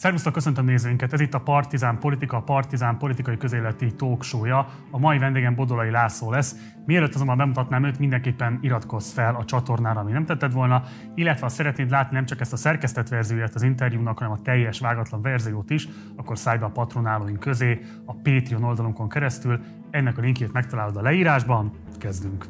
Szervusztok, köszöntöm nézőinket! Ez itt a Partizán Politika, a Partizán politikai közéleti talk show-ja. A mai vendégem Bodolai László lesz. Mielőtt azonban bemutatnám őt, mindenképpen iratkozz fel a csatornára, ami nem tetted volna, illetve ha szeretnéd látni nem csak ezt a szerkesztett verzióját az interjúnak, hanem a teljes vágatlan verziót is, akkor szállj be a patronálóink közé a Patreon oldalunkon keresztül. Ennek a linkjét megtalálod a leírásban. Kezdünk!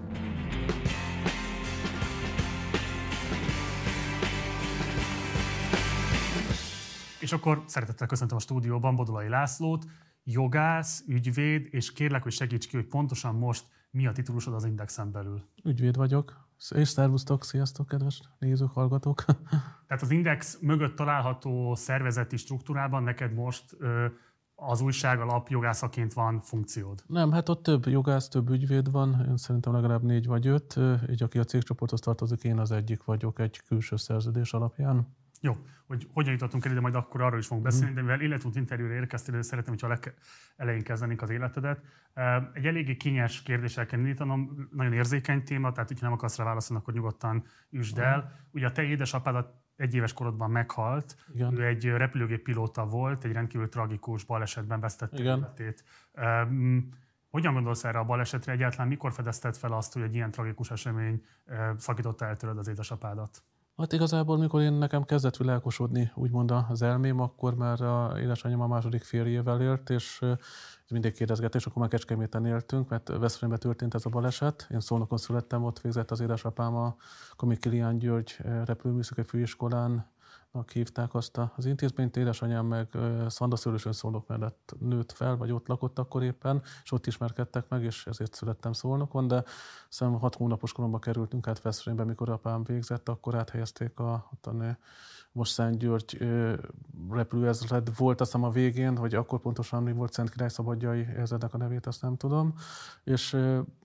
És akkor szeretettel köszöntöm a stúdióban Bodolai Lászlót, jogász, ügyvéd, és kérlek, hogy segíts ki, hogy pontosan most mi a titulusod az Indexen belül. Ügyvéd vagyok, és szervusztok, sziasztok, kedves nézők, hallgatók. Tehát az Index mögött található szervezeti struktúrában neked most az újság, a lap jogászaként van funkciód? Nem, hát ott több jogász, több ügyvéd van, én szerintem legalább 4 vagy 5, így aki a cégcsoporthoz tartozik, én az egyik vagyok egy külső szerződés alapján. Jó, hogy hogyan jutottunk el ide, majd akkor arról is fogunk beszélni, de mivel életút interjúra érkeztél, szeretném, hogyha elején kezdenénk az életedet. Egy eléggé kényes kérdéssel kell indítanom, nagyon érzékeny téma, tehát hogyha nem akarsz rá válaszolni, akkor nyugodtan üsd el. Ugye a te édesapád 1 éves korodban meghalt, igen. Ő egy repülőgép pilóta volt, egy rendkívül tragikus balesetben vesztette életét. Hogyan gondolsz erre a balesetre egyáltalán? Mikor fedezted fel azt, hogy egy ilyen tragikus esemény szakította el tőled az édesapádat? Hát igazából, mikor nekem kezdett világosodni úgymond az elmém, akkor már édesanyám a második férjével élt, és mindig kérdezgette, és akkor már Kecskeméten éltünk, mert Veszprémben történt ez a baleset. Én Szolnokon születtem, ott végzett az édesapám a Komik Kilián György repülőműszaki főiskolán, hívták azt az intézményt, édesanyám meg Szandaszőlősön Szolnok mellett nőtt fel, vagy ott lakott akkor éppen, és ott ismerkedtek meg, és ezért születtem Szolnokon, de szerintem 6 hónapos koromban kerültünk át Veszprémbe, mikor apám végzett, akkor áthelyezték most Szent György repülőezred volt, azt hiszem a végén, hogy akkor pontosan mi volt Szent Király Szabadjai ezrednek a nevét, azt nem tudom, és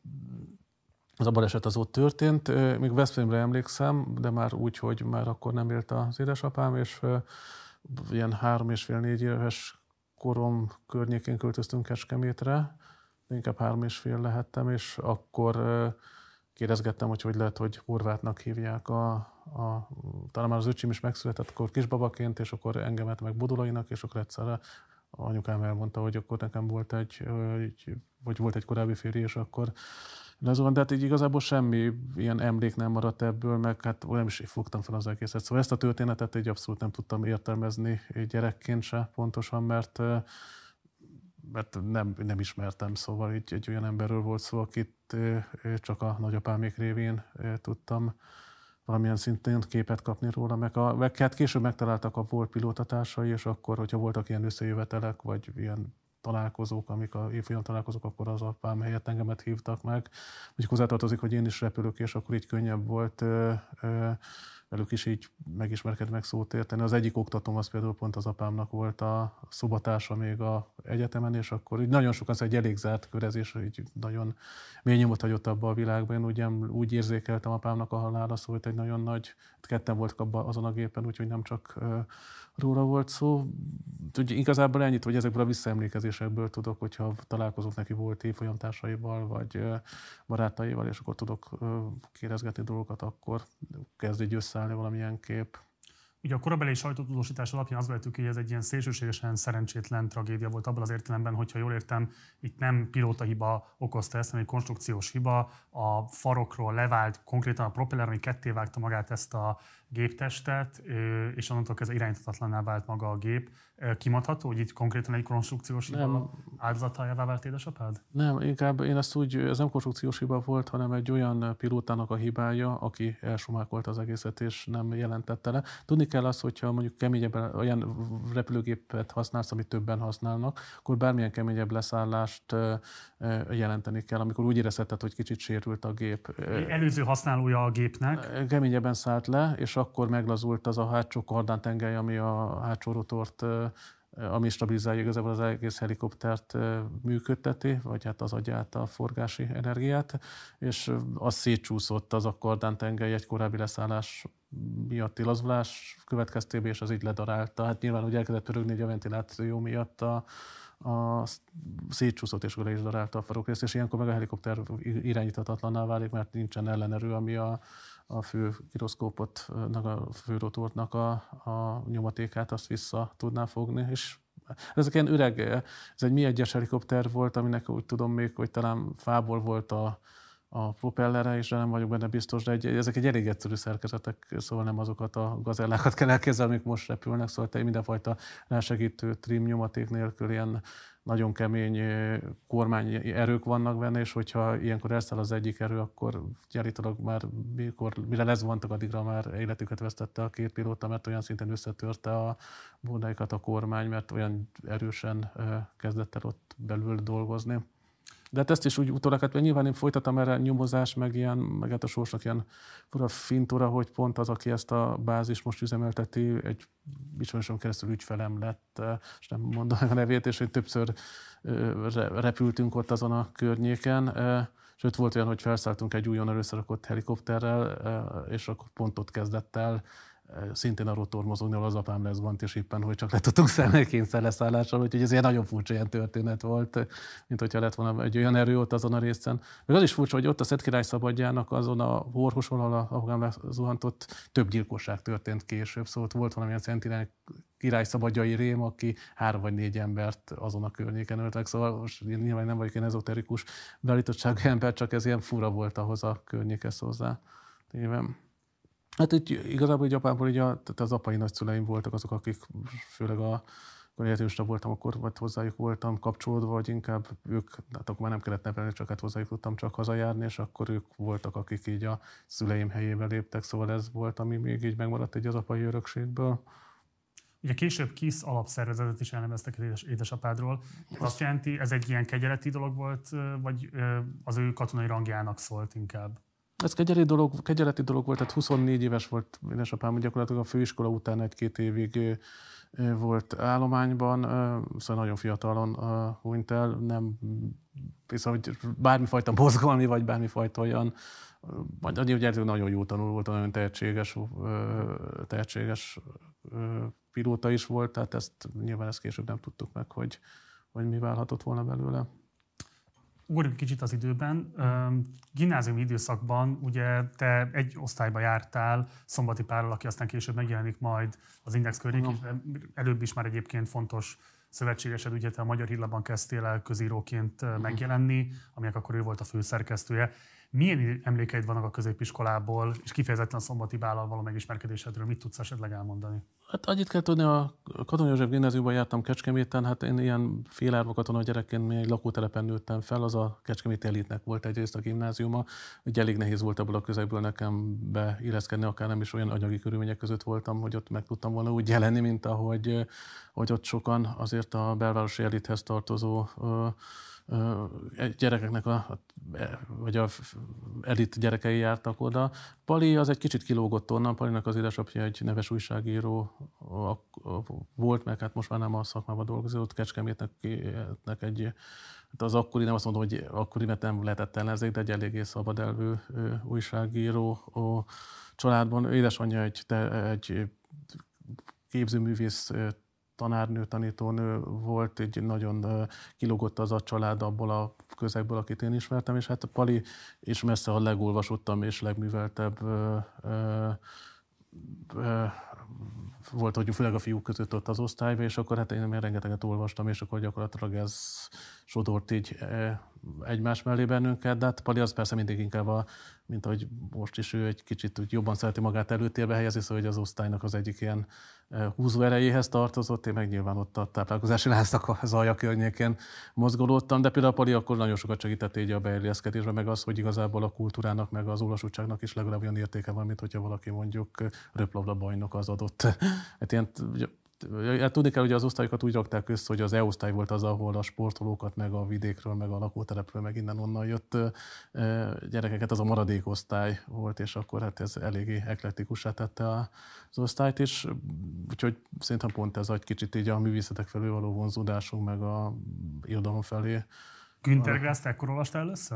az a baleset az ott történt, még Veszprémre emlékszem, de már úgy, hogy már akkor nem élt az édesapám, és ilyen 3,5-4 éves korom környékén költöztünk Kecskemétre, inkább 3,5 lehettem, és akkor kérdezgettem, hogy lehet, hogy Horvátnak hívják talán már az öcsém is megszületett, akkor kisbabaként, és akkor engemet meg Bodolainak, és akkor egyszerre anyukám elmondta, hogy akkor nekem volt egy korábbi férje, és akkor de hát így igazából semmi ilyen emlék nem maradt ebből, meg hát nem is fogtam fel az egészet. Szóval ezt a történetet így abszolút nem tudtam értelmezni gyerekként se pontosan, mert nem ismertem, szóval így egy olyan emberről volt szó, akit csak a nagyapámék révén tudtam valamilyen szintén képet kapni róla, meg hát később megtaláltak a volt pilótatársai, és akkor, hogyha voltak ilyen összejövetelek, vagy ilyen találkozók, amik a évfolyam találkozók, akkor az apám helyett engemet hívtak meg. Úgy hozzátartozik, hogy én is repülök, és akkor így könnyebb volt velük is így megismerkedni, meg szót érteni. Az egyik oktatóm az például pont az apámnak volt a szobatársa még a egyetemen, és akkor így nagyon sokan, egy elég zárt körezés, így nagyon mély nyomot hagyott abba a világban. Én úgy érzékeltem apámnak a halála, szóval egy nagyon nagy, ketten voltak abban azon a gépen, úgyhogy nem csak róla volt szó. Úgy, igazából ennyit, hogy ezekből a visszaemlékezésekből tudok, hogyha találkozok neki volt évfolyamtársaival, vagy barátaival, és akkor tudok kérdezgetni dolgokat, akkor kezd így összeállni valamilyen kép. Ugye a korabeli sajtótudósítás alapján azt vettük, hogy ez egy ilyen szélsőségesen szerencsétlen tragédia volt abban az értelemben, hogyha jól értem, itt nem pilótahiba okozta ezt, hanem egy konstrukciós hiba. A farokról levált konkrétan a propeller, ami kettévágta magát ezt a géptestet, és onnantól kezdve irányíthatatlanná vált maga a gép. Kimondható, hogy itt konkrétan egy konstrukciós hiba áldozatájává vált édesapád? Nem, inkább én ezt úgy, ez nem konstrukciós hiba volt, hanem egy olyan pilótának a hibája, aki elsumákolta az egészet és nem jelentette le. Tudni kell azt, hogyha mondjuk keményebb olyan repülőgépet használsz, amit többen használnak, akkor bármilyen keményebb leszállást jelenteni kell, amikor úgy érezheted, hogy kicsit sérült a gép. Előző használója a gépnek. Keményebben szállt le, és akkor meglazult az a hátsó kardántengely, ami a hátsó rotort, ami stabilizálja igazából az egész helikoptert működteti, vagy hát az agyát, a forgási energiát, és az szétcsúszott az a kardántengely egy korábbi leszállás miatti lazulás következtében, és az így ledarálta. Hát nyilván, hogy elkezdett pörögni a ventiláció miatt a szétcsúszott, és le is darálta a farokrészt, és ilyenkor meg a helikopter irányíthatatlanná válik, mert nincsen ellenerő, ami a fő giroszkópotnak, a főrotornak a nyomatékát azt vissza tudná fogni, és ezek ilyen öreg, ez egy Mi-1-es helikopter volt, aminek úgy tudom még, hogy talán fából volt a propellere, és nem vagyok benne biztos, de ezek egy elég egyszerű szerkezetek, szóval nem azokat a gazellákat kell elképzelni, amik most repülnek, szóval mindenfajta rásegítő trim nyomaték nélkül ilyen nagyon kemény kormány erők vannak benne, és hogyha ilyenkor elszáll az egyik erő, akkor gyarítólag már mire lezvontak, addigra már életüket vesztette a két pilóta, mert olyan szinten összetörte a bódáikat a kormány, mert olyan erősen kezdett el ott belül dolgozni. De hát ezt is úgy utólag, hát nyilván én folytattam erre nyomozás, meg hát a sorsnak ilyen fura fintora, hogy pont az, aki ezt a bázist most üzemelteti, egy ismerősöm keresztül ügyfelem lett, és nem mondom a nevét, és hogy többször repültünk ott azon a környéken. Sőt, volt olyan, hogy felszálltunk egy újonnan összerakott helikopterrel, és akkor pont ott kezdett el szintén a rotor mozogni, ahol az apám lezvont, és éppen, hogy csak le tudtunk szállni kényszerleszállással, úgyhogy ez ilyen nagyon furcsa ilyen történet volt, mint hogyha lett volna egy olyan erő ott azon a részen. Meg az is furcsa, hogy ott a Szetkirály szabadjának azon a Horhoson, ahol apám lezuhantott, több gyilkosság történt később, szóval volt valamilyen Szent Király szabadjai rém, aki 3 vagy 4 embert azon a környéken öltek, szóval most nyilván nem vagyok ilyen ezoterikus beállítottságú ember, csak ez ilyen fura volt ahhoz a környékhez hozzá. Tévem. Hát itt igazából így apámból így az apai nagyszüleim voltak azok, akik főleg amikor életősre voltam, akkor hozzájuk voltam kapcsolódva, vagy inkább ők, hát akkor már nem kellett nevelni, csak hát hozzájuk tudtam csak hazajárni, és akkor ők voltak, akik így a szüleim helyébe léptek, szóval ez volt, ami még így megmaradt egy az apai örökségből. Ugye később KISZ alapszervezetet is elneveztek az édesapádról. Azt jelenti, ez egy ilyen kegyeleti dolog volt, vagy az ő katonai rangjának szólt inkább? Ez kegyeleti dolog volt, tehát 24 éves volt édesapám, gyakorlatilag a főiskola után 1-2 évig volt állományban, szóval nagyon fiatalon hunyt el, nem hiszem, hogy bármifajta mozgalmi, vagy bármifajta olyan, annyi, hogy nagyon jó tanul volt, nagyon tehetséges pilóta is volt, tehát nyilván ezt később nem tudtuk meg, hogy mi válhatott volna belőle. Ugorjunk kicsit az időben. Gimnáziumi időszakban ugye te egy osztályba jártál Szombati Pálral, aki aztán később megjelenik majd az Index környékén, előbb is már egyébként fontos szövetségesed, ugye te a Magyar Hírlapban kezdtél el közíróként megjelenni, aminek akkor ő volt a főszerkesztője. Milyen emlékeid vannak a középiskolából, és kifejezetten a Szombati Pállal való megismerkedésedről? Mit tudsz esetleg elmondani? Hát annyit kell tudni, a Katona József gimnáziumban jártam Kecskeméten, hát én ilyen félárva katona gyerekként még egy lakótelepen nőttem fel, az a kecskeméti elitnek volt egyrészt a gimnáziuma, hogy elég nehéz volt ebből a közegből nekem beilleszkedni, akár nem is olyan anyagi körülmények között voltam, hogy ott meg tudtam volna úgy jelenni, mint ahogy ott sokan azért a belvárosi elithez tartozó gyerekeknek, vagy a elit gyerekei jártak oda. Pali az egy kicsit kilógott onnan, Palinak az édesapja egy neves újságíró volt, meg hát most már nem a szakmában dolgozott, Kecskemétnek hát az akkori, nem azt mondom, hogy akkori, mert nem lehetett ellenzék, de egy eléggé szabadelvű újságíró családban. Édesanyja egy képzőművész tanárnő, tanítónő volt, egy nagyon kilógott az a család abból a közegből, akit én ismertem, és hát a Pali is messze a legolvasottabb és legműveltebb volt, hogy főleg a fiúk között ott az osztályban, és akkor hát én rengeteget olvastam, és akkor gyakorlatilag ez sodort így egymás mellé bennünket, de hát Pali az persze mindig inkább, mint ahogy most is ő egy kicsit úgy jobban szereti magát előtérbe helyezni, szóval hogy az osztálynak az egyik ilyen húzó erejéhez tartozott, én meg nyilván ott a táplálkozási láncnak a Zalja környékén mozgolódtam, de például Pali akkor nagyon sokat segített így a beilleszkedésben, meg az, hogy igazából a kultúrának, meg az olvasottságnak is legalább olyan értéke van, mint hogyha valaki mondjuk röplabda bajnok az adott. Hát ilyen, hát tudni kell, hogy az osztályokat úgy rakták össze, hogy az E-osztály volt az, ahol a sportolókat, meg a vidékről, meg a lakótelepről, meg innen-onnan jött gyerekeket, az a maradék osztály volt, és akkor hát ez eléggé eklektikussá tette az osztályt, és úgyhogy szerintem pont ez egy kicsit így a művészetek felé való vonzódásunk, meg a irodalom felé. Günter Grass, ekkor olvastál először?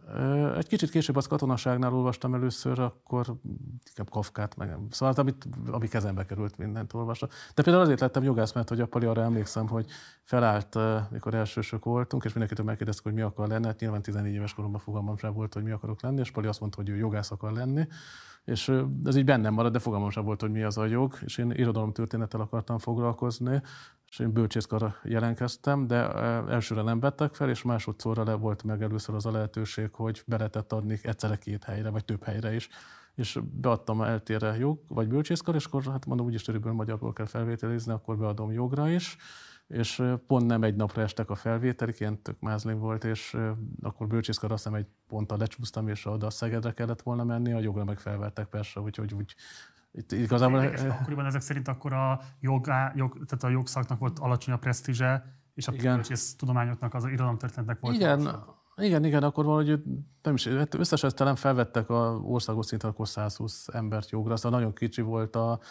Egy kicsit később az katonaságnál olvastam először, akkor inkább Kafkát, meg szóval ami kezembe került, mindent olvastam. De például azért lettem jogász, mert hogy a Pali, arra emlékszem, hogy felállt, mikor elsősök voltunk, és mindenkitől megkérdeztük, hogy mi akar lenni. Hát nyilván 14 éves koromban fogalmam sem volt, hogy mi akarok lenni, és Pali azt mondta, hogy ő jogász akar lenni. És ez így bennem maradt, de fogalmam sem volt, hogy mi az a jog, és én irodalomtörténettel akartam foglalkozni, és én bölcsészkarra jelentkeztem, de elsőre nem vettek fel, és másodszorra volt meg először az a lehetőség, hogy be lehetett adni egyszerre 2 helyre, vagy több helyre is. És beadtam eltérre jog, vagy bölcsészkar, és akkor hát mondom, úgyis körülbelül magyarból kell felvételizni, akkor beadom jogra is. És pont nem egy napra estek a felvételik, ilyen tök mázlim volt, és akkor bölcsészkarra azt hiszem egy ponttal lecsúsztam, és oda a Szegedre kellett volna menni, a jogra meg felvettek persze, úgyhogy úgy itt igazából... Akkoriban ezek szerint akkor tehát a jogszaknak volt alacsony a presztízse, és a bölcsész tudományoknak, az irodalomtörténetnek volt. Igen, akkor valahogy nem is, összesen talán felvettek a országos szinten akkor 120 embert jogra, szóval nagyon kicsi volt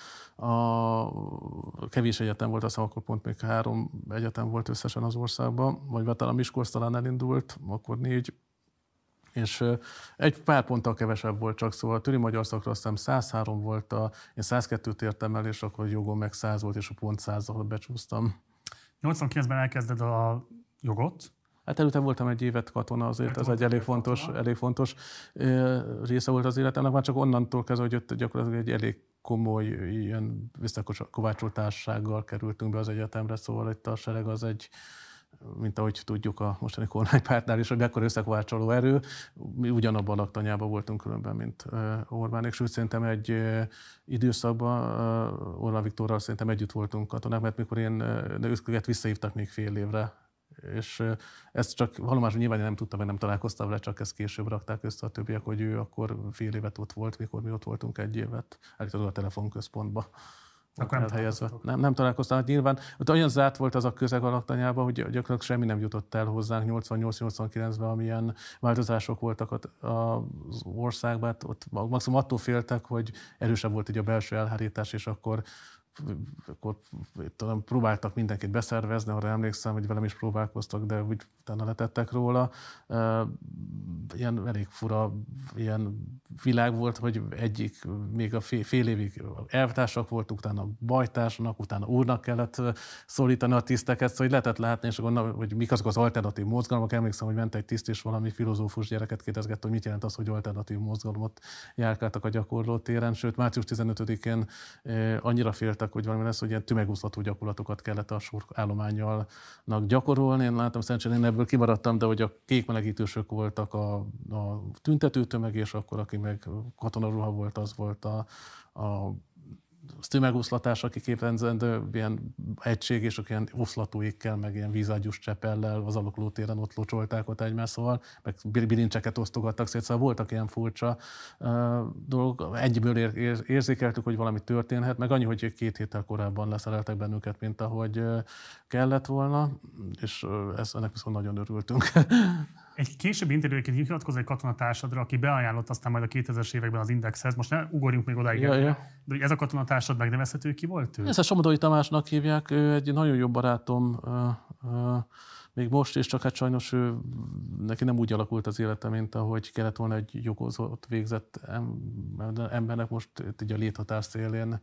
kevés egyetem volt, aztán akkor pont még 3 egyetem volt összesen az országban, vagy talán Miskolc talán elindult, akkor 4, és egy pár ponttal kevesebb volt csak, szóval a töri magyar szakra azt hiszem 103 volt, én 102-t értem el, és akkor jogon meg 100 volt, és a pont 100-al becsúsztam. 89-ben elkezded a jogot. Hát előtte voltam egy évet katona, azért ez egy elég fontos része volt az életemnek, már csak onnantól kezdve, hogy ott gyakorlatilag egy elég komoly ilyen visszakovácsolt társasággal kerültünk be az egyetemre, szóval itt a sereg az egy, mint ahogy tudjuk a mostani kormánypártnál is, hogy mekkora összekovácsoló erő. Mi ugyanabban a laktanyában voltunk különben, mint Orbánék, sőt szerintem egy időszakban Orbán Viktorral szerintem együtt voltunk katonák, mert mikor őket visszahívtak még fél évre, és ezt csak valóban nyilván nem tudtam, mert nem találkoztam vele, csak ezt később rakták össze a többiek, hogy ő akkor fél évet ott volt, mikor mi ott voltunk egy évet, állítólag a telefonközpontba. Akkor nem találkoztam, hát nyilván ott olyan zárt volt az a közeg a laktanyában, hogy gyakorlatilag semmi nem jutott el hozzánk 88-89-ben, amilyen változások voltak az országban, hát ott maximum attól féltek, hogy erősebb volt így a belső elhárítás, és akkor talán próbáltak mindenkit beszervezni, arra emlékszem, hogy velem is próbálkoztak, de úgy utána letettek róla. Ilyen elég fura ilyen világ volt, hogy még a fél évig elvtársak voltunk, utána bajtársnak, utána úrnak kellett szólítani a tiszteket, szóval lehetett látni, és akkor, hogy mik azok az alternatív mozgalmak. Emlékszem, hogy ment egy tiszt, és valami filozófus gyereket kérdezgette, hogy mit jelent az, hogy alternatív mozgalmat járkáltak a gyakorló téren, sőt március 15-én annyira féltek, hogy valami lesz, hogy ilyen tömegoszlató gyakorlatokat kellett a sorállománnyal gyakorolni. Én láttam, szerencsére én ebből kimaradtam, de hogy a kékmelegítősök voltak a tüntető tömeg, és akkor aki meg katonaruha volt, az volt a tömegoszlatás, aki képzendő ilyen egység, és ilyen oszlatóikkel, meg ilyen vízágyús csepellel az alakulótéren ott locsolták ott egymást, szóval, meg bilincseket osztogattak szét, szóval voltak ilyen furcsa dolgok. Egyből érzékeltük, hogy valami történhet, meg annyi, hogy 2 héttel korábban leszereltek bennünket, mint ahogy kellett volna, és ennek viszont nagyon örültünk. Egy későbbi interjúként hivatkozol egy katonatársadra, aki beajánlott aztán majd a 2000-es években az Indexhez. Most ne ugorjunk még odáig. De hogy ez a katonatársad megnevezhető, ki volt ő? Ezt a Somodói Tamásnak hívják, ő egy nagyon jó barátom, még most, és csak hát sajnos neki nem úgy alakult az élete, mint ahogy kellett volna egy jogozott végzett embernek, most így a léthatár szélén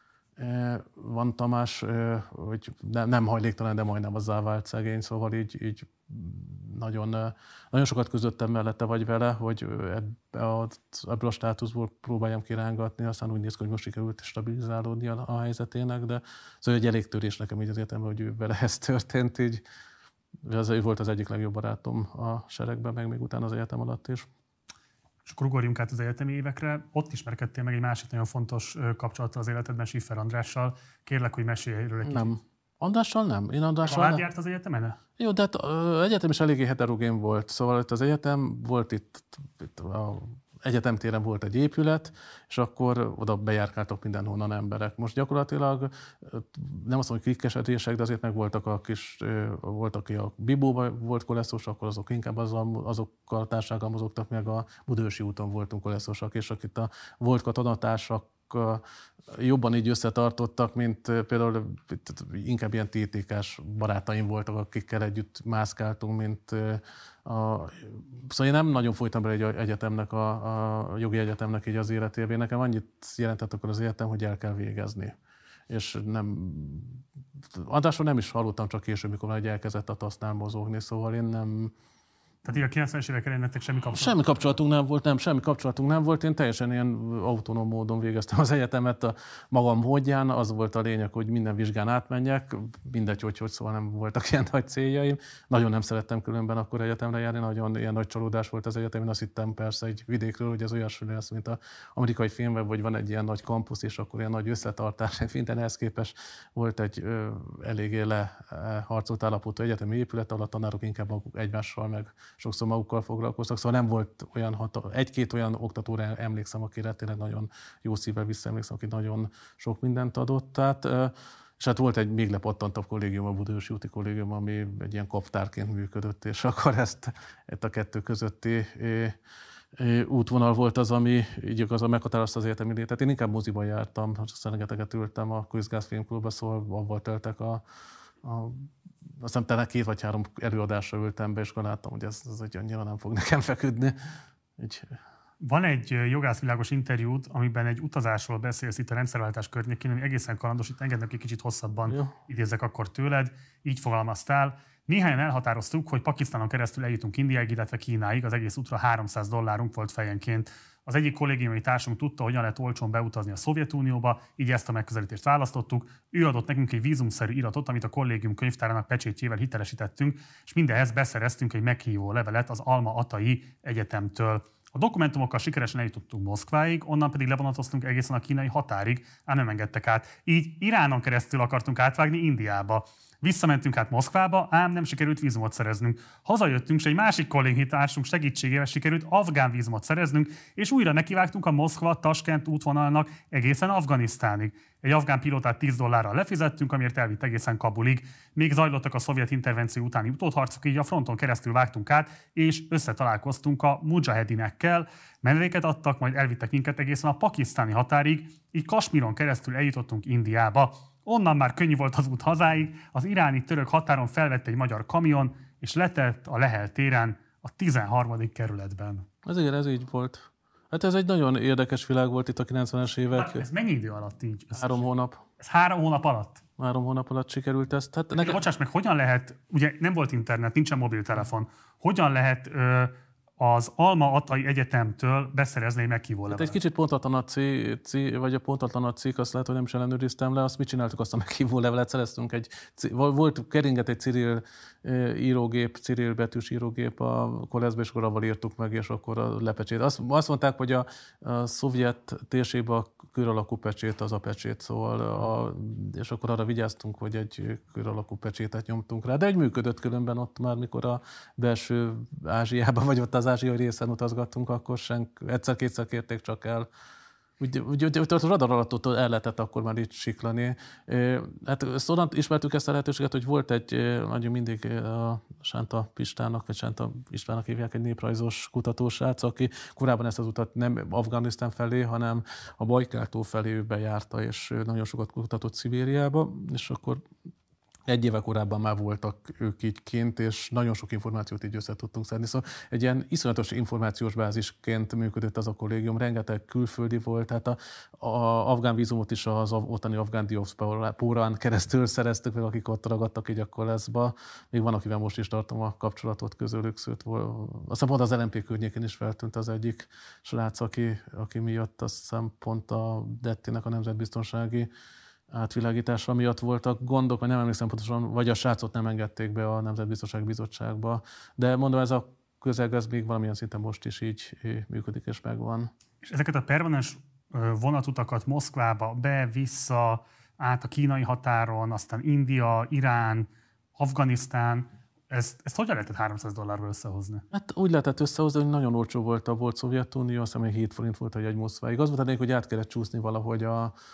van Tamás, hogy nem hajléktalan, de majdnem azzá vált szegény, szóval így nagyon, nagyon sokat közöttem mellette vagy vele, hogy ebből a státuszból próbáljam kirángatni, aztán úgy néz ki, hogy most sikerült stabilizálódni a helyzetének, de szóval egy elég törés nekem így az értelemben, hogy ő vele ez történt, így ő volt az egyik legjobb barátom a seregben, meg még utána az egyetem alatt is. És akkor ugorjunk át az egyetemi évekre. Ott ismerkedtél meg egy másik nagyon fontos kapcsolattal az életedben, Schiffer Andrással. Kérlek, hogy mesélj erről egy kicsit. Nem. Andrással nem. Én Andrással Család járt az egyetemen? Jó, de hát egyetem is eléggé heterogén volt. Szóval itt az egyetem volt itt egyetemtéren volt egy épület, és akkor oda bejárkáltak mindenhonnan emberek. Most gyakorlatilag nem azt mondom, hogy klikkesedések, de azért meg voltak volt, aki a Bibóban volt koleszos, akkor azok inkább azokkal a társággal mozogtak, meg a Budaörsi úton voltunk koleszosak, és akik volt katonatársak, jobban így összetartottak, mint például inkább ilyen TTK-s barátaim voltak, akikkel együtt mászkáltunk, Szóval én nem nagyon folytam bele egy egyetemnek, a jogi egyetemnek így az életébe. Nekem annyit jelentett akkor az életem, hogy el kell végezni. És adásul nem is hallottam, csak később, mikor elkezdett a tasznál mozogni, szóval én nem... Tehát így a 90-es évek elején nektek semmi kapcsolatunk? Semmi kapcsolatunk nem volt. Én teljesen ilyen autonóm módon végeztem az egyetemet a magam módján. Az volt a lényeg, hogy minden vizsgán átmenjek. Mindegy, hogy szóval nem voltak ilyen nagy céljaim. Nagyon nem szerettem különben akkor egyetemre járni. Nagyon ilyen nagy csalódás volt az egyetem. Én azt hittem persze egy vidékről, hogy ez olyasmi lesz, mint az amerikai filmben, vagy van egy ilyen nagy kampusz, és akkor ilyen nagy összetartás. Minden ehhez képest volt egy eléggé leharcolt állapotú egyetemi épület, ahol a tanárok inkább egymással meg sokszor magukkal foglalkoztak, szóval nem volt olyan egy-két olyan oktatóra emlékszem, akire tényleg nagyon jó szívvel visszaemlékszem, aki nagyon sok mindent adott. És hát volt egy még lepattantabb kollégium, a Budaörsi úti kollégium, ami egy ilyen kaptárként működött, és akkor ezt a kettő közötti útvonal volt az, ami így igazán meghatározta az életemi létet. Én inkább moziban jártam, aztán rengeteget ültem a Közgáz Filmklubba, szóval avval teltek aztán talán 2 vagy 3 előadásra ültem be, és akkor láttam, hogy ez annyira nem fog nekem feküdni. Van egy jogászvilágos interjút, amiben egy utazásról beszélsz itt a rendszerváltás környékén, ami egészen kalandos, itt engednek egy kicsit hosszabban idézek akkor tőled. Így fogalmaztál: néhányan elhatároztuk, hogy Pakisztánon keresztül eljutunk Indiáig, illetve Kínáig, az egész útra $300 volt fejenként. Az egyik kollégiumi társunk tudta, hogyan lehet olcsón beutazni a Szovjetunióba, így ezt a megközelítést választottuk. Ő adott nekünk egy vízumszerű iratot, amit a kollégium könyvtárának pecsétjével hitelesítettünk, és mindehhez beszereztünk egy meghívó levelet az Alma Atai Egyetemtől. A dokumentumokkal sikeresen eljutottunk Moszkváig, onnan pedig levonatoztunk egészen a kínai határig, ám nem engedtek át. Így Iránon keresztül akartunk átvágni Indiába. Visszamentünk át Moszkvába, ám nem sikerült vízumot szereznünk. Hazajöttünk, és egy másik kollégitársunk segítségével sikerült afgán vízumot szereznünk, és újra nekivágtunk a Moszkva-Taskent útvonalnak egészen Afganisztánig. Egy afgán pilótát $10 lefizettünk, amiért elvitt egészen Kabulig. Még zajlottak a szovjet intervenció utáni utódharcok, így a fronton keresztül vágtunk át, és összetalálkoztunk a mujahedinekkel. Menedéket adtak, majd elvittek minket egészen a pakisztáni határig, így Kasmíron keresztül eljutottunk Indiába. Onnan már könnyű volt az út hazáig, az iráni-török határon felvett egy magyar kamion, és letett a Lehel téren a 13. kerületben. Ez így volt. Hát ez egy nagyon érdekes világ volt itt a 90-es évek. Hát ez mennyi idő alatt így? 3 hónap. Ez 3 hónap alatt? 3 hónap alatt sikerült ezt. Hát Bocsáss meg, hogyan lehet, ugye nem volt internet, nincsen mobiltelefon, hogyan lehet az Alma Atai Egyetemtől beszerezni egy meghívó levelet? Hát egy kicsit pontatlan a cikk, azt lehet, hogy nem is ellenőriztem le, azt mit csináltuk, azt a meghívó levelet, szereztünk keringett egy Cyril írógép, Cyril betűs írógép a koleszbe, és akkor avval írtuk meg, és akkor a lepecsét. Azt mondták, hogy a szovjet térségben a kör alakú pecsét az a pecsét, szóval és akkor arra vigyáztunk, hogy egy kör alakú pecsétet nyomtunk rá, de egy működött különben ott már, mikor a belső Ázsiában, vagy ott az ázsiai részen utazgattunk, akkor egyszer-kétszer kérték csak el. Úgy a radar alatt el lehetett akkor már itt siklani. Hát szóval ismertük ezt a lehetőséget, hogy volt nagyon mindig a Sánta Pistának, vagy Sánta Istvánnak hívják, egy néprajzos kutatósrác, aki korábban ezt az utat nem Afganisztán felé, hanem a Bajkál-tó felé ő bejárta, és nagyon sokat kutatott Szibériába, és akkor 1 éve korábban már voltak ők így kint, és nagyon sok információt így össze tudtunk szedni. Szóval egy ilyen iszonyatos információs bázisként működött az a kollégium, rengeteg külföldi volt, tehát a afgán vízumot is az ottani afgán diaszporán keresztül szereztük meg, akik ott ragadtak így a koleszba. Még van, akivel most is tartom a kapcsolatot közülük, aztán pont az LMP környékén is feltűnt az egyik srác, aki miatt azt hiszem pont a DETT-nek a nemzetbiztonsági átvilágítása miatt voltak gondok, vagy nem emlékszem pontosan, vagy a srácot nem engedték be a Nemzetbiztonsági Bizottságba. De mondom, ez a közeg, ez még valamilyen szinten most is így működik és megvan. És ezeket a permanens vonatutakat Moszkvába, be-vissza, át a kínai határon, aztán India, Irán, Afganisztán, ezt hogyan lehetett $300 összehozni? Hát úgy lehetett összehozni, hogy nagyon olcsó volt a volt Szovjetunió, azt hiszem, 7 forint volt egy Moszkváig. Az volt, hogy át kellett csúszni valahogy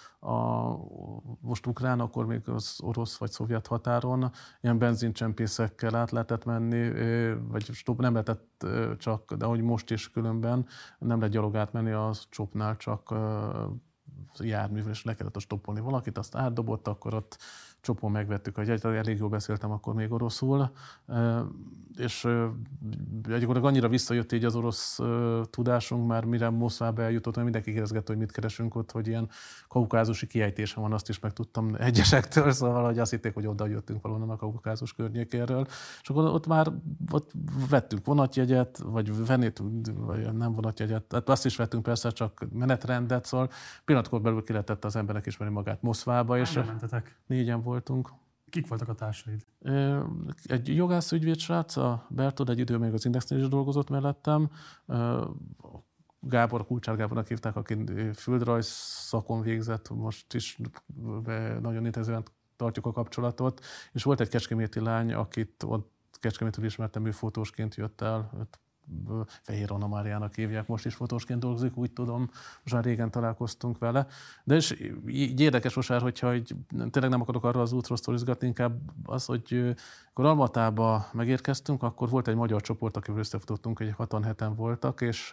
most ukrán, akkor még az orosz vagy szovjet határon ilyen benzincsempészekkel át lehetett menni, vagy nem lehetett csak, de hogy most is különben nem lehet gyalog átmenni a csopnál, csak járművel, és le kellett stoppolni valakit, azt átdobott, akkor ott csopon megvettük a jegyet, elég jól beszéltem akkor még oroszul, és gyakorlatilag annyira visszajött így az orosz tudásunk, már mire Moszkvába eljutott, mert mindenki kérdezgette, hogy mit keresünk ott, hogy ilyen kaukázusi kiejtése van, azt is megtudtam egyesektől, szóval hogy azt hitték, hogy oda jöttünk valonnan a kaukázus környékéről. És akkor ott már ott vettünk vonatjegyet, vagy vagy nem vonatjegyet, tehát azt is vettünk persze, csak menetrendet, szóval pillanatkor belül ki lehetett az embernek ismerni magát Moszkvába, és négyen voltunk. Kik voltak a társaid? Egy jogász ügyvéd srác, a Bertold, egy idő még az Indexnél is dolgozott mellettem. Gábor, Kulcsár Gábornak hívták, aki földrajz szakon végzett, most is nagyon intenzíven tartjuk a kapcsolatot. És volt egy kecskeméti lány, akit ott Kecskemétől ismertem, ő fotósként jött el, Fehér Anna Máriának hívják, most is fotósként dolgozik, úgy tudom, most már régen találkoztunk vele. De és így érdekes most már, hogyha így, tényleg nem akarok arra az útról sztorizgatni, inkább az, hogy akkor Almatába megérkeztünk, akkor volt egy magyar csoport, akivel összefutottunk, egy 6-7-en voltak, és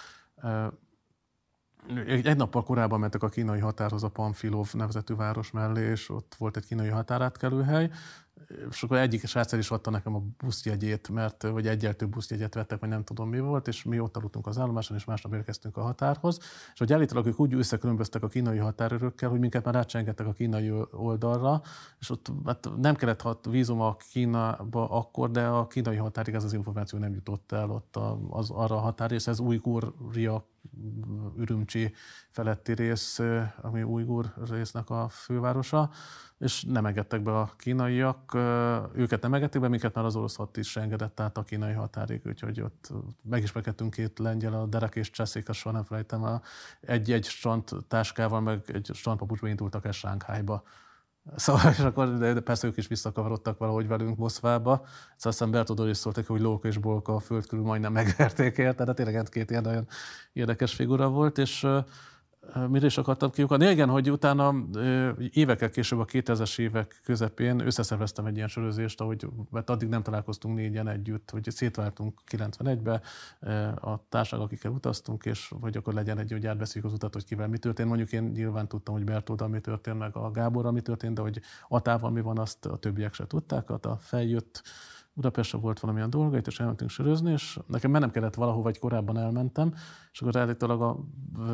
egy nappal korábban mentek a kínai határhoz, a Panfilov nevezetű város mellé, és ott volt egy kínai határátkelőhely, és akkor egyik srác is adta nekem a buszjegyét, mert vagy egyel több buszjegyet vettek, vagy nem tudom mi volt, és mi ott aludtunk az állomáson, és másnap érkeztünk a határhoz. És hogy állítólag ők úgy összekülönböztek a kínai határőrökkel, hogy minket már átcsengedtek a kínai oldalra, és ott hát nem kellett vízum a Kínába akkor, de a kínai határig ez az információ nem jutott el ott arra a határrész, ez Ujgúria, Ürümcsi feletti rész, ami Ujgur résznek a fővárosa, és nem engedtek be a kínaiak, őket nem engedték be, minket már az orosz hat is engedett át a kínai határig, úgyhogy ott megismerkedtünk két lengyel, a Derek és Cseszék, azt soha nem felejtem el, egy strand táskával, meg egy strandpapucsba indultak el Sánkhájba. Szóval, és akkor de persze ők is visszakavarodtak valahogy velünk Moszkvába. Szóval aztán Bertodor is szóltak, hogy Lóka és Bolka a föld körül majdnem megverték érte, de tényleg két ilyen nagyon érdekes figura volt, és mire is akartam kiukadni? Igen, hogy utána évekkel később, a 2000-es évek közepén összeszerveztem egy ilyen sörözést, mert addig nem találkoztunk négyen együtt, hogy szétváltunk 91-be a társak, akikkel utaztunk, és hogy akkor legyen egy, hogy átbeszéljük az utat, hogy kivel mi történt. Mondjuk én nyilván tudtam, hogy Bertoldal mi történt, meg a Gáborral mi történt, de hogy Atával mi van, azt a többiek se tudták. Ata feljött, Budapestre volt valamilyen dolga, és elmentünk sörözni, és nekem mennem kellett valahova, vagy korábban elmentem, és akkor állítólag a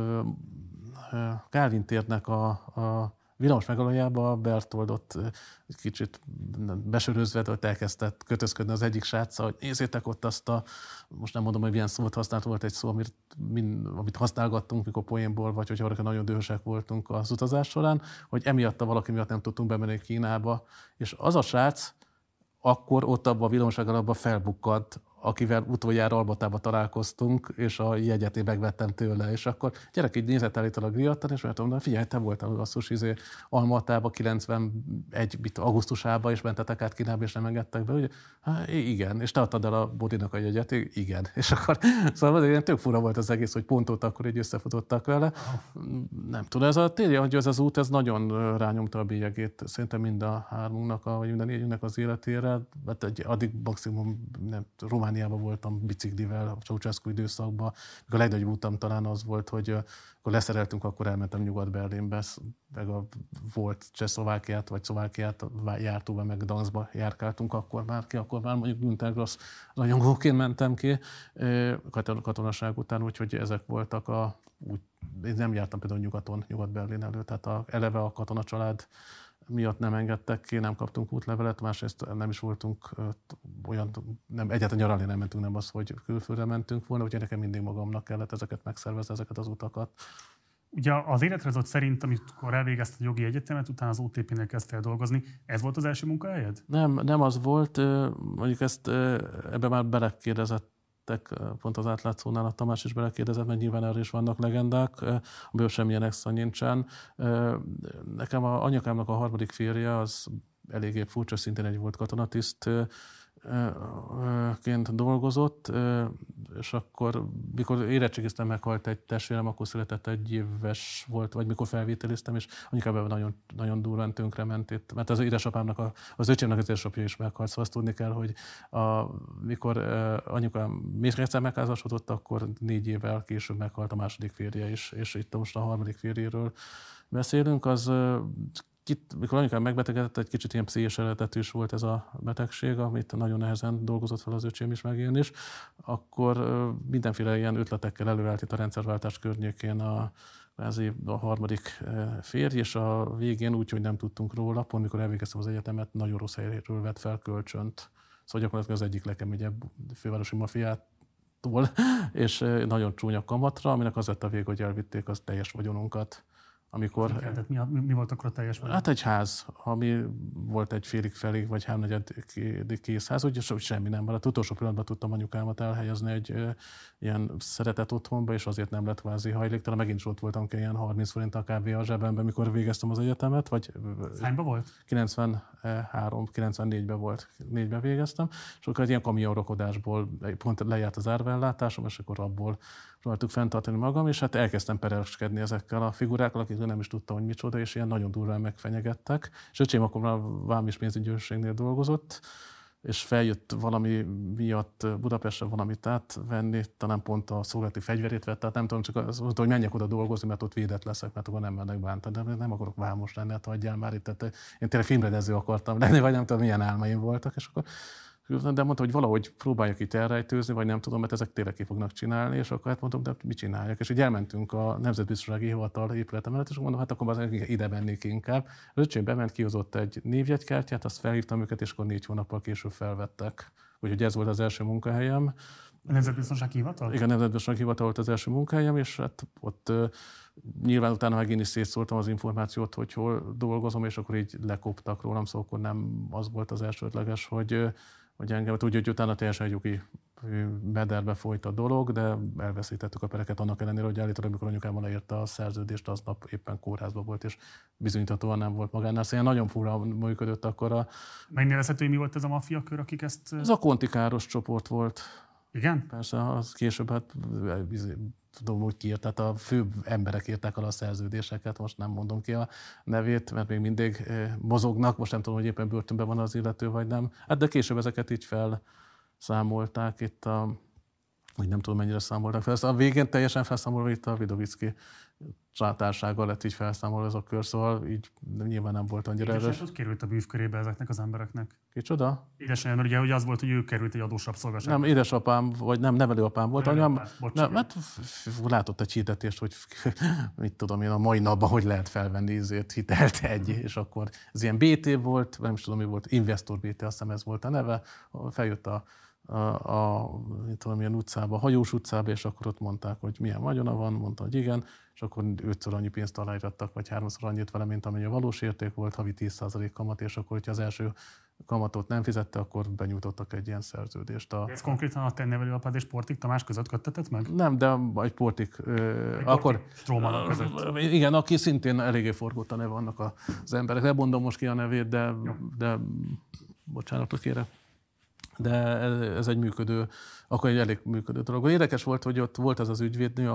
Kálvin térnek a villamos megalójába Bertoldot egy kicsit besörözve, hogy elkezdett kötözködni az egyik sráccal, hogy nézzétek ott azt most nem mondom, hogy milyen szót használt, volt egy szó, amit használgattunk, mikor poénból, vagy hogy arra nagyon dühösek voltunk az utazás során, hogy emiatt valaki miatt nem tudtunk bemenni Kínába. És az a srác akkor ott abban a villamos megalójában felbukkant, akivel utoljára Almatába találkoztunk, és a jegyet én megvettem tőle, és akkor gyerek így nézett állítólag riadtan, és mondtam, figyelj, te voltál basszus, Almatába 91 augusztusában, és mentetek át Kínába, és nem engedtek be, ugye? Igen, és te adtad el a Bodinak a jegyet, igen. És akkor szóval ilyen tök fura volt az egész, hogy pont ott akkor így összefutottak vele. Nem tudom, tényleg, hogy ez az út, ez nagyon rányomta a bélyegét, szerintem mind a hármunknak, vagy mind a négyünknek az életére, mert addig maximum nem, Romániában voltam biciklivel a Ceausescu időszakban. A legnagyobb utam talán az volt, hogy akkor leszereltünk, akkor elmentem Nyugat-Berlinbe, meg a volt Csehszlovákiát, vagy Szlovákiát jártóba, meg Danszba járkáltunk, akkor már mondjuk Güntergross rajongóként mentem ki katonaság után, úgyhogy ezek voltak én nem jártam például nyugaton, Nyugat-Berlin előtt, tehát eleve a katonacsalád miatt nem engedtek ki, nem kaptunk útlevelet, másrészt nem is voltunk egyáltalán nyaralni nem mentünk, nem az, hogy külföldre mentünk volna, úgyhogy nekem mindig magamnak kellett ezeket megszervezni, ezeket az utakat. Ugye az életrajzod szerint, amikor elvégezted a jogi egyetemet, utána az OTP-nél kezdtél dolgozni, ez volt az első munkahelyed? Nem az volt, mondjuk ezt ebbe már belekérdezett, pont az átlátszónál a Tamás is belekérdezett, mert nyilván erről is vannak legendák, amiből semmilyen extra nincsen. Nekem a anyukámnak a harmadik férje az eléggé furcsa, szintén egy volt katonatiszt, ként dolgozott, és akkor, mikor érettségiztem, meghalt egy testvérem, akkor született, 1 éves volt, vagy mikor felvételiztem, és anyukában nagyon, nagyon durván tönkrement itt, mert az édesapámnak, az öcsémnek az édesapja is meghalt, szóval azt tudni kell, hogy mikor anyukám még egyszer megházasodott, akkor 4 évvel később meghalt a második férje is, és itt most a harmadik férjéről beszélünk, az mikor anyukám megbetegedett, egy kicsit ilyen pszichés eredetű is volt ez a betegség, amit nagyon nehezen dolgozott fel az öcsém is, meg én is, akkor mindenféle ilyen ötletekkel előállt itt a rendszerváltás környékén a harmadik férj, és a végén úgy, hogy nem tudtunk róla, pont mikor elvégeztem az egyetemet, nagyon rossz helyről vett fel kölcsönt. Szóval gyakorlatilag az egyik legkeményebb fővárosi mafiától, és nagyon csúnya kamatra, aminek az lett a vég, hogy elvitték az teljes vagyonunkat. Amikor, mi volt akkor a teljes vagyon? Hát egy ház, ami volt egy félig vagy háromnegyed kész ház, úgyhogy semmi nem maradt. Utolsó pillanatban tudtam anyukámat elhelyezni egy ilyen szeretett otthonba, és azért nem lett kvázi hajléktalan. Megint is ott voltam ilyen 30 forinttal kb. A zsebemben, mikor végeztem az egyetemet. Hányban volt? 94-ben volt, 4-ben végeztem, és akkor egy ilyen kamionrokodásból pont lejárt az árvaellátásom, és akkor abból próbáltuk fenntartani magam, és hát elkezdtem pereskedni ezekkel a figurákkal, akikről nem is tudtam, hogy micsoda, és ilyen nagyon durván megfenyegettek. És öcsém akkor a vám és pénzügyőrségnél dolgozott, és feljött valami miatt Budapestre valamit átvenni, talán pont a szolgálati fegyverét vett, tehát nem tudom, csak azt mondta, hogy menjek oda dolgozni, mert ott védett leszek, mert akkor nem mennek bántani, de nem akarok vámos lenni, hát hagyjál már itt. Tehát én tényleg filmrendező akartam lenni, vagy nem tudom, milyen álmaim voltak, és akkor de mondta, hogy valahogy próbáljak itt elrejtőzni, vagy nem tudom, mert ezek tényleg ki fognak csinálni, és akkor hát mondtam, de mit csináljak? És így elmentünk a Nemzetbiztonsági Hivatal épülete mellett, és mondom, hát akkor az ide mennék inkább. Az öcsém bement, kihozott egy névjegykártyát, azt felhívtam őket, és akkor 4 hónappal később felvettek. Úgyhogy ez volt az első munkahelyem. A Nemzetbiztonsági Hivatal? Igen, a Nemzetbiztonsági Hivatal volt az első munkahelyem, és hát ott nyilván utána meg én is szétszóltam az információt, hogy hol dolgozom, és akkor így lekoptak rólam, szóval akkor nem az volt az elsődleges, hogy engem úgy, hogy utána teljesen jogi mederbe folyt a dolog, de elveszítettük a pereket annak ellenére, hogy állítólag, amikor anyukám aláírta a szerződést, aznap éppen kórházban volt, és bizonyíthatóan nem volt magánál. Szóval nagyon fura működött akkor a... Megnevezhető, hogy mi volt ez a maffiakör, akik ezt... Ez a kontikáros csoport volt. Igen? Persze, az később, hát tudom, úgy kiírt, tehát a fő emberek írták alá a szerződéseket, most nem mondom ki a nevét, mert még mindig mozognak, most nem tudom, hogy éppen börtönben van az illető, vagy nem. Hát de később ezeket így felszámolták itt hogy nem tudom, mennyire számolták fel. A végén teljesen felszámolva itt a Vidovicki társága lett így felszámolva ez a kör, szóval így nyilván nem volt annyira erős. Hogy került a bűvkörébe ezeknek az embereknek? Kicsoda? Édesanyám, mert ugye hogy az volt, hogy ő került egy adós rabszolgaságba. Nem, édesapám, vagy nem, nevelőapám volt. Anyám, hát látott egy hirdetést, hogy mit tudom én, a mai napban hogy lehet felvenni hitelt és akkor ez ilyen BT volt, nem is tudom, mi volt, Investor BT, azt hiszem ez volt a neve, feljött mit tudom, milyen utcába, Hajós utcába, és akkor ott mondták, hogy milyen vagyona van, mondta, hogy igen, és akkor 5-ször annyi pénzt aláírattak, vagy 3-szor annyit vele, mint amennyi a valós érték volt, havi 10% kamat, és akkor, hogyha az első kamatot nem fizette, akkor benyújtottak egy ilyen szerződést. Ez konkrétan a te nevelőapád és Portik Tamás között köttetett meg? Nem, de egy Portik, akkor... Strómanok között. Igen, aki szintén eléggé forgott a neve annak az emberek. Nem mondom most ki a nevét, de bocsánatot kérek. De ez egy működő, akkor egy elég működő dolog. Érdekes volt, hogy ott volt az ügyvédnő,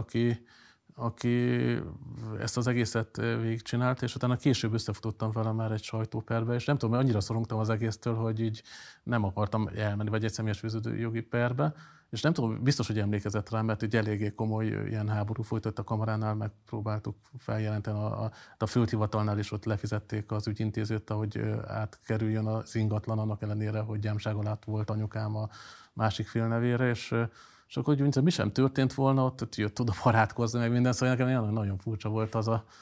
aki ezt az egészet végigcsinált, és utána később összefutottam vele már egy sajtóperbe, és nem tudom, mert annyira szorongtam az egésztől, hogy így nem akartam elmenni, vagy egy személyes fűződő jogi perbe, és nem tudom, biztos, hogy emlékezett rá, mert egy eléggé komoly ilyen háború folytott a kamaránál, megpróbáltuk feljelenteni, a földhivatalnál is ott lefizették az ügyintézőt, hogy átkerüljön az ingatlan, annak ellenére, hogy gyámság alatt volt anyukám a másik fél nevére, és akkor úgy, mi sem történt volna, ott jött oda barátkozni, meg minden, szóval nekem nagyon furcsa volt az a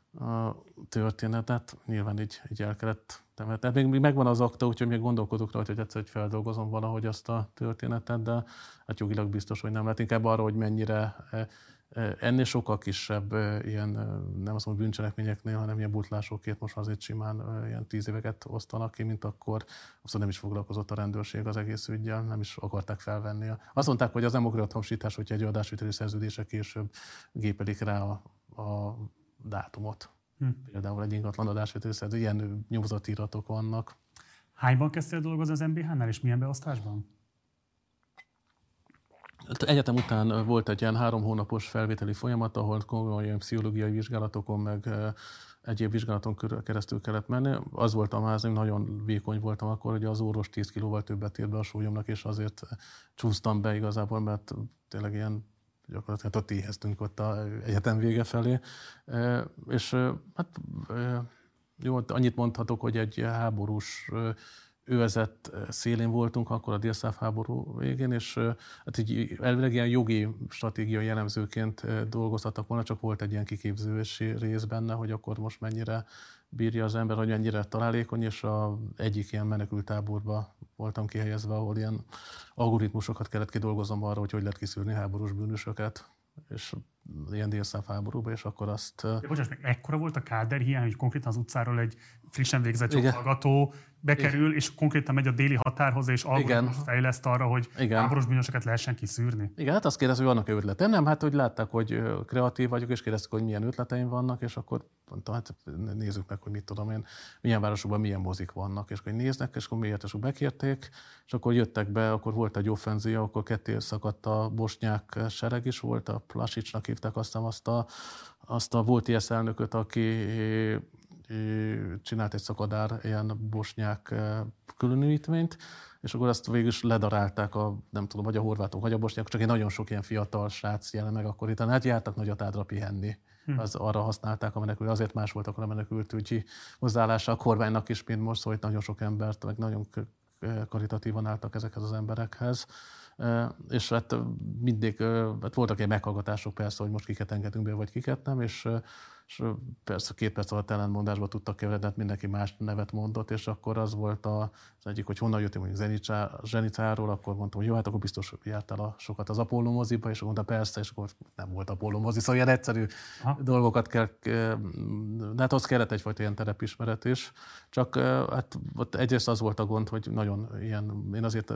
történetet. Nyilván így el kellett temetni. Még megvan az akta, úgyhogy még gondolkodok rajta, hogy egyszer feldolgozom valahogy azt a történetet, de hát jogilag biztos, hogy nem lehet. Inkább arra, hogy mennyire ennél sokkal kisebb ilyen, nem azt mondom bűncselekményeknél, hanem ilyen butlásokért most azért simán ilyen 10 éveket osztanak ki, mint akkor. Aztán nem is foglalkozott a rendőrség az egész üggyel, nem is akarták felvenni. Azt mondták, hogy az nem okozott hamisítás, hogyha egy adásviteli szerződésre később gépelik rá a dátumot. Például egy ingatlan adásviteli szerződés, ilyen nyomozatiratok vannak. Hányban kezdtél dolgozni az MBH-nál, és milyen beosztásban? Egyetem után volt egy ilyen 3 hónapos felvételi folyamat, ahol komolyan pszichológiai vizsgálatokon, meg egyéb vizsgálaton keresztül kellett menni. Az voltam már, nagyon vékony voltam akkor, hogy az orvos 10 kilóval többet írt be a súlyomnak, és azért csúsztam be igazából, mert tényleg ilyen gyakorlatilag ott éheztünk ott az egyetem vége felé. És hát jó, annyit mondhatok, hogy egy háborús övezet szélén voltunk akkor a délszláv háború végén, és hát így elvileg ilyen jogi stratégiai jellemzőként dolgozhattak volna, csak volt egy ilyen kiképzősi rész benne, hogy akkor most mennyire bírja az ember, hogy mennyire találékony, és egyik ilyen menekülttáborba voltam kihelyezve, ahol ilyen algoritmusokat kellett kidolgoznom arra, hogy lehet kiszűrni háborús bűnösöket, és ilyen délszláv háborúba, és akkor azt... De bocsánat, meg ekkora volt a káderhiány, hogy konkrétan az utcáról egy frissen végzett joghallgató bekerül, és konkrétan megy a déli határhoz, és algoritmus fejleszt arra, hogy háborús bűnösöket lehessen kiszűrni. Igen, hát azt kérdezik, hogy vannak ötletem. Nem, hát hogy látták, hogy kreatív vagyok, és kérdezték, hogy milyen ötleteim vannak, és akkor mondtam, hát nézzük meg, hogy mit tudom én, milyen városokban milyen mozik vannak, és hogy néznek, és akkor miért, és bekérték, és akkor jöttek be, akkor volt egy offenzíja, akkor ketté szakadt a bosnyák sereg is volt, a Plasicsnak hívták aztán azt a volt IS elnököt, aki csinált egy szakadár ilyen bosnyák különítményt, és akkor azt végül is ledarálták nem tudom, vagy a horvátok, vagy a bosnyák, csak egy nagyon sok ilyen fiatal srác jelen meg akkor itt, hát jártak Nagyatádra pihenni. Az arra használták a menekült, azért más volt akkor a menekültügyi hozzáállása a kormánynak is, mint most, szóval itt nagyon sok embert, meg nagyon karitatívan álltak ezekhez az emberekhez. És hát mindig hát voltak ilyen meghallgatások persze, hogy most kiket engedünk be, vagy kiket nem, és persze 2 perc alatt ellentmondásba tudtak keveredni, hát mindenki más nevet mondott, és akkor az volt az egyik, hogy honnan jöttem, mondjuk Zenicáról, akkor mondtam, hogy jó, hát akkor biztos jártál sokat az Apollo moziba, és akkor mondta persze, és akkor nem volt Apollo mozi, szóval ilyen egyszerű dolgokat kell, de hát az kellett egyfajta ilyen terepismeret is, csak hát ott egyrészt az volt a gond, hogy nagyon ilyen, én azért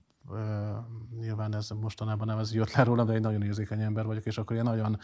nyilván ez mostanában nem ez jött le rólam, de egy nagyon érzékeny ember vagyok, és akkor ilyen nagyon...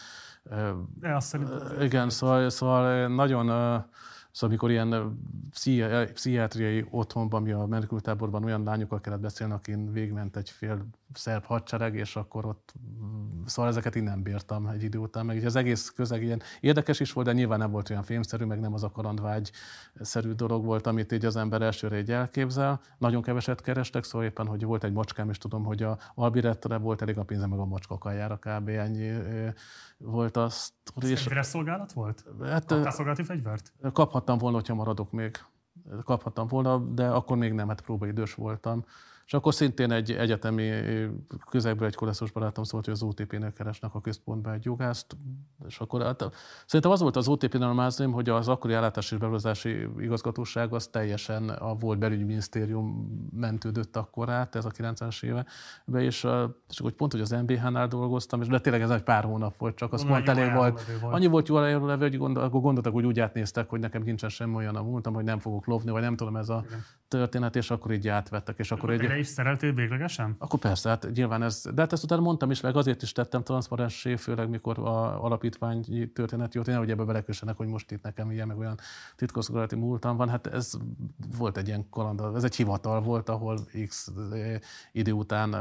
De azt igen, szóval nagyon... Szóval amikor ilyen pszichiátriai otthonban, ami a menekülttáborban olyan lányokkal kellett beszélni, akin végigment egy fél szerb hadsereg, és akkor ott, szóval ezeket én nem bírtam egy idő után, meg így az egész közeg ilyen érdekes is volt, de nyilván nem volt olyan filmszerű, meg nem az a kalandvágy-szerű dolog volt, amit így az ember elsőre így elképzel. Nagyon keveset kerestek, szóval éppen, hogy volt egy macskám, és tudom, hogy a Albirettre volt elég a pénze, meg a macska kajára kb. Ennyi volt azt. Fegyveres szolgálat volt? Hát, kaptál szolgálati fegyvert? Kaphattam volna, hogyha maradok még. Kaphattam volna, de akkor még nem, hát próbaidős voltam. És akkor szintén egy egyetemi közegből egy koleszos barátom szólt, hogy az OTP-nél keresnek a központba egy jogást. És akkor hát, szerintem az volt az OTP-nél a mázlim, hogy az akkori ellátási és beruházási igazgatóság az teljesen a volt belügyminisztérium mentődött akkor át, ez a 90-es években, és akkor pont, hogy az MBH-nál dolgoztam, és de tényleg ez egy pár hónap volt, csak az pont elég volt. Annyi volt jó ajánlólevő, hogy akkor gondoltak, hogy úgy átnéztek, hogy nekem nincsen semmi olyan, mondtam, hogy nem fogok lopni, vagy nem tudom, ez a történet, és akkor így átvettek. És akkor egy is szereltél véglegesen? Akkor persze, hát nyilván ez, de hát ezt utána mondtam is, meg azért is tettem transzparenssé, főleg mikor a alapítványi történet jött, én hogy ebbe belekössenek, hogy most itt nekem ilyen, meg olyan titkosszolgálati múltam van, hát ez volt egy ilyen kaland, ez egy hivatal volt, ahol X idő után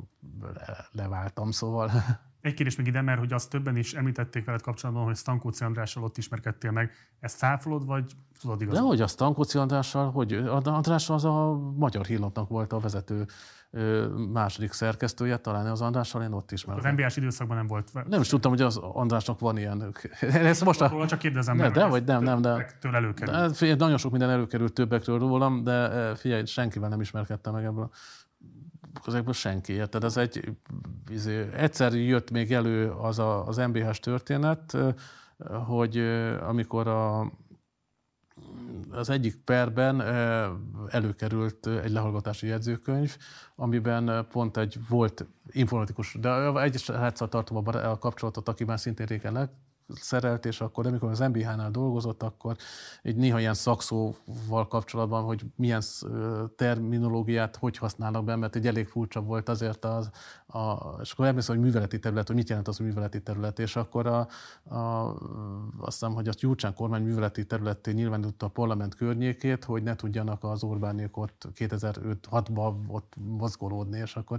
leváltam, szóval. Egy kérdés még ide, mert hogy azt többen is említették veled kapcsolatban, hogy Stankóczy Andrással ott ismerkedtél meg. Ezt cáfolod, vagy tudod igazán? De hogy a Stankóczy Andrással, hogy András az a Magyar Hírlapnak volt a vezető második szerkesztője, talán az Andrással én ott ismertem. Az NBA-s időszakban nem volt. Nem is tudtam, hogy az Andrásnak van ilyen. Ezt most csak kérdezem, mert nem. Előkerült. De nagyon sok minden előkerült többekről rólam, de figyelj, senkivel nem ismerkedtem meg ebből közekből senki, érted? Ez egyszer jött még elő az MBH-s történet, hogy amikor az egyik perben előkerült egy lehallgatási jegyzőkönyv, amiben pont egy volt informatikus, de egy sráccal tartom a kapcsolatot, aki már szintén régen szerelt, és akkor amikor az MBH-nál dolgozott, akkor egy néha ilyen szakszóval kapcsolatban, hogy milyen terminológiát hogy használnak be, mert egy elég furcsa volt azért és akkor emlékszem, hogy műveleti terület, hogy mit jelent az, hogy műveleti terület, és akkor azt hiszem, hogy a Gyurcsány kormány műveleti területté nyilvánította a parlament környékét, hogy ne tudjanak az Orbánék ott 2005-6-ban ott mozgolódni, és akkor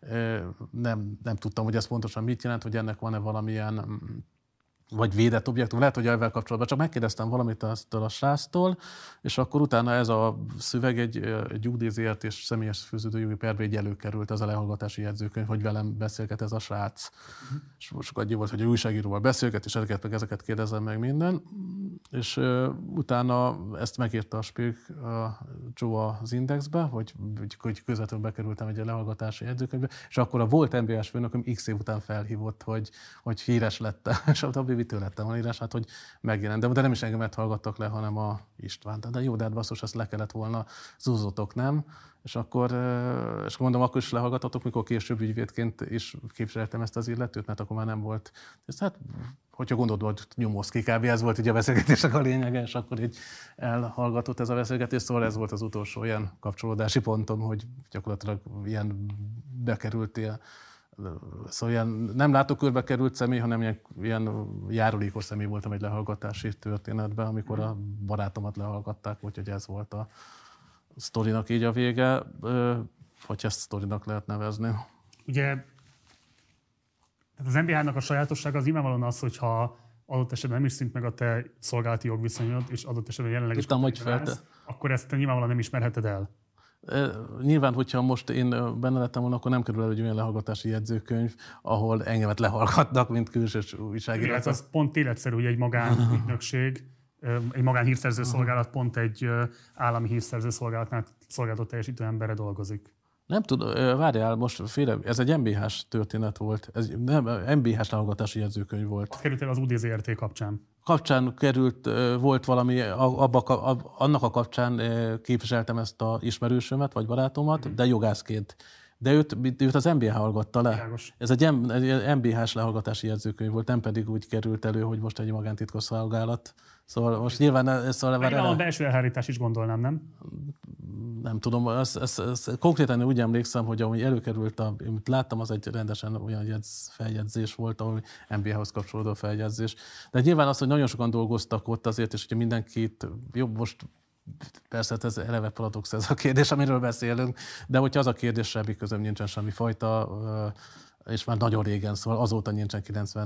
nem tudtam, hogy ez pontosan mit jelent, hogy ennek van-e valamilyen vagy védett objektum, lehet, hogy ezzel kapcsolatban csak megkérdeztem valamit a sráctól, és akkor utána ez a szöveg egy UDZRT és személyes főződőjogi perbe így előkerült, ez a lehallgatási jegyzőkönyv, hogy velem beszélget ez a srác. És sokat jó volt, hogy a újságíróval beszélget, és ezeket kérdezem meg minden. És utána ezt megírta a Spiegel Joe az Indexbe, hogy közvetlenül bekerültem egy lehallgatási jegyzőkönyvbe, és akkor a volt MBS főnököm x év után felhívott, hogy híres lettem, és a vitől lettem a írás, hát hogy megjelent. De nem is engemet hallgattak le, hanem a Istvánt. De jó, de hát basszus, ezt le kellett volna, zúzotok, nem? És akkor mondom, akkor is lehallgatatok, mikor később ügyvédként is képviseltem ezt az illetőt, mert akkor már nem volt. És hát, hogyha gondolod, hogy nyomozz ki, kb. Ez volt ugye a beszélgetésnek a lényege, és akkor így elhallgatott ez a beszélgetés, szóval ez volt az utolsó ilyen kapcsolódási pontom, hogy gyakorlatilag ilyen bekerültél. Szóval ilyen nem látókörbe került személy, hanem ilyen járulékos személy voltam egy lehallgatási történetben, amikor a barátomat lehallgatták, úgyhogy ez volt a sztorinak így a vége, hogy ezt sztorinak lehet nevezni. Ugye az MBH-nak a sajátossága az nyilvánvalóan az, hogyha adott esetben nem is szint meg a te szolgálati jogviszonyod, és adott esetben jelenleg is akkor ezt te nyilvánvalóan nem ismerheted el. Nyilván, hogyha most én benne lettem volna, akkor nem kerül el egy olyan lehallgatási jegyzőkönyv, ahol engemet lehallgatnak, mint külsős újságíró. Hát az pont életszerű, hogy egy magánügynökség, egy magánhírszerző szolgálat pont egy állami hírszerző szolgálatnál szolgálatot teljesítő emberre dolgozik. Nem tudom, várjál, most ez egy MBH-s történet volt, ez nem MBH-s lehallgatási jegyzőkönyv volt. Azt került el az UDZRT kapcsán. Volt valami, annak a kapcsán képviseltem ezt az ismerősömet, vagy barátomat, de jogászként. De őt az MBH hallgatta le. Világos. Ez egy MBH-s lehallgatási jegyzőkönyv volt, nem pedig úgy került elő, hogy most egy magántitkos-szolgálat. Szóval most nyilván... A belső elhárítás is gondolnám, nem? Nem tudom, konkrétan úgy emlékszem, hogy ahogy előkerült, amit láttam, az egy rendesen olyan feljegyzés volt, ahol MBH-hoz kapcsolódó feljegyzés. De nyilván az, hogy nagyon sokan dolgoztak ott azért, és hogyha mindenkit jobb most... Persze, ez eleve paradox ez a kérdés, amiről beszélünk, de hogyha az a kérdés, semmi közöm nincsen semmi fajta, és már nagyon régen, szóval azóta nincsen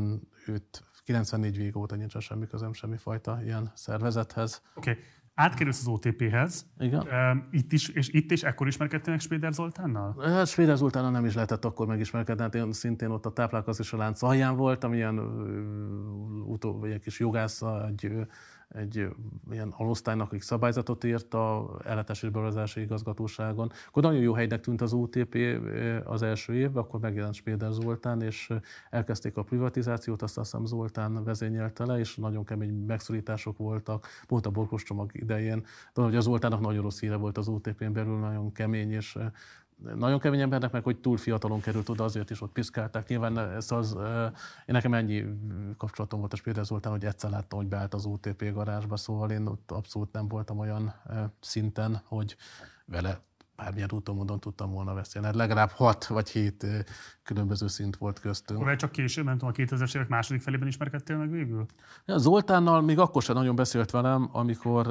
94 vég óta nincsen semmi közöm, semmi fajta ilyen szervezethez. Oké. Átkerülsz az OTP-hez. Igen. Itt is ekkor ismerkedtél meg Spéder Zoltánnal? Hát Spéder Zoltánnal nem is lehetett akkor megismerkedni, hát én szintén ott a táplálkozási lánc alján voltam, ilyen kis jogásza, egy ilyen alosztálynak, akik szabályzatot írt a ellátási és beruházási igazgatóságon. Akkor nagyon jó helynek tűnt az OTP az első évben, akkor megjelent Spéder Zoltán, és elkezdték a privatizációt, azt hiszem Zoltán vezényelte le, és nagyon kemény megszorítások voltak, pont a borkos csomag idején. Tudom, hogy az Zoltánnak nagyon rossz híre volt az OTP-n belül, nagyon kemény, és nagyon kemény embernek, meg hogy túl fiatalon került oda, azért is ott piszkálták. Nyilván én nekem ennyi kapcsolatom volt a Spéder Zoltán, hogy egyszer láttam, hogy beállt az OTP garázsba, szóval én ott abszolút nem voltam olyan szinten, hogy vele bármilyen úton módon tudtam volna beszélni. Hát legalább 6 vagy 7 különböző szint volt köztünk. Akkor csak később, nem tudom, a 2000-es évek második felében ismerkedtél meg végül? Ja, Zoltánnal még akkor sem nagyon beszélt velem, amikor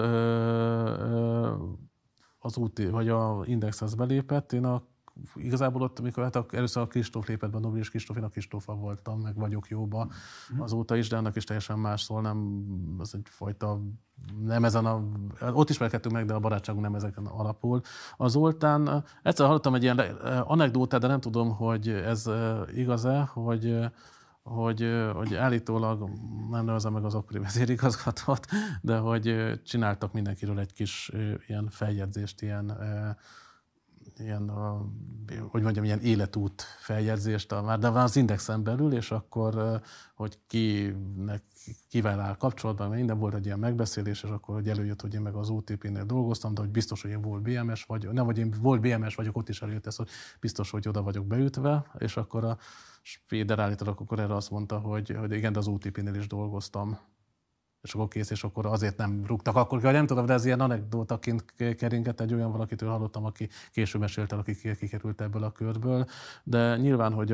az vagy a Indexhez belépett. Én igazából ott, amikor először a Kristóf lépett be, Nobilis Kristóf, én a Kristóffal voltam, meg vagyok jóba azóta is, de annak is teljesen más szól, nem, az egyfajta, nem ezen ott ismerkedtünk meg, de a barátságunk nem ezeken alapul. A Zoltán, egyszer hallottam egy ilyen anekdótát, de nem tudom, hogy ez igaz-e, hogy állítólag, nem nevezem meg az akkori vezérigazgatót, de hogy csináltak mindenkiről egy kis ilyen feljegyzést, ilyen hogy mondjam, ilyen életút feljegyzést már de az Indexen belül, és akkor, hogy kivel áll kapcsolatban, mert minden volt egy ilyen megbeszélés, és akkor hogy előjött, hogy én meg az OTP-nél dolgoztam, de hogy biztos, hogy én volt BMS vagyok, nem, vagy én volt BMS vagyok, ott is előjött ez, hogy biztos, hogy oda vagyok beütve, és akkor a Spéder állítólag akkor erre azt mondta, hogy igen, de az OTP-nél is dolgoztam. És akkor kész, és akkor azért nem rúgtak. Akkor nem tudom, de ez ilyen anekdótaként keringett, egy olyan valakitől hallottam, aki később mesélt el, aki kikerült ebből a körből. De nyilván, hogy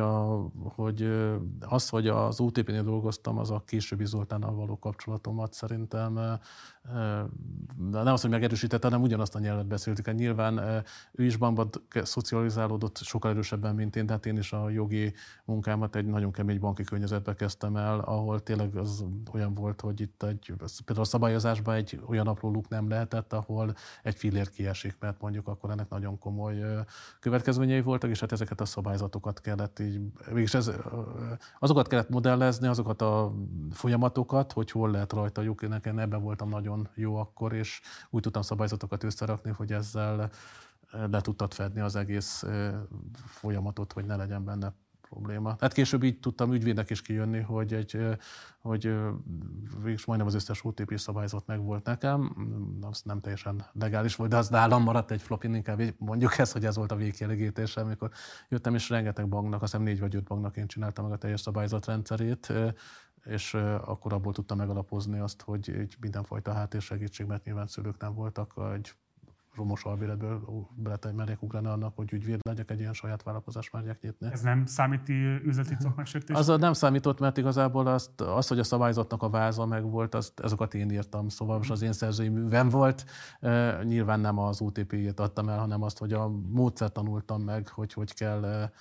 az OTP-nél dolgoztam, az a későbbi Zoltánnal való kapcsolatomat szerintem nem azt, hogy megerősítette, hanem ugyanazt a nyelvet beszéltük. Hát nyilván ő is bankban szocializálódott sokkal erősebben, mint én, de hát én is a jogi munkámat egy nagyon kemény banki környezetbe kezdtem el, ahol tényleg az olyan volt, hogy itt például a szabályozásban egy olyan apró luk nem lehetett, ahol egy fillér kiesik, mert mondjuk akkor ennek nagyon komoly következményei voltak, és hát ezeket a szabályzatokat kellett így, mégis azokat kellett modellezni, azokat a folyamatokat, hogy hol lehet rajta lyuk. Nekem ebben voltam nagyon jó akkor, és úgy tudtam szabályzatokat összerakni, hogy ezzel le tudtad fedni az egész folyamatot, hogy ne legyen benne probléma. Hát később így tudtam ügyvédnek is kijönni, hogy végülis majdnem az összes OTP szabályzat meg volt nekem. Az nem teljesen legális volt, de az nálam maradt egy flopin, inkább mondjuk ezt, hogy ez volt a végkielégítésem, amikor jöttem, és rengeteg banknak, azt hiszem 4 vagy 5 banknak én csináltam meg a teljes szabályzatrendszerét, és akkor abból tudtam megalapozni azt, hogy mindenfajta háttérsegítség, mert nyilván szülők nem voltak, egy romos albéletből merjek ugrani annak, hogy ügyvéd legyek, egy ilyen saját vállalkozást merjek nyitni. Ez nem számíti üzleti titkok megsértésre? Az nem számított, mert igazából az, hogy a szabályzatnak a váza meg volt, azokat én írtam, szóval most az én szerzői művem volt. Nyilván nem az OTP-jét adtam el, hanem azt, hogy a módszert tanultam meg, hogy kell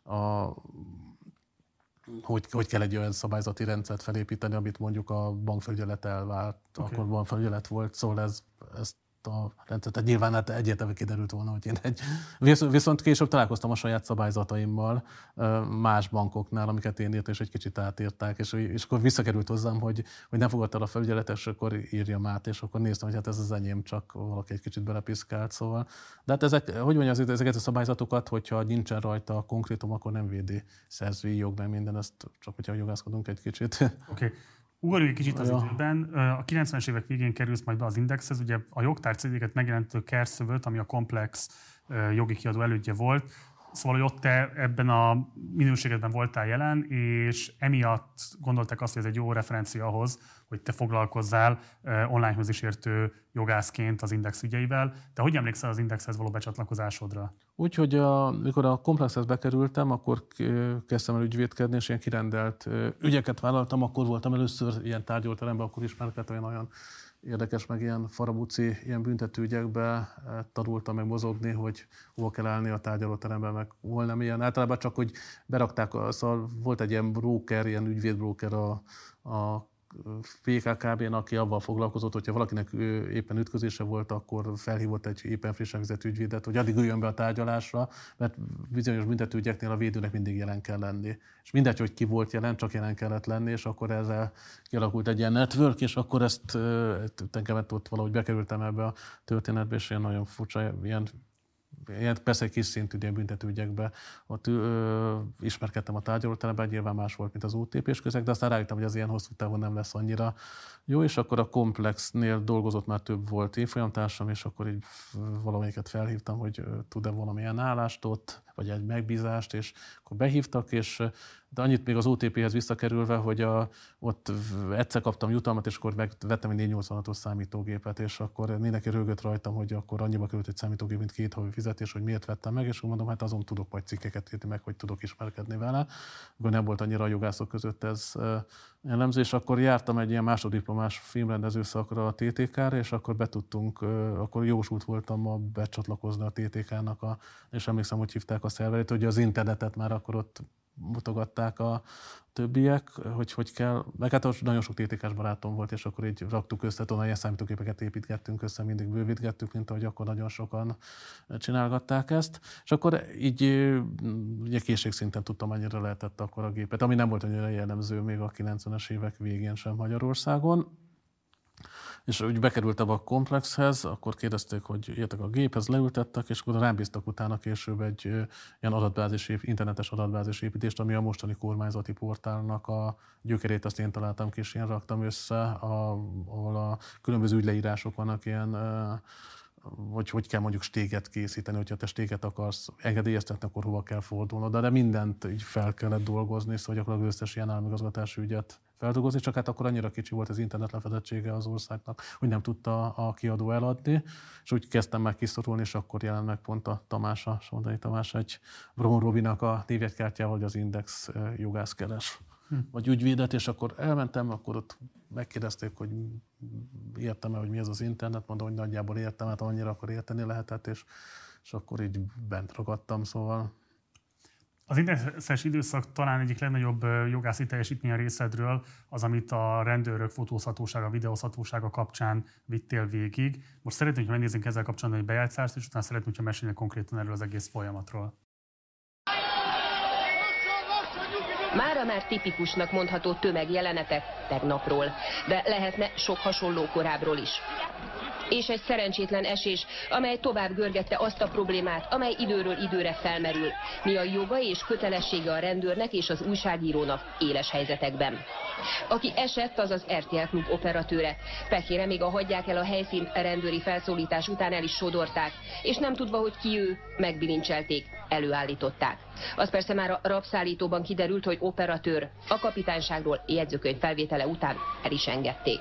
hogy kell egy olyan szabályzati rendszert felépíteni, amit mondjuk a bankfelügyelet elvárt, akkor bankfelügyelet volt, szóval ezt a rendszert. Tehát nyilván hát egyértelműen kiderült volna, hogy én viszont később találkoztam a saját szabályzataimmal más bankoknál, amiket én írtam, és egy kicsit átírták, és akkor visszakerült hozzám, hogy nem fogadta a felügyeletet, és akkor írjam át, és akkor néztem, hogy hát ez az enyém, csak valaki egy kicsit belepiszkált, szóval. De hát ezeket a szabályzatokat, hogyha nincsen rajta a konkrétum, akkor nem védi szerzői jog, meg minden, ezt csak hogyha jogászkodunk egy kicsit. Okay. Ugorjunk egy kicsit az időben. A 90-es évek végén kerülsz majd be az Indexhez, ugye a jogtár CD-ket megjelentő Kerszövöt, ami a Komplex jogi kiadó elődje volt. Szóval, hogy ott te ebben a minőségedben voltál jelen, és emiatt gondolták azt, hogy ez egy jó referencia ahhoz, hogy te foglalkozzál onlinehoz is értő jogászként az Index ügyeivel. De hogy emlékszel az Indexhez való becsatlakozásodra? Úgyhogy mikor a Komplexhez bekerültem, akkor kezdtem el ügyvédkedni, és ilyen kirendelt ügyeket vállaltam. Akkor voltam először ilyen tárgyalóteremben, akkor ismerkedtem olyan érdekes, meg ilyen farabuci, ilyen büntetőügyekbe tanultam meg mozogni, hogy hol kell állni a tárgyalóteremben, meg hol nem ilyen. Általában csak, hogy berakták, szóval volt egy ilyen broker, ilyen ügyvédbroker a PKKB-n, aki avval foglalkozott, hogyha valakinek éppen ütközése volt, akkor felhívott egy éppen frissen vizet ügyvédet, hogy addig üljön be a tárgyalásra, mert bizonyos büntetőügyeknél a védőnek mindig jelen kell lenni. És mindegy, hogy ki volt jelen, csak jelen kellett lenni, és akkor ezzel kialakult egy ilyen network, és akkor ezt engem ott valahogy bekerültem ebbe a történetbe, és ilyen nagyon furcsa, ilyen persze egy kis szintű ilyen büntetőügyekben, ott ismerkedtem a tárgyalóteremben, nyilván más volt, mint az OTP-s közeg, de aztán rájöttem, hogy az ilyen hosszú távon nem lesz annyira jó, és akkor a Komplexnél dolgozott, már több volt évfolyamtársam, és akkor így valamelyiket felhívtam, hogy tud-e valamilyen állást ott, vagy egy megbízást, és akkor behívtak, de annyit még az OTP-hez visszakerülve, hogy ott egyszer kaptam jutalmat, és akkor vettem egy 486-os számítógépet, és akkor mindenki rögött rajtam, hogy akkor annyiba került egy számítógép, mint 2 havi fizetés, hogy miért vettem meg, és akkor mondom, hát azon tudok majd cikkeket írni meg, hogy tudok ismerkedni vele. Akkor nem volt annyira a jogászok között ez jellemző, és akkor jártam egy ilyen másoddiplomás filmrendező szakra a TTK-ra, és akkor akkor jogosult voltam becsatlakozni a TTK-nak, és emlékszem, hogy hívták a szerverét, hogy az internetet már akkor ott mutogatták a többiek, hogy kell. Meg hát nagyon sok TTK-s barátom volt, és akkor így raktuk össze, ilyen számítógépeket építgettünk össze, mindig bővítgettük, mint ahogy akkor nagyon sokan csinálgatták ezt. És akkor így ugye készségszinten tudtam, mennyire lehetett akkor a gépet, ami nem volt annyira jellemző még a 90-es évek végén sem Magyarországon. És úgy bekerültem a komplexhez, akkor kérdezték, hogy jöttek a géphez, leültettek, és akkor rám bíztak utána később egy ilyen internetes adatbázis építést, ami a mostani kormányzati portálnak a gyökerét azt én találtam ki, és én raktam össze, ahol a különböző ügyleírások vannak ilyen, hogy kell mondjuk stéget készíteni, hogyha te stéget akarsz engedélyeztetni, akkor hova kell fordulnod, de mindent így fel kellett dolgozni, szóval gyakorlatilag az összes ilyen államigazgatási ügyet feldolgozni, csak hát akkor annyira kicsi volt az internet lefedettsége az országnak, hogy nem tudta a kiadó eladni, és úgy kezdtem meg kiszorulni, és akkor jelent meg pont a Sondai Tamás egy Braun Robinak a névjegykártyával, hogy az Index jogász keres, vagy ügyvédet, és akkor elmentem, akkor ott megkérdezték, hogy értem-e, hogy mi ez az internet, mondom, hogy nagyjából értem, hát annyira akkor érteni lehetett, és akkor így bent ragadtam, szóval. Az indexes időszak talán egyik legnagyobb jogászi teljesítmény a részedről az, amit a rendőrök fotózhatósága, videózhatósága kapcsán vittél végig. Most szeretném, hogy megnézzünk ezzel kapcsolatban egy bejátszást, és utána szeretném, hogyha mesélni konkrétan erről az egész folyamatról. Mára már tipikusnak mondható tömegjelenetek tegnapról, de lehetne sok hasonló korábbról is. És egy szerencsétlen esés, amely tovább görgette azt a problémát, amely időről időre felmerül. Mi a joga és kötelessége a rendőrnek és az újságírónak éles helyzetekben. Aki esett, az az RTL Klub operatőre. Pekére még a hagyják el a helyszínt, a rendőri felszólítás után el is sodorták, és nem tudva, hogy ki ő, megbilincselték, előállították. Az persze már a rabszállítóban kiderült, hogy operatőr, a kapitányságról jegyzőkönyv felvétele után el is engedték.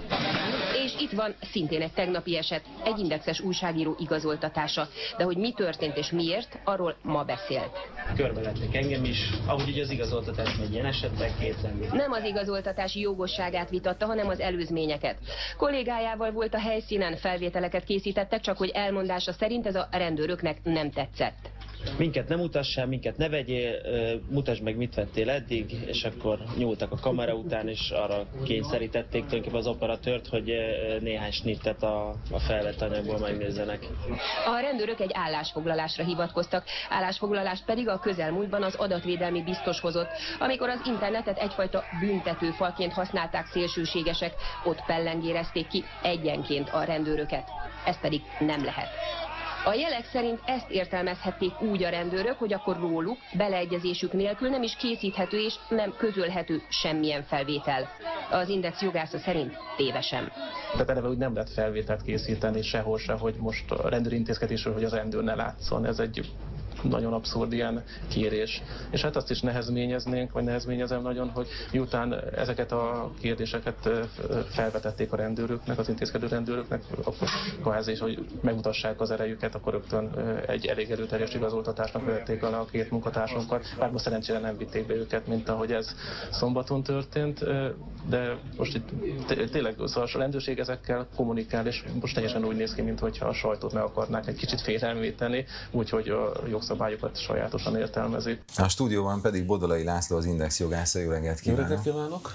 És itt van szintén egy tegnapi eset, egy indexes újságíró igazoltatása. De hogy mi történt és miért, arról ma beszélt. Körbevettek engem is, ahogy ugye az igazoltatás megy ilyen esetben kétszer. Nem az igazoltatási jogosságát vitatta, hanem az előzményeket. Kollégájával volt a helyszínen, felvételeket készítettek, csak hogy elmondása szerint ez a rendőröknek nem tetszett. Minket nem mutassál, minket ne vegyél, mutasd meg, mit vettél eddig, és akkor nyúltak a kamera után, és arra kényszerítették tulajdonképpen az operatőrt, hogy néhány snittet a felvett anyagból megnézzenek. A rendőrök egy állásfoglalásra hivatkoztak, állásfoglalást pedig a közelmúltban az adatvédelmi biztos hozott, amikor az internetet egyfajta büntetőfalként használták szélsőségesek, ott pellengérezték ki egyenként a rendőröket. Ez pedig nem lehet. A jelek szerint ezt értelmezhették úgy a rendőrök, hogy akkor róluk, beleegyezésük nélkül nem is készíthető és nem közölhető semmilyen felvétel. Az Index jogásza szerint tévesen. Tehát eleve úgy nem lehet felvételt készíteni sehol se, hogy most a rendőri intézkedésről, hogy az rendőr ne látszon. Ez egy nagyon abszurd ilyen kérés. És hát azt is nehezményezem nagyon, hogy miután ezeket a kérdéseket felvetették a rendőröknek, az intézkedő rendőröknek, akkor kvázi is, hogy megmutassák az erejüket, akkor rögtön egy elég erőteljes igazoltatásnak vették alá a két munkatársunkat. Bár most szerencsére nem vitték be őket, mint ahogy ez szombaton történt, de most itt tényleg szóval a rendőrség ezekkel kommunikál, és most teljesen úgy néz ki, mintha a sajtót meg akarnák egy kicsit félelmíteni, úgyhogy a jogszabályokat sajátosan értelmezik. A stúdióban pedig Bodolai László, az Index jogásza. Jó reggelt kívánok! Jó reggelt kívánok!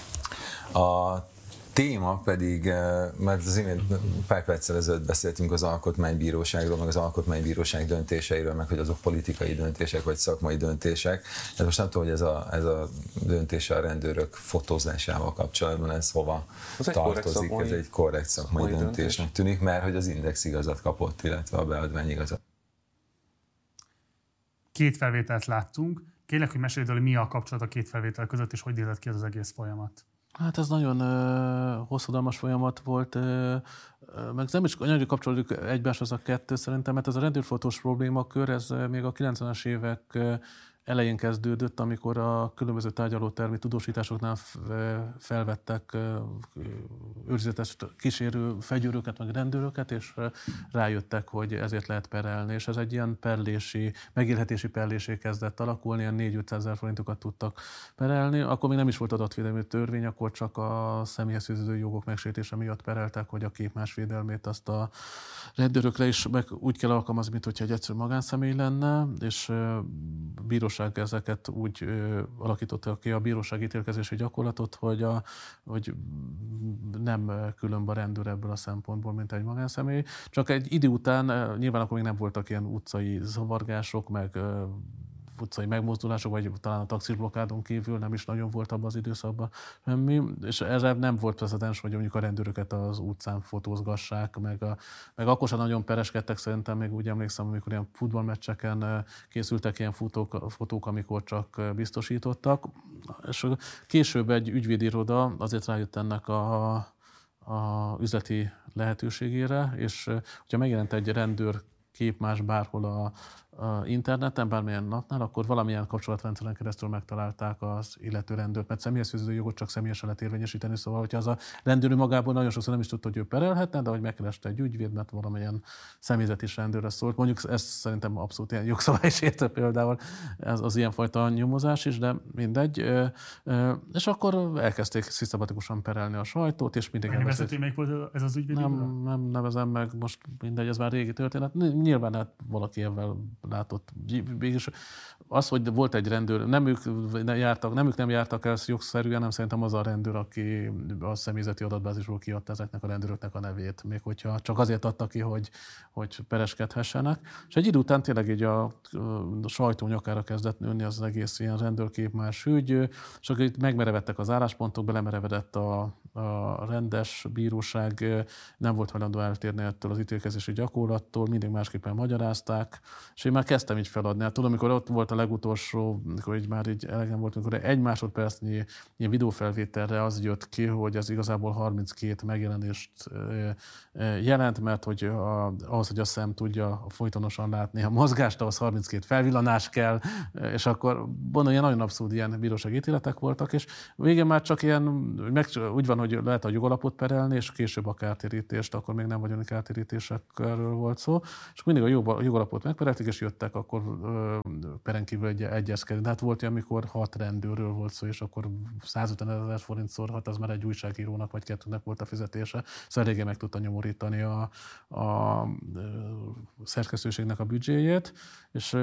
A téma pedig, mert az imént pár perccel ezelőtt beszéltünk az Alkotmánybíróságról, meg az Alkotmánybíróság döntéseiről, meg hogy azok politikai döntések, vagy szakmai döntések. De most nem tudom, hogy ez a döntése a rendőrök fotózásával kapcsolatban, ez hova tartozik. Ez egy korrekt szakmai döntésnek tűnik, mert hogy az Index igazat kapott, illetve a beadvány igazat. Két felvételt láttunk. Kérlek, hogy mesélj, hogy mi a kapcsolat a két felvétel között, és hogy nézett ki ez az egész folyamat. Hát ez nagyon hosszadalmas folyamat volt, meg nem is nagyon kapcsolódik egymáshoz a kettő szerintem, mert ez a rendőrfotós problémakör, ez még a 90-es évek elején kezdődött, amikor a különböző tárgyalótermi tudósításoknál felvettek őrizetes kísérő fegyőröket, meg rendőröket, és rájöttek, hogy ezért lehet perelni. És ez egy ilyen megélhetési perlésé kezdett alakulni, ilyen 4-500 ezer forintokat tudtak perelni. Akkor még nem is volt adatvédelmi törvény, akkor csak a személyhez fűződő jogok megsértése miatt pereltek, hogy a képmás védelmét azt a rendőrökre is meg úgy kell alkalmazni, mint hogyha egy egyszerű magánszemély lenne, és bíróság ezeket úgy alakította ki a bíróság ítélkezési gyakorlatot, hogy nem különb a rendőr ebből a szempontból, mint egy magánszemély. Csak egy idő után, nyilván akkor még nem voltak ilyen utcai zavargások, meg utcai megmozdulások, vagy talán a taxisblokkádon kívül nem is nagyon volt abban az időszakban semmi, és erre nem volt precedens, hogy mondjuk a rendőröket az utcán fotózgassák, meg akkor sem nagyon pereskedtek, szerintem még úgy emlékszem, amikor ilyen futballmeccseken készültek ilyen fotók, amikor csak biztosítottak, és később egy ügyvédiroda azért rájött ennek a üzleti lehetőségére, és hogyha megjelent egy rendőr képmás bárhol a interneten, bármilyen napnál, akkor valamilyen kapcsolatrendszeren keresztül megtalálták az illető rendőrt, mert személyes fűződő jogot csak személyesen lehet érvényesíteni, szóval hogyha az a rendőr magából nagyon sokszor nem is tudta, hogy ő perelhetne, de hogy megkereste egy ügyvéd, mert valamilyen személyzet is rendőrre szólt. Mondjuk ez szerintem abszolút ilyen jogszabálysértő például az ilyenfajta nyomozás is, de mindegy. És akkor elkezdték szisztematikusan perelni a sajtót, és mindig elveszett. Melyik volt ez az ügyvéd? Nem nevezem meg, most mindegy, ez már régi történet. Nyilván hát valaki ebben látott. Mégis az, hogy volt egy rendőr, nem ők nem jártak el jogszerűen, hanem szerintem az a rendőr, aki a személyzeti adatbázisból kiadta ezeknek a rendőröknek a nevét, még hogyha csak azért adta ki, hogy pereskedhessenek. És egy idő után tényleg így a sajtó nyakára kezdett nőni az egész ilyen rendőrképmás ügy, és akkor itt megmerevedtek az álláspontok, belemerevedett a rendes bíróság, nem volt hajlandó eltérni ettől az ítélkezési gyakorlattól, mindig másképpen magyarázták, és én már kezdtem így feladni. Hát tudom, amikor ott volt a legutolsó, amikor így már így elegem volt, amikor egy másodpercnyi ilyen videófelvételre az jött ki, hogy ez igazából 32 megjelenést jelent, mert hogy ahhoz, hogy a szem tudja folytonosan látni a mozgást, ahhoz 32 felvillanás kell, és akkor ilyen nagyon abszurd ilyen bírósági ítéletek voltak, és végén már csak ilyen, úgy van, hogy lehet a jogalapot perelni, és később a kártérítést, akkor még nem vagyoni kártérítésekről volt szó, és mindig a jogalapot megperelték, és jöttek akkor peren kívül egyezkedni. De hát volt olyan, amikor 6 rendőrről volt szó, és akkor 150 000 forint szorhat, az már egy újságírónak vagy 2-nek volt a fizetése. Szóval eléggé meg tudta nyomorítani a szerkesztőségnek a büdzséjét, és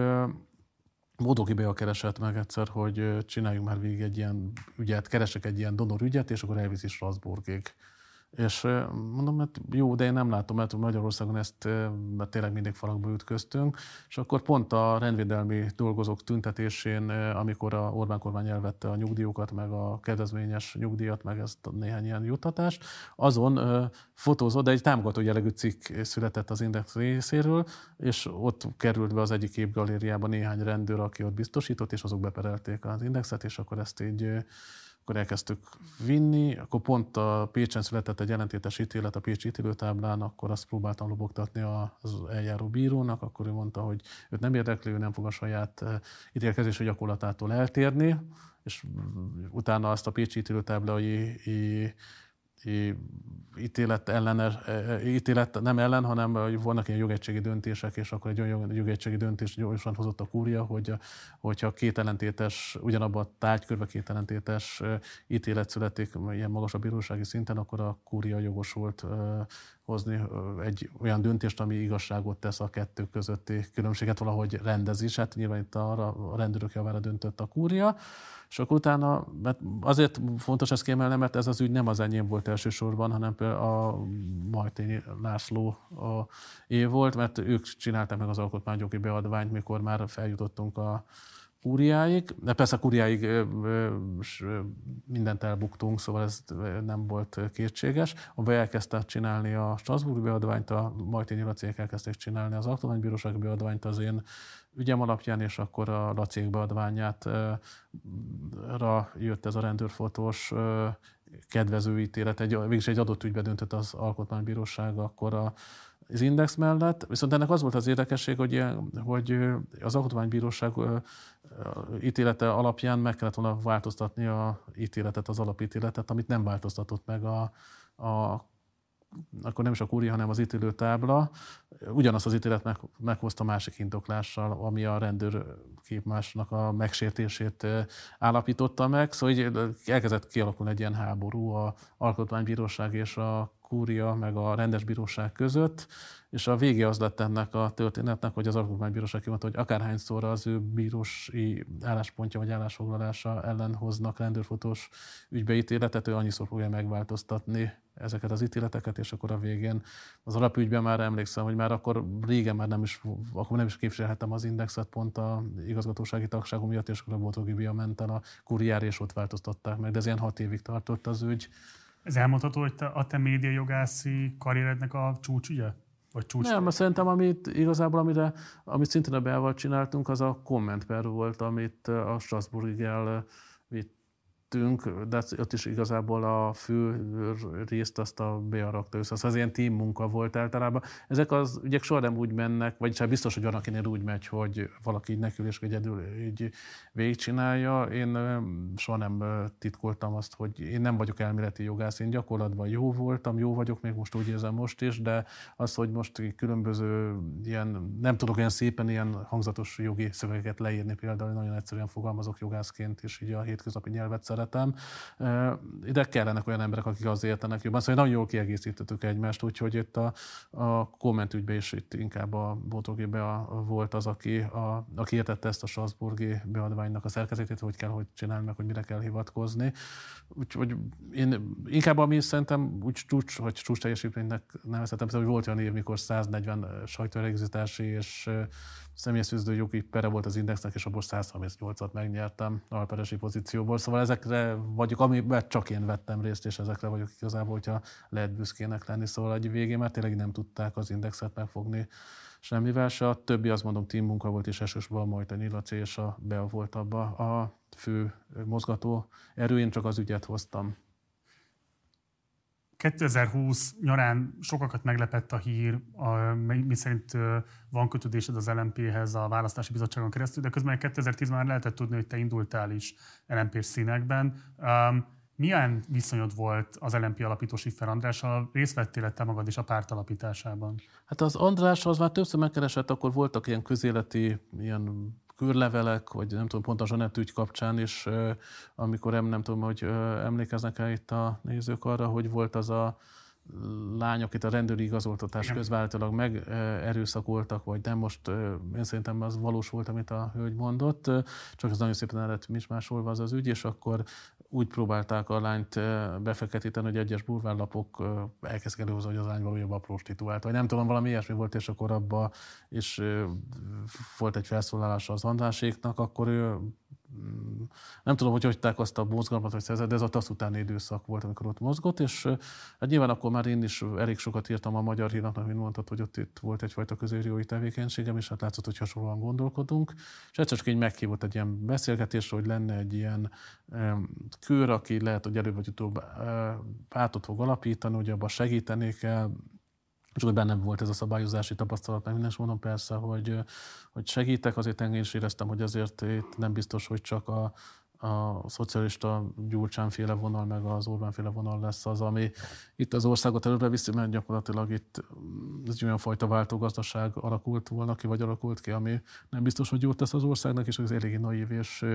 Bódóki Béla keresett meg egyszer, hogy csináljunk már végig egy ilyen ügyet, keresek egy ilyen donor ügyet, és akkor elviszi Strasbourgig. És mondom, hát jó, de én nem látom, mert Magyarországon ezt mert tényleg mindig falakba ütköztünk, és akkor pont a rendvédelmi dolgozók tüntetésén, amikor a Orbán kormány elvette a nyugdíjokat, meg a kedvezményes nyugdíjat, meg ezt a néhány ilyen juttatást, azon fotózott, de egy támogató jellegű cikk született az Index részéről, és ott került be az egyik képgalériába néhány rendőr, aki ott biztosított, és azok beperelték az Indexet, és akkor ezt így akkor elkezdtük vinni, akkor pont a Pécsen született egy ellentétes ítélet a pécsi ítélőtáblán, akkor azt próbáltam lobogtatni az eljáró bírónak, akkor ő mondta, hogy őt nem érdekli, ő nem fog a saját ítélkezési gyakorlatától eltérni, és utána azt a pécsi ítélőtáblai ítélet nem ellen, hanem vannak ilyen jogegységi döntések, és akkor egy olyan jogegységi döntést gyorsan hozott a kúria, hogyha két ellentétes, ugyanabban a tárgykörben két ellentétes ítélet születik ilyen magasabb bírósági szinten, akkor a kúria jogosult hozni egy olyan döntést, ami igazságot tesz a kettő közötti különbséget, valahogy rendezi. Hát nyilván itt a rendőrök javára döntött a kúria, és akkor utána, mert azért fontos ezt kiemelni, mert ez az ügy nem az enyém volt elsősorban, hanem a Majtényi László év volt, mert ők csinálták meg az alkotmányjogi beadványt, mikor már feljutottunk a kúriáig, de persze a kúriáig mindent elbuktunk, szóval ez nem volt kétséges. A elkezdte csinálni a Strasbourgi beadványt, a Majtényi Laciék elkezdték csinálni az alkotmánybírósági beadványt az én ügyem alapján, és akkor a Laciék beadványára jött ez a rendőrfotós kedvező ítélet. Végülis egy adott ügybe döntött az alkotmánybíróság akkor az Index mellett. Viszont ennek az volt az érdekesség, hogy az alkotmánybíróság ítélete alapján meg kellett volna változtatni a ítéletet, az alapítéletet, amit nem változtatott meg akkor nem is a kúria, hanem az ítélőtábla. Ugyanazt az ítélet meghozta másik indoklással, ami a rendőrképmásnak a megsértését állapította meg. Szóval így elkezdett kialakulni egy ilyen háború az alkotmánybíróság és a kúria meg a rendes bíróság között, és a vége az lett ennek a történetnek, hogy az alkotmánybíróság kimondta, hogy akárhányszor az ő bírósi álláspontja vagy állásfoglalása ellen hoznak rendőrfotós ügybeítéletet, ő annyiszor fogja megváltoztatni ezeket az ítéleteket, és akkor a végén az alapügyben már emlékszem, hogy már akkor régen már nem is képviselhettem az Indexet pont a igazgatósági tagságom miatt, és akkor a Bótó ment el a kúriára, és ott változtatták meg, de ez ilyen 6 évig tartott az ügy. Ez elmondható, hogy a te médiajogászi karrierednek a csúcsügye? Nem, mert szerintem amit szintén a Beával csináltunk, az a kommentper volt, amit a Strasbourgig elvittünk, de ott is igazából a fő részt azt a Bea rakta össze. Az ilyen team munka volt általában. Ezek az ügyek soha nem úgy mennek, vagyis hát biztos, hogy van, akinél úgy megy, hogy valaki így nekül és egyedül így végigcsinálja. Én soha nem titkoltam azt, hogy én nem vagyok elméleti jogász, én gyakorlatban jó voltam, jó vagyok, még most úgy érzem most is, de az, hogy most különböző ilyen, nem tudok olyan szépen ilyen hangzatos jogi szövegeket leírni, például nagyon egyszerűen fogalmazok jogászként, és így a hétköznapi nyelvet szeretem. Ide kellenek olyan emberek, akik az értenek jobban. Szóval nagyon jól kiegészítettük egymást, úgyhogy itt a kommentügyben is itt inkább a Bótó Bea volt az, aki értette ezt a strasbourgi beadványnak a szerkezetét, hogy kell, hogy csinálni, meg hogy mire kell hivatkozni. Úgyhogy én inkább ami szerintem úgy csúcs teljesítménynek nevezhetem, hogy volt olyan év, mikor 140 sajtóelégzítási és személyeszűzdő jogi pere volt az Indexnek, és abból 138-at megnyertem alperesi pozícióból. Szóval ezekre vagyok, amiben csak én vettem részt, és ezekre vagyok igazából, hogyha lehet büszkének lenni. Szóval egy végén már tényleg nem tudták az Indexet megfogni semmivel se. A többi, azt mondom, team munka volt, és elsősorban a Majtani Laci és a Bea volt abba a fő mozgató erő, én csak az ügyet hoztam. 2020 nyarán sokakat meglepett a hír, miszerint van kötődésed az LMP-hez a választási bizottságon keresztül, de közben 2010-ben már lehetett tudni, hogy te indultál is LMP-s színekben. Milyen viszonyod volt az LMP alapító Schiffer Andrással? Részt vettél te magad is a párt alapításában? Hát az András az már többször megkeresett, akkor voltak ilyen közéleti ilyen körlevelek, vagy nem tudom, pont a Zsanett ügy kapcsán is, amikor nem tudom, hogy emlékeznek-e itt a nézők arra, hogy volt az a lány, akit a rendőri igazoltatás közben általában megerőszakoltak, vagy nem, most én szerintem az valós volt, amit a hölgy mondott, csak az nagyon szépen el lett mismásolva az ügy, és akkor úgy próbálták a lányt befeketíteni, hogy egyes bulvárlapok elkezdtek előhozni, hogy az lány valójában prostituált, vagy nem tudom, valami ilyesmi volt, és akkor abban is volt egy felszólalása az Andráséknak, akkor ő nem tudom, hogy hagyták azt a mozgalmat, hogy szerzett, de ez a TASZ utáni időszak volt, amikor ott mozgott, és hát nyilván akkor már én is elég sokat írtam a Magyar Hírlapnak, mint mondtad, hogy ott volt egyfajta közéljói tevékenységem, és hát látszott, hogy hasonlóan gondolkodunk. És egyszer csak így meghívott egy ilyen beszélgetésre, hogy lenne egy ilyen kör, aki lehet, hogy előbb vagy utóbb pártot fog alapítani, hogy abban segítenék el, és hogy bennem volt ez a szabályozási tapasztalat, meg minden is mondom persze, hogy segítek, azért engem is éreztem, hogy azért itt nem biztos, hogy csak a szocialista Gyurcsán-féle vonal, meg az Orbán-féle vonal lesz az, ami itt az országot előbbre viszi, mert gyakorlatilag itt egy olyan fajta váltógazdaság alakult volna ki, vagy alakult ki, ami nem biztos, hogy jót tesz az országnak, és az eléggé naív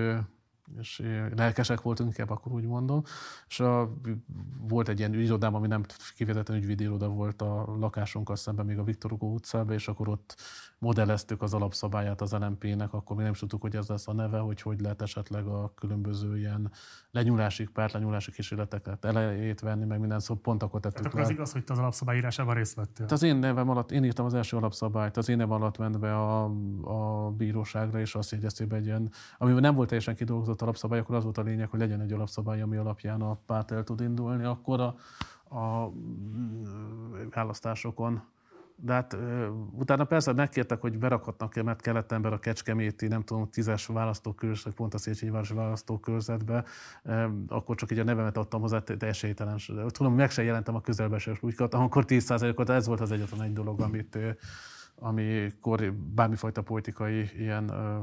és lelkesek voltunk, inkább akkor úgy mondom. És volt egy ilyen irodám, ami nem kifejezetten ügyvédi iroda volt a lakásunkkal szemben, még a Viktor Hugo utcában, és akkor ott modelleztük az alapszabályát az LMP-nek, akkor még nem is tudtuk, hogy ez lesz a neve, hogy lehet esetleg a különböző ilyen lenyúlási kísérleteket elejét venni, meg minden, szóval pont akkor tettük. Tehát akkor az igaz, hogy te az alapszabály írásában részt vettél? Az én nevem alatt, én írtam az első alapszabályt, az én nevem alatt ment be a bíróságra, és azt jegyezték be egy ilyen, amiben nem volt teljesen kidolgozott alapszabály, akkor az volt a lényeg, hogy legyen egy alapszabály, ami alapján a párt el tud indulni, akkor a választásokon. De hát utána persze megkértek, hogy berakhatnak, mert kellett ember a kecskeméti, nem tudom, 10-es választókörzet, pont a Széchenyi-városi választókörzetbe, akkor csak így a nevemet adtam hozzá, de esélytelen. Tudom, meg se jelentem a közelbeeső újkat, akkor 10%-ot, ez volt az egyetlen egy dolog, amikor bármifajta politikai ilyen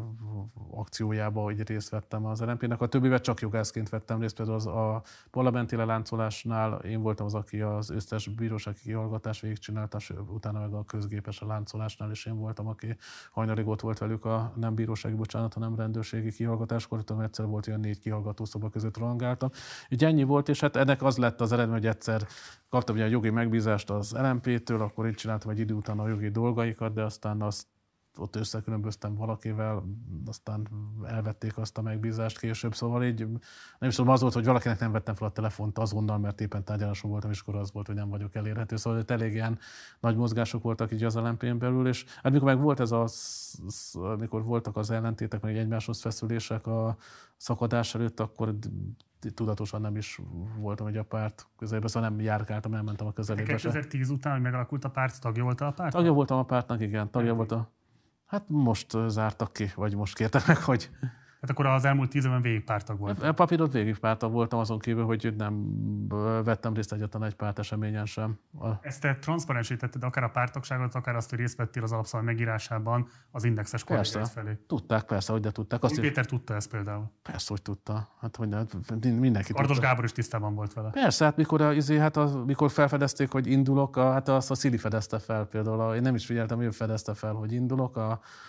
akciójába, hogy részt vettem az LMP-nek. A többiben csak jogászként vettem részt, például a parlamenti leláncolásnál én voltam az, aki az összes bírósági kihallgatást végigcsinálta, utána meg a közgépes láncolásnál is én voltam, aki hajnalig ott volt velük a nem bírósági, bocsánat, hanem rendőrségi kihallgatáskor, utána egyszer volt olyan 4 kihallgatószoba között rangáltam. Így ennyi volt, és hát ennek az lett az eredmény, hogy egyszer kaptam ugye a jogi megbízást az LMP-től, akkor én csináltam egy idő után a jogi dolgaikat, de aztán ott összekülönböztem valakivel, aztán elvették azt a megbízást később, szóval így nem is tudom, az volt, hogy valakinek nem vettem fel a telefont azonnal, mert éppen tárgyaláson voltam, és akkor az volt, hogy nem vagyok elérhető, szóval elég ilyen nagy mozgások voltak így az LMP-n belül, és hát mikor meg volt mikor voltak az ellentétek, meg egymáshoz feszülések a szakadás előtt, akkor tudatosan nem is voltam egy a párt közelében, szóval nem járkáltam, nem mentem a közelébe. 2010 után, hogy megalakult a párt, tagja volt a párt? Tagja voltam a pártnak, igen, tagja volt a... Hát most zártak ki, vagy most kértek meg, hogy... Hát akkor az elmúlt 10 évben végig pártag volt. Papíron végig pártag voltam, azon kívül, hogy nem vettem részt egyáltalán egy párteseményen sem. Ezt te transzparensítetted akár a pártagságot, akár azt, hogy részt vettél az alapszabály megírásában az Indexes kollégáid felé. Tudták, persze, hogy de tudták. Azt Péter tudta ezt például? Persze, hogy tudta. Hát, hogy mindenki Kardos tudta. Gábor is tisztában volt vele. Persze, hát mikor felfedezték, hogy indulok, hát azt a Szili fedezte fel például. Én nem is figyeltem, ő fedezte fel, hogy indulok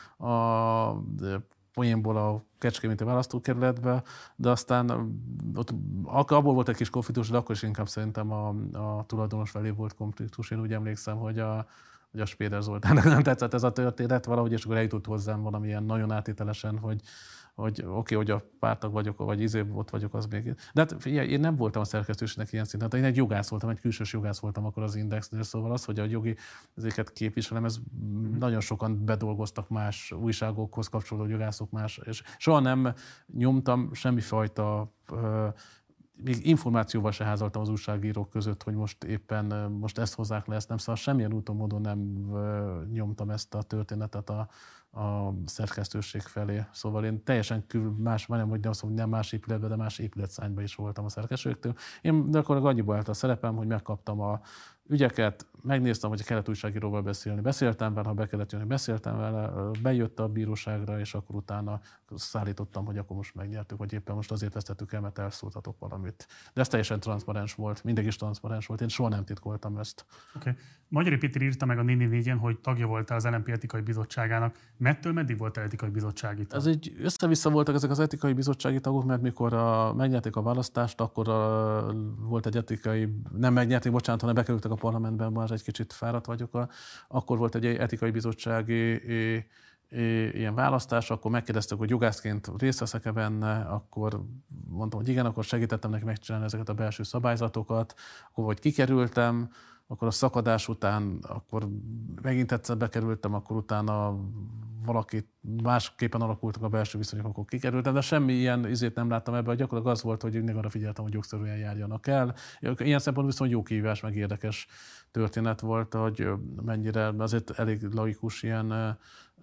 a poénból a Kecskeméti választókerületbe, de aztán ott abból volt egy kis konfliktus, de akkor is inkább szerintem a tulajdonos felé volt konfliktus. Én úgy emlékszem, hogy a Spéder Zoltánnak nem tetszett ez a történet valahogy, és akkor eljutott hozzám valamilyen nagyon átételesen, hogy oké, hogy a pártag vagyok, vagy ott vagyok, az még. De hát figyelj, én nem voltam a szerkesztőségnek ilyen szinten. Hát én egy jogász voltam, egy külsős jogász voltam akkor az Indexnél, szóval az, hogy a jogi ezeket képviselem, ez nagyon sokan bedolgoztak más újságokhoz kapcsolódó jogászok más, és soha nem nyomtam semmifajta még információval se házaltam az újságírók között, hogy most ezt hozzák le, ezt nem, szóval semmilyen úton, módon nem nyomtam ezt a történetet a szerkesztőség felé. Szóval én teljesen majdnem, hogy nem más épületben, de más épületszányban is voltam a szerkesztőségtől. Én de akkor annyiból állt a szerepem, hogy megkaptam a ügyeket, megnéztem, hogy kellett újságíróval beszélni. Beszéltem vele, ha be kellett jönni, beszéltem vele, bejött a bíróságra, és akkor utána szállítottam, hogy akkor most megnyertük, vagy éppen most azért vesztettük el, mert elszóltatok valamit. De ez teljesen transzparens volt, mindig is transzparens volt, én soha nem titkoltam ezt. Okay. Magyari Péter írta meg a 444-en, hogy tagja voltál az LMP etikai bizottságának. Mettől meddig voltál etikai bizottsági tag? Ez így össze-vissza voltak ezek az etikai bizottsági tagok, mert mikor megnyerték a választást, akkor volt egy etikai, nem megnyerték, bocsánat, hanem bekerültek a parlamentben, már egy kicsit fáradt vagyok, akkor volt egy etikai bizottsági ilyen választás, akkor megkérdeztek, hogy jogászként részt veszek-e benne, akkor mondtam, hogy igen, akkor segítettem neki megcsinálni ezeket a belső szabályzatokat, akkor vagy kikerültem, akkor a szakadás után, akkor megint egyszer bekerültem, akkor utána valaki másképpen alakultak a belső viszonyok, akkor kikerültem, de semmi ilyen izét nem láttam ebben, gyakorlatilag az volt, hogy mindig arra figyeltem, hogy jogszerűen járjanak el. Ilyen szempontból viszont jó kihívás, meg érdekes történet volt, hogy mennyire azért elég laikus ilyen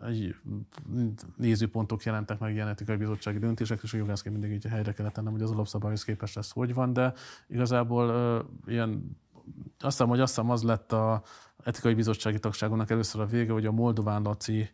nézőpontok jelentek meg ilyen etikai bizottsági döntések, és a jogászként mindig így helyre kellett tennem, hogy az alapszabályhoz képest ez hogy van, de igazából ilyen azt hiszem, az lett az etikai bizottsági tagságomnak először a vége, hogy a Moldován Laci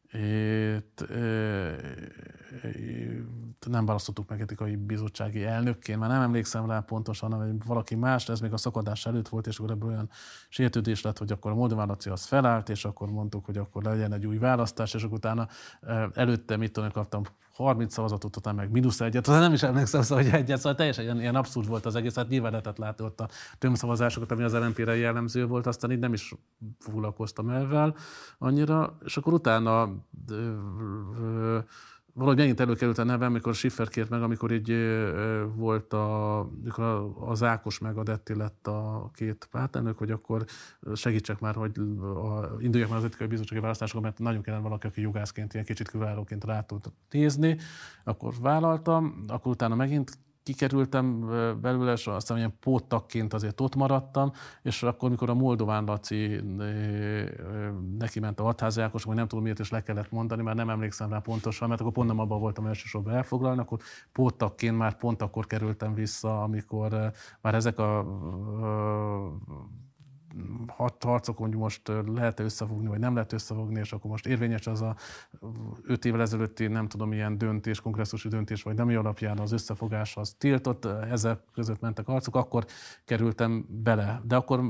nem választottuk meg etikai bizottsági elnökként, már nem emlékszem rá pontosan, hanem valaki más, ez még a szakadás előtt volt, és akkor ebből olyan sértődés lett, hogy akkor a Moldován Laci az felállt, és akkor mondtuk, hogy akkor legyen egy új választás, és akkor utána előtte kaptam 30 szavazatot, utána meg -1, nem is emlékszem, szóval, hogy egyet, szóval teljesen ilyen abszurd volt az egész, hát nyilván lehetett látni ott a tömszavazásokat, ami az LMP-re jellemző volt, aztán így nem is foglalkoztam ezzel annyira, és akkor utána valahogy megint előkerült a nevem, amikor Schiffer kért meg, amikor így volt amikor az Ákos meg a Detti lett a két pártelnök, hogy akkor segítsek már, hogy induljak már az etikai bizottsági választásokon, mert nagyon kellene valaki, aki jogászként, ilyen kicsit kiválóként rá tud nézni. Akkor vállaltam, akkor utána megint kikerültem belőle, és aztán ilyen póttagként azért ott maradtam, és akkor, mikor a Moldován Laci neki ment a Hatházi Ákos, vagy nem tudom miért, és le kellett mondani, már nem emlékszem rá pontosan, mert akkor pont nem abban voltam elsősorban elfoglalni, akkor póttagként már pont akkor kerültem vissza, amikor már ezek a harcokon most lehet-e összefogni, vagy nem lehet összefogni, és akkor most érvényes az a 5 évvel ezelőtti, nem tudom, ilyen döntés, kongresszusi döntés, vagy nem alapján az összefogás az tiltott, ezek között mentek harcok, akkor kerültem bele. De akkor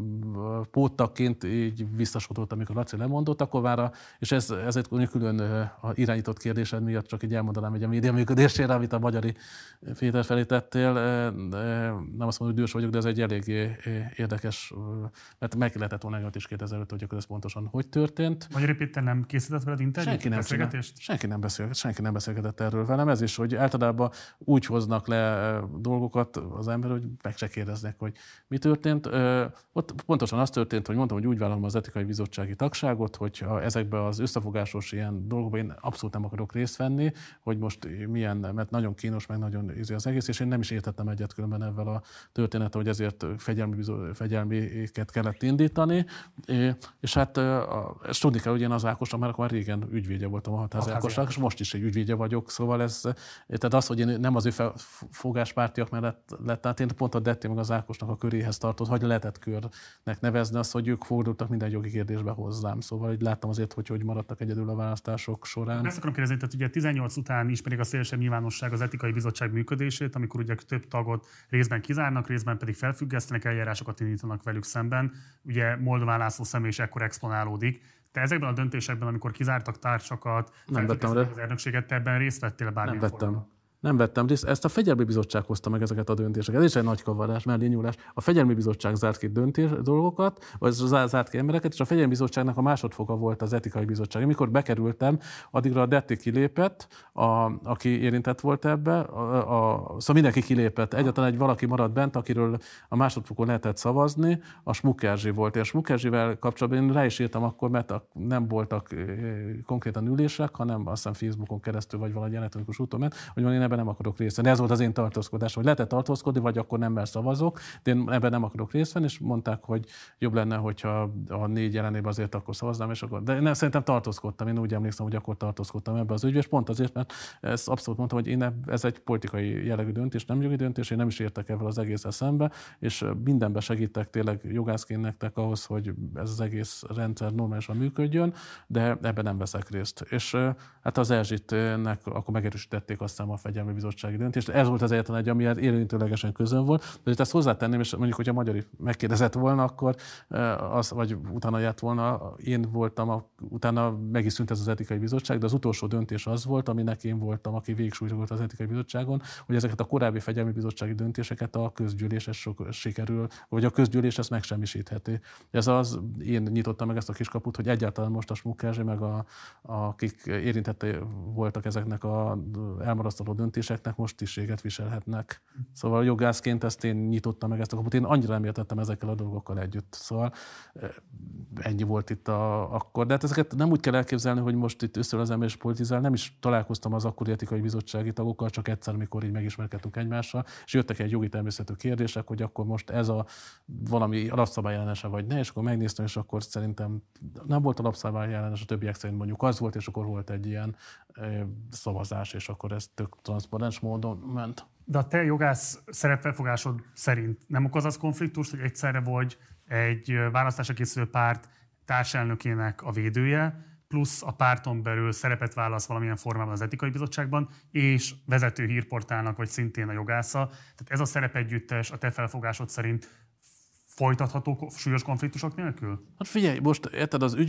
póttagként így visszasodoltam, amikor Laci lemondott, akkor már, és ez egy külön a irányított kérdésed miatt csak így elmondanám, hogy a média működésére, amit a Magyari Péter felé tettél, nem azt mondom, hogy dühös vagyok, de ez egy eléggé érdekes, mert meg lehetett volna is 2005, hogy akkor ez pontosan hogy történt. Magyari Péter nem készített veled interjút? Senki nem beszélgetett erről velem. Ez is, hogy általában úgy hoznak le dolgokat az ember, hogy meg se kérdeznek, hogy mi történt. Ott pontosan az történt, hogy mondtam, hogy úgy vállalom az etikai bizottsági tagságot, hogy ezekben az összefogásos ilyen dolgokban én abszolút nem akarok részt venni, hogy most milyen, mert nagyon kínos, meg nagyon az egész, és én nem is értettem egyet különben ezzel a történettel, hogy ezért fegyelmiket kellett indítani. És hát ezt tudni kell, hogy én az Ákosnak, mert akkor már régen ügyvédje voltam a Hatházi Ákosnak, és most is egy ügyvédje vagyok, szóval ez, tehát az, hogy én nem az ő fogáspártiak mellett lett, tehát én pont a Detti meg az Ákosnak a köréhez tartott, hogy lehetett körnek nevezni azt, hogy ők fordultak minden jogi kérdésbe hozzám, szóval így láttam azért, hogy maradtak egyedül a választások során. Ezt akarom kérdezni, tehát ugye 18 után ismerik a szélesebb nyilvánosság az etikai bizottság működését, amikor ugye több tagot részben kizárnak, részben pedig felfüggesztenek, eljárásokat indítanak velük szemben. Ugye Moldován László személy is ekkor exponálódik. Te ezekben a döntésekben, amikor kizártak társakat, felfüggesztették az elnökséget, te ebben részt vettél bármilyen formában? Nem vettem részt. Ezt a Fegyelmi Bizottság hozta meg ezeket a döntéseket. Ez is egy nagy kavarás, mellényúlás. A Fegyelmi Bizottság zárt ki dolgokat, vagy zárt ki embereket, és a Fegyelmi Bizottságnak a másodfoka volt az Etikai Bizottság. Amikor bekerültem, addigra a Detti kilépett, aki érintett volt ebbe, szóval mindenki kilépett. Egyetlen valaki maradt bent, akiről a másodfokon lehetett szavazni, a Smuk Erzsé volt. És a Smuk Erzsével kapcsolatban én rá is írtam akkor, mert nem voltak konkrétan ülések, hanem azt hiszem Facebookon keresztül, vagy valahogy elektronikus úton ment, hogy én ebben nem akarok részt venni. Ez volt az én tartózkodásom, hogy lehetett tartózkodni, vagy akkor nem, mert szavazok, de én ebben nem akarok részt venni, és mondták, hogy jobb lenne, hogyha a 4 jelenében azért akkor szavaznám, és akkor. De én szerintem tartózkodtam, én úgy emlékszem, hogy akkor tartózkodtam ebbe az ügybe, és pont azért, mert ezt abszolút mondtam, hogy ez egy politikai jellegű döntés, nem jogi döntés, én nem is értek ebben az egésszel szembe, és mindenben segítek tényleg jogászként nektek ahhoz, hogy ez az egész rendszer normálisan működjön, de ebben nem veszek részt. És hát az Erzsitnek akkor megerősítették aztán a Fegyelmi Bizottsági döntést. Ez volt az egyetlen egy, ami érintőlegesen közön volt. De ezt hozzátenném, és mondjuk, hogyha a Magyari megkérdezett volna, akkor vagy utána járt volna, én voltam, utána meg is szűnt ez az Etikai Bizottság, de az utolsó döntés az volt, aminek én voltam, aki végsúlyrolt az Etikai Bizottságon, hogy ezeket a korábbi Fegyelmi Bizottsági döntéseket a közgyűlés sikerül, vagy a közgyűlés ezt megsemmisítheti. Én nyitottam meg ezt a kiskaput, hogy egyáltalán most a Smuk Erzsé, meg akik érintette voltak ezeknek a elmarasztaló döntéseknek, most tisztséget viselhetnek. Szóval jogászként ezt én nyitottam meg ezt a kaput. Én annyira nem értettem ezekkel a dolgokkal együtt. Szóval ennyi volt itt akkor. De hát ezeket nem úgy kell elképzelni, hogy most itt összeül az ember és politizál. Nem is találkoztam az akkori etikai bizottsági tagokkal, csak egyszer, mikor így megismerkedtünk egymással, és jöttek egy jogi természetű kérdések, hogy akkor most ez a valami alapszabály ellenese vagy ne, és akkor megnéztem, és akkor szerintem nem volt alapszabály ellenes, a többiek szerint mondjuk az volt, és akkor volt egy ilyen szavazás, és akkor ez tök transzparens módon ment. De a te jogász szerepfelfogásod szerint nem okoz az konfliktust, hogy egyszerre vagy egy választásra készülő párt társelnökének a védője, plusz a párton belül szerepet válasz valamilyen formában az Etikai Bizottságban, és vezető hírportálnak, vagy szintén a jogásza. Tehát ez a szerepegyüttes a te felfogásod szerint folytatható súlyos konfliktusok nélkül? Hát figyelj, most érted, az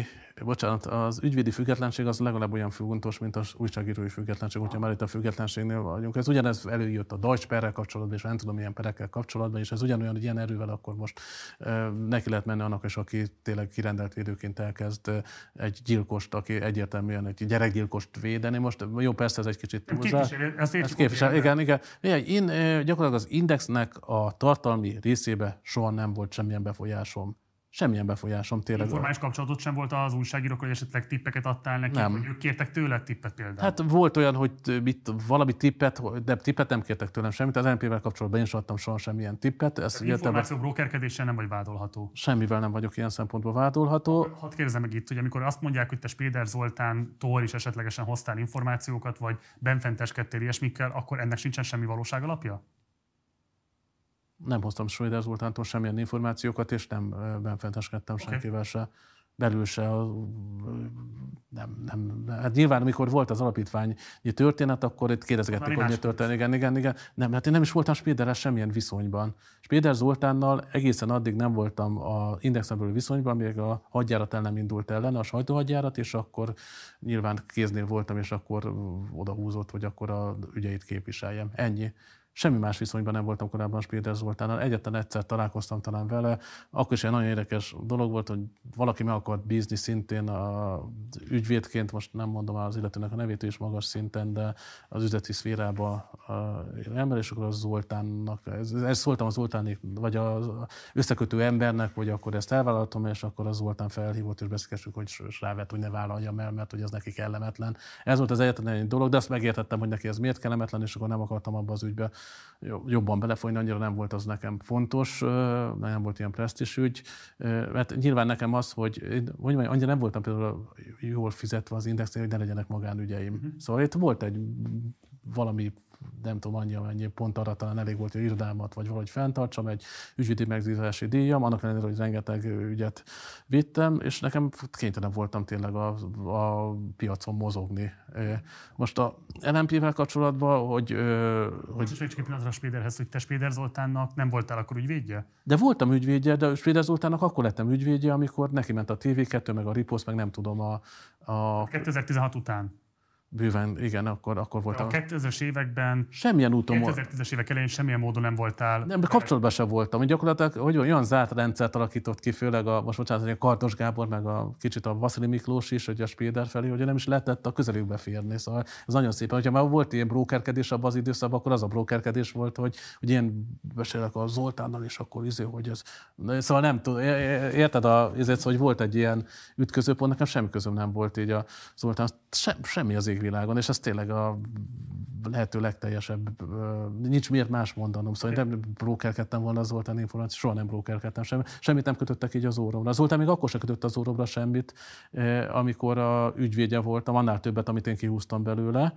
ügyvédi függetlenség az legalább olyan fontos, mint az újságírói függetlenség, hogyha már itt a függetlenségnél vagyunk. Ez ugyanez előjött a Deutsche perrel kapcsolatban, és nem tudom milyen perekkel kapcsolatban, és ez ugyanolyan, hogy ilyen erővel akkor most neki lehet menni annak is, aki tényleg kirendelt védőként elkezd egy gyilkost, aki egyértelműen egy gyerekgyilkost védeni. Most jó, persze ez egy kicsit túlzás. Igen. Én gyakorlatilag az Indexnek a tartalmi részébe soha nem volt semmilyen befolyásom. Semmilyen befolyásom tényleg. Informális kapcsolatot sem volt az újságírókkal, hogy esetleg tippeket adtál neki, nem. Hogy ők kértek tőled tippet például? Hát volt olyan, hogy valami tippet, de tippet nem kértek tőlem semmit. Az MP-vel kapcsolatban én sem adtam soha semmilyen tippet. Információ brókerkedéssel nem vagy vádolható? Semmivel nem vagyok ilyen szempontból vádolható. Hadd kérdezzem meg itt, hogy amikor azt mondják, hogy te Spéder Zoltántól is esetlegesen hoztál információkat, vagy benfenteskedtél ilyesmikkel, akkor ennek sincsen semmi valóság alapja? Nem hoztam Schröder Zoltántól semmilyen információkat, és nem benfenteskedtem senkivel se. Belül se. Nem. Hát nyilván, amikor volt az alapítványi történet, akkor itt kérdezgették, hogy mi történt. Igen. Nem, hát én nem is voltam Spéderrel semmilyen viszonyban. Spéder Zoltánnal egészen addig nem voltam a Indexen belül viszonyban, még a hadjárat el nem indult ellen, a sajtóhadjárat, és akkor nyilván kéznél voltam, és akkor odahúzott, hogy akkor a ügyeit képviseljem. Ennyi. Semmi más viszonyban nem voltam korábban Spéder Zoltánnal. Egyetlen egyszer találkoztam talán vele. Akkor is egy nagyon érdekes dolog volt, hogy valaki meg akart bízni szintén az ügyvédként, most nem mondom az illetőnek a nevét is magas szinten, de az üzleti szférába ember, és akkor az Zoltánnak, ezt szóltam az Zoltánik, vagy az összekötő embernek, hogy akkor ezt elvállaltam, és akkor az Zoltán felhívott, és beszélgessük, hogy rávett, hogy ne vállaljam el, mert hogy az neki kellemetlen. Ez volt az egyetlen egy dolog, de azt megértettem, hogy neki ez miért kellemetlen, és akkor nem akartam abba az ügybe jobban belefolyni, annyira nem volt az nekem fontos, nem volt ilyen presztízs ügy, mert nyilván nekem az, hogy annyira nem voltam például jól fizetve az Indexnél, hogy ne legyenek magánügyeim. Szóval itt volt egy valami, nem tudom annyi pont arra talán elég volt, hogy irodámat vagy valahogy fenntartsam, egy ügyvédi megzízási díjam, annak ellenére, hogy rengeteg ügyet vittem, és nekem kénytelen voltam tényleg a piacon mozogni. Most a LMP-vel kapcsolatban, hogy most is egy pillanatra Spéderhez, hogy te Spéder Zoltánnak nem voltál akkor ügyvédje? De voltam ügyvédje, de Spéder Zoltánnak akkor lettem ügyvédje, amikor neki ment a TV2, meg a Ripost, meg nem tudom a 2016 után. Bőven, igen, akkor voltam. A 2000-es években, semmilyen úton 2010-es évek elején semmilyen módon nem voltál. Nem, kapcsolatban sem voltam. Gyakorlatilag, hogy olyan zárt rendszert alakított ki, főleg a Kardos Gábor, meg a kicsit a Vasili Miklós is, hogy a Spéder felé, hogy nem is lehetett a közelükbe férni. Szóval ez nagyon szépen. Hogyha már volt ilyen brókerkedés abban az időszakban, akkor az a brókerkedés volt, hogy ilyen beszélek a Zoltánnal, és akkor hogy ez. Szóval nem tudom, érted, hogy volt egy ilyen ütközőpont, nekem semmi közöm nem volt így a Zoltán, semmi az égvilágon, és ez tényleg a lehető legteljesebb, nincs miért más mondanom, szóval nem brókerkedtem volna az Zoltán információ, soha nem brókerkedtem semmit nem kötöttek így az orromra. Zoltán még akkor sem kötött az orromra semmit, amikor a ügyvédje voltam, annál többet, amit én kihúztam belőle.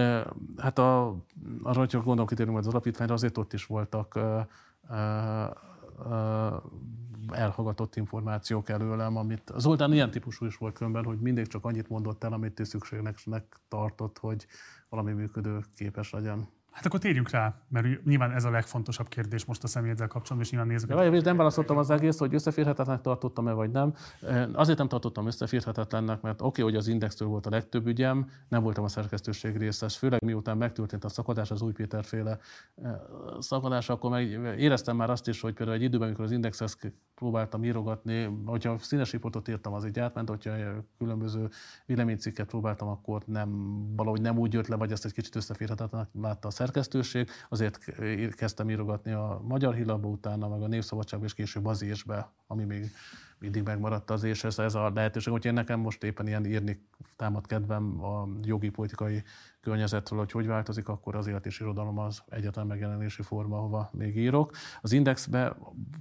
Hát arra, hogyha gondolom kitérünk az alapítványra, azért ott is voltak elhallgatott információk előlem, amit Zoltán ilyen típusú is volt különben, hogy mindig csak annyit mondott el, amit ő szükségnek tartott, hogy valami működőképes legyen. Hát akkor térjünk rá, mert nyilván ez a legfontosabb kérdés most a személyedzel kapcsolatban, és nyilván nézzük. Ja, nem válaszoltam az egész, hogy összeférhetetlennek tartottam-e vagy nem. Azért nem tartottam összeférhetetlennek, mert oké, hogy az Indextől volt a legtöbb ügyem, nem voltam a szerkesztőség részes, főleg miután megtörtént a szakadás, az Új Péter féle szakadás, akkor meg éreztem már azt is, hogy például egy időben, amikor az Indexhez próbáltam írogatni, hogyha színes riportot írtam, az így átment, hogyha különböző véleménycikket próbáltam, akkor valahogy nem úgy jött le, vagy ezt egy kicsit összeférhetetlennek látta a szerkesztőség, azért kezdtem írogatni a Magyar Hírlapba, utána meg a Népszabadságba, és később az Ésbe, ami még mindig megmaradt az Éshez. Ez a lehetőség, hogy én nekem most éppen ilyen írni támad kedvem a jogi politikai környezetről, hogy változik, akkor az élet és irodalom az egyetlen megjelenési forma, ahova még írok. Az Indexbe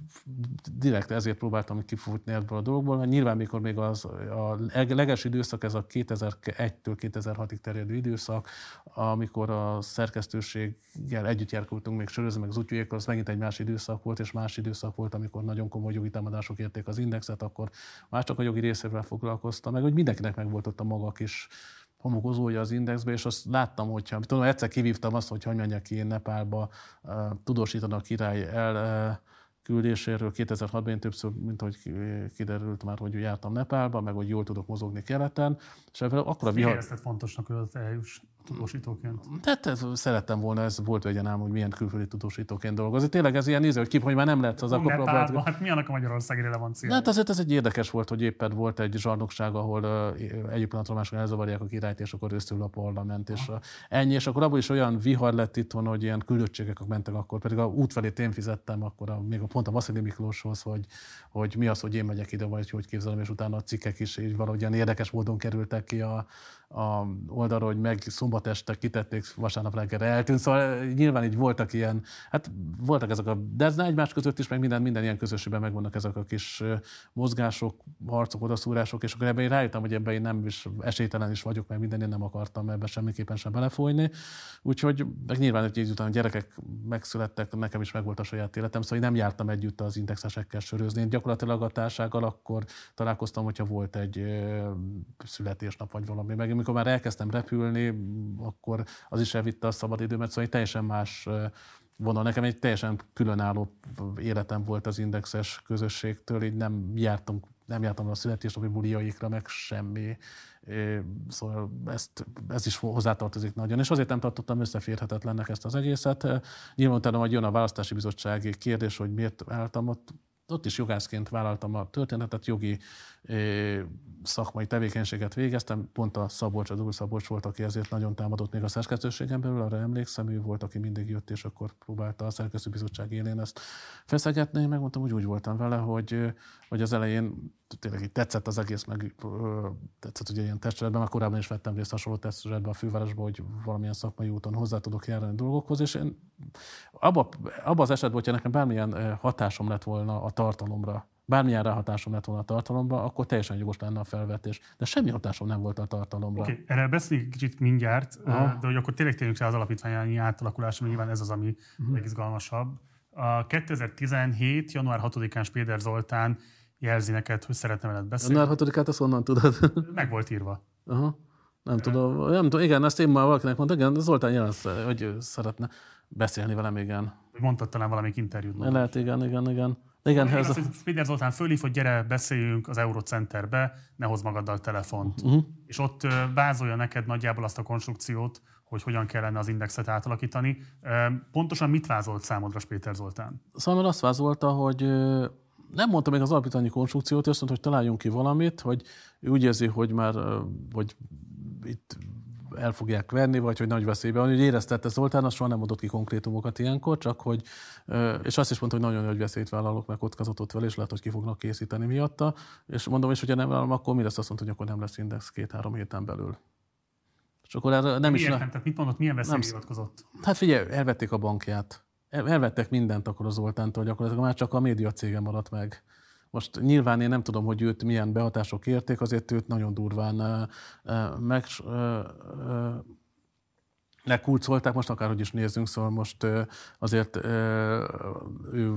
direkt ezért próbáltam kifutni ebből a dologból, mert nyilván mikor még a legelső időszak, ez a 2001-től 2006-ig terjedő időszak, amikor a szerkesztőséggel együtt járkultunk még sörözni, meg az útjújékkal, az megint egy más időszak volt, és más időszak volt, amikor nagyon komoly jogi támadások érték az Indexet, akkor már csak a jogi részével foglalkoztam, meg hogy mindenkinek meg volt ott a maga kis homokozója az Indexbe, és azt láttam, hogyha tudom, egyszer kivívtam azt, hogy menjek ki én Nepálba tudósítani a király küldéséről 2006-ban, én többször, mint hogy kiderült már, hogy jártam Nepálba, meg hogy jól tudok mozogni keleten. És akkor a vihar... Érezted fontosnak, hogy az eljuss tudósítóként? Tehát szerettem volna, ez volt egy ám, hogy milyen külföldi tudósítóként dolgozni. Tényleg ez ilyen néző, hogy már nem lehet az akkor próbált. Hát mi annak a magyarországi relevancia? Hát azért ez egy érdekes volt, hogy éppen volt egy zsarnokság, ahol egyik pillanatról máskor elzavarják a királyt, és akkor összeül a parlament, és ennyi, és akkor abból is olyan vihar lett itthon, hogy ilyen küldöttségek mentek akkor, pedig a útfelét én fizettem, akkor még pont a Vasili Miklóshoz, hogy mi az, hogy én megyek ide, vagy hogy képzelem, és utána a cikkek is így valahogy ilyen érdekes módon kerültek ki a oldalra, hogy szombat este kitették, vasárnap reggelre eltűnt, szóval nyilván így voltak ilyen, hát voltak ezek de ez egymás között is, meg minden ilyen közösségben megvannak ezek a kis mozgások, harcok, odaszúrások, és akkor ebben én rájöttem, hogy ebben én nem is esélytelen is vagyok, meg minden, én nem akartam ebbe semmiképpen sem belefolyni. Úgyhogy meg nyilván, hogy így utána a gyerekek megszülettek, nekem is megvolt a saját életem, szóval én nem jártam együtt az indexesekkel sörözni. Én gyakorlatilag a társággal akkor találkoztam, hogyha volt egy születésnap vagy valami. Meg amikor már elkezdtem repülni, akkor az is elvitte a szabadidőmet, szóval egy teljesen más vonal. Nekem egy teljesen különálló életem volt az indexes közösségtől, így nem jártam a születésnapi buliaikra, meg semmi. Szóval ez is hozzátartozik nagyon. És azért nem tartottam összeférhetetlennek ezt az egészet. Nyilván utána majd jön a választási bizottsági kérdés, hogy miért álltam ott is jogászként vállaltam a történetet, jogi szakmai tevékenységet végeztem, pont a Szabolcs, az új Szabolcs volt, aki ezért nagyon támadott még a szerkesztőségen belül, arra emlékszem, ő volt, aki mindig jött, és akkor próbálta a szerkesztőbizottság élén ezt feszegetni. Megmondtam, úgy voltam vele, hogy az elején tényleg így tetszett az egész, meg tetszett, hogy ilyen testületben, már korábban is vettem részt hasonló testületben a fővárosban, hogy valamilyen szakmai úton hozzá tudok járni dolgokhoz, és én abban az esetben, hogyha nekem bármilyen hatásom lett volna a tartalomra, bármilyen ráhatásom lett volna a tartalomra, akkor teljesen jogos lenne a felvetés. De semmi hatásom nem volt a tartalomra. Oké, erre beszéljünk kicsit mindjárt, de hogy akkor tényleg térjünk rá az alapítványi átalakulásra, mert nyilván ez az, ami legizgalmasabb. A 2017. január 6-án Spéder Zoltán jelzi neked, hogy szeretne veled beszélni. Január 6-át azt honnan tudod? Meg volt írva. Aha. Nem tudom, igen, ezt én már valakinek mondtam, igen, Zoltán jelent, hogy szeretne beszélni velem, igen. Mondtad talán valamelyik interjút. Lehet, igen. Spéder Zoltán fölhív, hogy gyere, beszéljünk az Eurocenterbe, ne hozz magaddal telefont. És ott vázolja neked nagyjából azt a konstrukciót, hogy hogyan kellene az indexet átalakítani. Pontosan mit vázolt számodra Spéder Zoltán? Szóval azt vázolta, hogy nem mondta még az alapítványi konstrukciót, azt mondta, hogy találjunk ki valamit, hogy ő úgy érzi, hogy már hogy itt el fogják venni, vagy hogy nagy veszélyben van. Úgy éreztette Zoltán, azt soha nem adott ki konkrétumokat ilyenkor, csak hogy, és azt is mondta, hogy nagyon nagy veszélyt vállalok, meg kockázatot vele, és lehet, hogy ki fognak készíteni miatta. És mondom, és hogyha nem vállalom, akkor mi lesz? Azt mondta, hogy akkor nem lesz index 2-3 héten belül. És akkor erre nem is... Tehát mit mondott, milyen veszélyre hivatkozott? Hát figyelj, elvették a bankját. Elvettek mindent akkor a Zoltántól, gyakorlatilag már csak a média cége maradt meg. Most nyilván én nem tudom, hogy őt milyen behatások érték, azért őt nagyon durván megkulcolták, most akárhogy is nézzünk, szóval most azért ő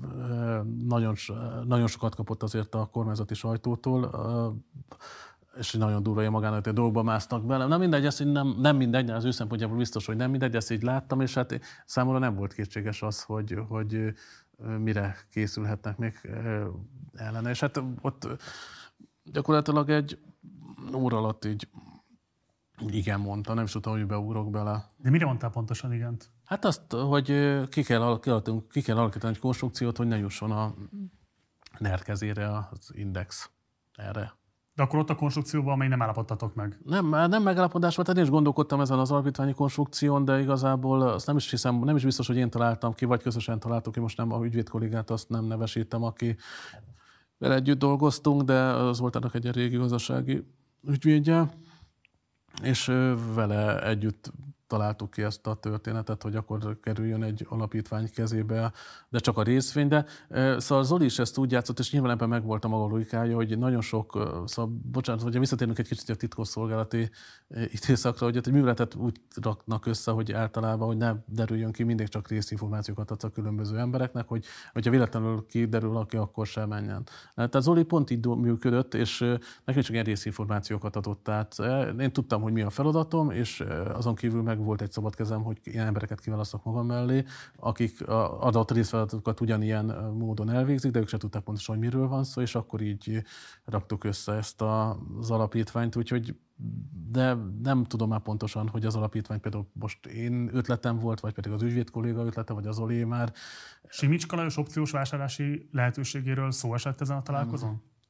nagyon sokat kapott azért a kormányzati sajtótól, és nagyon durva magánéleti dolgokba másznak bele. Na mindegy, ezt nem mindegy, az ő szempontjából biztos, hogy nem mindegy, ezt így láttam, és hát számomra nem volt kétséges az, hogy mire készülhetnek még ellene. És hát ott gyakorlatilag egy óra alatt így igen mondta, nem is tudtam, hogy beugrok bele. De mire mondtál pontosan igent? Hát azt, hogy ki kell alakítani egy konstrukciót, hogy ne jusson a NER kezére az index erre. De akkor ott a konstrukcióban, amely nem állapodtatok meg? Nem megállapodás volt, tehát én is gondolkodtam ezen az alapítványi konstrukción, de igazából azt nem is hiszem, nem is biztos, hogy én találtam ki, vagy közösen találtuk ki, most nem a ügyvéd kollégát, azt nem nevesítem, aki vele együtt dolgoztunk, de az volt annak egy régi gazdasági ügyvédje, és vele együtt találtuk ki ezt a történetet, hogy akkor kerüljön egy alapítvány kezébe, de csak a részvény. De szóval Zoli is ezt úgy játszott, és nyilván ebben megvolt a maga logikája, hogy nagyon sok, szóval bocsánat, hogy visszatérünk egy kicsit a titkosszolgálati időszakra, hogy egy műveletet úgy raknak össze, hogy általában, hogy ne derüljön ki, mindig csak részinformációkat adsz a különböző embereknek, hogyha véletlenül kiderül, aki akkor sem menjen. Tehát Zoli pont így működött, és nekem csak ilyen részinformációkat adott. Tehát én tudtam, hogy mi a feladatom, és azon kívül meg volt egy szabad kezem, hogy ilyen embereket kiválasztok magam mellé, akik adott részfeladatokat ugyanilyen módon elvégzik, de ők se tudták pontosan, hogy miről van szó, és akkor így raktuk össze ezt az alapítványt, úgyhogy de nem tudom már pontosan, hogy az alapítvány például most én ötletem volt, vagy pedig az ügyvéd kolléga ötlete, vagy az Olé már. Simicska Lajos opciós vásárlási lehetőségéről szó esett ezen a találkozón?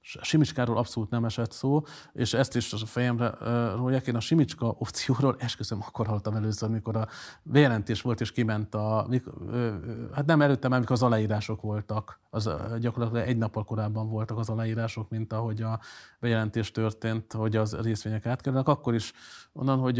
Simicskáról abszolút nem esett szó, és ezt is a fejemre rólják. Én a Simicska opcióról esküszöm, akkor hallottam először, amikor a bejelentés volt, és kiment hát nem előtte, mert amikor az aláírások voltak, az gyakorlatilag egy nappal korábban voltak az aláírások, mint ahogy a bejelentés történt, hogy az részvények átkerülnek. Akkor is onnan, hogy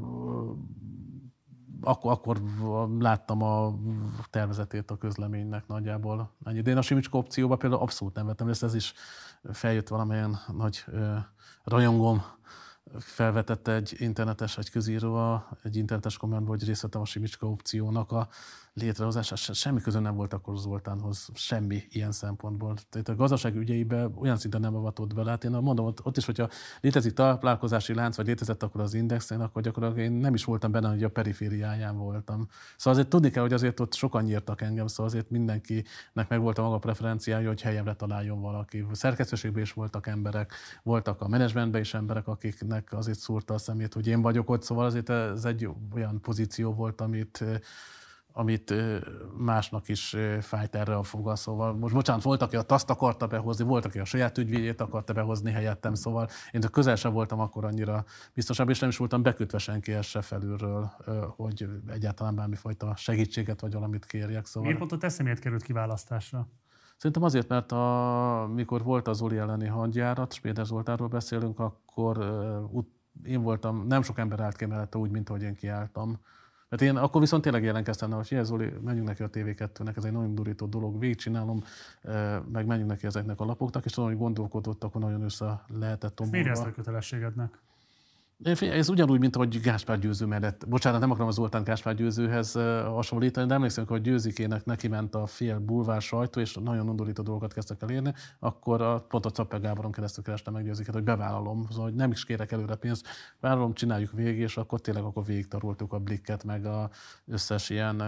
akkor láttam a tervezetét a közleménynek nagyjából. De én a Simicska opcióba például abszolút nem vettem részt, ez is feljött valamilyen nagy rajongóm, felvetette egy közíró, egy internetes kommentben, hogy részt vettem a Simicska opciónak a létrehozását. Semmi közön nem volt akkor Zoltánhoz, semmi ilyen szempontból. Tehát a gazdaság ügyeiben olyan szinten nem avatott bele. Hát én mondom, ott is, hogyha létezik táplálkozási lánc, vagy létezett akkor az Indexen, akkor gyakorlatilag én nem is voltam benne, hogy a perifériáján voltam. Szóval azért tudni kell, hogy azért ott sokan nyírtak engem, szóval azért mindenkinek megvolt a maga preferenciája, hogy helyemre találjon valaki. Szerkesztőségben is voltak emberek, voltak a menedzsmentben is emberek, akiknek azért szúrta a szemét, hogy én vagyok ott, szóval azért ez egy olyan pozíció volt, amit másnak is fájt erre a foga. Szóval most bocsánat, volt, aki a TASZ-t akarta behozni, volt, aki a saját ügyvédjét akarta behozni helyettem, szóval én közel sem voltam akkor annyira biztosabb, és nem is voltam bekötve senkihez se felülről, hogy egyáltalán bármifajta segítséget vagy valamit kérjek. Szóval... Miért pont a te személyed került kiválasztásra? Szerintem azért, mert mikor volt az Zoli elleni hadjárat, Spéder Zoltánról beszélünk, akkor én voltam, nem sok ember állt ki mellette úgy, mint ahogy én kiálltam. Mert én akkor viszont tényleg jelentkeztem, hogy Zoli, menjünk neki a TV2-nek, ez egy nagyon durító dolog, végigcsinálom, meg menjünk neki ezeknek a lapoknak, és tudom, hogy gondolkodott, akkor nagyon össze lehetett tombolva. Miért ezt a kötelességednek? Ez ugyanúgy, mint ahogy Gáspár Győző mellett. Bocsánat, nem akarom az Zoltán Gáspár Győzőhez hasonlítani, de emlékszem, hogy Győzikének neki ment a fél bulvár sajtó, és nagyon undorító dolgokat kezdtek el érni, akkor pont a Czapper Gáboron keresztül kerestem meg Győziket, hogy bevállalom, szóval, hogy nem is kérek előre pénzt, vállalom, csináljuk végig, és akkor tényleg végig taroltuk a Blikket, meg az összes ilyen...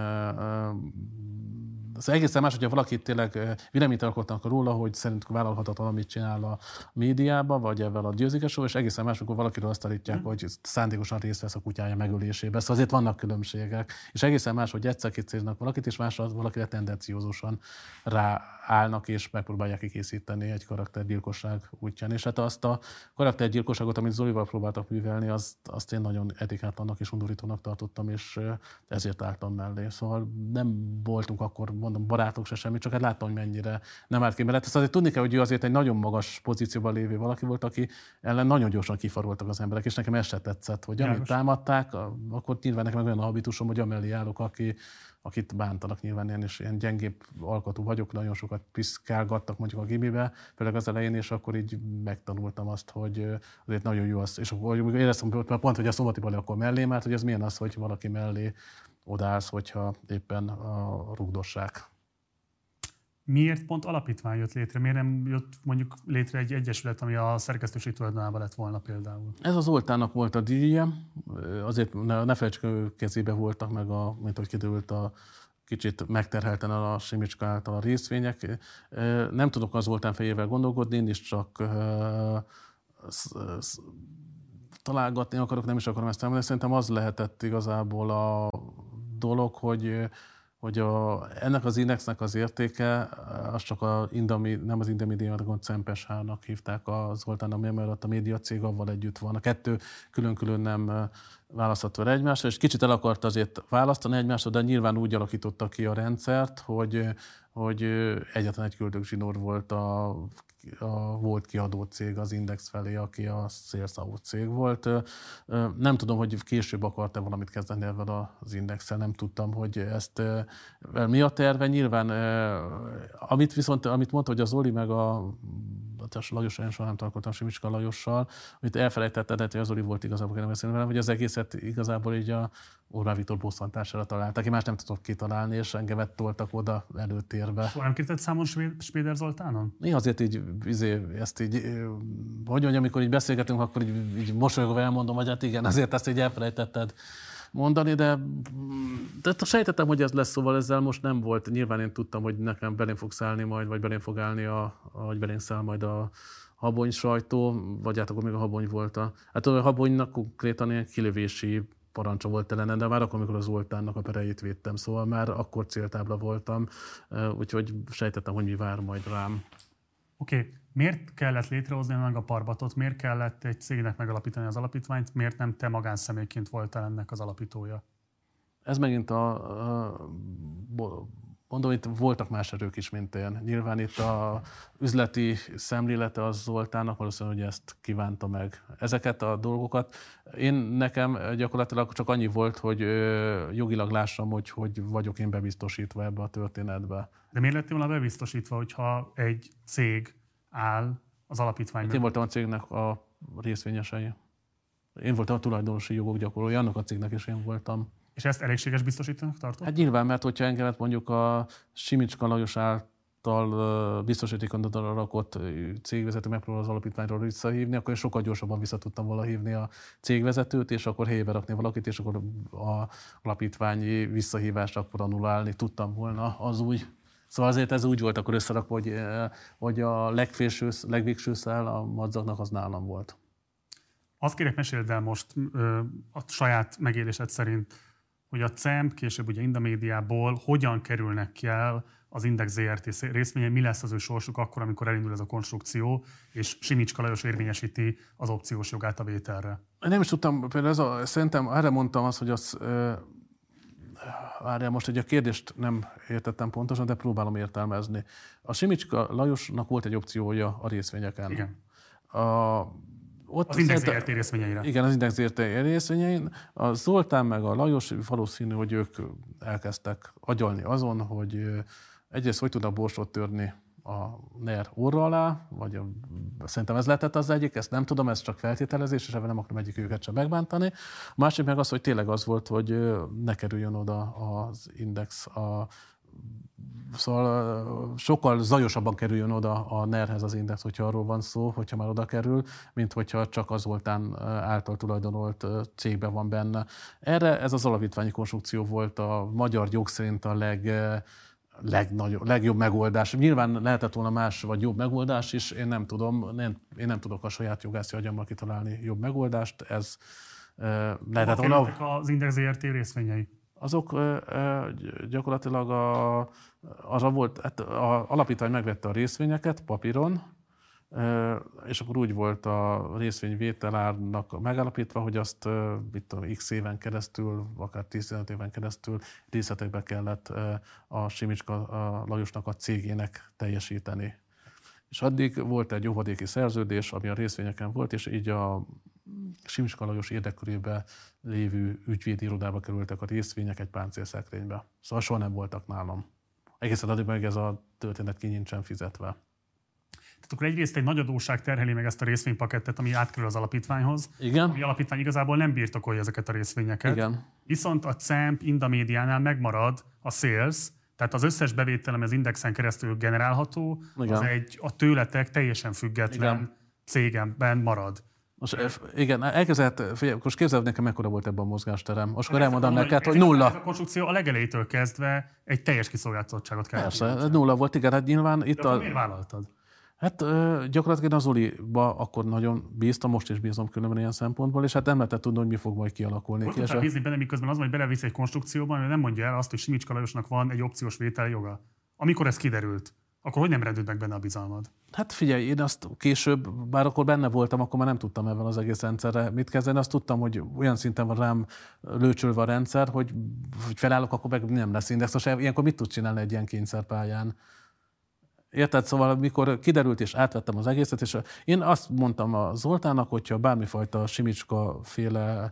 Az egészen más, hogyha valaki tényleg véleményt alkotnak róla, hogy szerintük vállalhatatlan, amit csinál a médiában, vagy ebben a Győzike-show, és egészen más, amikor valakiről azt állítják, hogy szándékosan részt vesz a kutyája megölésébe. Szóval azért vannak különbségek. És egészen más, hogy egyszer kicéznek valakit, és másra valakire tendenciózusan ráállnak, és megpróbálják kikészíteni egy karaktergyilkosság útján. És hát azt a karaktergyilkosságot, amit Zolival próbáltak művelni, azt én nagyon etikátlannak és undorítónak tartottam, és ezért álltam mellé. Szóval nem voltunk akkor, mondom, barátok se semmi, csak hát láttam, hogy mennyire nem állt ki mellett. Ezt azért tudni kell, hogy ő azért egy nagyon magas pozícióban lévő valaki volt, aki ellen nagyon gyorsan kifaroltak az emberek, és nekem ez se tetszett, hogy amit támadták, akkor nyilván nekem olyan a habitusom, hogy amellé állok, akit bántanak, nyilván én is ilyen gyengébb alkatú vagyok, nagyon sokat piszkálgattak mondjuk a gimibe, főleg az elején, és akkor így megtanultam azt, hogy azért nagyon jó az, és akkor éreztem pont, hogy a Szombati Bali akkor mellém állt, hogy ez milyen az, hogy valaki mellé odaállsz, hogyha éppen rugdossák. Miért pont alapítvány jött létre? Miért nem jött mondjuk létre egy egyesület, ami a szerkesztőség tulajdonában lett volna például? Ez az Zoltánnak volt a díja, azért ne felejtsük, hogy kezébe voltak meg, mint hogy kiderült, kicsit megterhelten a Simicska által a részvények. Nem tudok az Zoltán fejével gondolkodni, én is csak találgatni akarok, nem is akarom ezt elmondani. Szerintem az lehetett igazából a dolog, hogy ennek az indexnek az értéke, az csak nem az Indomédia, hanem a Cempes-nak hívták a Zoltán, mert a média cég avval együtt van. A kettő külön-külön nem választható egymásra, és kicsit el akart azért választani egymásra, de nyilván úgy alakította ki a rendszert, hogy egyetlen egy küldögzsinór volt volt kiadó cég az Index felé, aki a szélszavú cég volt. Nem tudom, hogy később akart-e valamit kezdeni ezzel az Indexsel, nem tudtam, hogy ezt mi a terve. Nyilván, amit mondta, hogy a Zoli meg a Lajossal, én soha nem találkoztam Simicska Lajossal, amit elfelejtetted, hogy az Zoli volt igazából, nem beszélni velem, hogy az egészet igazából így a Orbán Viktor bosszantására találták. Én más nem tudok kitalálni, és engemet toltak oda előtérbe. Soha nem kérted számon Spéder Zoltánon? Én azért ezt így, hogy mondjam, amikor így beszélgetünk, akkor így mosolyogva elmondom, hogy hát igen, azért ezt így elfelejtetted mondani, de sejtettem, hogy ez lesz, szóval ezzel most nem volt. Nyilván én tudtam, hogy nekem belém fog szállni majd, vagy belém fog állni, vagy belém száll majd a Habony sajtó, vagy hát akkor még a Habony volt hát a Habonynak konkrétan ilyen kilövési parancsa volt ellene, de már akkor, amikor az Zoltánnak a perejét védtem, szóval már akkor céltábla voltam, úgyhogy sejtettem, hogy mi vár majd rám. Oké. Miért kellett létrehozni meg a Parbatot, miért kellett egy cégnek megalapítani az alapítványt, miért nem te magánszemélyként voltál ennek az alapítója? Ez megint mondom, itt voltak más erők is, mint én. Nyilván itt a üzleti szemlélete az Zoltánnak valószínűleg, hogy ezt kívánta meg. Ezeket a dolgokat nekem gyakorlatilag csak annyi volt, hogy jogilag lássam, hogy vagyok én bebiztosítva ebbe a történetbe. De miért lettél volna bebiztosítva, hogyha egy cég áll az alapítványban? Én voltam a cégnek a részvényesei. Én voltam a tulajdonosi jogok gyakorlója, annak a cégnek is én voltam. És ezt elégséges biztosítanak tartott? Hát nyilván, mert hogyha engemet mondjuk a Simicska Lajos által biztosítékon rakott cégvezető megpróbál az alapítványról visszahívni, akkor én sokkal gyorsabban vissza tudtam volna hívni a cégvezetőt, és akkor helyébe rakni valakit, és akkor az alapítványi visszahívást akkor annulálni tudtam volna az úgy. Szóval azért ez úgy volt akkor összerakva, hogy a legvégső szál a madzagnak az nálam volt. Azt kérek, meséld el most a saját megélésed szerint, hogy a CEMP, később ugye Indamédiából hogyan kerülnek el az Index ZRT részvényei, mi lesz az ő sorsuk akkor, amikor elindul ez a konstrukció, és Simicska Lajos érvényesíti az opciós jogát a vételre. Nem is tudtam, például szerintem erre mondtam azt, hogy most egy a kérdést nem értettem pontosan, de próbálom értelmezni. A Simicska Lajosnak volt egy opciója a részvényeken. Igen. Ott az Index ZRT részvényeire. Igen, az Index ZRT részvényein. A Zoltán meg a Lajos valószínű, hogy ők elkezdtek agyalni azon, hogy egyrészt hogy tudnak borsot törni a NER orra alá, vagy szerintem ez lehetett az egyik, ezt nem tudom, ez csak feltételezés, és ebben nem akarom egyik őket sem megbántani. A másik meg az, hogy tényleg az volt, hogy ne kerüljön oda az Index, szóval sokkal zajosabban kerüljön oda a NER-hez az Index, hogyha arról van szó, hogyha már oda kerül, mint hogyha csak az Zoltán által tulajdonolt cégben van benne. Erre ez az alapítványi konstrukció volt a magyar jog szerint a legjobb megoldás. Nyilván lehetett volna más vagy jobb megoldás is, én nem tudom, én nem tudok a saját jogászi agyammal kitalálni jobb megoldást. Ez lehetett volna. Az Index ZRT részvényei? Azok gyakorlatilag arra volt, hát az alapítvány megvette a részvényeket papíron, és akkor úgy volt a részvény vételárnak megállapítva, hogy azt x éven keresztül, akár 15 éven keresztül részletekbe kellett a Simicska Lajosnak a cégének teljesíteni. És addig volt egy óvadéki szerződés, ami a részvényeken volt, és így a Simicska Lajos érdekkörébe lévő ügyvédi irodába kerültek a részvények egy páncélszekrénybe. Szóval soha nem voltak nálam. Egészen addig meg ez a történet ki nincsen fizetve. Tehát akkor egyrészt egy nagy adósság terheli meg ezt a részvénypakettet, ami átkerül az alapítványhoz. Igen. A alapítvány igazából nem birtokolja ezeket a részvényeket. Igen. Viszont a CEMP Indamédiánál megmarad a sales, tehát az összes bevétel, ami az Indexen keresztül generálható, az a tőletek teljesen független cégemben marad. Most, igen, most képzeld nekem, mekkora volt ebben a mozgásterem. Most akkor elmondom neked, hogy nulla. Ez a konstrukció a legelejétől kezdve egy teljes kiszolgáltatottságot kell. Persze, nulla volt, igen, hát nyilván itt de miért vállaltad? Hát gyakorlatilag az Zoliba akkor nagyon bíztam, most is bízom különben ilyen szempontból, és hát nem lehetett tudni, hogy mi fog majd kialakulni. Hogy tudtál bízni benne, miközben az, hogy belevisz egy konstrukcióban, hogy nem mondja el azt, hogy Simicska Lajosnak van egy opciós vétel joga. Amikor ez kiderült, akkor hogy nem rendült meg benne a bizalmad? Hát figyelj, én azt később, bár akkor benne voltam, akkor már nem tudtam ebben az egész rendszerre mit kezdeni. Azt tudtam, hogy olyan szinten van rám lőcsölve a rendszer, hogy felállok, akkor meg nem lesz Index. Most ilyenkor mit tud csinálni egy ilyen kényszerpályán? Érted? Szóval mikor kiderült és átvettem az egészet, és én azt mondtam a Zoltánnak, hogyha bármifajta Simicska féle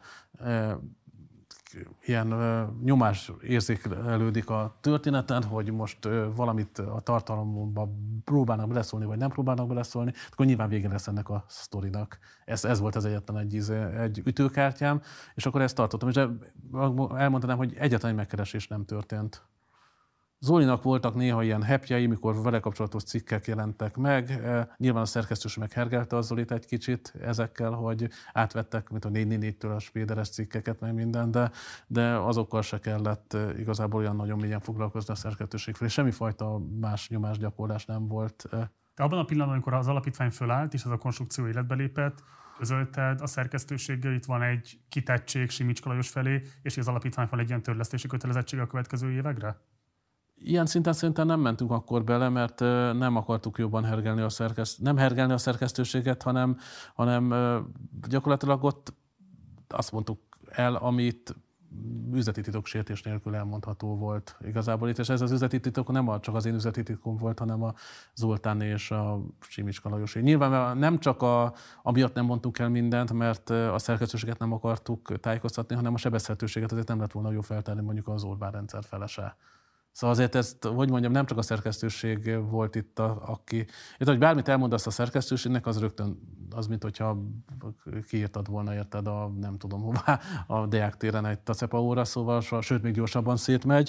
ilyen nyomás érzékelődik a történeten, hogy most valamit a tartalomban próbálnak beleszólni, vagy nem próbálnak beleszólni, akkor nyilván vége lesz ennek a sztorinak. Ez volt az egyetlen egy ütőkártyám, és akkor ezt tartottam. És elmondanám, hogy egyetlen egy megkeresés nem történt. Zolinak voltak néha ilyen happyjei, mikor vele kapcsolatos cikkek jelentek meg. Nyilván a szerkesztő sem meghergelte a Zolit egy kicsit ezekkel, hogy átvettek, mint a 444-től a spéderes cikkeket, meg minden, de azokkal se kellett igazából olyan nagyon mélyen foglalkozni a szerkesztőség felé. Semmifajta más nyomásgyakorlás nem volt. De abban a pillanatban, amikor az alapítvány fölállt, és ez a konstrukció életbe lépett, közölted a szerkesztőséggel, itt van egy kitettség Simicska Lajos felé, és az alapítvány van egy ilyen törlesztési kötelezettsége a következő évekre? Ilyen szinten szerintem nem mentünk akkor bele, mert nem akartuk jobban hergelni nem hergelni a szerkesztőséget, hanem gyakorlatilag ott azt mondtuk el, amit üzleti titoksértés nélkül elmondható volt igazából itt, és ez az üzleti titok nem csak az én üzleti titkom volt, hanem a Zoltán és a Simicska Lajosé. Nyilván nem csak amiatt nem mondtunk el mindent, mert a szerkesztőséget nem akartuk tájékoztatni, hanem a sebezhetőséget azért nem lett volna jó feltárni mondjuk az Orbán rendszer felese. Szóval azért ezt, hogy mondjam, nem csak a szerkesztőség volt itt, aki... Itt, hogy bármit elmondasz a szerkesztőségnek, az rögtön az, mint hogyha kiírtad volna, érted, nem tudom hová, a Deák téren egy tacepaóra, szóval sőt, még gyorsabban szétmegy.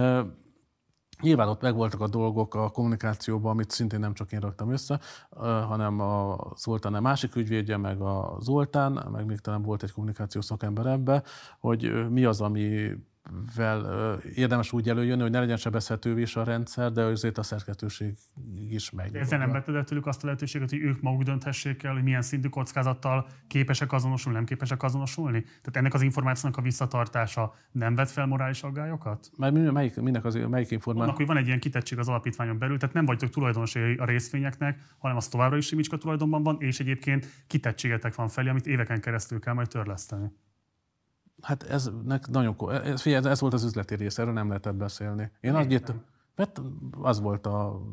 Nyilván ott megvoltak a dolgok a kommunikációban, amit szintén nem csak én raktam össze, hanem a Zoltán a másik ügyvédje, meg a Zoltán, meg még talán volt egy kommunikációs szakember ebbe, hogy mi az, ami érdemes úgy előjönni, hogy ne legyen sebezhetővé is a rendszer, de azért a szerkesztőség is megy. Ezzel nem vetted tőlük azt a lehetőséget, hogy ők maguk dönthessék el, hogy milyen szintű kockázattal képesek azonosulni, nem képesek azonosulni? Tehát ennek az információnak a visszatartása nem vet fel morális aggályokat? Melyik információ? Annak, hogy van egy ilyen kitettség az alapítványon belül, tehát nem vagytok tulajdonosai a részvényeknek, hanem az továbbra is Simicska tulajdonban van, és egyébként kitettségetek van felé, amit éveken keresztül kell majd törleszteni. Hát ez volt az üzleti rész, erről nem lehetett beszélni. Én azt írtam, mert az volt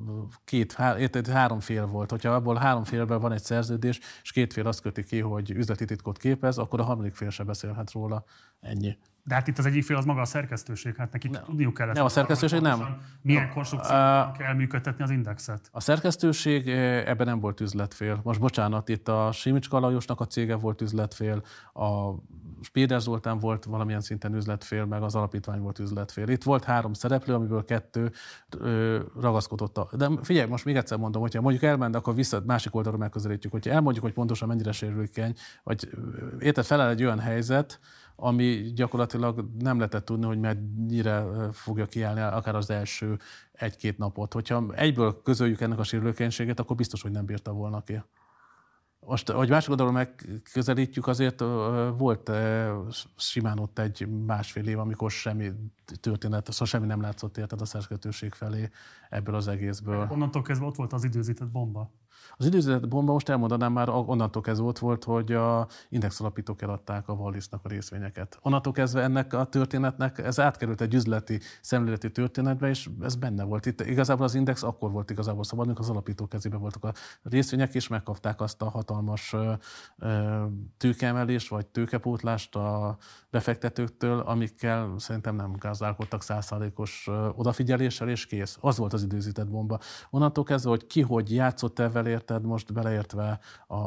három fél volt. Hogyha abból 3 félben van egy szerződés, és 2 fél azt köti ki, hogy üzleti titkot képez, akkor a harmadik fél se beszélhet róla. Ennyi. De hát itt az egyik fél az maga a szerkesztőség, hát nekik tudniuk kellett. Nem, a szerkesztőség nem. Milyen konstrukcióban kell működtetni az Indexet? A szerkesztőség ebben nem volt üzletfél. Most bocsánat, itt a Simicska Lajosnak a cége volt üzletfél, a Spéder Zoltán volt valamilyen szinten üzletfél, meg az alapítvány volt üzletfél. Itt volt 3 szereplő, amiből 2 ragaszkodott. De figyelj, most még egyszer mondom, hogyha mondjuk elment, akkor vissza másik oldalról megközelítjük. Hogyha elmondjuk, hogy pontosan mennyire sérülékeny, vagy érted, feláll egy olyan helyzet, ami gyakorlatilag nem lehetett tudni, hogy mennyire fogja kiállni akár az első 1-2 napot. Hogyha egyből közöljük ennek a sérülékenységet, akkor biztos, hogy nem bírta volna ki. Most, hogy másik oldalról megközelítjük, azért volt simán ott egy 1,5 év, amikor semmi történet, szóval semmi nem látszott érted a szerkesztőség felé ebből az egészből. Onnantól kezdve ott volt az időzített bomba. Az időzített bomba, most elmondanám már, onnantól kezdve ott volt, hogy a Index alapítók eladták a Wallisnak a részvényeket. Onnantól kezdve ennek a történetnek ez átkerült egy üzleti, szemléleti történetbe, és ez benne volt. Itt igazából az Index akkor volt igazából szabad, amikor az alapítók kezében voltak a részvények, és megkapták azt a hatalmas tőkeemelést, vagy tőkepótlást a befektetőktől, amikkel szerintem nem gazdálkodtak 100%-os odafigyeléssel, és kész. Az volt az időzített bomba. Onnantól kezdve, hogy ki hogy játszott ezzel, érted, most beleértve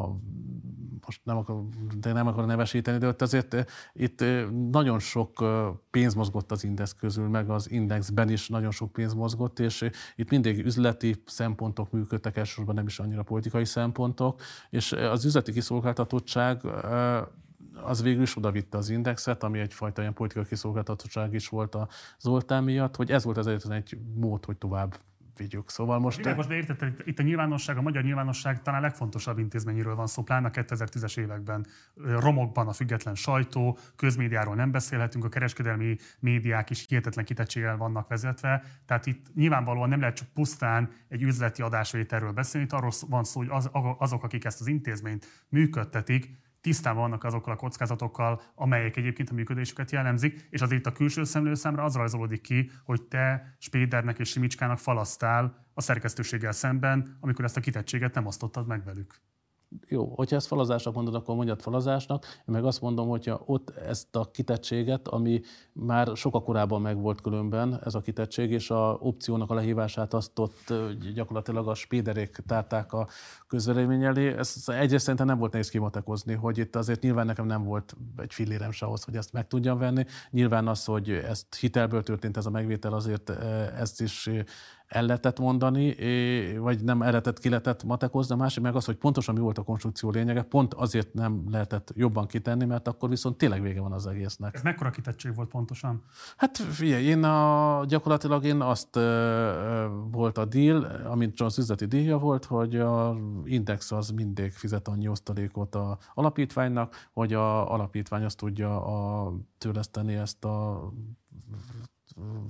most nem akarok nevesíteni, de ott azért itt nagyon sok pénz mozgott az Index közül, meg az Indexben is nagyon sok pénz mozgott, és itt mindig üzleti szempontok működtek, elsősorban nem is annyira politikai szempontok, és az üzleti kiszolgáltatottság az végül is odavitte az Indexet, ami egyfajta ilyen politikai kiszolgáltatottság is volt a Zoltán miatt, hogy ez volt az egyetlen egy mód, hogy tovább vigyük. Szóval most... De érted, itt a nyilvánosság, a magyar nyilvánosság talán legfontosabb intézményről van szó, pláne a 2010-es években. Romokban a független sajtó, közmédiáról nem beszélhetünk, a kereskedelmi médiák is hihetetlen kitettséggel vannak vezetve. Tehát itt nyilvánvalóan nem lehet csak pusztán egy üzleti adásvételről beszélni, itt arról van szó, hogy azok, akik ezt az intézményt működtetik, tisztában vannak azokkal a kockázatokkal, amelyek egyébként a működésüket jellemzik, és azért itt a külső szemlélő számra az rajzolódik ki, hogy te Spédernek és Simicskának falasztál a szerkesztőséggel szemben, amikor ezt a kitettséget nem osztottad meg velük. Jó, hogyha ezt falazásnak mondod, akkor mondjad falazásnak, én meg azt mondom, hogyha ott ezt a kitettséget, ami már sokkal korábban megvolt különben, ez a kitettség, és a opciónak a lehívását azt ott gyakorlatilag a Spéderék tárták a közvélemény elé. Ez egyrészt szerintem nem volt nehéz kimatekozni, hogy itt azért nyilván nekem nem volt egy fillérem se ahhoz, hogy ezt meg tudjam venni. Nyilván az, hogy ezt hitelből történt ez a megvétel, azért ezt is el lehetett mondani, vagy nem el lehetett, ki lehetett matekozni. A másik meg az, hogy pontosan mi volt a konstrukció lényege, pont azért nem lehetett jobban kitenni, mert akkor viszont tényleg vége van az egésznek. Ez mekkora kitettség volt pontosan? Hát figyelj, gyakorlatilag azt volt a deal, amit az üzleti díja volt, hogy az Index az mindig fizet annyi osztalékot az alapítványnak, hogy az alapítvány azt tudja törleszteni ezt a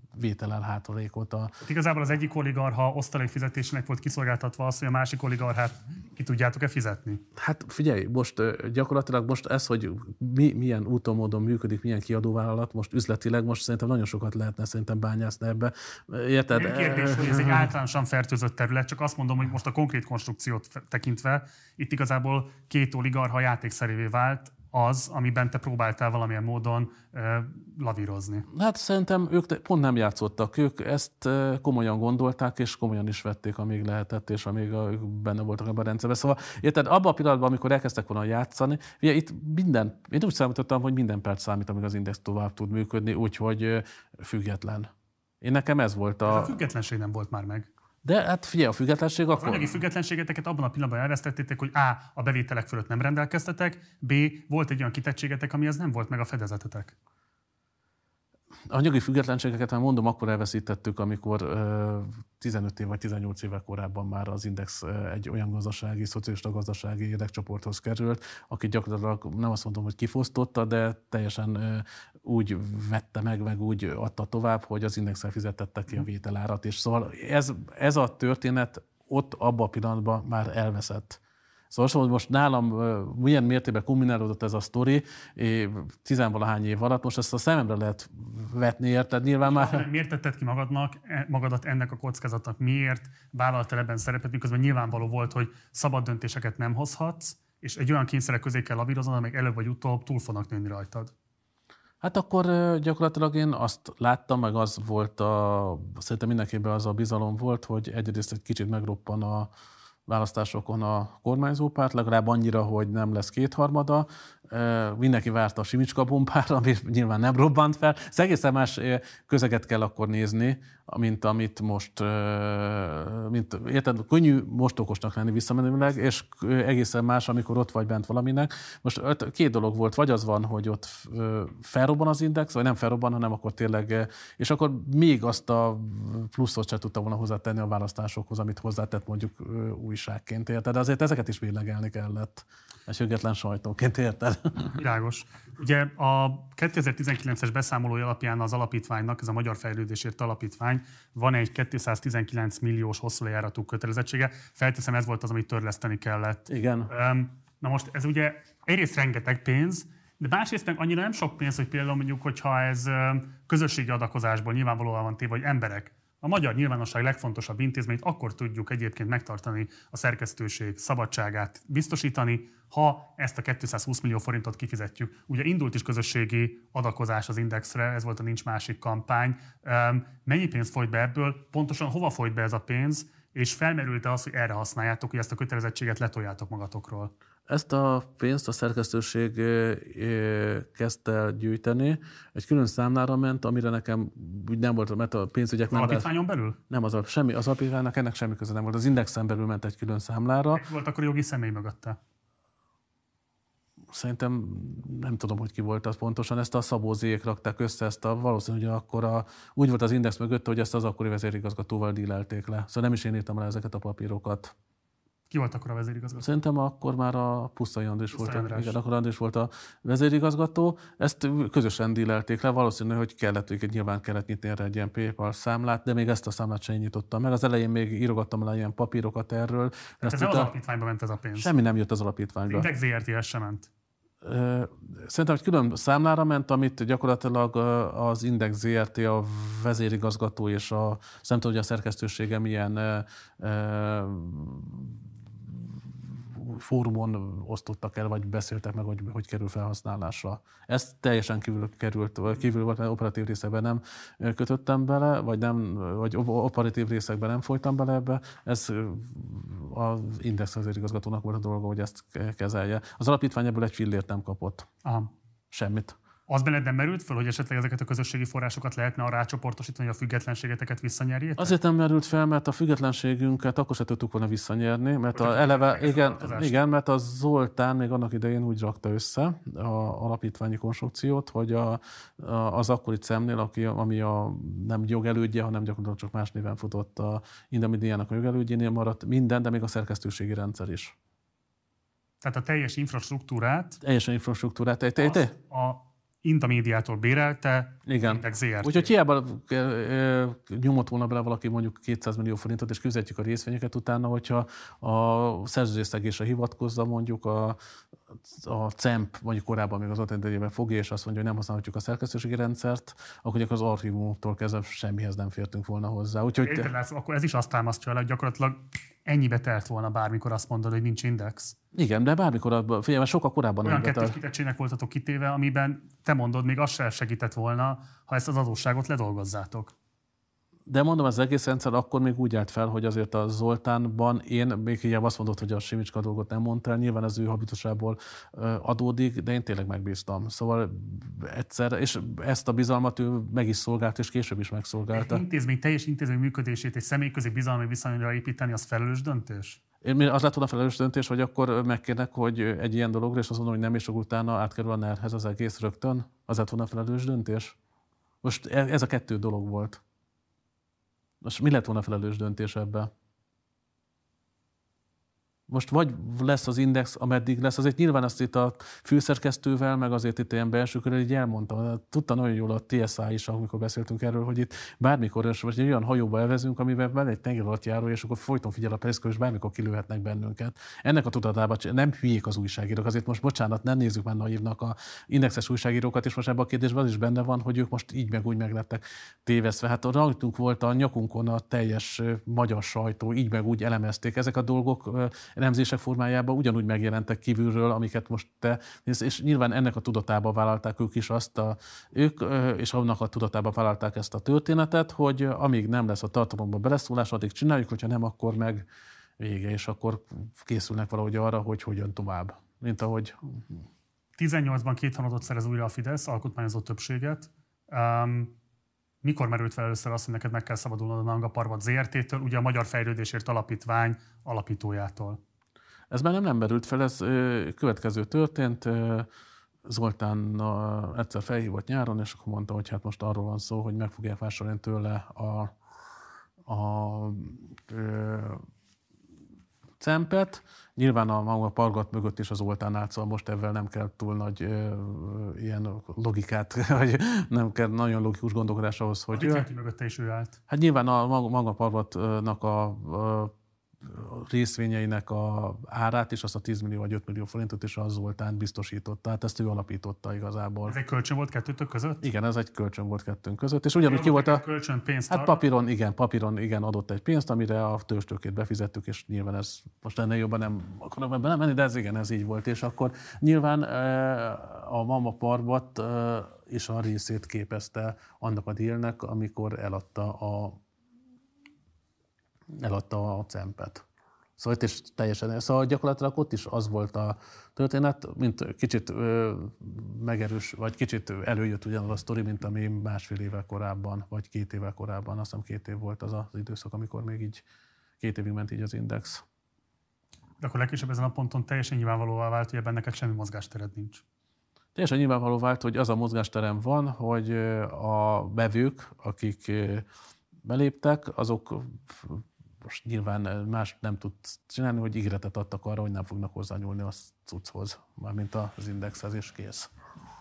vételel hátralékot. Igazából az egyik oligarcha osztalékfizetésének volt kiszolgáltatva az, hogy a másik oligarchát ki tudjátok-e fizetni? Hát figyelj, most gyakorlatilag most ez, hogy milyen úton, módon működik, milyen kiadóvállalat, most üzletileg, most szerintem nagyon sokat lehetne szerintem bányászni ebbe. Érted? Én kérdés, hogy ez egy általánosan fertőzött terület, csak azt mondom, hogy most a konkrét konstrukciót tekintve itt igazából két oligarcha játékszerévé vált az, amiben te próbáltál valamilyen módon lavírozni. Hát szerintem ők pont nem játszottak. Ők ezt komolyan gondolták, és komolyan is vették, amíg lehetett, és amíg ők benne voltak ebben a rendszerben. Szóval érted, abban a pillanatban, amikor elkezdtek volna játszani, ugye itt én úgy számítottam, hogy minden perc számít, amíg az Index tovább tud működni, úgyhogy független. Nekem ez volt Ez a függetlenség nem volt már meg. De hát figyelj, a függetlenség az akkor... anyagi függetlenségeteket abban a pillanatban elvesztettétek, hogy a bevételek fölött nem rendelkeztetek, volt egy olyan kitettségetek, amihez nem volt meg a fedezetetek. A anyagi függetlenségeket már mondom, akkor elveszítettük, amikor 15 év vagy 18 éve korábban már az Index egy olyan gazdasági, szocialista gazdasági érdekcsoporthoz került, aki gyakorlatilag nem azt mondom, hogy kifosztotta, de teljesen úgy vette meg úgy adta tovább, hogy az Indexel fizetette ki a vételárat. És szóval ez a történet ott abban a pillanatban már elveszett. Szóval hogy most nálam milyen mértékben kombinálódott ez a sztori, tizenvalahány év alatt, most ezt a szememre lehet vetni, érted? Nyilván már... Miért tetted ki magadat ennek a kockázatnak? Miért vállaltál ebben szerepet, miközben nyilvánvaló volt, hogy szabad döntéseket nem hozhatsz, és egy olyan kényszerek közé kell lavíroznod, amelyek előbb vagy utóbb túl fognak nőni rajtad? Hát akkor gyakorlatilag én azt láttam, meg az volt szerintem mindenképpen az a bizalom volt, hogy egyrészt egy kicsit megroppan a választásokon a kormányzópárt, legalább annyira, hogy nem lesz kétharmada. Mindenki várta a Simicska bombára, ami nyilván nem robbant fel. Ez egészen más közeget kell akkor nézni, mint amit most, érted, könnyű most okosnak lenni visszamenőleg, és egészen más, amikor ott vagy bent valaminek. Most két dolog volt, vagy az van, hogy ott felrobban az Index, vagy nem felrobban, hanem akkor tényleg, és akkor még azt a pluszot sem tudta volna hozzátenni a választásokhoz, amit hozzátett mondjuk újságként, érted? De azért ezeket is mérlegelni kellett. Egy független sajtóként, érted? Világos. Ugye a 2019-es beszámolója alapján az alapítványnak, ez a Magyar Fejlődésért Alapítvány, van egy 219 milliós hosszú lejáratú kötelezettsége. Felteszem, ez volt az, amit törleszteni kellett. Igen. Na most ez ugye egyrészt rengeteg pénz, de másrészt meg annyira nem sok pénz, hogy például mondjuk, hogyha ez közösségi adakozásból nyilvánvalóan van téve, hogy emberek, a magyar nyilvánosság legfontosabb intézményt akkor tudjuk egyébként megtartani a szerkesztőség szabadságát biztosítani, ha ezt a 220 millió forintot kifizetjük. Ugye indult is közösségi adakozás az Indexre, ez volt a Nincs Másik kampány. Mennyi pénz folyt be ebből? Pontosan hova folyt be ez a pénz? És felmerült-e az, hogy erre használjátok, hogy ezt a kötelezettséget letoljátok magatokról? Ezt a pénzt a szerkesztőség kezdte gyűjteni. Egy külön számlára ment, amire nekem úgy nem volt, mert a pénzügyek nem... Alapítványon belül? Nem, az alapítványnak ennek semmi köze nem volt. Az Indexen belül ment egy külön számlára. Volt akkor jogi személy mögötte? Szerintem nem tudom, hogy ki volt az pontosan. Ezt a Szabó Zék rakták össze, valószínűleg akkor úgy volt az Index mögött, hogy ezt az akkori vezérigazgatóval dílelték le. Szóval nem is én írtam le ezeket a papírokat. Ki volt akkor a vezérigazgató? Szerintem akkor már a Pusztai András volt. Igen, akkor András volt a vezérigazgató. Ezt közösen dílelték le. Valószínű, hogy nyilván kellett nyitni erre egy ilyen PayPal számlát, de még ezt a számlát sem nyitottam meg. Az elején még írogattam le ilyen papírokat erről. Ez nem az alapítványba ment ez a pénz? Semmi nem jött az alapítványba. Az Index ZRT-hez sem ment? Szerintem egy külön számlára ment, amit gyakorlatilag az Index ZRT, a vezérigazgató és nem tudom, hogy a szerkesztősége milyen fórumon osztottak el, vagy beszéltek meg, hogy kerül felhasználásra. Ez teljesen kívül volt, mert operatív részekben nem kötöttem bele, vagy operatív részekben nem folytam bele ebbe. Ez az Index vezérigazgatónak volt a dolga, hogy ezt kezelje. Az alapítvány ebből egy fillért nem kapott. Aha. Semmit. Az benned nem merült föl, hogy esetleg ezeket a közösségi forrásokat lehetne arra rácsoportosítani, hogy a függetlenségeteket visszanyerjétek? Azért nem merült fel, mert a függetlenségünket akkor se tudtuk volna visszanyerni, mert mert a Zoltán még annak idején úgy rakta össze az alapítványi konstrukciót, hogy az akkori CEM-nél, ami nem jogelődje, hanem gyakorlatilag csak más néven futott a Indomidiának a jogelődjénél maradt minden, de még a szerkesztőségi rendszer is. Tehát a teljes infrastruktúrát... Teljesen infrastruktúrát. Inta médiától bérelte, igen. Index ZRT. Úgyhogy hiába nyomott volna bele valaki mondjuk 200 millió forintot, és fizetjük a részvényeket utána, hogyha a szerződésszegésre hivatkozza mondjuk a CEMP, mondjuk korábban még az atentegyében fogja, és azt mondja, hogy nem használhatjuk a szerkesztőségi rendszert, akkor az archívumtól kezdve semmihez nem fértünk volna hozzá. Úgyhogy akkor ez is azt támasztja le, hogy gyakorlatilag ennyibe telt volna bármikor azt mondod, hogy nincs Index. Igen, de bármikor, figyelj, sokkal korábban olyan kettős kitettségnek voltatok kitéve, amiben te mondod, még az sem segített volna, ha ezt az adósságot ledolgozzátok. De mondom, az egész rendszer akkor még úgy állt fel, hogy azért a Zoltánban még hiába azt mondott, hogy a Simicska dolgot nem mondta el, nyilván az ő habitusából adódik, de én tényleg megbíztam. Szóval egyszer, és ezt a bizalmat ő meg is szolgált, és később is megszolgálta. Teljes intézmény működését egy személyközi bizalmi viszonyra építeni, az felelős döntés? Az lett volna felelős döntés, hogy akkor megkérnek, hogy egy ilyen dologra, és azt mondom, hogy nem, és utána átkerül a NER-hez az egész rögtön. Az lett volna felelős döntés? Most ez a kettő dolog volt. Most mi lett volna felelős döntés ebben? Most vagy lesz az Index, ameddig lesz, azért nyilván azt itt a főszerkesztővel, meg azért itt ilyen belső körül így elmondtam. Tudta nagyon jól a TSA is, amikor beszéltünk erről, hogy itt bármikor, vagy egy olyan hajóba elvezünk, amiben van egy tengeralattjáró, és akkor folyton figyel a periszkóp, és bármikor kilőhetnek bennünket. Ennek a tudatában nem hülyék az újságírók. Azért most bocsánat, nem nézzük már naívnak a indexes újságírókat, és most ebben a kérdésben az is benne van, hogy ők most így meg úgy meg lettek tévesztve. Hát rajtunk volt a nyakunkon a teljes magyar sajtó, így meg úgy elemezték. Ezek a dolgok elemzések formájában ugyanúgy megjelentek kívülről, amiket most te nézd, és nyilván ennek a tudatába vállalták ők is ők, és annak a tudatába vállalták ezt a történetet, hogy amíg nem lesz a tartalomba beleszólás, addig csináljuk, hogyha nem, akkor meg vége, és akkor készülnek valahogy arra, hogy hogyan tovább. Mint ahogy... 18-ban kétharmadot szerez újra a Fidesz, alkotmányozó többséget. Mikor merült fel először azt, hogy neked meg kell szabadulnod a Nanga Parvat ZRT-től, ugye a Magyar Fejlődésért Alapítvány alapítójától? Ez már nem merült fel, ez következő történt. Zoltán egyszer felhívott nyáron, és akkor mondta, hogy hát most arról van szó, hogy meg fogják vásárolni tőle a CEMP-et. Nyilván a maga Pargat mögött is az Zoltán állt, szóval most ebben nem kell túl nagy ilyen logikát, vagy nem kell nagyon logikus gondolkodás ahhoz, hogy... Mit jelenti mögötte is ő állt? Hát nyilván a maga Pargatnak a részvényeinek a árát is, azt a 10 millió vagy 5 millió forintot is az Zoltán biztosította. Tehát ezt ő alapította igazából. Ez egy kölcsön volt kettőtök között? Igen, ez egy kölcsön volt kettőnk között. És ugyanúgy ki volt a... Kölcsön pénzt hát papíron igen, adott egy pénzt, amire a tőzsdőkét befizettük, és nyilván ez most ennél jobban nem akarok ebben nem menni, de ez így volt. És akkor nyilván a Mama Parvat is a részét képezte annak a dílnek, amikor eladta a CEMP-et. Szóval és teljesen, szóval gyakorlatilag ott is az volt a történet, mint kicsit megerős, vagy kicsit előjött ugyanaz a sztori, mint ami másfél évvel korábban, vagy 2 évvel korábban, azt hiszem 2 év volt az időszak, amikor még így 2 évig ment így az Index. De akkor legkésőbb ezen a ponton teljesen nyilvánvalóvá vált, hogy ebben neked semmi mozgástered nincs. Teljesen nyilvánvaló vált, hogy az a mozgásterem van, hogy a vevők, akik beléptek, azok most nyilván más nem tud csinálni, hogy ígéretet adtak arra, hogy nem fognak hozzányúlni a cucchoz, mármint az Indexhez, és kész.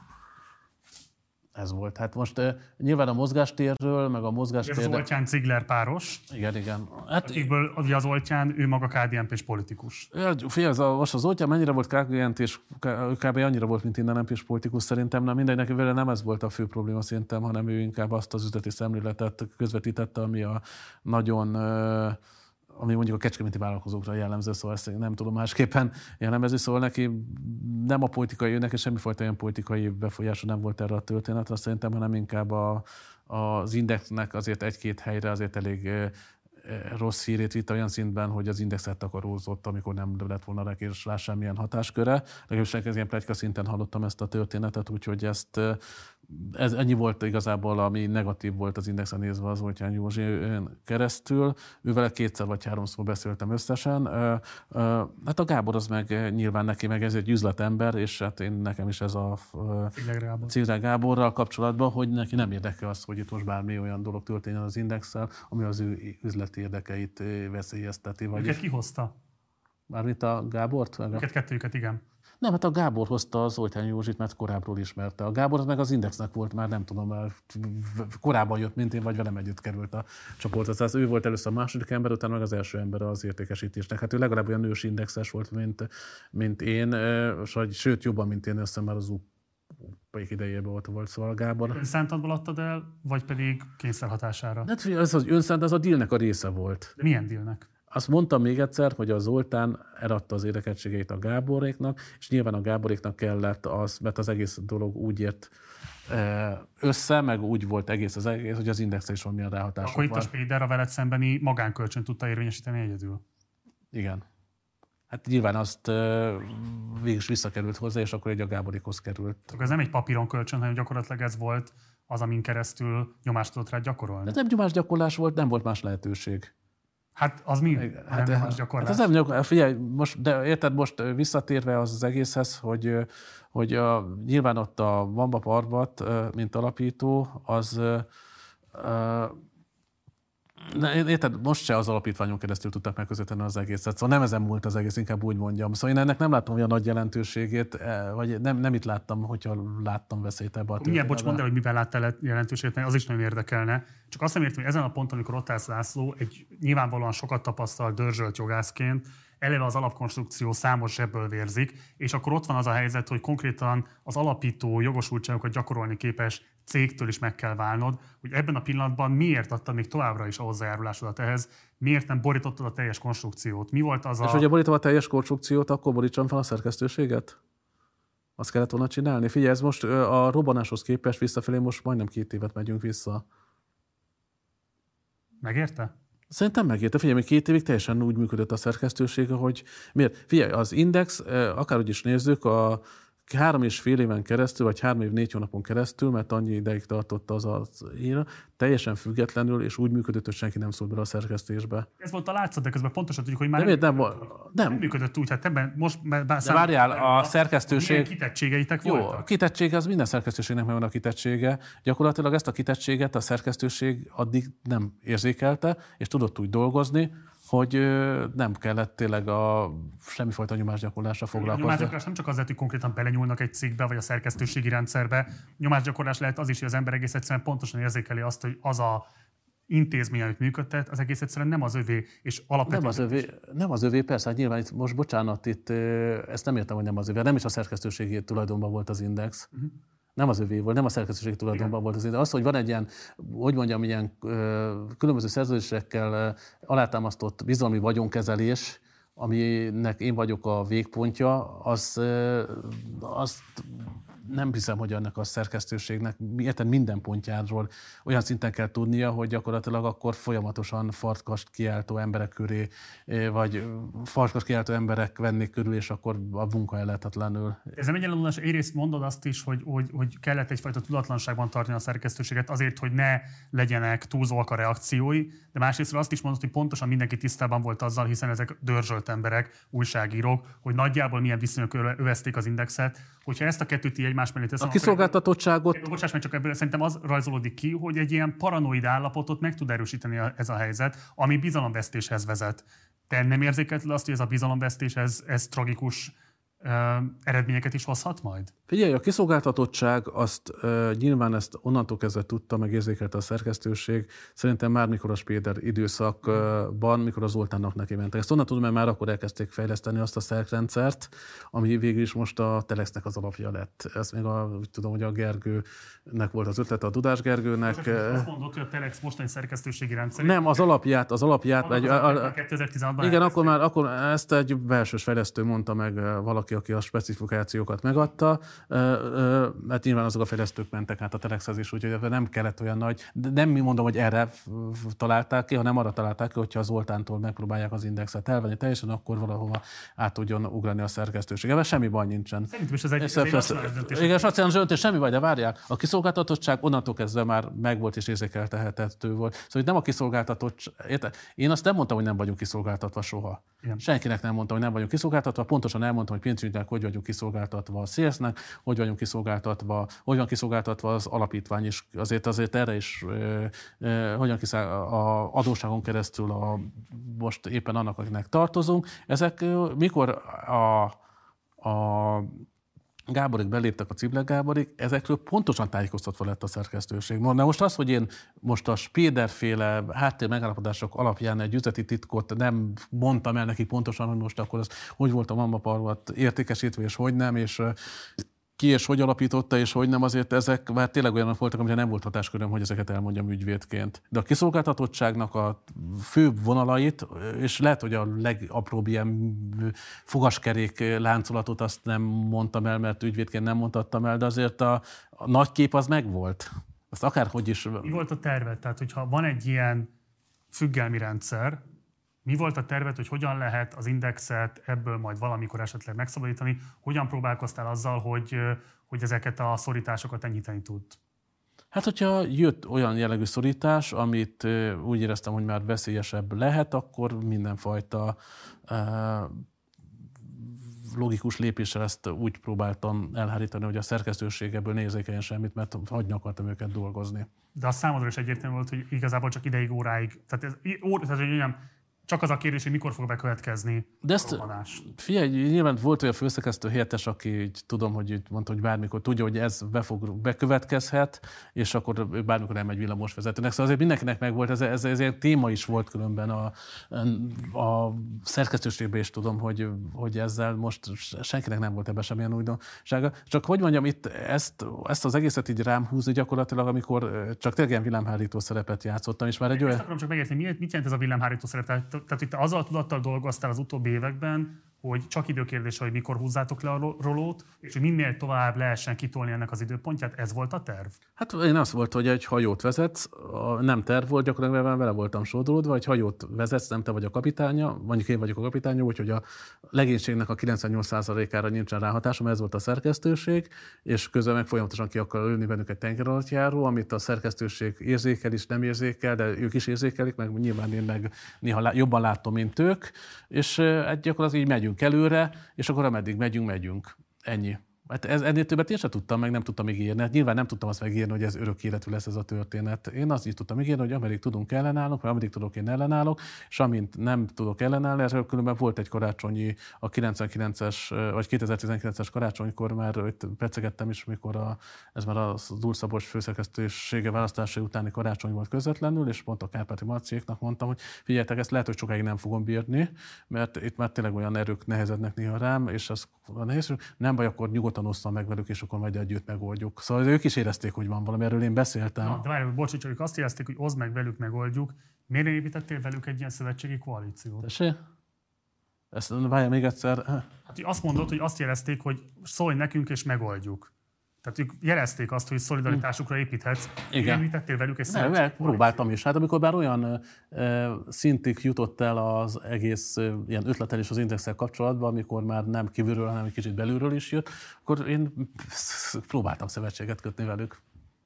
Ez volt. Hát most nyilván a mozgástérről, meg a mozgástér... Ez az Zoltyán-Cigler páros. Igen. Hát, akikből ugye az Zoltyán, ő maga KDNP-s politikus. Figyelj, most az Zoltyán mennyire volt KDNP-s, kb. Annyira volt, mint innen NP-s politikus szerintem. Nem mindenki vele nem ez volt a fő probléma szerintem, hanem ő inkább azt az üzleti szemléletet közvetítette, ami a nagyon... ami mondjuk a kecskeméti vállalkozókra jellemző, szóval ezt nem tudom másképpen jellemző, szóval neki nem a politikai, neki semmifajta olyan politikai befolyása nem volt erre a történetre, szerintem, hanem inkább az Indexnek azért egy-két helyre azért elég rossz hírét vitte olyan szintben, hogy az Indexet takarózott, amikor nem lett volna neki rá semmilyen hatásköre. Legalábbis ilyen pletyka szinten hallottam ezt a történetet, úgyhogy ez ennyi volt igazából, ami negatív volt az Indexen nézve az Zoltyán Józsén keresztül. Ővele 2 vagy 3 beszéltem összesen. Hát a Gábor az meg nyilván neki meg ez egy üzletember, és hát nekem is ez a Cigler Gáborral kapcsolatban, hogy neki nem érdekel az, hogy itt most bármi olyan dolog történjen az Indexsel, ami az ő üzleti érdekeit veszélyezteti. Őket ki hozta? Mármint a Gábort? Őket kettőjüket, igen. Nem, hát a Gábor hozta az Zoltán Józsit, mert korábbról ismerte. A Gábor az meg az Indexnek volt, már nem tudom, korábban jött, mint én, vagy velem együtt került a csoporthoz. Tehát ő volt először a második ember, utána meg az első ember az értékesítésnek. Hát ő legalább olyan nős indexes volt, mint én, sőt jobban, mint én, össze már az UP idejében volt, szóval a Gábor. Önszántadból adtad el, vagy pedig kényszerhatására? Hát ez az önszánt, ez a dealnek a része volt. De milyen dealnek? Azt mondtam még egyszer, hogy a Zoltán eladta az érdekeltségeit a Gáboréknak, és nyilván a Gáboréknak kellett az, mert az egész dolog úgy ért össze, meg úgy volt az egész, hogy az Indexre is valamilyen ráhatások van. Akkor itt a Spéder a veled szembeni magánkölcsön tudta érvényesíteni egyedül? Igen. Hát nyilván azt végül is visszakerült hozzá, és akkor egy a Gáborékhoz került. Akkor ez nem egy papíron kölcsön, hanem gyakorlatilag ez volt az, amin keresztül nyomást tudott rá gyakorolni? Ez nem nyomásgyakorlás volt, nem volt más lehetőség. Hát az mi? Hát az nem figyelj, de érted, most visszatérve az egészhez, hogy nyilván ott a Vamba Parbat, mint alapító, az érted, most se az alapítványon keresztül tudtak megközelíteni az egészet. Szóval nem ezen múlt az egész, inkább úgy mondjam. Szóval én ennek nem láttam olyan nagy jelentőségét, vagy nem itt láttam, hogyha láttam veszélyt ebbe a történetbe. Milyen, bocs, mondd el, hogy miben láttál jelentőséget, mert az is nagyon érdekelne. Csak azt nem értem, hogy ezen a ponton, amikor ott állsz, László, egy nyilvánvalóan sokat tapasztalt, dörzsölt jogászként, eleve az alapkonstrukció számos zsebből vérzik, és akkor ott van az a helyzet, hogy konkrétan az alapító jogosultságokat gyakorolni képes cégtől is meg kell válnod, hogy ebben a pillanatban miért adtad még továbbra is a hozzájárulásodat ehhez, miért nem borítottad a teljes konstrukciót? Mi volt az és hogyha borítom a teljes konstrukciót, akkor borítsam fel a szerkesztőséget? Azt kellett volna csinálni? Figyelj, ez most a robbanáshoz képest visszafelé most majdnem 2 évet megyünk vissza. Megérte? Szerintem megérte. Figyelj, még 2 évig teljesen úgy működött a szerkesztősége, hogy miért? Figyelj, az Index, akárhogy is nézzük, a 3,5 éven keresztül, vagy 3 év 4 hónapon keresztül, mert annyi ideig tartott az éra, teljesen függetlenül, és úgy működött, hogy senki nem szólt bele a szerkesztésbe. Ez volt a látszat, de közben pontosan tudjuk, hogy már nem működött úgy. Hát ebben most de várjál, a szerkesztőség... Milyen kitettségeitek voltak? Jó, a kitettsége az minden szerkesztőségnek megvan a kitettsége. Gyakorlatilag ezt a kitettséget a szerkesztőség addig nem érzékelte, és tudott úgy dolgozni, hogy nem kellett tényleg semmifajta nyomásgyakorlásra foglalkozni. A nyomásgyakorlás nem csak az lehet, hogy konkrétan belenyúlnak egy cikkbe, vagy a szerkesztőségi rendszerbe. Nyomásgyakorlás lehet az is, hogy az ember egész egyszerűen pontosan érzékeli azt, hogy az a intézmény, amit működtet, az egész egyszerűen nem az övé, és alapvetően... Nem az övé, persze, hát nyilván itt most bocsánat, ezt nem értem, hogy nem az övé, nem is a szerkesztőségi tulajdonban volt az Index. Nem az övé volt, nem a szerkesztőség tulajdonban volt az ide. Az, hogy van egy ilyen, hogy mondjam, ilyen különböző szerződésekkel alátámasztott bizalmi vagyonkezelés, aminek én vagyok a végpontja, az nem hiszem, hogy annak a szerkesztőségnek minden pontjáról olyan szinten kell tudnia, hogy gyakorlatilag akkor folyamatosan farkast kiáltó emberek köré, vagy farkast kiáltó emberek vennék körül, és akkor a munka ellehetetlenül. Ez nem egyenlően, egyrészt mondod azt is, hogy kellett egyfajta tudatlanságban tartani a szerkesztőséget azért, hogy ne legyenek túlzóak a reakciói, de másrészt azt is mondod, hogy pontosan mindenki tisztában volt azzal, hiszen ezek dörzsölt emberek, újságírók, hogy nagyjából milyen viszonyok övezték az Indexet, hogyha ezt a kettőt így egymás mellé teszem. A kiszolgáltatottságot... Bocsáss meg, csak ebből szerintem az rajzolódik ki, hogy egy ilyen paranoid állapotot meg tud erősíteni ez a helyzet, ami bizalomvesztéshez vezet. Te nem érzékelted azt, hogy ez a bizalomvesztés, ez tragikus eredményeket is hozhat majd? Figyelj, a kiszolgáltatottság, azt nyilván ezt onnantól kezdve tudta, meg érzékelte a szerkesztőség, szerintem már mikor a Spéder időszakban, mikor az Zoltánnak neki mentek. Ezt onnan tudom, mert már akkor elkezdték fejleszteni azt a szerkrendszert, ami végül is most a Telexnek az alapja lett. Ezt még tudom, hogy a Gergőnek volt az ötlete, a Dudás Gergőnek. Azt mondod, hogy a Telex mostani szerkesztőségi rendszer. Nem, az alapját. 2016-ban igen, akkor ezt egy belsős fejlesztő mondta meg valaki, aki a specifikációkat megadta, mert nyilván azok a fejlesztők mentek át a Telexhez is, úgyhogy nem kellett olyan nagy, de nem mondom, hogy erre találták ki, hanem arra találták ki, hogyha az Zoltántól megpróbálják az Indexet elvenni teljesen, akkor valahova át tudjon ugrani a szerkesztőség. Ebben semmi baj nincsen. Szerintem is ez egy racionális döntés. Igen, racionális döntés, semmi baj, de várjál. A kiszolgáltatottság onnantól kezdve már megvolt és érzékeltehető volt. Szóval nem a kiszolgáltatottság. Én azt nem mondtam, hogy nem vagyunk kiszolgáltatva soha. Igen. Senkinek nem mondtam, hogy nem vagyunk kiszolgáltatva, pontosan elmondtam, hogy pénzügyileg hogy vagyunk kiszolgáltatva a szélsznek, hogy vagyunk kiszolgáltatva, hogy van kiszolgáltatva az alapítvány is, azért erre is, hogyan a adósságon keresztül most éppen annak, akinek tartozunk. Ezek mikor a Gáborék beléptek, a Cibler Gáborék, ezekről pontosan tájékoztatva lett a szerkesztőség. Na most az, hogy én most a Spéder-féle háttér megállapodások alapján egy üzleti titkot nem mondtam el neki pontosan, hogy most akkor az hogy volt a Mama Parvat értékesítve, és hogy nem, és ki és hogy alapította, és hogy nem, azért ezek már tényleg olyanok voltak, amire nem volt hatásköröm, hogy ezeket elmondjam ügyvédként. De a kiszolgáltatottságnak a fő vonalait, és lehet, hogy a legapróbb ilyen fogaskerék láncolatot azt nem mondtam el, mert ügyvédként nem mondhattam el, de azért a nagy kép az megvolt. Azt akárhogy is... Mi volt a terved? Tehát, hogyha van egy ilyen függelmi rendszer, mi volt a terved, hogy hogyan lehet az Indexet ebből majd valamikor esetleg megszabadítani? Hogyan próbálkoztál azzal, hogy ezeket a szorításokat enyhíteni tud? Hát, hogyha jött olyan jellegű szorítás, amit úgy éreztem, hogy már veszélyesebb lehet, akkor mindenfajta logikus lépéssel ezt úgy próbáltam elhárítani, hogy a szerkesztőség ebből ne érzékeljen semmit, mert hagyni akartam őket dolgozni. De a számodra is egyértelmű volt, hogy igazából csak ideig, óráig. Tehát csak az a kérdés, hogy mikor fog bekövetkezni de a robbanás. Figyelj, nyilván volt olyan főszerkesztő helyettes, aki így, tudom, hogy mondta, hogy bármikor tudja, hogy ez bekövetkezhet, és akkor bármikor elmegy villamosvezetőnek. Szóval azért mindenkinek megvolt, ez egy téma is volt különben a szerkesztőségben is tudom, hogy ezzel most senkinek nem volt ebben semmilyen újdonsága. Csak hogy mondjam, itt ezt az egészet így rám húzni gyakorlatilag, amikor csak tényleg ilyen villámhárító szerepet játszottam, és már egy olyan... Ezt akarom csak megérteni, mit jelent ez a villámhárító szerep? Tehát itt azzal a tudattal dolgoztál az utóbbi években, hogy csak időkérdés, hogy mikor húzzátok le a rolót, és hogy minél tovább lehessen kitolni ennek az időpontját. Ez volt a terv? Hát én azt volt, hogy egy hajót vezetsz, nem terv volt, gyakorlatilag vele voltam sodródva, egy hajót vezetsz, nem te vagy a kapitánya, mondjuk én vagyok a kapitánya, úgyhogy a legénységnek a 98%-ára nincsen ráhatásom, ez volt a szerkesztőség, és közben meg folyamatosan ki akar lőni bennük egy tengeralattjáró, amit a szerkesztőség érzékel is, nem érzékel, de ők is érzékelik, meg nyilván én meg néha jobban látom, mint ők, és gyakorlatilag így megyünk előre, és akkor ameddig megyünk. Ennyi. Hát ennél többet én sem tudtam, meg nem tudtam ígérni. Hát nyilván nem tudtam azt megírni, hogy ez örök életű lesz ez a történet. Én azt így tudtam ígérni, hogy ameddig tudunk ellenállunk, vagy ameddig tudok én ellenállok, és amint nem tudok ellenállni, ezzel különben volt egy karácsonyi, a 99-es, vagy 2019-es karácsonykor már itt pecegettem is, mikor ez már a Dúl Szabolcs főszerkesztősége választása utáni karácsony volt közvetlenül, és pont a Kárpáti Marciéknak mondtam, hogy figyeljetek, ezt lehet, hogy sokáig nem fogom bírni, mert itt már tényleg olyan erők nehezednek néha rám, és ez a nehéz, nem baj, akkor nyugodtan osszam meg velük, és akkor majd együtt megoldjuk. Szóval ők is érezték, hogy van valami, erről én beszéltem. Na, de várj, bocs, csak ők azt érezték, hogy oszd meg velük, megoldjuk. Miért nem építettél velük egy ilyen szövetségi koalíciót? Tessék? Ezt várja még egyszer. Hát azt mondod, hogy azt jelezték, hogy szólj nekünk és megoldjuk. Tehát ők jelezték azt, hogy szolidaritásukra építhetsz. Igen. Építettél velük egy szövetségi próbáltam is. Hát amikor bár olyan szintig jutott el az egész ilyen ötletelés az Indexsel kapcsolatban, amikor már nem kívülről, hanem egy kicsit belülről is jött, akkor én próbáltam szövetséget kötni velük.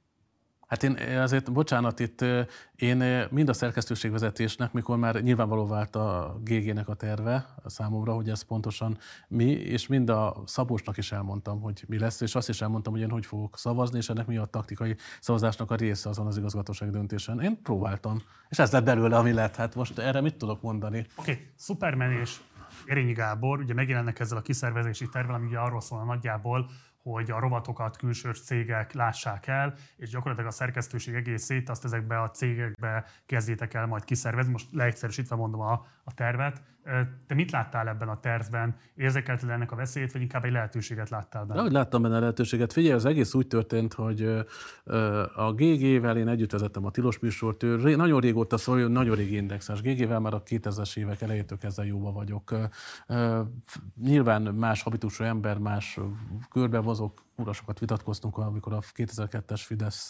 Hát én azért, bocsánat, itt én mind a szerkesztőségvezetésnek, mikor már nyilvánvaló vált a GG-nek a terve számomra, hogy ez pontosan mi, és mind a Szabolcsnak is elmondtam, hogy mi lesz, és azt is elmondtam, hogy én hogy fogok szavazni, és ennek mi a taktikai szavazásnak a része azon az igazgatóság döntésen. Én próbáltam, és ez lett belőle, ami lett. Hát most erre mit tudok mondani? Oké, Superman és Érényi Gábor ugye megjelennek ezzel a kiszervezési tervvel, ami ugye arról szól nagyjából, hogy a rovatokat külsős cégek lássák el, és gyakorlatilag a szerkesztőség egészét azt ezekbe a cégekbe kezdjétek el majd kiszervezni. Most leegyszerűsítve mondom a tervet. Te mit láttál ebben a tervben? Érzékelted ennek a veszélyét, vagy inkább egy lehetőséget láttál benne? Ahogy láttam benne a lehetőséget. Figyelj, az egész úgy történt, hogy a GG-vel én együtt vezettem a tilos műsort. Ő nagyon régóta szól, nagyon régi Indexes. GG-vel már a 2000-es évek elejétől kezdve jóba vagyok. Nyilván más habitusú ember, más körben mozog, urasokat vitatkoztunk, amikor a 2002-es Fidesz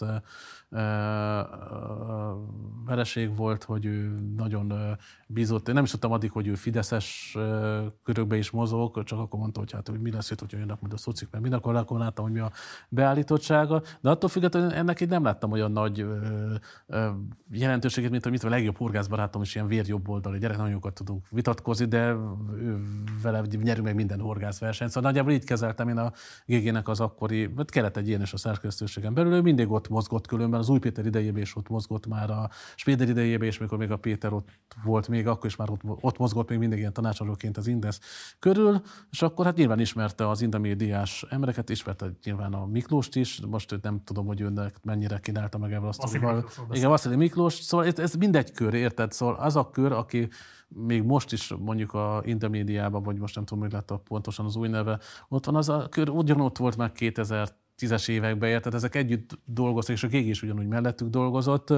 vereség volt, hogy ő nagyon bízott. Én nem is tudtam addig, hogy ő fideszes körökbe is mozog, csak akkor mondta, hogy hát hogy mi lesz itt, hogyha jönnek majd a szocik, mert mindenkor akkor láttam, hogy mi a beállítottsága. De attól függetlenül ennek így nem láttam olyan nagy jelentőséget, mint hogy a legjobb horgászbarátom is ilyen vérjobb oldali gyerek, nagyon jókat tudunk vitatkozni, de vele nyerünk meg minden horgászversenyt. Szóval nagyjából így kezeltem én a GG-nek az akkori, kellett egy ilyen is a szerkesztőségen belül, ő mindig ott mozgott különben, az Új Péter idejében is ott mozgott már a Spéder idejében, és mikor még a Péter ott volt még, akkor is már ott mozgott még mindig ilyen tanácsadóként az Index körül, és akkor hát nyilván ismerte az Indamédiás embereket, ismerte nyilván a Miklóst is, most nem tudom, hogy önnek mennyire kínálta meg ebből azt, igen, Vasili Miklós, szóval ez mindegy kör, érted? Szóval az a kör, aki még most is mondjuk a Indamédiában, vagy most nem tudom, hogy lett pontosan az új neve, ott van az a kör, ugyanott volt már 2010-es években, tehát ezek együtt dolgoztak, és a GG is ugyanúgy mellettük dolgozott.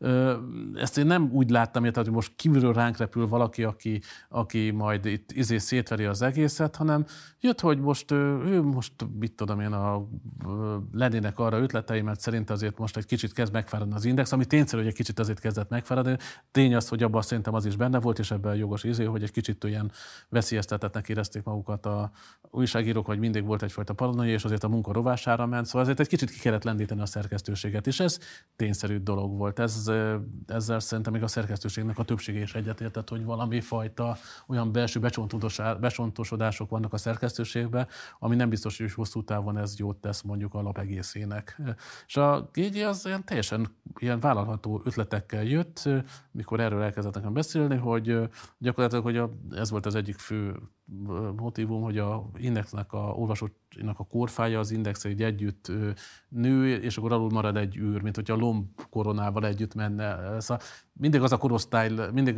Ezt én nem úgy láttam, hogy most kívülről ránk repül valaki, aki majd itt szétveri az egészet, hanem jött, hogy most ő most, mit tudom én, lennének arra ötletei, mert szerint azért most egy kicsit kezd megfáradni az Index, ami tényszerű, hogy egy kicsit azért kezdett megfáradni. Tény az, hogy abban szerintem az is benne volt, és ebben jogos hogy egy kicsit olyan veszélyeztetetnek érezték magukat a újságírók, hogy mindig volt egyfajta paranoia, és azért a munka rovására ment, szóval azért egy kicsit ki kellett lendíteni a szerkesztőséget, és ez tényszerű dolog volt. Ezzel szerintem még a szerkesztőségnek a többsége is egyetértett, hogy valami fajta olyan belső becsontosodások vannak a szerkesztőségben, ami nem biztos, hogy hosszú távon ez jót tesz mondjuk a lap egészének. És a GG az ilyen teljesen ilyen vállalható ötletekkel jött, mikor erről elkezdett nekem beszélni, hogy gyakorlatilag hogy ez volt az egyik fő motívum, hogy a Indexnek a olvasóinak a korfája, az Index egy együtt nő, és akkor alul marad egy űr, mint hogyha a lomb koronával együtt menne. Szóval mindig az a korosztály, mindig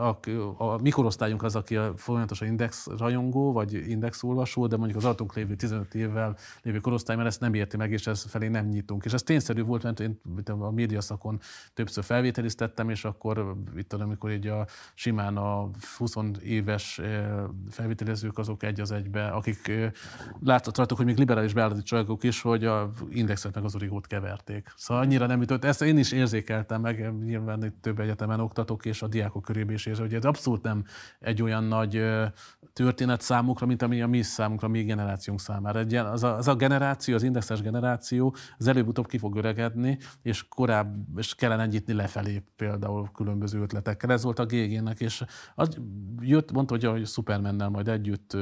a mi korosztályunk az, aki folyamatosan Index rajongó, vagy Index olvasó, de mondjuk az alatunk lévő 15 évvel lévő korosztály, mert ezt nem érti meg, és ez felé nem nyitunk. És ez tényszerű volt, mert én a médiaszakon többször felvételiztettem, és akkor itt amikor így simán a 20 éves felvételezők azok egy az egybe, akik látszott rajtuk, hogy még liberális beállati csalagok is, hogy a Indexet meg az Origót keverték. Szóval annyira nem ütött. Ezt én is érzékeltem meg, nyilván itt több egyetemen oktatok, és a diákok körében is érzem, hogy ez abszolút nem egy olyan nagy történet számukra, mint ami a mi számunkra, a mi generációnk számára. Az a generáció, az indexes generáció, az előbb-utóbb ki fog öregedni, és és kellene nyitni lefelé például különböző ötletekkel. Ez volt a GG-nek, és az jött, mondta, hogy a Supermannel majd együtt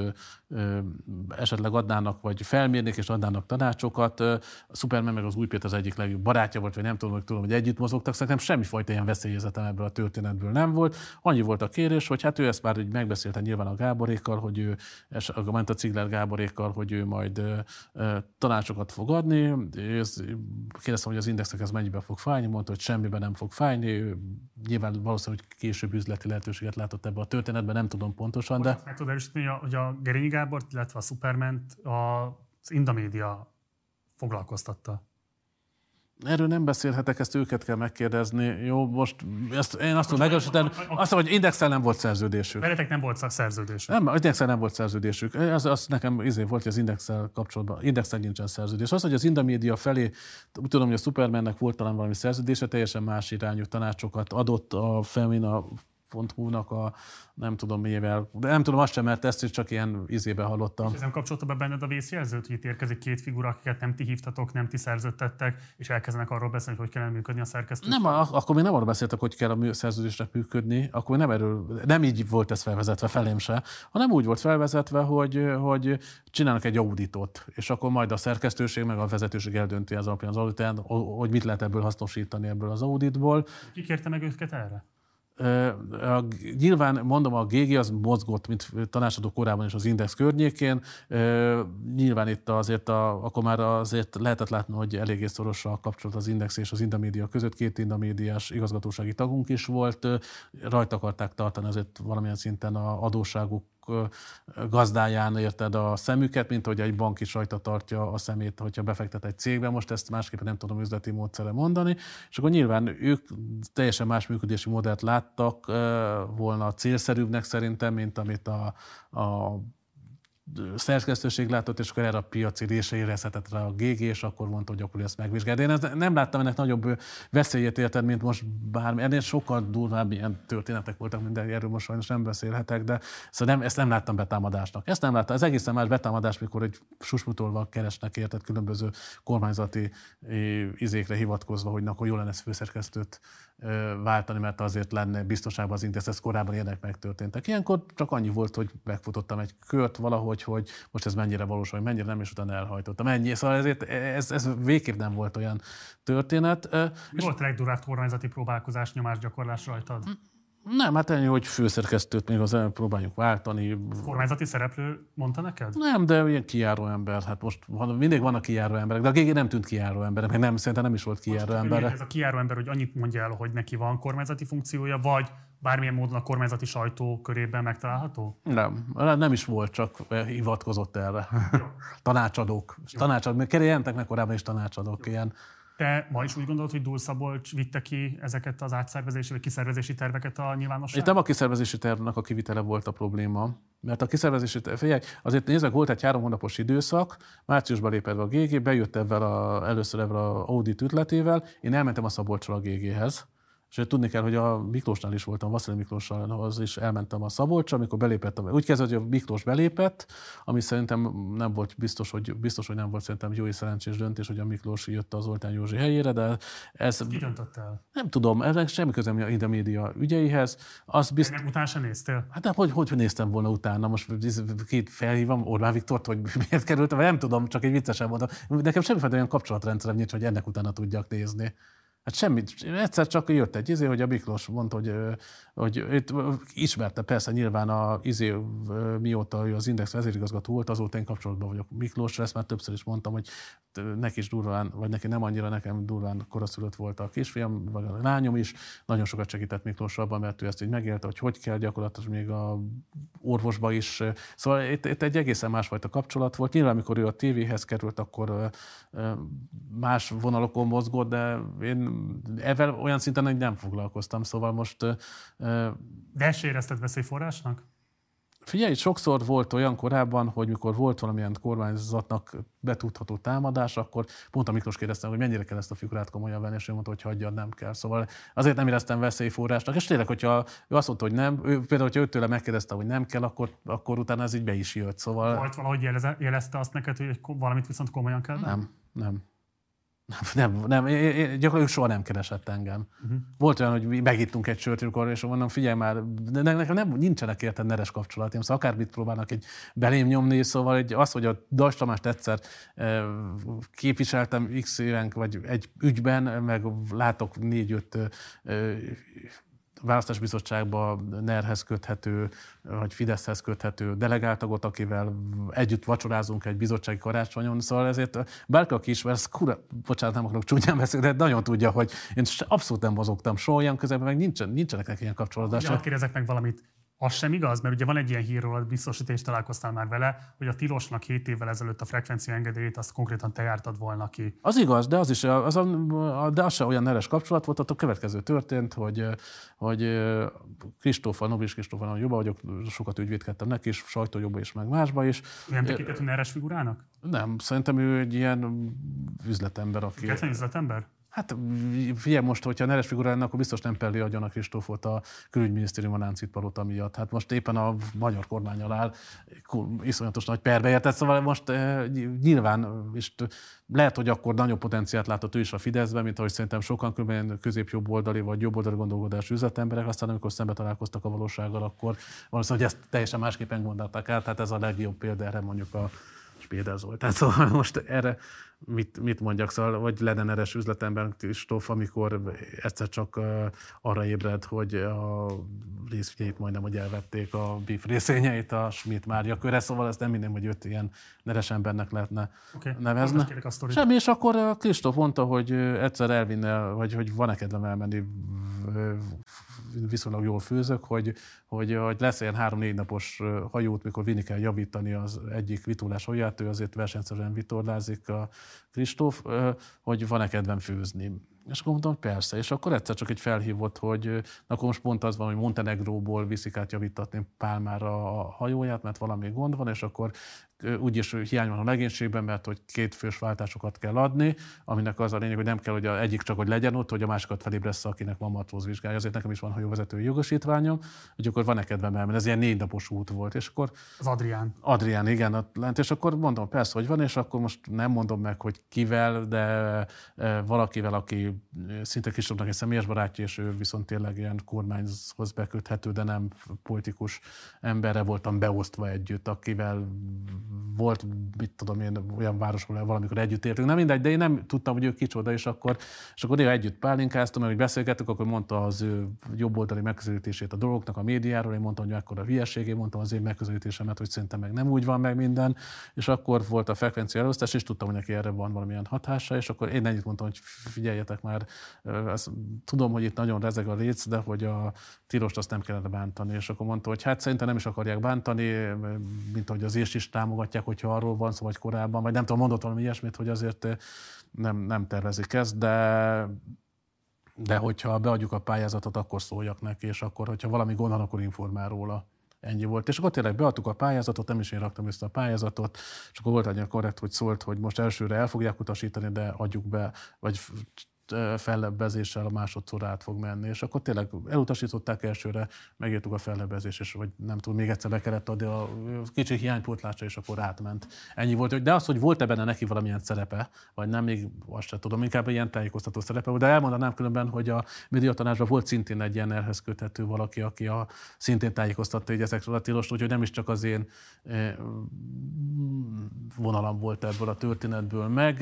esetleg adnának, vagy felmérnék és adnának tanácsokat. A Superman meg az Új Péter az egyik legjobb barátja volt, vagy nem tudom, hogy együtt mozogtak, szerintem semmifajta ilyen veszélyzetem ebből a történetből nem volt. Annyi volt a kérés, hogy hát ő ezt már így megbeszélte nyilván a Gáborékkal, hogy ő, a Cigler Gáborékkal, hogy ő majd tanácsokat fog adni. Kérdeztem, hogy az Indexnek ez mennyiben fog fájni, mondta, hogy semmiben nem fog fájni. Ő nyilván valószínűleg, hogy később üzleti lehetőséget látott ebbe a történetben, nem tudom pontosan, de... Meg tudod erősíteni, hogy a Gerényi Gábort, illetve a Superment az Indamédia foglalkoztatta. Erről nem beszélhetek, ezt őket kell megkérdezni. Jó, most én azt tudom megerősíteni, azt mondom, hogy Indexel nem volt szerződésük. Veletek nem volt szerződésük. Nem, Indexel nem volt szerződésük. Az nekem volt, hogy az Indexel kapcsolatban, Indexel nincsen szerződés. Az, hogy az Indamédia felé, úgy tudom, hogy a Supermannek volt talán valami szerződése, teljesen más irányú tanácsokat adott a Femina.hu-nak a nem tudom mivel, de nem tudom azt sem, mert ezt is csak ilyen izébe hallottam. És nem kapcsolta be benned a vészjelzőt, hogy itt érkezik két figura, akiket nem ti hívtatok, nem ti szerződtettek, és elkezdenek arról beszélni, hogy kellene működni a szerkesztőség? Nem, akkor még nem arról beszéltek, hogy kell a szerződésnek működni, akkor nem így volt ez felvezetve felém se, hanem úgy volt felvezetve, hogy csinálnak egy auditot, és akkor majd a szerkesztőség meg a vezetőség eldönti az alapján az auditán, hogy mit lehet ebből hasznosítani ebből az auditból. Ki kérte meg őket erre? Nyilván mondom, a GG az mozgott, mint tanácsadó korában is az Index környékén. Nyilván itt azért akkor már azért lehetett látni, hogy eléggé szoros a kapcsolat az Index és az Indamédia között. Két Indamédiás igazgatósági tagunk is volt. Rajta akarták tartani azért valamilyen szinten a adósságuk gazdáján érted a szemüket, mint hogy egy bank is rajta tartja a szemét, hogyha befektet egy cégbe. Most ezt másképpen nem tudom üzleti módszerre mondani. És akkor nyilván ők teljesen más működési modellt láttak volna célszerűbbnek szerintem, mint amit a szerkesztőség látott, és akkor erre a piaci része érezhetett rá a GG, és akkor mondta, hogy akkor ezt megvizsgálja. Én nem láttam ennek nagyobb veszélyét, érted, mint most bármi. Ennél sokkal durvább ilyen történetek voltak, minden erről most sajnos nem beszélhetek, de szóval ezt nem láttam betámadásnak. Ezt nem láttam. Ez egészen más betámadás, mikor egy susmutolva keresnek, érted, különböző kormányzati izékre hivatkozva, hogy akkor jó lenne ezt főszerkesztőt váltani, mert azért lenne biztonságban az Index, ez korábban ilyenek megtörténtek. Ilyenkor csak annyi volt, hogy megfutottam egy kört valahogy, hogy most ez mennyire valós, vagy mennyire nem, és utána elhajtottam. Ennyi. Szóval ezért ez végképp nem volt olyan történet. Mi volt a legdurvább kormányzati próbálkozás, nyomásgyakorlás rajtad? Nem, hát ennyi, hogy főszerkesztőt még az próbáljuk váltani. Kormányzati szereplő mondta neked? Nem, de ilyen kijáró ember. Hát most mindig vannak kijáró emberek, de a GG nem tűnt kijáró emberek, meg nem, szerintem nem is volt kijáró ember. Ez a kijáró ember, hogy annyit mondja el, hogy neki van kormányzati funkciója, vagy bármilyen módon a kormányzati sajtó körében megtalálható? Nem is volt, csak hivatkozott erre. Tanácsadók. Jelentek meg korábban is tanácsadók. Ilyen. Te ma is úgy gondolod, hogy Dúl Szabolcs vitte ki ezeket az átszervezési vagy kiszervezési terveket a nyilvánosságra? Itt nem a kiszervezési tervnek a kivitele volt a probléma, mert a kiszervezési terv, azért nézzük, volt egy 3 hónapos időszak, márciusban lépett be a GG, bejött először ebben az audit ütletével, én elmentem a Szabolccsal a GG-hez. És tudni kell, hogy a Miklósnál is voltam, Vasili Miklósnál is elmentem a Szabolcsra, amikor belépett. Úgy kezdett, hogy a Miklós belépett, ami szerintem nem volt biztos, hogy nem volt szerintem jó és szerencsés döntés, hogy a Miklós jött az Zoltán Józsi helyére, de ez... Ki döntött el? Nem tudom, ennek semmi közem a média ügyeihez. Ennek utána sem néztél? Hát nem, hogy néztem volna utána. Most két felhívom Orbán Viktort, hogy miért került, vagy nem tudom, csak egy viccesen mondom. Nekem semmifajta olyan kapcsolatrendszerem nincs, hogy ennek utána tudjak nézni. Hát semmit. Egyszer csak jött egy hogy a Miklós mondta, hogy őt ismerte persze nyilván mióta ő az Index vezérigazgató volt, azóta én kapcsolatban vagyok Miklósra, ezt már többször is mondtam, hogy neki is durván, vagy neki nem annyira, nekem durván koraszülött volt a kisfiam, vagy a lányom is. Nagyon sokat segített Miklós abban, mert ő ezt így megélte, hogy kell gyakorlatilag még a orvosba is. Szóval itt egy egészen másfajta kapcsolat volt. Nyilván, amikor ő a tévéhez került, akkor más vonalokon mozgott, de én ezzel olyan szinten, hogy nem foglalkoztam, szóval most... De ezt érezted veszélyforrásnak? Figyelj, sokszor volt olyan korábban, hogy mikor volt valamilyen kormányzatnak betudható támadás, akkor pont a Miklós kérdeztem, hogy mennyire kell ezt a figurát komolyan venni, és ő mondta, hogy hagyjad, nem kell. Szóval azért nem éreztem veszélyforrásnak. És tényleg, hogyha ő azt mondta, hogy nem, például, hogyha őtőle megkérdezte, hogy nem kell, akkor utána ez így be is jött. Szóval... Volt valahogy jelezte azt neked, hogy valamit viszont komolyan kell? Nem. Gyakorlatilag soha nem keresett engem. Volt olyan, hogy megittunk egy sört, és mondom, figyelj már, de nekem nincsenek érted neres kapcsolatim, szóval akármit próbálnak egy belém nyomni, szóval az, hogy a Dajs Tamást egyszer képviseltem x éven, vagy egy ügyben, meg látok 4-5 választásbizottságban NER-hez köthető, vagy Fideszhez köthető delegáltagot, akivel együtt vacsorázunk egy bizottsági karácsonyon. Szóval ezért bárki, aki ismer, bocsánat, nem akarok csúnyán beszélni, de nagyon tudja, hogy én abszolút nem mozogtam soha olyan közelben, meg nincsenek neki ilyen kapcsolódások. Ugye, kérdezek meg valamit. Az sem igaz, mert ugye van egy ilyen hírról, biztos, hogy te is találkoztál már vele, hogy a Tilosnak 7 évvel ezelőtt a frekvencia engedélyét azt konkrétan te jártad volna ki. Az igaz, de az sem olyan neres kapcsolat volt, ott a következő történt, hogy Nobis Kristóffal jobban vagyok, sokat ügyvédkedtem neki is, sajtójobban is, meg másba is. Nem tekintett neres figurának? Nem, szerintem ő egy ilyen üzletember, aki... Független üzletember? Hát figyelj most, hogyha neres figura lenne, akkor biztos nem pelli agyon a Kristófot a külügyminisztérium a Náncit palota miatt. Hát most éppen a magyar kormánnyal áll, iszonyatos nagy perbe értett, szóval most nyilván, és lehet, hogy akkor nagyobb potenciált látott ő is a Fideszben, mint ahogy szerintem sokan különben közép-jobboldali vagy jobboldali gondolkodású üzletemberek, aztán amikor szembe találkoztak a valósággal, akkor valószínűleg ezt teljesen másképpen gondolták át, tehát ez a legjobb példa erre mondjuk a Spéder Zoltán. Szóval most erre mit mondjak, szóval, vagy lenne neres üzletember Kristóf, amikor egyszer csak arra ébred, hogy a részvényeit majdnem, hogy elvették a BIF részvényeit a Schmidt Mária köre, szóval ezt nem minden, hogy őt ilyen neres embernek lehetne nevezni. Semmi, és akkor Kristóf mondta, hogy egyszer elvinne, vagy hogy van-e kedvem elmenni, viszonylag jól főzök, hogy lesz ilyen 3-4 napos hajót, mikor vinni kell javítani az egyik vitorlás hajóját, ő azért versenyszerűen vitorlázik a Kristóf, hogy van-e kedvem főzni. És akkor mondtam, hogy persze. És akkor egyszer csak egy felhívott, hogy akkor most pont az van, hogy Montenegróból viszik át javítatni Pálmára a hajóját, mert valami gond van, és akkor úgyis hiány van a legénységben, mert hogy 2 fős váltásokat kell adni, aminek az a lényeg, hogy nem kell, hogy egyik csak hogy legyen ott, hogy a másikat felébressze, akinek van matrózvizsgája. Azért nekem is van hajóvezetői jogosítványom, hogy akkor van-e kedvem elmenni. Ez ilyen 4 napos út volt. És akkor Az Adrián. Adrián, igen, ott lent, és akkor mondom, persze, hogy van, és akkor most nem mondom meg, hogy kivel, de valakivel, aki szinte Kristófnak egy személyes barátja, és ő viszont tényleg ilyen kormányhoz beköthető, de nem politikus emberre voltam beosztva együtt, akivel volt, mit tudom én, olyan városban valamikor együtt éltünk. Nem mindegy, de én nem tudtam, hogy ő kicsoda, és akkor néha együtt pálinkáztam, mert hogy beszélgettük, akkor mondta az ő jobboldali megközelítését a dolgoknak, a médiáról, én mondtam, hogy mekkora hülyeség, én mondtam az én megközelítésemet, hogy szerintem meg nem úgy van meg minden, és akkor volt a frekvencia elosztás, és tudtam, hogy neki erre van valamilyen hatása, és akkor én ennyit mondtam, hogy figyeljetek már, tudom, hogy itt nagyon rezeg a léc, de hogy a tilost azt nem kellene bántani, és akkor mondta, hogy hát szerintem nem is akarják bántani, mint ahogy az is támogatják, hogyha arról van szó, vagy korábban, vagy nem tudom, mondott valami ilyesmit, hogy azért nem tervezik ezt, de hogyha beadjuk a pályázatot, akkor szóljak neki, és akkor, hogyha valami gond van, akkor informál róla. Ennyi volt. És akkor tényleg beadtuk a pályázatot, nem is én raktam össze a pályázatot, és akkor volt egy korrekt, hogy szólt, hogy most elsőre el fogják utasítani, de adjuk be, vagy fellebbezéssel a másodszor át fog menni. És akkor tényleg elutasították elsőre, megírtuk a fellebbezést, és vagy nem tudom, még egyszer be kellett adni a kicsi hiánypótlásra, és akkor átment. Ennyi volt. De az, hogy volt-e benne neki valamilyen szerepe, vagy nem, még azt sem tudom, inkább ilyen tájékoztató szerepe volt. De elmondanám különben, hogy a médiatanácsban volt szintén egy ilyen erhez köthető valaki, aki szintén tájékoztatta így ezekről a tilost, úgyhogy nem is csak az én vonalam volt ebből a történetből meg,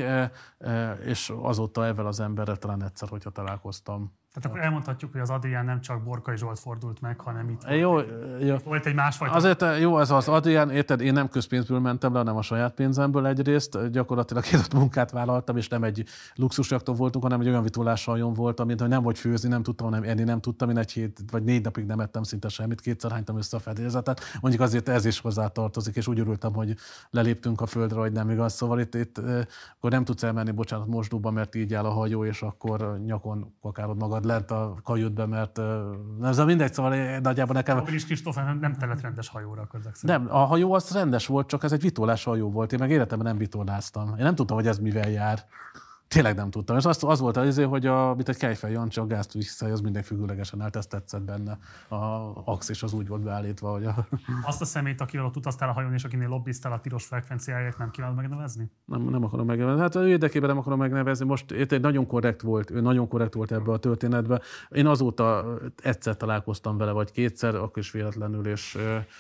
és azóta ezzel az emberrel talán egyszer, hogyha találkoztam. Tehát akkor elmondhatjuk, hogy az Adrián nem csak Borkai Zsolt fordult meg, hanem itt jó. Volt egy másfajta... Azért jó, ez az Adrián, érted, én nem közpénzből mentem le, hanem a saját pénzemből egyrészt. Gyakorlatilag én ott munkát vállaltam, és nem egy luxusjakton voltunk, hanem egy olyan vitolássaljon voltam, mint hogy nem vagy főzni nem tudtam, hanem enni nem tudtam. Én 1 hét vagy 4 napig nem ettem szinte semmit, 2-szer hánytam össze a fedélzetet. Mondjuk azért ez is hozzátartozik, és úgy örültem, hogy leléptünk a földre, hogy nem igaz. Szóval itt akkor nem tudsz elmenni, bocsánat, mosdóba, mert így áll a hajó, és akkor nyakon kakárod magad lent a kajutbe, mert ez mindegy, szóval nagyjából nekem... Akkor is Kristóf nem tellett rendes hajóra akkor ezek szerint. Nem, a hajó az rendes volt, csak ez egy vitolás hajó volt. Én meg életemben nem vitoláztam. Én nem tudtam, hogy ez mivel jár. Tényleg nem tudtam. És az volt az, hogy mint egy Kejfej Jancsi, a gázt vissza, az minden függőlegesen állt, ezt tetszett benne. A axis az úgy volt beállítva, hogy Azt a szemét, akivel ott utaztál a hajón, és akinél lobbiztál a tilos frekvenciáját, nem kívánod megnevezni? Nem akarom megnevezni. Hát ő érdekében nem akarom megnevezni. Most egy nagyon korrekt volt, ő nagyon korrekt volt ebbe a történetbe. Én azóta egyszer találkoztam vele, vagy 2-szer, akkor is véletlenül, és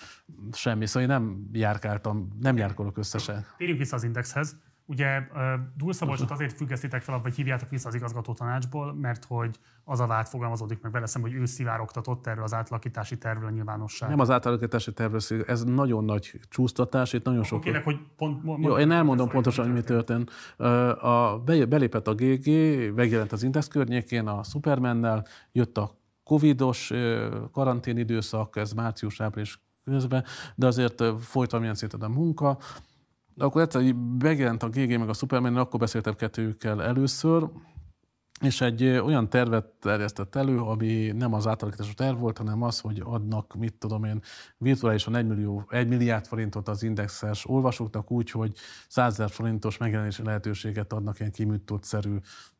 semmi. Szóval én nem járkáltam, nem járkolok összesen. Térjünk vissza az Indexhez. Ugye Dúl Szabolcsot azért függesztitek fel, vagy hívjátok vissza az igazgató tanácsból, mert hogy az a vád fogalmazódik meg vele szemben, hogy ő szivárogtatott erről az átalakítási tervről a nyilvánosság. Nem az átalakítási tervről, ez nagyon nagy csúsztatás, itt nagyon sok... Kérlek, hogy Jó, én elmondom pontosan, hogy mi történt. Belépett a GG, megjelent az Index környékén a Supermannel, jött a covidos karanténidőszak, ez március-április közben, de azért folyt valamilyen szinten a munka. Akkor egyszer megjelent a GG meg a Superman, akkor beszéltem kettőjükkel először, és egy olyan tervet terjesztett elő, ami nem az átalakítású terv volt, hanem az, hogy adnak, mit tudom én, virtuálisan 1 milliárd forintot az Indexes olvasóknak úgy, hogy 100 000 forintos megjelenési lehetőséget adnak ilyen kiműtőszerű,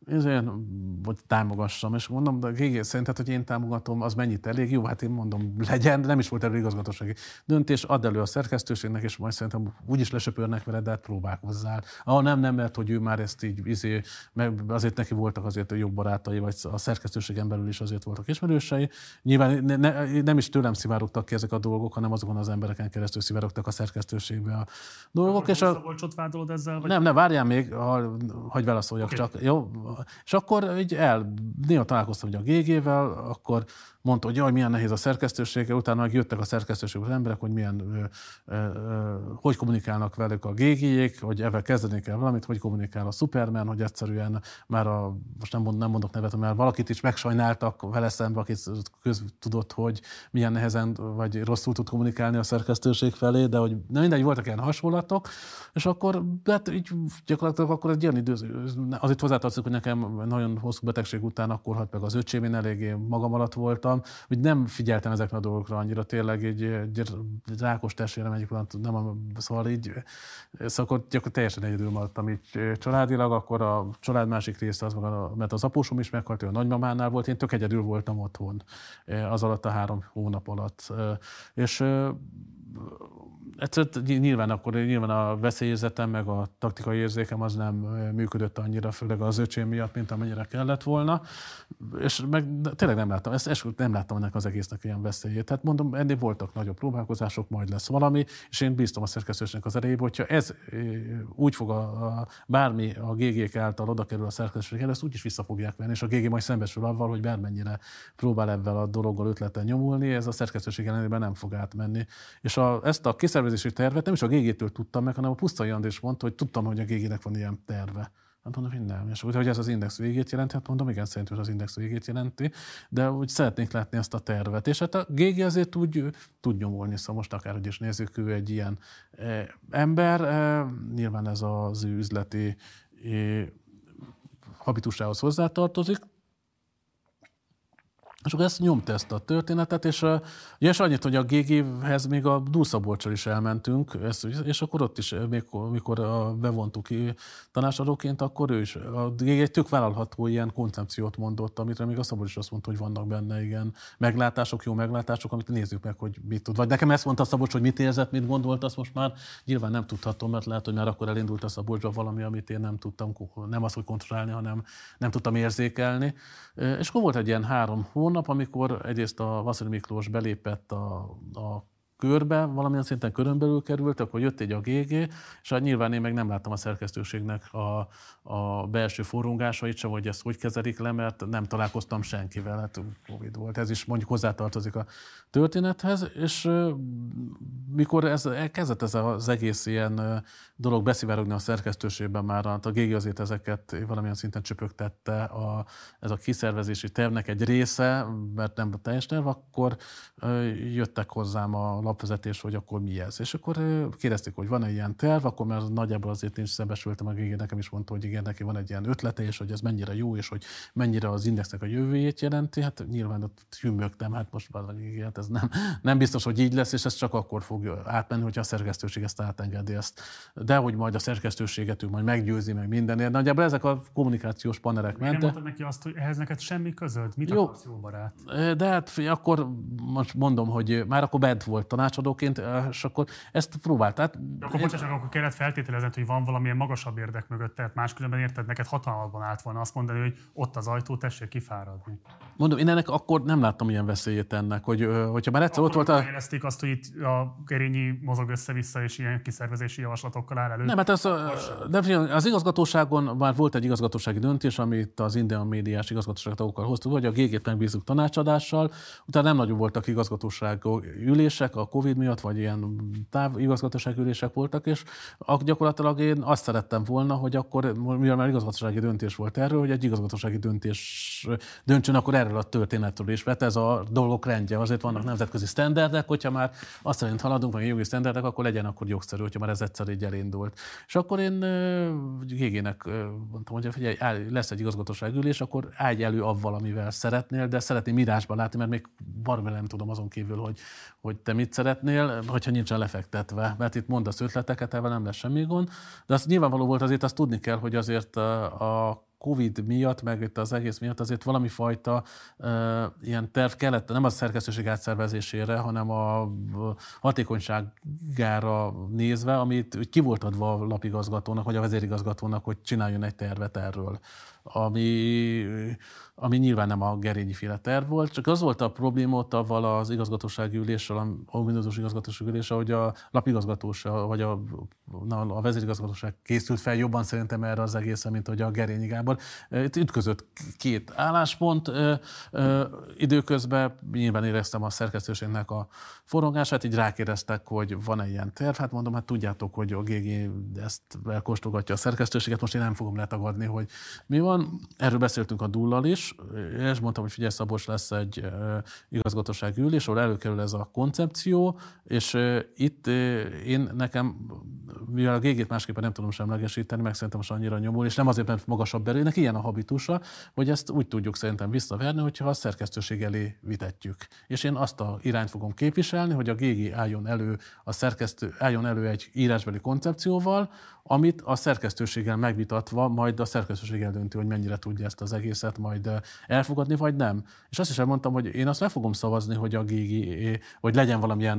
hogy támogassam. És mondom, de GG szerinted, hogy én támogatom, az mennyit elég? Jó, hát én mondom, legyen, nem is volt elő igazgatósági döntés, add elő a szerkesztőségnek, és majd szerintem úgyis lesöpörnek vele, de hát próbálkozzál. Nem, mert hogy ő már ezt így, azért neki voltak azért jobb barátai, vagy a szerkesztőségen belül is azért voltak ismerősei. Nyilván nem is tőlem szivárogtak ki ezek a dolgok, hanem azokon az embereken keresztül szivárogtak a szerkesztőségbe a dolgok. És Szabolcsot vádolod ezzel? Vagy? Nem, várjál még, hagyj válaszoljak csak. Jó? És akkor így néha találkoztam a GG-vel, akkor mondta, hogy jaj, milyen nehéz a szerkesztősége, utána meg jöttek a szerkesztőségből az emberek, hogy hogy kommunikálnak velük a GG-jék, hogy ebben kezdeni kell valamit, hogy kommunikál a Superman, hogy egyszerűen már most nem mondok nevet, mert valakit is megsajnáltak vele szemben, aki tudott, hogy milyen nehezen vagy rosszul tud kommunikálni a szerkesztőség felé, de hogy nem mindegy, voltak ilyen hasonlatok, és akkor hát így gyakorlatilag akkor egy ilyen idő, azért hozzátartozik, hogy nekem nagyon hosszú betegség után akkor halt meg az öcsém, én eléggé magam alatt voltam, voltam, hogy nem figyeltem ezekre a dolgokra annyira, tényleg egy rákos testvérem egyik szóval így, szóval akkor teljesen egyedül maradtam így családilag, akkor a család másik része az maga, mert az apósom is meghalt, ő a nagymamánál volt, én tök egyedül voltam otthon az alatt a 3 hónap alatt. És nyilván a veszélyérzetem, meg a taktikai érzékem az nem működött annyira, főleg az öcsém miatt, mint amennyire kellett volna. És meg tényleg nem láttam, nem láttam ennek az egésznek ilyen veszélyét. Tehát mondom, ennél voltak nagyobb próbálkozások, majd lesz valami, és én bíztam a szerkesztőségnek az erejébe, hogyha ez úgy fog bármi a GG-k által oda kerül a szerkesztőséghez, ezt úgyis vissza fogják venni, és a GG majd szembesül avval, hogy bármennyire próbál ebben a dologgal ötleten nyomulni, ez a szerkesztőség ellenében nem fog átmenni. És ezt a kiszervezési tervet nem is a GG-től tudtam meg, hanem a Pusztai András mondta, hogy tudtam, hogy a GG-nek van ilyen terve. Hát mondom, hogy nem. És hogy ez az Index végét jelenti, hát mondom, igen, szerintem az Index végét jelenti, de úgy szeretnék látni ezt a tervet. És hát a GG azért úgy tud nyomulni, szóval most akárhogy is nézzük, ő egy ilyen ember, nyilván ez az üzleti habitusához hozzátartozik. És akkor ezt nyomta ezt a történetet, és annyit, hogy a GG-hez még a Dúl-Szabolccsal is elmentünk, és akkor ott is, mikor bevontuk tanácsadóként, akkor ő is, a GG egy tök vállalható ilyen koncepciót mondott, amire még a Szabolcs is azt mondta, hogy vannak benne igen meglátások, jó meglátások, amit nézzük meg, hogy mit tud. Vagy nekem ezt mondta a Szabolcs, hogy mit érzett, mit gondolt, azt most már nyilván nem tudhatom, mert lehet, hogy már akkor elindult a Szabolcsba valami, amit én nem tudtam, nem az, hogy kontrollálni, hanem nem tudtam érzékelni. És akkor volt egy ilyen 3 hónap, amikor egyrészt a Vasili Miklós belépett a körbe, valamilyen szinten körön belül került, akkor jött egy a GG, és hát nyilván én meg nem láttam a szerkesztőségnek a belső forrongásait sem, hogy ezt hogy kezelik le, mert nem találkoztam senkivel, hát Covid volt. Ez is mondjuk hozzátartozik a történethez, és mikor kezdett ez az egész ilyen dolog beszivárogni a szerkesztőségben, már a GG azért ezeket valamilyen szinten csöpögtette ez a kiszervezési tervnek egy része, mert nem a teljes terv, akkor jöttek hozzám a lapvezetés, hogy akkor mi ez. És akkor kérdezték, hogy van-e ilyen terv, akkor már nagyjából azért én is szembesültem, a GG nekem is mondta, hogy igen, neki van egy ilyen ötlete, és hogy ez mennyire jó, és hogy mennyire az Indexnek a jövőjét jelenti. Hát nyilván ott hümmögtem, hát most valami, hát ez nem biztos, hogy így lesz, és ez csak akkor fog átmenni, hogyha a szerkesztőség ezt átengedi ezt. De hogy majd a szerkesztőséget ő majd meggyőzi, meg mindenért. Nagyjából ezek a kommunikációs panelek mentek. Nem mondtad neki azt, hogy ehhez neked semmi közöd? Mit akarsz, jó barát? De hát akkor most mondom, hogy már akkor bent volt tanácsadóként, és akkor ezt próbált. Akkor bocsánat, akkor kellett feltételezni, hogy van valamilyen magasabb érdek mögött, tehát máskülönben érted, neked hatalmadban állt volna azt mondani, hogy ott az ajtó, tessék kifáradni. Mondom, én ennek akkor nem láttam ilyen veszélyét ennek, hogyha már egyszer ott volt a... Érezték azt, hogy itt a Gerényi mozog össze-vissza, és ilyen kiszervezési javaslatokkal áll elő. Nem, hát az igazgatóságon már volt egy igazgatósági döntés, amit az Indian médiás igazgatósági tagokkal hoztuk, hogy a GG-t megbízunk tanácsadással, utána nem nagyon voltak igazgatósági ülések a Covid miatt, vagy ilyen távigazgatósági ülések voltak, és gyakorlatilag én azt szerettem volna, hogy akkor, mivel már igazgatósági döntés volt erről, hogy egy igazgatósági döntés döntsön akkor erről a történetről is, mert ez a dolgok rendje. Azért vannak nemzetközi sztenderdek, hogyha már azt szerint haladunk, vagy jogi sztenderdek, akkor legyen akkor jogszerű, hogyha már ez egyszer így elindult. És akkor én GG-nek mondtam, hogy figyelj, lesz egy igazgatósági ülés, akkor állj elő avval, amivel szeretnél, de szeretném írásban látni, mert még baromira nem tudom azon kívül, hogy te mit szeretnél, hogyha nincsen lefektetve. Mert itt mondasz ötleteket, ebben nem lesz semmi gond. De az nyilvánvaló volt, azért azt tudni kell, hogy azért a Covid miatt, meg itt az egész miatt azért valami fajta ilyen terv kellett, nem a szerkesztőség átszervezésére, hanem a hatékonyságára nézve, amit ki volt adva a lapigazgatónak, vagy a vezérigazgatónak, hogy csináljon egy tervet erről. Ami nyilván nem a Gerényi féle terv volt, csak az volt a probléma ott avval az igazgatósági üléssel, a ominózus igazgatósági üléssel, hogy a lapigazgatóság, vagy a vezérigazgatóság készült fel jobban szerintem erre az egészen, mint hogy a Gerényi Gábor. Itt ütközött 2 álláspont, időközben nyilván éreztem a szerkesztőségnek a forrongását, így rákérdeztek, hogy van-e ilyen terv, hát mondom, hát tudjátok, hogy a GG ezt elkóstolgatja a szerkesztőséget, most én nem fogom letagadni, hogy mi van. Erről beszéltünk a Dullal is, és mondtam, hogy figyelj Szabolcs, lesz egy igazgatósági ülés, ahol előkerül ez a koncepció, és itt nekem mivel a GG-t másképpen nem tudom semlegesíteni, meg szerintem most annyira nyomul, és nem azért, mert magasabb erőnek, ilyen a habitusa, hogy ezt úgy tudjuk szerintem visszaverni, hogyha a szerkesztőség elé vitetjük. És én azt a irányt fogom képviselni, hogy a GG álljon elő egy írásbeli koncepcióval, amit a szerkesztőséggel megvitatva majd a szerkesztőség eldönti, hogy mennyire tudja ezt az egészet majd elfogadni, vagy nem. És azt is elmondtam, hogy én azt meg fogom szavazni, hogy a GG, hogy legyen valamilyen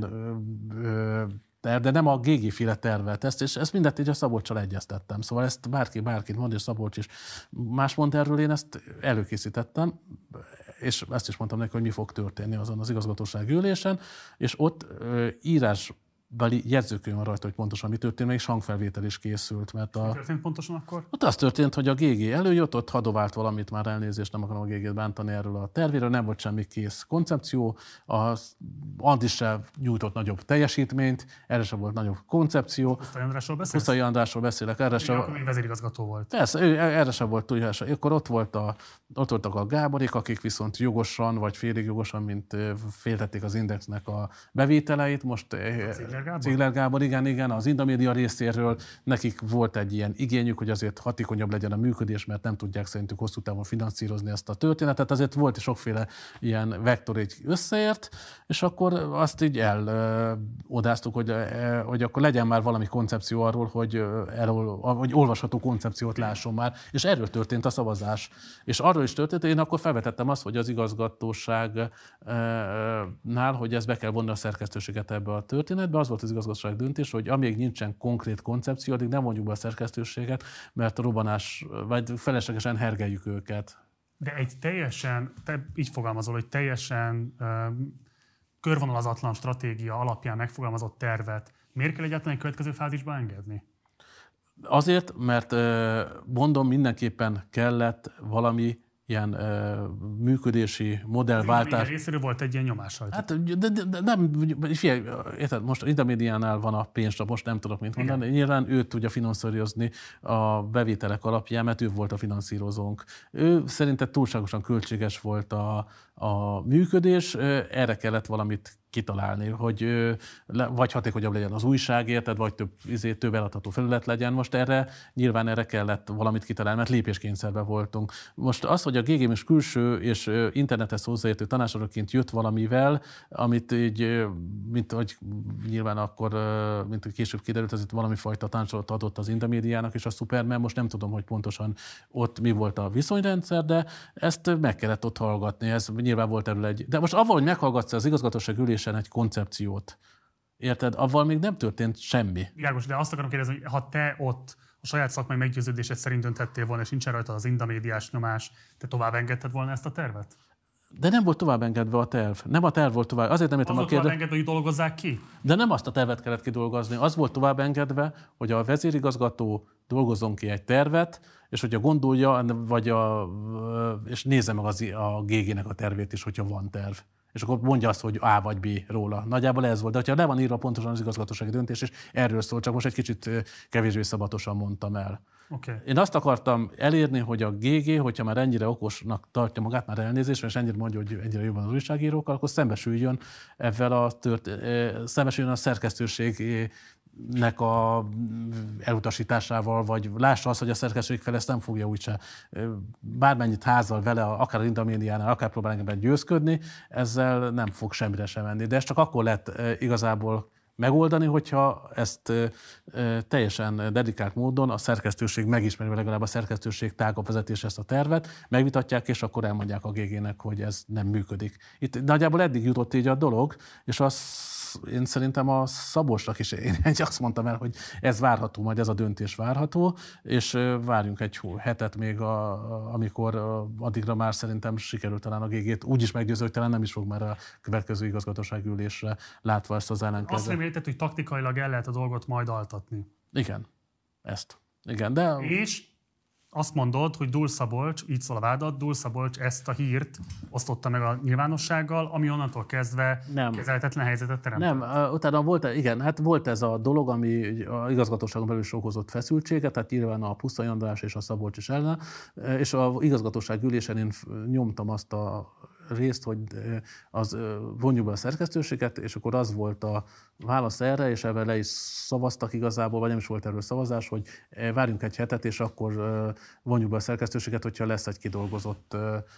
terv, de nem a GG-féle tervet és ezt mindet így a Szabolccsal egyeztettem. Szóval ezt bárkit mond, és Szabolcs is más mond erről, én ezt előkészítettem, és ezt is mondtam neki, hogy mi fog történni azon az igazgatósági ülésen, és ott írásbeli jegyzőkönyv van rajta, hogy pontosan mi történt, és hangfelvétel is készült. Mert Mi történt pontosan akkor? Ott az történt, hogy a GG előjött, ott hadovált valamit, már elnézést, nem akarom a GG-t bántani erről a tervéről, nem volt semmi kész koncepció, az Andis se nyújtott nagyobb teljesítményt, erre sem volt nagyobb koncepció. Pusztai Andrásról beszélsz? Pusztai Andrásról beszélek, erre sem. Akkor még vezérigazgató volt. Persze, erre sem volt tudás. Akkor ott voltak a Gáborik, akik viszont jogosan, vagy félig jogosan, mint féltették az Indexnek a bevételeit. Most Cigler Gábor, igen, az Indamédia részéről nekik volt egy ilyen igényük, hogy azért hatékonyabb legyen a működés, mert nem tudják szerintük hosszú távon finanszírozni ezt a történetet. Azért volt sokféle ilyen vektor így összeért, és akkor azt így elodáztuk, hogy akkor legyen már valami koncepció arról, hogy olvasható koncepciót lásson már. És erről történt a szavazás. És arról is történt, én akkor felvetettem azt, hogy az igazgatóságnál, hogy ez be kell vonni a szerkesztőséget ebbe a történetbe. Az volt az igazgatóság döntés, hogy amíg nincsen konkrét koncepció, addig nem vonjuk be a szerkesztőséget, mert a robbanás, vagy feleslegesen hergeljük őket. De egy teljesen, te így fogalmazol, hogy teljesen körvonalazatlan stratégia alapján megfogalmazott tervet miért kell egyáltalán egy következő fázisba engedni? Azért, mert mondom, mindenképpen kellett valami ilyen működési modellváltás. Az részéről volt egy ilyen nyomás rajta. Hát, de nem, figyelj, érted, most a Indamédiánál van a pénzsab, most nem tudok mit mondani. Igen. Nyilván ő tudja finanszírozni a bevételek alapján, mert ő volt a finanszírozónk. Ő szerintem túlságosan költséges volt a működés, erre kellett valamit kitalálni, hogy vagy hatékonyabb legyen az újság, érted, vagy több eladható felület legyen. Most nyilván erre valamit kitalálni, mert lépéskényszerben voltunk. Most az, hogy a GG most külső és internethez hozzáértő tanácsadóként jött valamivel, amit így, mint hogy nyilván akkor, mint hogy később kiderült, ez itt valami fajta tanácsot adott az Indamédiának és a Superman, most nem tudom, hogy pontosan ott mi volt a viszonyrendszer, de ezt meg kellett ott hallgatni, ez nyilván volt erről de most avval, hogy meghallgatsz az igazgatóság ülésen egy koncepciót, érted, avval még nem történt semmi. Világos, de azt akarom kérdezni, hogy ha te ott a saját szakmai meggyőződésed szerint döntettél volna, és nincsen rajta az Indamédiás nyomás, te tovább engedted volna ezt a tervet? De nem volt tovább engedve a terv. Nem a terv volt tovább. Azért nem értem a kérdést. tovább engedve, hogy dolgozzák ki? De nem azt a tervet kellett kidolgozni. Az volt tovább engedve, hogy a vezérigazgató dolgozzon ki egy tervet, és hogyha gondolja, és nézze meg a GG-nek a tervét is, hogyha van terv. És akkor mondja azt, hogy A vagy B róla. Nagyjából ez volt. De hogyha le van írva pontosan az igazgatósági döntés, és erről szól, csak most egy kicsit kevésbé szabatosan mondtam el. Okay. Én azt akartam elérni, hogy a GG, hogyha már ennyire okosnak tartja magát, már elnézésre, és ennyire mondja, hogy ennyire jobban az újságírókkal, akkor szembesüljön szembesüljön a szerkesztőségnek a elutasításával, vagy lássa azt, hogy a szerkesztőség fel ezt nem fogja úgyse bármennyit házal vele, akár az Indamédiánál, akár próbál engem győzködni, ezzel nem fog semmire sem menni. De ez csak akkor lett igazából megoldani, hogyha ezt teljesen dedikált módon a szerkesztőség megismeri, legalább a szerkesztőség tágabb vezetés ezt a tervet, megvitatják, és akkor elmondják a GG-nek, hogy ez nem működik. Itt nagyjából eddig jutott így a dolog, és én szerintem a Szabolcsnak is én azt mondtam el, hogy ez várható, majd ez a döntés várható, és várjunk egy hetet még, amikor addigra már szerintem sikerült talán a GG-t úgy is meggyőző, hogy talán nem is fog már a következő igazgatósági ülésre látva ezt az ellenkezőt. Azt remélted, hogy taktikailag el lehet a dolgot majd altatni. Igen, ezt. Igen, de... És azt mondod, hogy Dúl Szabolcs, így szól a vádat, Dúl Szabolcs ezt a hírt osztotta meg a nyilvánossággal, ami onnantól kezdve kezelhetetlen helyzetet teremtett. Nem, utána volt ez a dolog, ami a igazgatóságon belül is okozott feszültséget, tehát nyilván a Pusztai András és a Szabolcs is ellen, és az igazgatóság ülésen én nyomtam azt a részt, hogy vonjuk be a szerkesztőséget, és akkor az volt a válasz erre, és ebben le is szavaztak igazából, vagy nem is volt erről szavazás, hogy várjunk egy hetet, és akkor vonjuk be a szerkesztőséget, hogyha lesz egy kidolgozott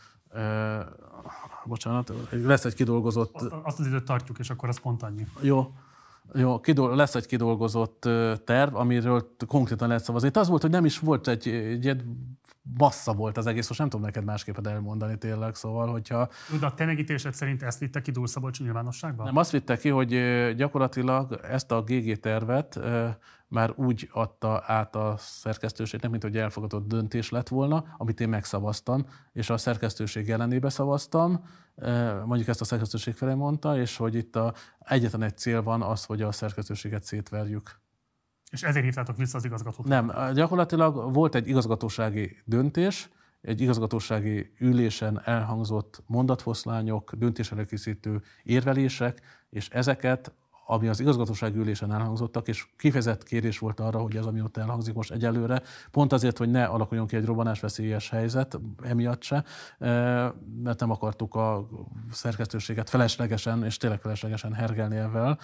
lesz egy kidolgozott... Azt az időt tartjuk, és akkor az pont annyi. Jó, lesz egy kidolgozott terv, amiről konkrétan lehet szavazni. Itt az volt, hogy nem is volt egy bassza volt az egész, most nem tudom neked másképpen elmondani tényleg, szóval, hogyha... De a te megítélésed szerint ezt vitte ki Dúl-Szabolcs nyilvánosságban? Nem, azt vitte ki, hogy gyakorlatilag ezt a GG tervet már úgy adta át a szerkesztőségnek, mint hogy elfogadott döntés lett volna, amit én megszavaztam, és a szerkesztőség ellenébe szavaztam, mondjuk ezt a szerkesztőség felé mondta, és hogy itt egyetlen egy cél van az, hogy a szerkesztőséget szétverjük. És ezért hívtátok vissza az igazgatót? Nem, gyakorlatilag volt egy igazgatósági döntés, egy igazgatósági ülésen elhangzott mondatfoszlányok, döntés előkészítő érvelések, és ezeket, ami az igazgatósági ülésen elhangzottak, és kifejezett kérés volt arra, hogy ez, ami ott elhangzik most egyelőre, pont azért, hogy ne alakuljon ki egy robbanásveszélyes helyzet, emiatt se, mert nem akartuk a szerkesztőséget feleslegesen, és tényleg feleslegesen hergelni ezzel,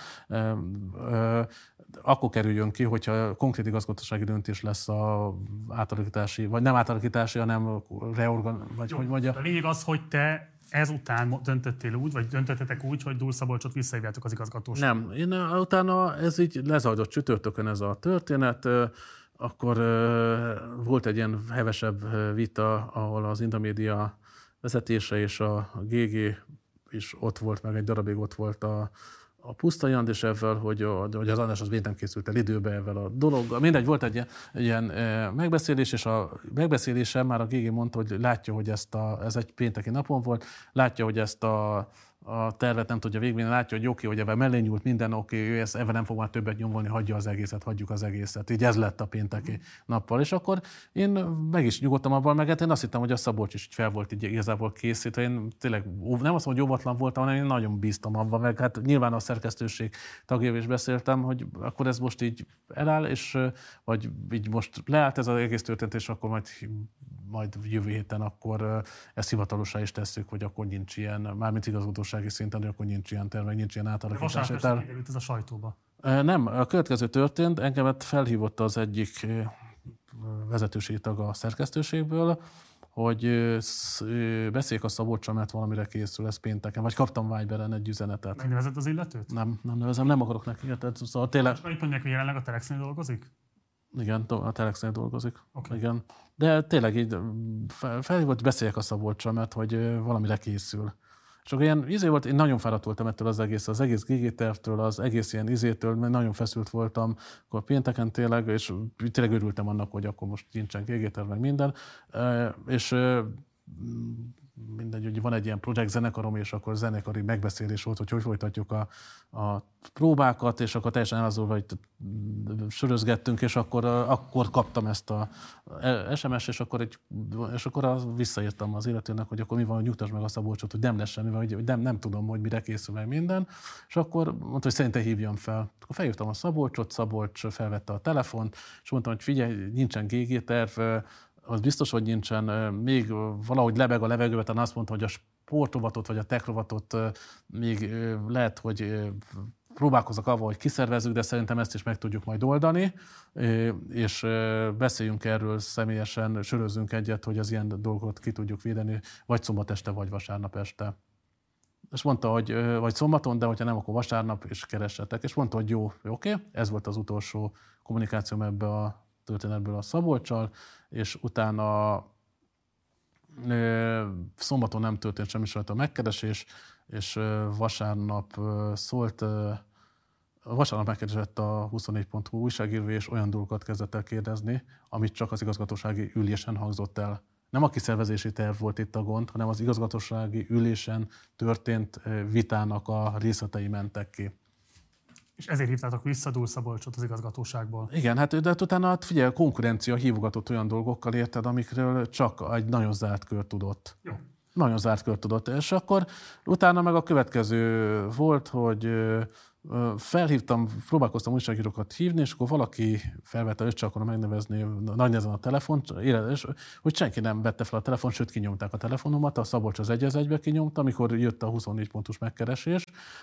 akkor kerüljön ki, hogyha konkrét igazgatósági döntés lesz a átalakítási, vagy nem átalakítási, hanem vagy hogy mondja. A lényeg az, hogy te ezután döntöttél úgy, vagy döntöttetek úgy, hogy Dúl-Szabolcsot visszahívjátok az igazgatóságba. Nem, én utána ez így lezajlott csütörtökön ez a történet, akkor volt egy ilyen hevesebb vita, ahol az Indomédia vezetése és a GG is ott volt, meg egy darabig ott volt a Pusztai Andrésevvel, hogy az András az nem készült el időbe ezzel a dologgal. Mindegy, volt egy ilyen megbeszélés, és a megbeszélésen már a GG mondta, hogy látja, hogy ez egy pénteki napon volt, látja, hogy ezt a tervet nem tudja végigvinni, látja, hogy oké, hogy ebben mellé nyúlt minden, oké, ő ebben nem fog már többet nyomolni, hagyjuk az egészet. Így ez lett a pénteki nappal. És akkor én meg is nyugodtam abban, meg én azt hittem, hogy a Szabolcs is fel volt így igazából készítve. Én tényleg nem azt mondom, hogy óvatlan voltam, hanem én nagyon bíztam abban, meg hát nyilván a szerkesztőség tagjával is beszéltem, hogy akkor ez most így eláll, és vagy így most leállt ez az egész történet, és akkor majd jövő héten akkor ezt hivatalossá is tesszük, hogy akkor nincs ilyen, mármint igazgatósági szinten, hogy akkor nincs ilyen terv, nincs ilyen átalakítási terv. Vasárnap kiderült ez a sajtóba. Nem, a következő történt, engemet felhívott az egyik vezetőségi tag a szerkesztőségből, hogy beszéljek a Szabolccsal, mert valamire készül, ez pénteken, vagy kaptam Viberen egy üzenetet. Megnevezed az illetőt? Nem nevezem, nem akarok neki. Szóval tényleg... És itt mondják, hogy jelenleg a Telexnél dolgozik? Igen, a Telexnél dolgozik. Okay. Igen. De tényleg így felhívott, beszéljek a Szabolccsal, mert hogy valamire készül. És akkor ilyen volt, én nagyon fáradt voltam ettől az egész GG-tervtől, az egész ilyen izétől, mert nagyon feszült voltam, akkor pénteken tényleg, és tényleg örültem annak, hogy akkor most nincsen GG-terv, meg minden. És mindegy, hogy van egy ilyen projekt zenekarom, és akkor zenekari megbeszélés volt, hogy folytatjuk a próbákat, és akkor teljesen elazulva, hogy sörözgettünk, és akkor kaptam ezt a SMS, és akkor visszaírtam az illetőnek, hogy akkor mi van, hogy nyugtass meg a Szabolcsot, hogy nem lesz semmi, hogy nem tudom, hogy mire készül meg minden, és akkor mondta, hogy szerintem hívjam fel. Akkor felhívtam a Szabolcsot, Szabolcs felvette a telefont, és mondtam, hogy figyelj, nincsen GG-terv, az biztos, hogy nincsen, még valahogy lebeg a levegőbe, talán azt mondta, hogy a sportrovatot vagy a techrovatot még lehet, hogy próbálkozok avval, hogy kiszervezzük, de szerintem ezt is meg tudjuk majd oldani, és beszéljünk erről személyesen, sörözzünk egyet, hogy az ilyen dolgokat ki tudjuk védeni, vagy szombat este, vagy vasárnap este. És mondta, hogy vagy szombaton, de hogyha nem, akkor vasárnap, és keressetek. És mondta, hogy jó, oké. Ez volt az utolsó kommunikációm ebbe a történetből a Szabolccsal, és utána szombaton nem történt semmi a megkeresés, és vasárnap megkeresett a 24.hu újságíró, és olyan dolgokat kezdett el kérdezni, amit csak az igazgatósági ülésen hangzott el. Nem a kiszervezési terv volt itt a gond, hanem az igazgatósági ülésen történt vitának a részletei mentek ki. És ezért hívtátok vissza Dúl-Szabolcsot az igazgatóságból. Igen, hát de utána figyelj, a konkurencia hívogatott olyan dolgokkal, érted, amikről csak egy nagyon zárt kör tudott. Jó. Nagyon zárt kör tudott. És akkor utána meg a következő volt, hogy felhívtam, próbálkoztam újságírókat hívni, és akkor valaki felvette, őt csak akarom megnevezni nagy nehezen a telefont, hogy senki nem vette fel a telefont, sőt kinyomták a telefonomat, a Szabolcs az 1-1-be kinyomta, amikor jött a 24 pontos megkeresés,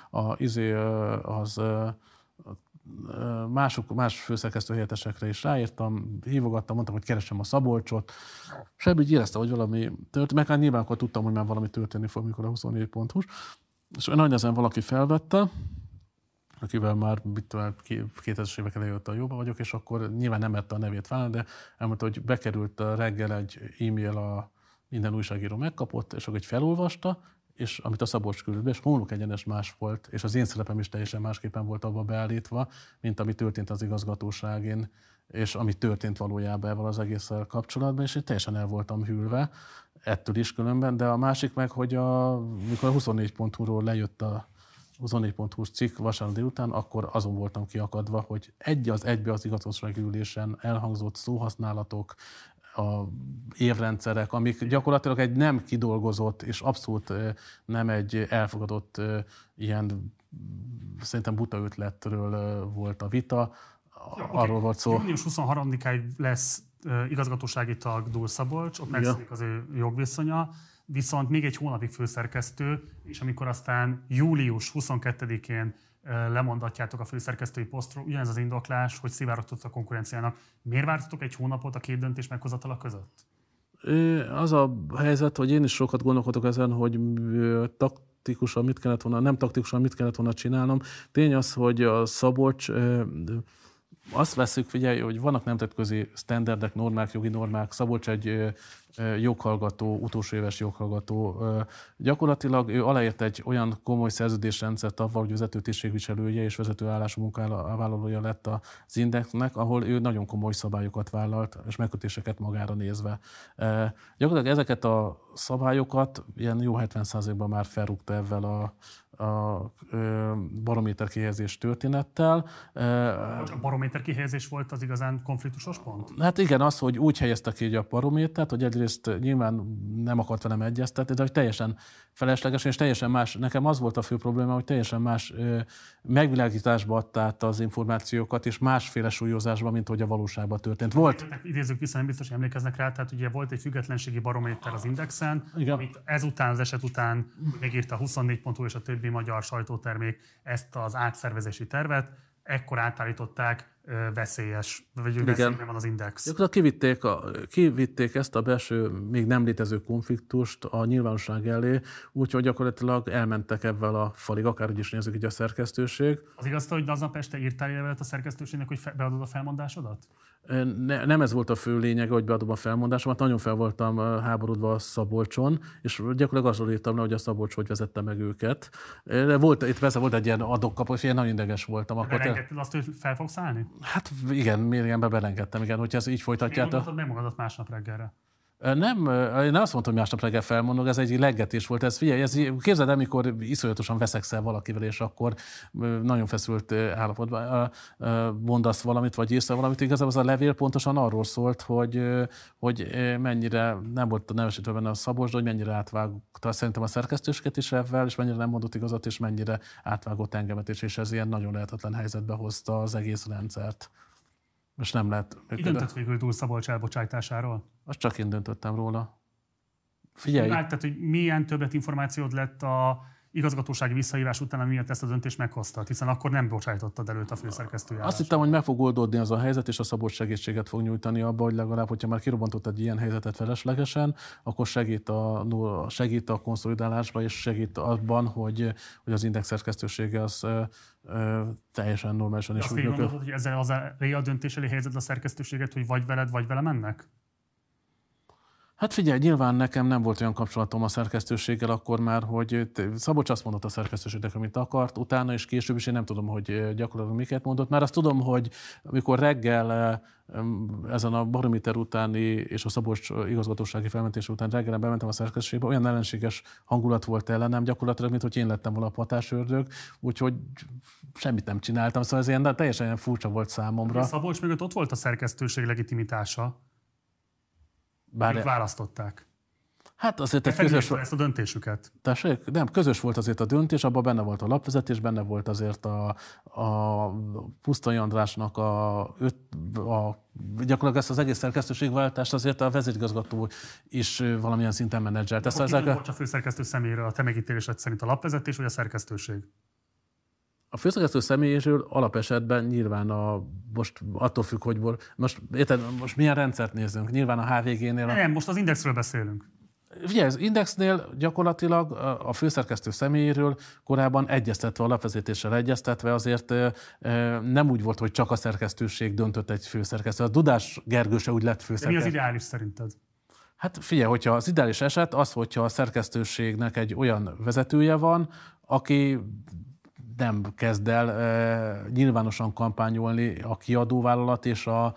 más főszerkesztő helyettesekre is ráírtam, hívogattam, mondtam, hogy keresem a Szabolcsot, és ebből így érezte, hogy valami történt, meg hát nyilván akkor tudtam, hogy már valami történni fog, mikor a 24 pontos, és nagy nehezen valaki felvette, akivel már 2000-es évek elején a jóba vagyok, és akkor nyilván nem merte a nevét vállalni, de elmondta, hogy bekerült reggel egy e-mail, minden újságíró megkapott, és akkor egy felolvasta, és amit a Szabolcs küldött be, és homlok egyenes más volt, és az én szerepem is teljesen másképpen volt abba beállítva, mint ami történt az igazgatóságén, és ami történt valójában ebben az egésszel kapcsolatban, és én teljesen el voltam hűlve, ettől is különben, de a másik meg, hogy mikor a 24.hu-ról lejött a 24.hu-s cikk vasárnap délután, akkor azon voltam kiakadva, hogy egybe az igazgatósági ülésen elhangzott szóhasználatok, a évrendszerek, amik gyakorlatilag egy nem kidolgozott és abszolút nem egy elfogadott ilyen szerintem buta ötletről volt a vita. Arról volt szó. Június 23-áig lesz igazgatósági tag Dúl Szabolcs, ott megszűnik az ő jogviszonya, viszont még egy hónapig főszerkesztő, és amikor aztán július 22-én lemondatjátok a főszerkesztői posztról, ugyanez az indoklás, hogy szivárogtott a konkurenciának. Miért vártatok egy hónapot a két döntés meghozatala között? Az a helyzet, hogy én is sokat gondolkodok ezen, hogy taktikusan mit kellett volna, nem taktikusan mit kellett volna csinálnom. Tény az, hogy a Szabolcs, azt veszük, figyelj, hogy vannak nemzetközi sztenderdek, normák, jogi normák. Szabolcs egy joghallgató, utolsó éves joghallgató. Gyakorlatilag ő aláírt egy olyan komoly szerződésrendszert avval, hogy vezető tisztségviselője és vezető állású munkavállalója lett az Indexnek, ahol ő nagyon komoly szabályokat vállalt, és megkötéseket magára nézve. Gyakorlatilag ezeket a szabályokat ilyen jó 70%-ban már felrúgta ezzel a barométer kihelyezés történettel. A barométer kihelyezés volt az igazán konfliktusos pont? Hát igen, az, hogy úgy helyezte ki a barométert, hogy egyrészt nyilván nem akart velem egyeztetni, de hogy teljesen felesleges, és teljesen más. Nekem az volt a fő probléma, hogy teljesen más megvilágításba adta át az információkat, és másféle súlyozásba, mint hogy a valóságban történt. Volt. Idézzük vissza, nem biztos, hogy emlékeznek rá, tehát ugye volt egy függetlenségi barométer az Indexen, igen, amit ezután, az eset után megírta a 24.hu és a többi magyar sajtótermék ezt az átszervezési tervet, ekkor átállították veszélyes, vagy veszélyben van az Index. Kivitték ezt a belső, még nem létező konfliktust a nyilvánosság elé, úgyhogy gyakorlatilag elmentek ebben a falig, akárhogy is nézzük így a szerkesztőség. Az igaz, hogy aznap este írtál levelet a szerkesztőségnek, hogy beadod a felmondásodat? Nem ez volt a fő lényege, hogy beadom a felmondásomat, nagyon fel voltam háborodva a Szabolcson, és gyakorlatilag azról írtam le, hogy a Szabolcs hogy vezette meg őket. Itt persze volt egy ilyen adok-kapó, és én nagyon ideges voltam. Belengedted azt, hogy fel fogsz állni? Hát igen, mérgembe belengedtem, igen, hogyha ez így folytatjátok. Miért mondtad meg magadat másnap reggelre? Nem, én azt mondtam, hogy másnap reggel felmondok, ez egy leggetés volt. Figyelj, képzeld el, amikor iszonyatosan veszekszel valakivel, és akkor nagyon feszült állapotban mondasz valamit, vagy írsz valamit. Igazából az a levél pontosan arról szólt, hogy mennyire nem volt nevesítve benne a Szabolcs, de hogy mennyire átvágta szerintem a szerkesztőséget is ebben, és mennyire nem mondott igazat, és mennyire átvágott engemet is, és ez ilyen nagyon lehetetlen helyzetbe hozta az egész rendszert. Most nem lehet. Ki döntött végül Dúl Szabolcs elbocsájtásáról? Azt csak én döntöttem róla. Figyelj! Tehát, hogy milyen többletinformációd lett a igazgatósági visszahívás után, ami miatt ezt a döntést meghoztad, hiszen akkor nem bocsájtottad előtt a főszerkesztőjárás. Azt hittem, hogy meg fog oldódni az a helyzet, és a Szabolcs segítséget fog nyújtani abba, hogy legalább, hogyha már kirobbantott egy ilyen helyzetet feleslegesen, akkor segít a konszolidálásban, és segít abban, hogy az Index szerkesztősége az teljesen normálisan is úgy működik. Hogy ezzel az a döntés elé helyezed a szerkesztőséget, hogy vagy veled, vagy vele mennek? Hát figyelj, nyilván nekem nem volt olyan kapcsolatom a szerkesztőséggel akkor már, hogy Szabolcs azt mondott a szerkesztőségnek, amit akart, utána és később is én nem tudom, hogy gyakorlatilag miket mondott. Már azt tudom, hogy amikor reggel ezen a barométer utáni és a Szabolcs igazgatósági felmentés után reggelen bementem a szerkesztőségbe, olyan ellenséges hangulat volt ellenem gyakorlatilag, mint hogy én lettem volna a patásördög, úgyhogy semmit nem csináltam, szóval ez ilyen teljesen furcsa volt számomra. A Szabolcs mögött ott volt a szerkesztőség legitimitása. Bár választották. Hát azért egy közös volt ezt a döntésüket. Tessék? Nem, közös volt azért a döntés, abban benne volt a lapvezetés, benne volt azért a Pusztai Andrásnak gyakorlatilag ezt az egész szerkesztőségváltást azért a vezérigazgató is valamilyen szinten menedzselt. Akkor ki volt a főszerkesztő személyéről a te megítélésed szerint, a lapvezetés vagy a szerkesztőség? A főszerkesztő személyéről alapesetben nyilván most attól függ, hogy most milyen rendszert nézzünk. Nyilván a HVG-nél... Nem, most az Indexről beszélünk. Ugye, az Indexnél gyakorlatilag a főszerkesztő személyéről korábban egyeztetve, a lapvezetéssel egyeztetve azért nem úgy volt, hogy csak a szerkesztőség döntött egy főszerkesztő. A Dudás Gergő se úgy lett főszerkesztő. De mi az ideális szerinted? Hát figyelj, hogyha az ideális eset az, hogyha a szerkesztőségnek egy olyan vezetője van, aki nem kezd el nyilvánosan kampányolni a kiadóvállalat és a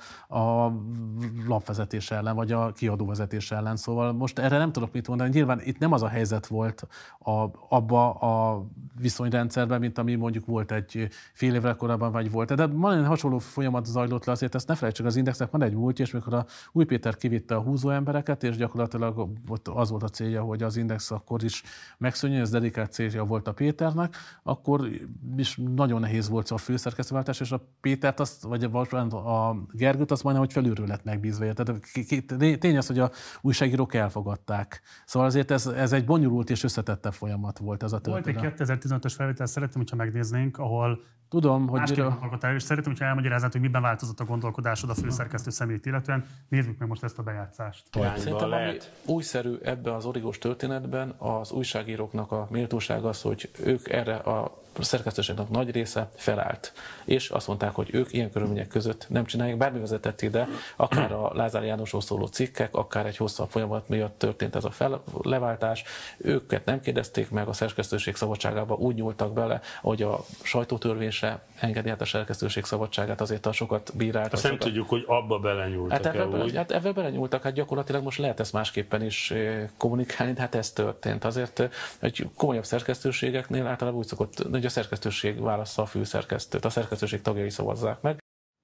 lapvezetés ellen, vagy a kiadóvezetés ellen. Szóval most erre nem tudok mit mondani. Nyilván itt nem az a helyzet volt abba a viszonyrendszerben, mint ami mondjuk volt egy fél évvel korábban, vagy volt. De van hasonló folyamat zajlott le, azért ezt ne felejtsük, az Indexnek van egy múltja, és mikor a Új Péter kivitte a húzó embereket, és gyakorlatilag az volt a célja, hogy az Index akkor is megszűnjön, ez dedikált célja volt a Péternek, akkor is nagyon nehéz volt a főszerkesztőváltás, és a Pétert, vagy a Gergőt azt majdnem, hogy felülről lett megbízva. Tehát tény az, hogy a újságírók elfogadták. Szóval azért ez egy bonyolult és összetettebb folyamat volt ez a történet. Volt egy 2015-ös felvétel, szeretném, hogyha megnéznénk, ahol tudom, hogy és szeretném, hogyha elmagyaráznád, hogy miben változott a gondolkodásod a főszerkesztő személyt illetően. Nézzük meg most ezt a bejátszást. Szerintem ami újszerű ebben az origós történetben az újságíróknak a méltóság az, hogy ők erre a szerkesztőségnek nagy része felállt. És azt mondták, hogy ők ilyen körülmények között nem csinálják. Bármi vezetett ide, akár a Lázár Jánosról szóló cikkek, akár egy hosszabb folyamat miatt történt ez a leváltás. Őket nem kérdezték meg, a szerkesztőség szabadságába úgy nyúltak bele, hogy a sajtótörvény se engedi át a szerkesztőség szabadságát, azért sokat bíráltak. Azt nem tudjuk, hogy abba belenyúltak. Ebbe belenyúltak, hát gyakorlatilag most lehet ezt másképpen is kommunikálni, de hát ez történt. Azért egy komolyabb szerkesztőségeknél általában úgy szokott, hogy a szerkesztőség válassza a főszerkesztőt, a szerkesztőség tagjai szavazzák meg.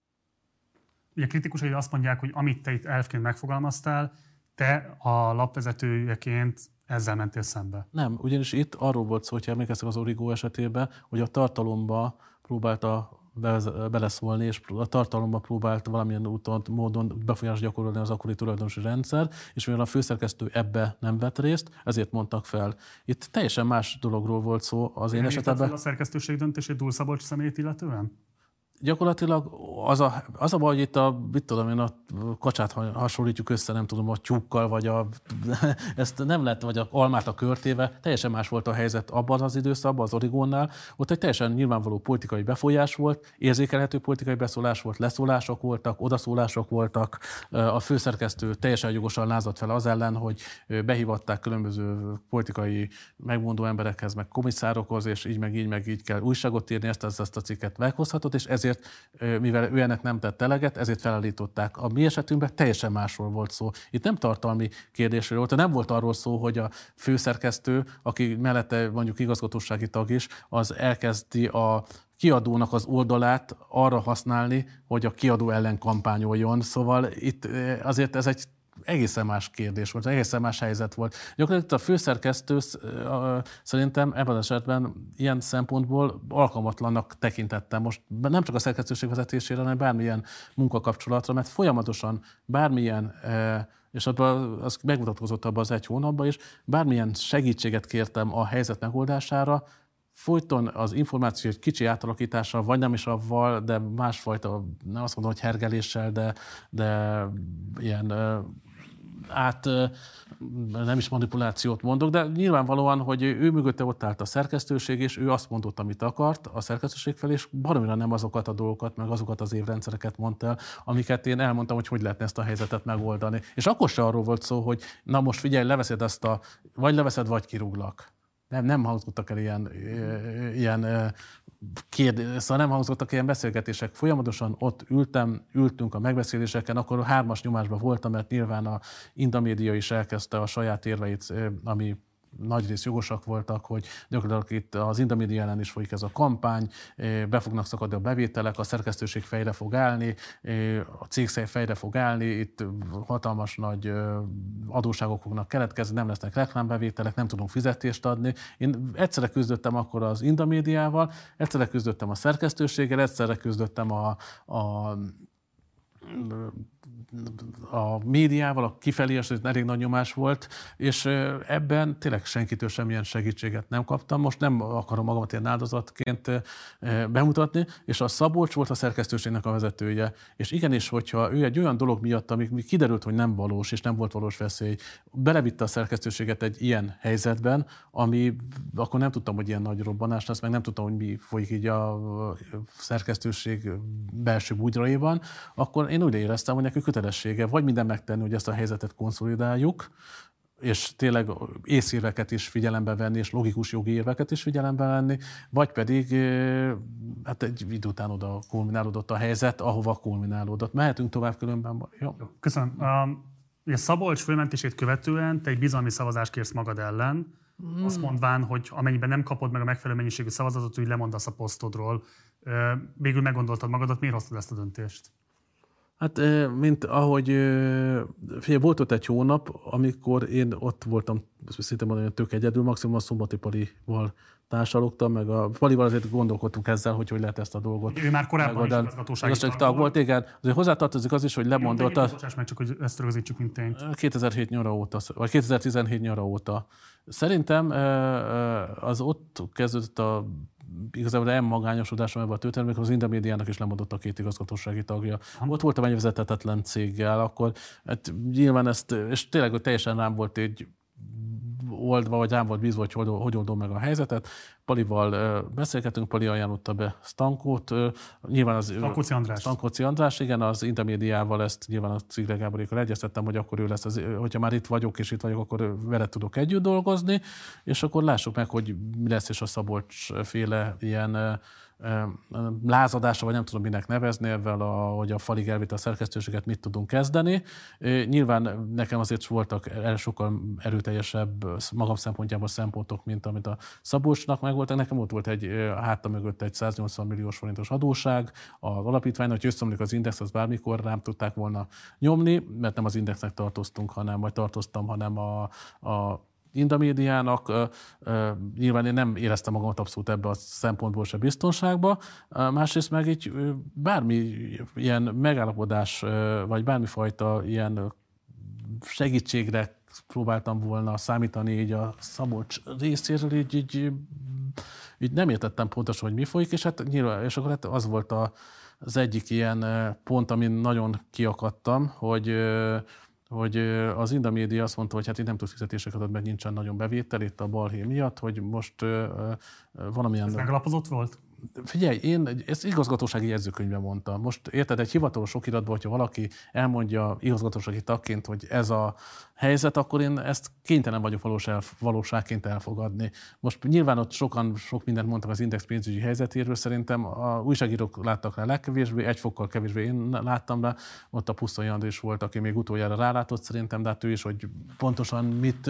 Ugye kritikusai azt mondják, hogy amit te itt elfként megfogalmaztál, te a lapvezetőjeként ezzel mentél szembe. Nem, ugyanis itt arról volt szó, hogyha emlékeztek az Origo esetében, hogy a tartalomba próbálta beleszólni, és a tartalomba próbált valamilyen úton, módon befolyást gyakorolni az akkori tulajdonosi rendszer, és mivel a főszerkesztő ebbe nem vett részt, ezért mondtak fel. Itt teljesen más dologról volt szó az én esetemben. A szerkesztőség döntését Dúl Szabolcs személyét illetően? Gyakorlatilag az a baj, hogy itt a kacsát hasonlítjuk össze, nem tudom, a tyúkkal, vagy ezt nem lett, vagy a almát a körtével. Teljesen más volt a helyzet abban az időszakban, az Origónnál. Ott egy teljesen nyilvánvaló politikai befolyás volt, érzékelhető politikai beszólás volt, leszólások voltak, odaszólások voltak. A főszerkesztő teljesen jogosan lázadt fel az ellen, hogy behívatták különböző politikai megmondó emberekhez, meg komisszárokhoz, és így meg így kell újságot írni, ezt a cikket meghozhatott, és ezért, mivel ő ennek nem tett eleget, ezért felállították. A mi esetünkben teljesen másról volt szó. Itt nem tartalmi kérdésről volt, nem volt arról szó, hogy a főszerkesztő, aki mellette mondjuk igazgatósági tag is, az elkezdi a kiadónak az oldalát arra használni, hogy a kiadó ellen kampányoljon. Szóval itt azért ez egy egészen más kérdés volt, egészen más helyzet volt. Gyakorlatilag a főszerkesztő szerintem ebben az esetben ilyen szempontból alkalmatlannak tekintettem. Most nem csak a szerkesztőség vezetésére, hanem bármilyen munkakapcsolatra, mert folyamatosan bármilyen, és az megmutatkozott abban az egy hónapban is, bármilyen segítséget kértem a helyzet megoldására, folyton az információ egy kicsi átalakítással, vagy nem is avval, de másfajta, nem azt mondom, hogy hergeléssel, de ilyen nem is manipulációt mondok, de nyilvánvalóan, hogy ő mögötte ott állt a szerkesztőség, és ő azt mondott, amit akart a szerkesztőség felé, és baromira nem azokat a dolgokat, meg azokat az évrendszereket mondta el, amiket én elmondtam, hogy lehetne ezt a helyzetet megoldani. És akkor se arról volt szó, hogy na most figyelj, leveszed vagy leveszed, vagy kirúglak. Nem hangzottak el ilyen szóval nem hangzottak ilyen beszélgetések. Folyamatosan ott ültünk a megbeszéléseken, akkor 3-as nyomásban voltam, mert nyilván a Indamédia is elkezdte a saját érveit, ami nagyrészt jogosak voltak, hogy gyakorlatilag itt az Indamédia ellen is folyik ez a kampány, be fognak szakadni a bevételek, a szerkesztőség fejre fog állni, a cég fejre fog állni, itt hatalmas nagy adósságok fognak keletkezni, nem lesznek reklámbevételek, nem tudunk fizetést adni. Én egyszerre küzdöttem akkor az Indamédiával, egyszerre küzdöttem a szerkesztőséggel, egyszerre küzdöttem a médiával, a kifelé is elég nagy nyomás volt, és ebben tényleg senkitől semmilyen segítséget nem kaptam. Most nem akarom magamat ilyen áldozatként bemutatni, és a Szabolcs volt a szerkesztőségnek a vezetője, és igenis, hogyha ő egy olyan dolog miatt, ami kiderült, hogy nem valós, és nem volt valós veszély, belevitte a szerkesztőséget egy ilyen helyzetben, ami akkor nem tudtam, hogy ilyen nagy robbanás lesz, meg nem tudtam, hogy mi folyik így a szerkesztőség belső bugyraiban, akkor én úgy éreztem, hogy nekünk kötelessége vagy minden megtenni, hogy ezt a helyzetet konszolidáljuk, és tényleg észérveket is figyelembe venni, és logikus jogi érveket is figyelembe venni, vagy pedig hát egy idő után oda kulminálódott a helyzet, ahova kulminálódott. Mehetünk tovább különben. Jó. Köszönöm. Ugye Szabolcs fölmentését követően te egy bizalmi szavazást kérsz magad ellen, azt mondván, hogy amennyiben nem kapod meg a megfelelő mennyiségű szavazatot, úgy lemondasz a posztodról. Végül meggondoltad magadat, miért hoztad ezt a döntést? Hát, mint ahogy volt ott egy hónap, amikor én ott voltam, szinte mondani, tök egyedül, maximum a Szombati Palival társalogtam, meg a Palival azért gondolkodtunk ezzel, hogy lehet ezt a dolgot. Ő már korábban is igazgatósági tag volt, igen. Azért hozzátartozik az is, hogy lemondott. Bocsáss meg, csak hogy ezt rögzítsük, mint tényt. 2007 nyara óta, vagy 2017 nyara óta. Szerintem az ott kezdődött igazából nem magányosodásom ebben a történetben, amikor az Indamédiának is lemondott a 2 igazgatósági tagja. Ott voltam egy vezethetetlen céggel, akkor hát nyilván ezt, és tényleg hogy teljesen rám volt egy oldva, vagy rám volt bízva, hogy oldom meg a helyzetet. Palival beszélgetünk, Pali ajánlotta be Stankót. Nyilván az Stankóci András, igen, az Indamédiával ezt nyilván a Cigler Gáborékkal egyeztettem, hogy akkor ő lesz, hogyha már itt vagyok, és itt vagyok, akkor vele tudok együtt dolgozni, és akkor lássuk meg, hogy mi lesz, és a Szabolcs féle ilyen lázadása, vagy nem tudom minek nevezni ezzel, hogy a Falig elvitte a szerkesztőséget, mit tudunk kezdeni. Nyilván nekem azért voltak sokkal erőteljesebb magam szempontjából szempontok, mint amit a Szabolcsnak megvoltak. Nekem ott volt egy háta mögött egy 180 milliós forintos adóság az alapítványnak, hogy összeomlik az Index, az bármikor rám tudták volna nyomni, mert nem az Indexnek tartoztunk, hanem a Indamédiának. Nyilván én nem éreztem magamat abszolút ebbe a szempontból se biztonságba. Másrészt meg így bármi ilyen megállapodás, vagy bármifajta ilyen segítségre próbáltam volna számítani így a Szabolcs részéről, így nem értettem pontosan, hogy mi folyik, és hát nyilván, és akkor hát az volt az egyik ilyen pont, amin nagyon kiakadtam, hogy az Indamédia azt mondta, hogy hát itt nem tud fizetéseket adni, mert nincsen nagyon bevétel itt a balhé miatt, hogy most valamilyen... Ez megalapozott volt? Figyelj, én ezt igazgatósági jegyzőkönyvben mondtam. Most érted, egy hivatalos okiratban, hogyha valaki elmondja igazgatósági tagként, hogy ez a helyzet, akkor én ezt kénytelen vagyok valóságként elfogadni. Most nyilván ott sok mindent mondtak az Index pénzügyi helyzetéről, szerintem a újságírók láttak rá legkevésbé, egy fokkal kevésbé én láttam rá, ott a Pusztai András volt, aki még utoljára rálátott szerintem, de hát ő is, hogy pontosan mit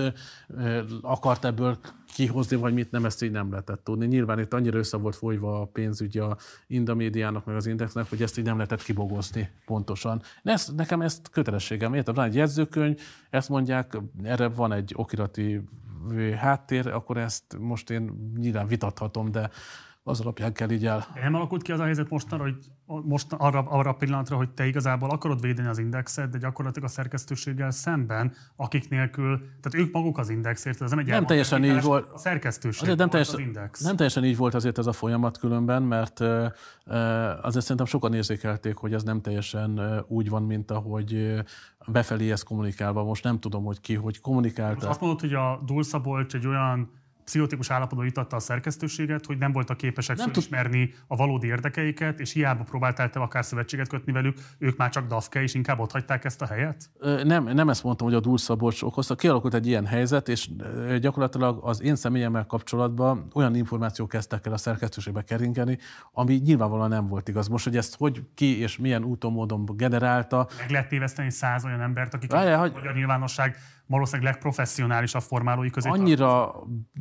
akart ebből kihozni, vagy mit nem, ezt így nem lehetett tudni. Nyilván itt annyira össze volt folyva a pénzügy a Indamédiának, meg az Indexnek, hogy ezt így nem lehetett kibogozni pontosan. Nekem ezt kötelességem, érted? Van egy jegyzőkönyv, ezt mondják, erre van egy okirati háttér, akkor ezt most én nyilván vitathatom, de az alapján kell így el. Nem alakult ki az a helyzet mostanra, hogy most arra a pillanatra, hogy te igazából akarod védeni az Indexet, de gyakorlatilag a szerkesztőséggel szemben, akik nélkül, tehát ők maguk az Indexért, ez nem teljesen így volt. A szerkesztőség azért volt az Index. Nem teljesen így volt azért ez a folyamat különben, mert azért szerintem sokan érzékelték, hogy ez nem teljesen úgy van, mint ahogy befelé ez kommunikálva. Most nem tudom, hogy ki hogy kommunikálta. Most azt mondod, hogy a Dúl Szabolcs egy olyan pszichotikus állapotban juttatta a szerkesztőséget, hogy nem voltak képesek felismerni a valódi érdekeiket, és hiába próbáltál te akár szövetséget kötni velük, ők már csak dafke, és inkább otthagyták ezt a helyet? Nem ezt mondtam, hogy a Dúl Szabolcs okozta. Kialakult egy ilyen helyzet, és gyakorlatilag az én személyemmel kapcsolatban olyan információk kezdtek el a szerkesztőségbe keringeni, ami nyilvánvalóan nem volt igaz. Most, hogy ezt hogy ki és milyen úton módon generálta. Meg lehet téveszteni 100 olyan embert, akik a magyar nyilvánosság valószínűleg legprofesszionálisabb formálói közé. Annyira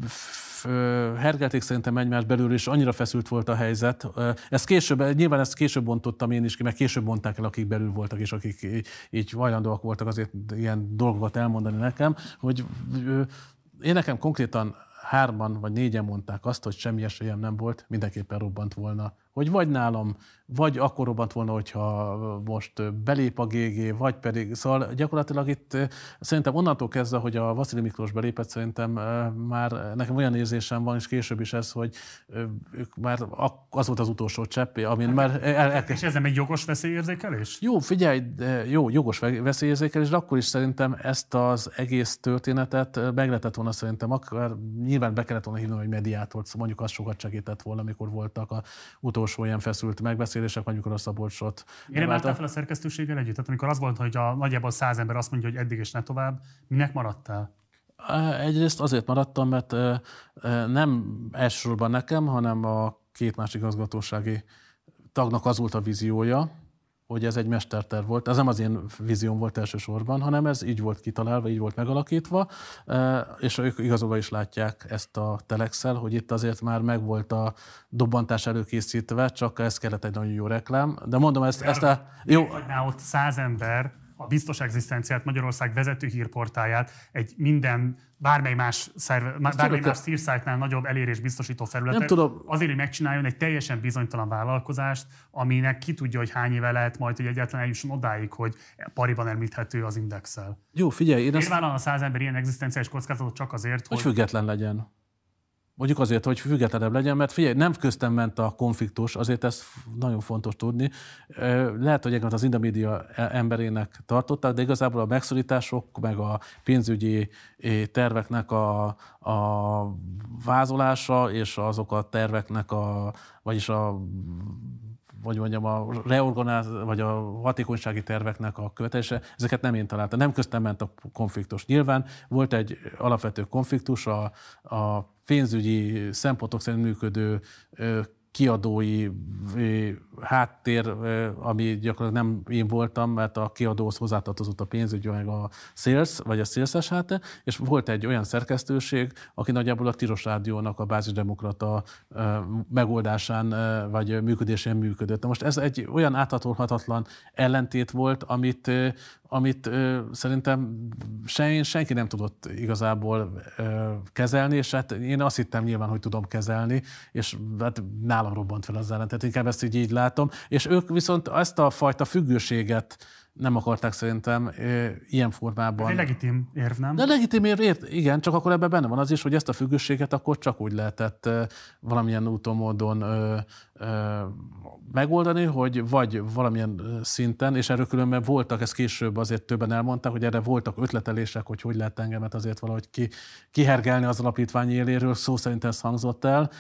hergelték szerintem egymás belül, és annyira feszült volt a helyzet. Nyilván ezt később bontottam én is ki, meg később mondták el, akik belül voltak, és akik így hajlandóak voltak azért ilyen dolgokat elmondani nekem, hogy én nekem konkrétan 3-an vagy 4-en mondták azt, hogy semmi esélyem nem volt, mindenképpen robbant volna. Hogy vagy nálam, vagy akkor robbant volna, hogyha most belép a GG, vagy pedig... Szóval gyakorlatilag itt szerintem onnantól kezdve, hogy a Vasili Miklós belépett, szerintem már nekem olyan érzésem van, és később is ez, hogy ők már az volt az utolsó cseppé, amin már... És ez nem egy jogos veszélyérzékelés? Jó, figyelj, jogos veszélyérzékelés, de akkor is szerintem ezt az egész történetet meg lehetett volna szerintem, akár nyilván be kellett volna hívni, hogy mediátort, szóval mondjuk az sokat segített volna, amikor voltak a utolsó ilyen feszült megbeszélések, vagy amikor a Szabolcsot... Én nem álltál fel a szerkesztőséggel együtt? Tehát amikor az volt, hogy nagyjából 100 ember azt mondja, hogy eddig és ne tovább, minek maradtál? Egyrészt azért maradtam, mert nem elsősorban nekem, hanem a 2 másik igazgatósági tagnak az volt a víziója, hogy ez egy mesterterv volt. Ez nem az én vízióm volt elsősorban, hanem ez így volt kitalálva, így volt megalakítva, és ők igazolva is látják ezt a telexel, hogy itt azért már megvolt a dobbantás előkészítve, csak ez kellett egy nagyon jó reklám. De mondom, jó. Ott 100 ember a biztos egzisztenciát, Magyarország vezető hírportáját, egy bármely más szírszájtnál nagyobb elérés biztosító felületet, azért, hogy megcsináljon egy teljesen bizonytalan vállalkozást, aminek ki tudja, hogy hány éve lehet majd, hogy egyáltalán eljusson odáig, hogy pariban említhető az Indexsel. Jó, figyelj, Miért vállalna a 100 ember ilyen egzisztenciális kockázatot csak azért, hogy független legyen? Mondjuk azért, hogy függetlenebb legyen, mert figyelj, nem köztem ment a konfliktus, azért ez nagyon fontos tudni. Lehet, hogy az Indomédia emberének tartották, de igazából a megszorítások, meg a pénzügyi terveknek a vázolása, és azok a terveknek vagyis a vagy a hatékonysági terveknek a követése, ezeket nem én találtam. Nem köztem ment a konfliktus. Nyilván volt egy alapvető konfliktus, a pénzügyi szempontok szerint működő kiadói háttér, ami gyakorlatilag nem én voltam, mert a kiadóhoz hozzátartozott a pénzügy, meg a sales, vagy a sales-es háttér, és volt egy olyan szerkesztőség, aki nagyjából a Tilos Rádiónak a bázisdemokrata megoldásán, vagy működésén működött. Na most ez egy olyan áthatolhatatlan ellentét volt, amit szerintem senki nem tudott igazából kezelni, és hát én azt hittem nyilván, hogy tudom kezelni, és hát nálam robbant fel az ellentét, inkább ezt így látom. És ők viszont ezt a fajta függőséget nem akarták szerintem ilyen formában. Ez egy legitim érv, nem? De legitim érv, igen, csak akkor ebben benne van az is, hogy ezt a függőséget akkor csak úgy lehetett valamilyen úton, módon megoldani, hogy vagy valamilyen szinten, és erről különben voltak, ezt később azért többen elmondták, hogy erre voltak ötletelések, hogy lehet engemet azért valahogy kihergelni az alapítvány éléről, szó szerint ez hangzott el,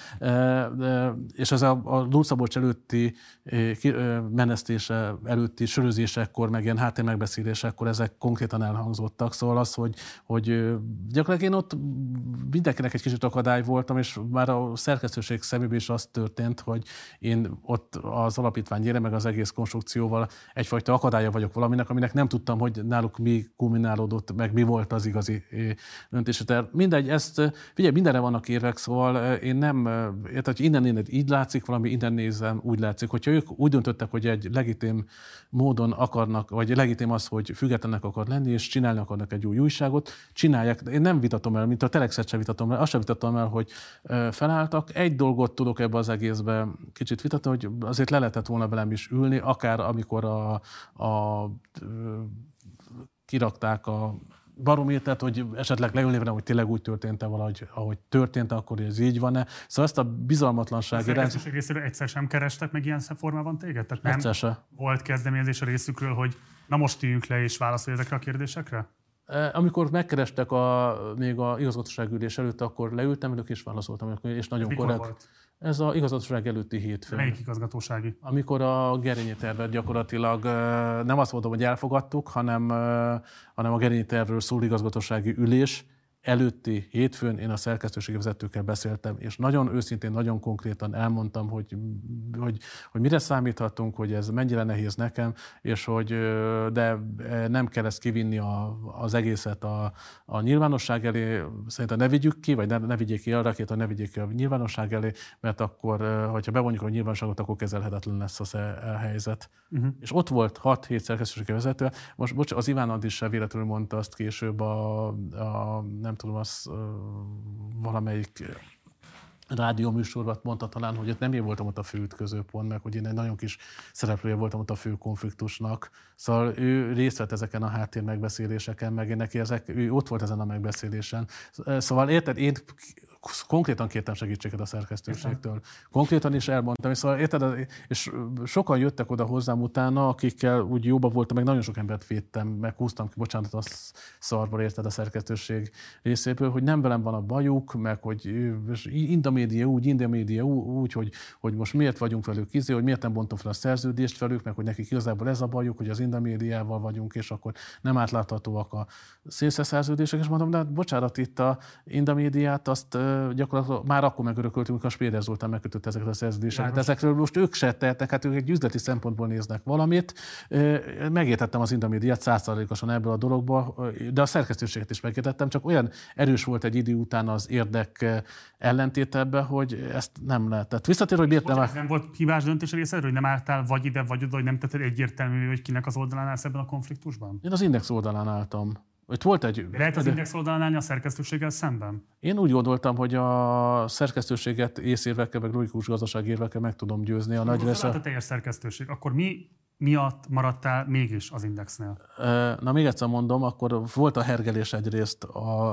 és ez a Dúl Szabolcs előtti menesztése, előtti sörözésekkor, meg ilyen háttérmegbeszélésekkor ezek konkrétan elhangzottak, szóval az, hogy gyakorlatilag én ott mindenkinek egy kicsit akadály voltam, és már a szerkesztőség szemében is az történt, hogy én ott az alapítványére, meg az egész konstrukcióval egyfajta akadálya vagyok valaminek, aminek nem tudtam, hogy náluk mi kulminálódott, meg mi volt az igazi döntési terv. Mindegy, figyelj, mindenre vannak érvek, szóval én nem, hogy innen így látszik, valami innen nézem, úgy látszik, hogyha ők úgy döntöttek, hogy egy legitim módon akarnak, vagy legitim az, hogy függetlenek akar lenni, és csinálni akarnak egy új újságot, csinálják. Én nem vitatom el, mint a Telexet sem vitatom el, azt sem vitatom el, hogy felálltak. Egy dolgot tudok ebbe az egészbe kicsit vitatni, hogy azért le lehetett volna velem is ülni, akár amikor kirakták a barométert, hogy esetleg leülni velem, hogy tényleg úgy történt-e valahogy, ahogy történt, akkor ez így van-e. Szóval ezt a bizalmatlansági rendszer... A szerkesztőség részéről egyszer sem kerestek meg ilyen formában téged? Tehát nem egyszer se. Volt kezdeményezés a részükről, hogy na most üljünk le és válaszolj ezekre a kérdésekre? Amikor megkerestek még a igazgatóságülés előtt, akkor leültem velük és válaszoltam, és nagyon korrekt. Ez a igazgatóság előtti hétfőn. Melyik igazgatósági? Amikor a Gerényi tervet gyakorlatilag nem azt mondom, hogy elfogadtuk, hanem a Gerényi tervről szól igazgatósági ülés, előtti hétfőn én a szerkesztőségi vezetőkkel beszéltem, és nagyon őszintén, nagyon konkrétan elmondtam, hogy mire számíthatunk, hogy ez mennyire nehéz nekem, és de nem kell ezt kivinni az egészet a nyilvánosság elé. Szerintem ne vigyük ki, vagy ne vigyék ki a rakéta, ne vigyék ki a nyilvánosság elé, mert akkor, hogyha bevonjuk a nyilvánosságot, akkor kezelhetetlen lesz a helyzet. És ott volt 6-7 szerkesztőségi vezető. Most az Iván Andis se véletlenül mondta azt később nem tudom, valamelyik rádióműsorban mondta talán, hogy ott nem én voltam ott a fő ütközőpont, meg hogy én egy nagyon kis szereplője voltam ott a fő konfliktusnak. Szóval ő részt vett ezeken a háttér megbeszéléseken, meg én neki ő ott volt ezen a megbeszélésen. Szóval érted, én konkrétan kértem segítséget a szerkesztőségtől. Konkrétan is elmondtam, szóval érted, és sokan jöttek oda hozzám utána, akikkel úgy jóba voltam, meg nagyon sok embert védtem, meg húztam ki, bocsánat, a szarból, érted, a szerkesztőség részéből, hogy nem velem van a bajuk, meg hogy Indamédia úgy, hogy most miért vagyunk velük hogy miért nem bontom fel a szerződést velük, meg hogy nekik igazából ez a bajuk, hogy az Indamédiával vagyunk, és akkor nem átláthatóak a szerződések, és mondom, de hát bocsánat, itt a Indamédiát azt gyakorlatilag már akkor megörököltünk, amikor a Spéder Zoltán megkötött ezeket a szerződéseket. Ezekről most ők se tehetnek, hát ők egy üzleti szempontból néznek valamit. Megértettem az Indamédiát 100%-osan ebből a dologból, de a szerkesztőséget is megértettem, csak olyan erős volt egy idő után az érdek ellentét ebbe, hogy ezt nem lehetett. Visszatérő, hogy miért nem volt hibás döntés a részéről, hogy nem álltál vagy ide, vagy oda, hogy nem tetted egyértelmű, hogy kinek az oldalán állsz ebben a konfliktusban? Én az Index oldalán álltam. Itt volt lehet az Index oldalán állni a szerkesztőséggel szemben? Én úgy gondoltam, hogy a szerkesztőséget észérvekkel, meg logikus gazdasági érvekkel meg tudom győzni a nagy része. A teljes szerkesztőség. Akkor mi miatt maradtál mégis az Indexnél? Na még egyszer mondom, akkor volt a hergelés egyrészt,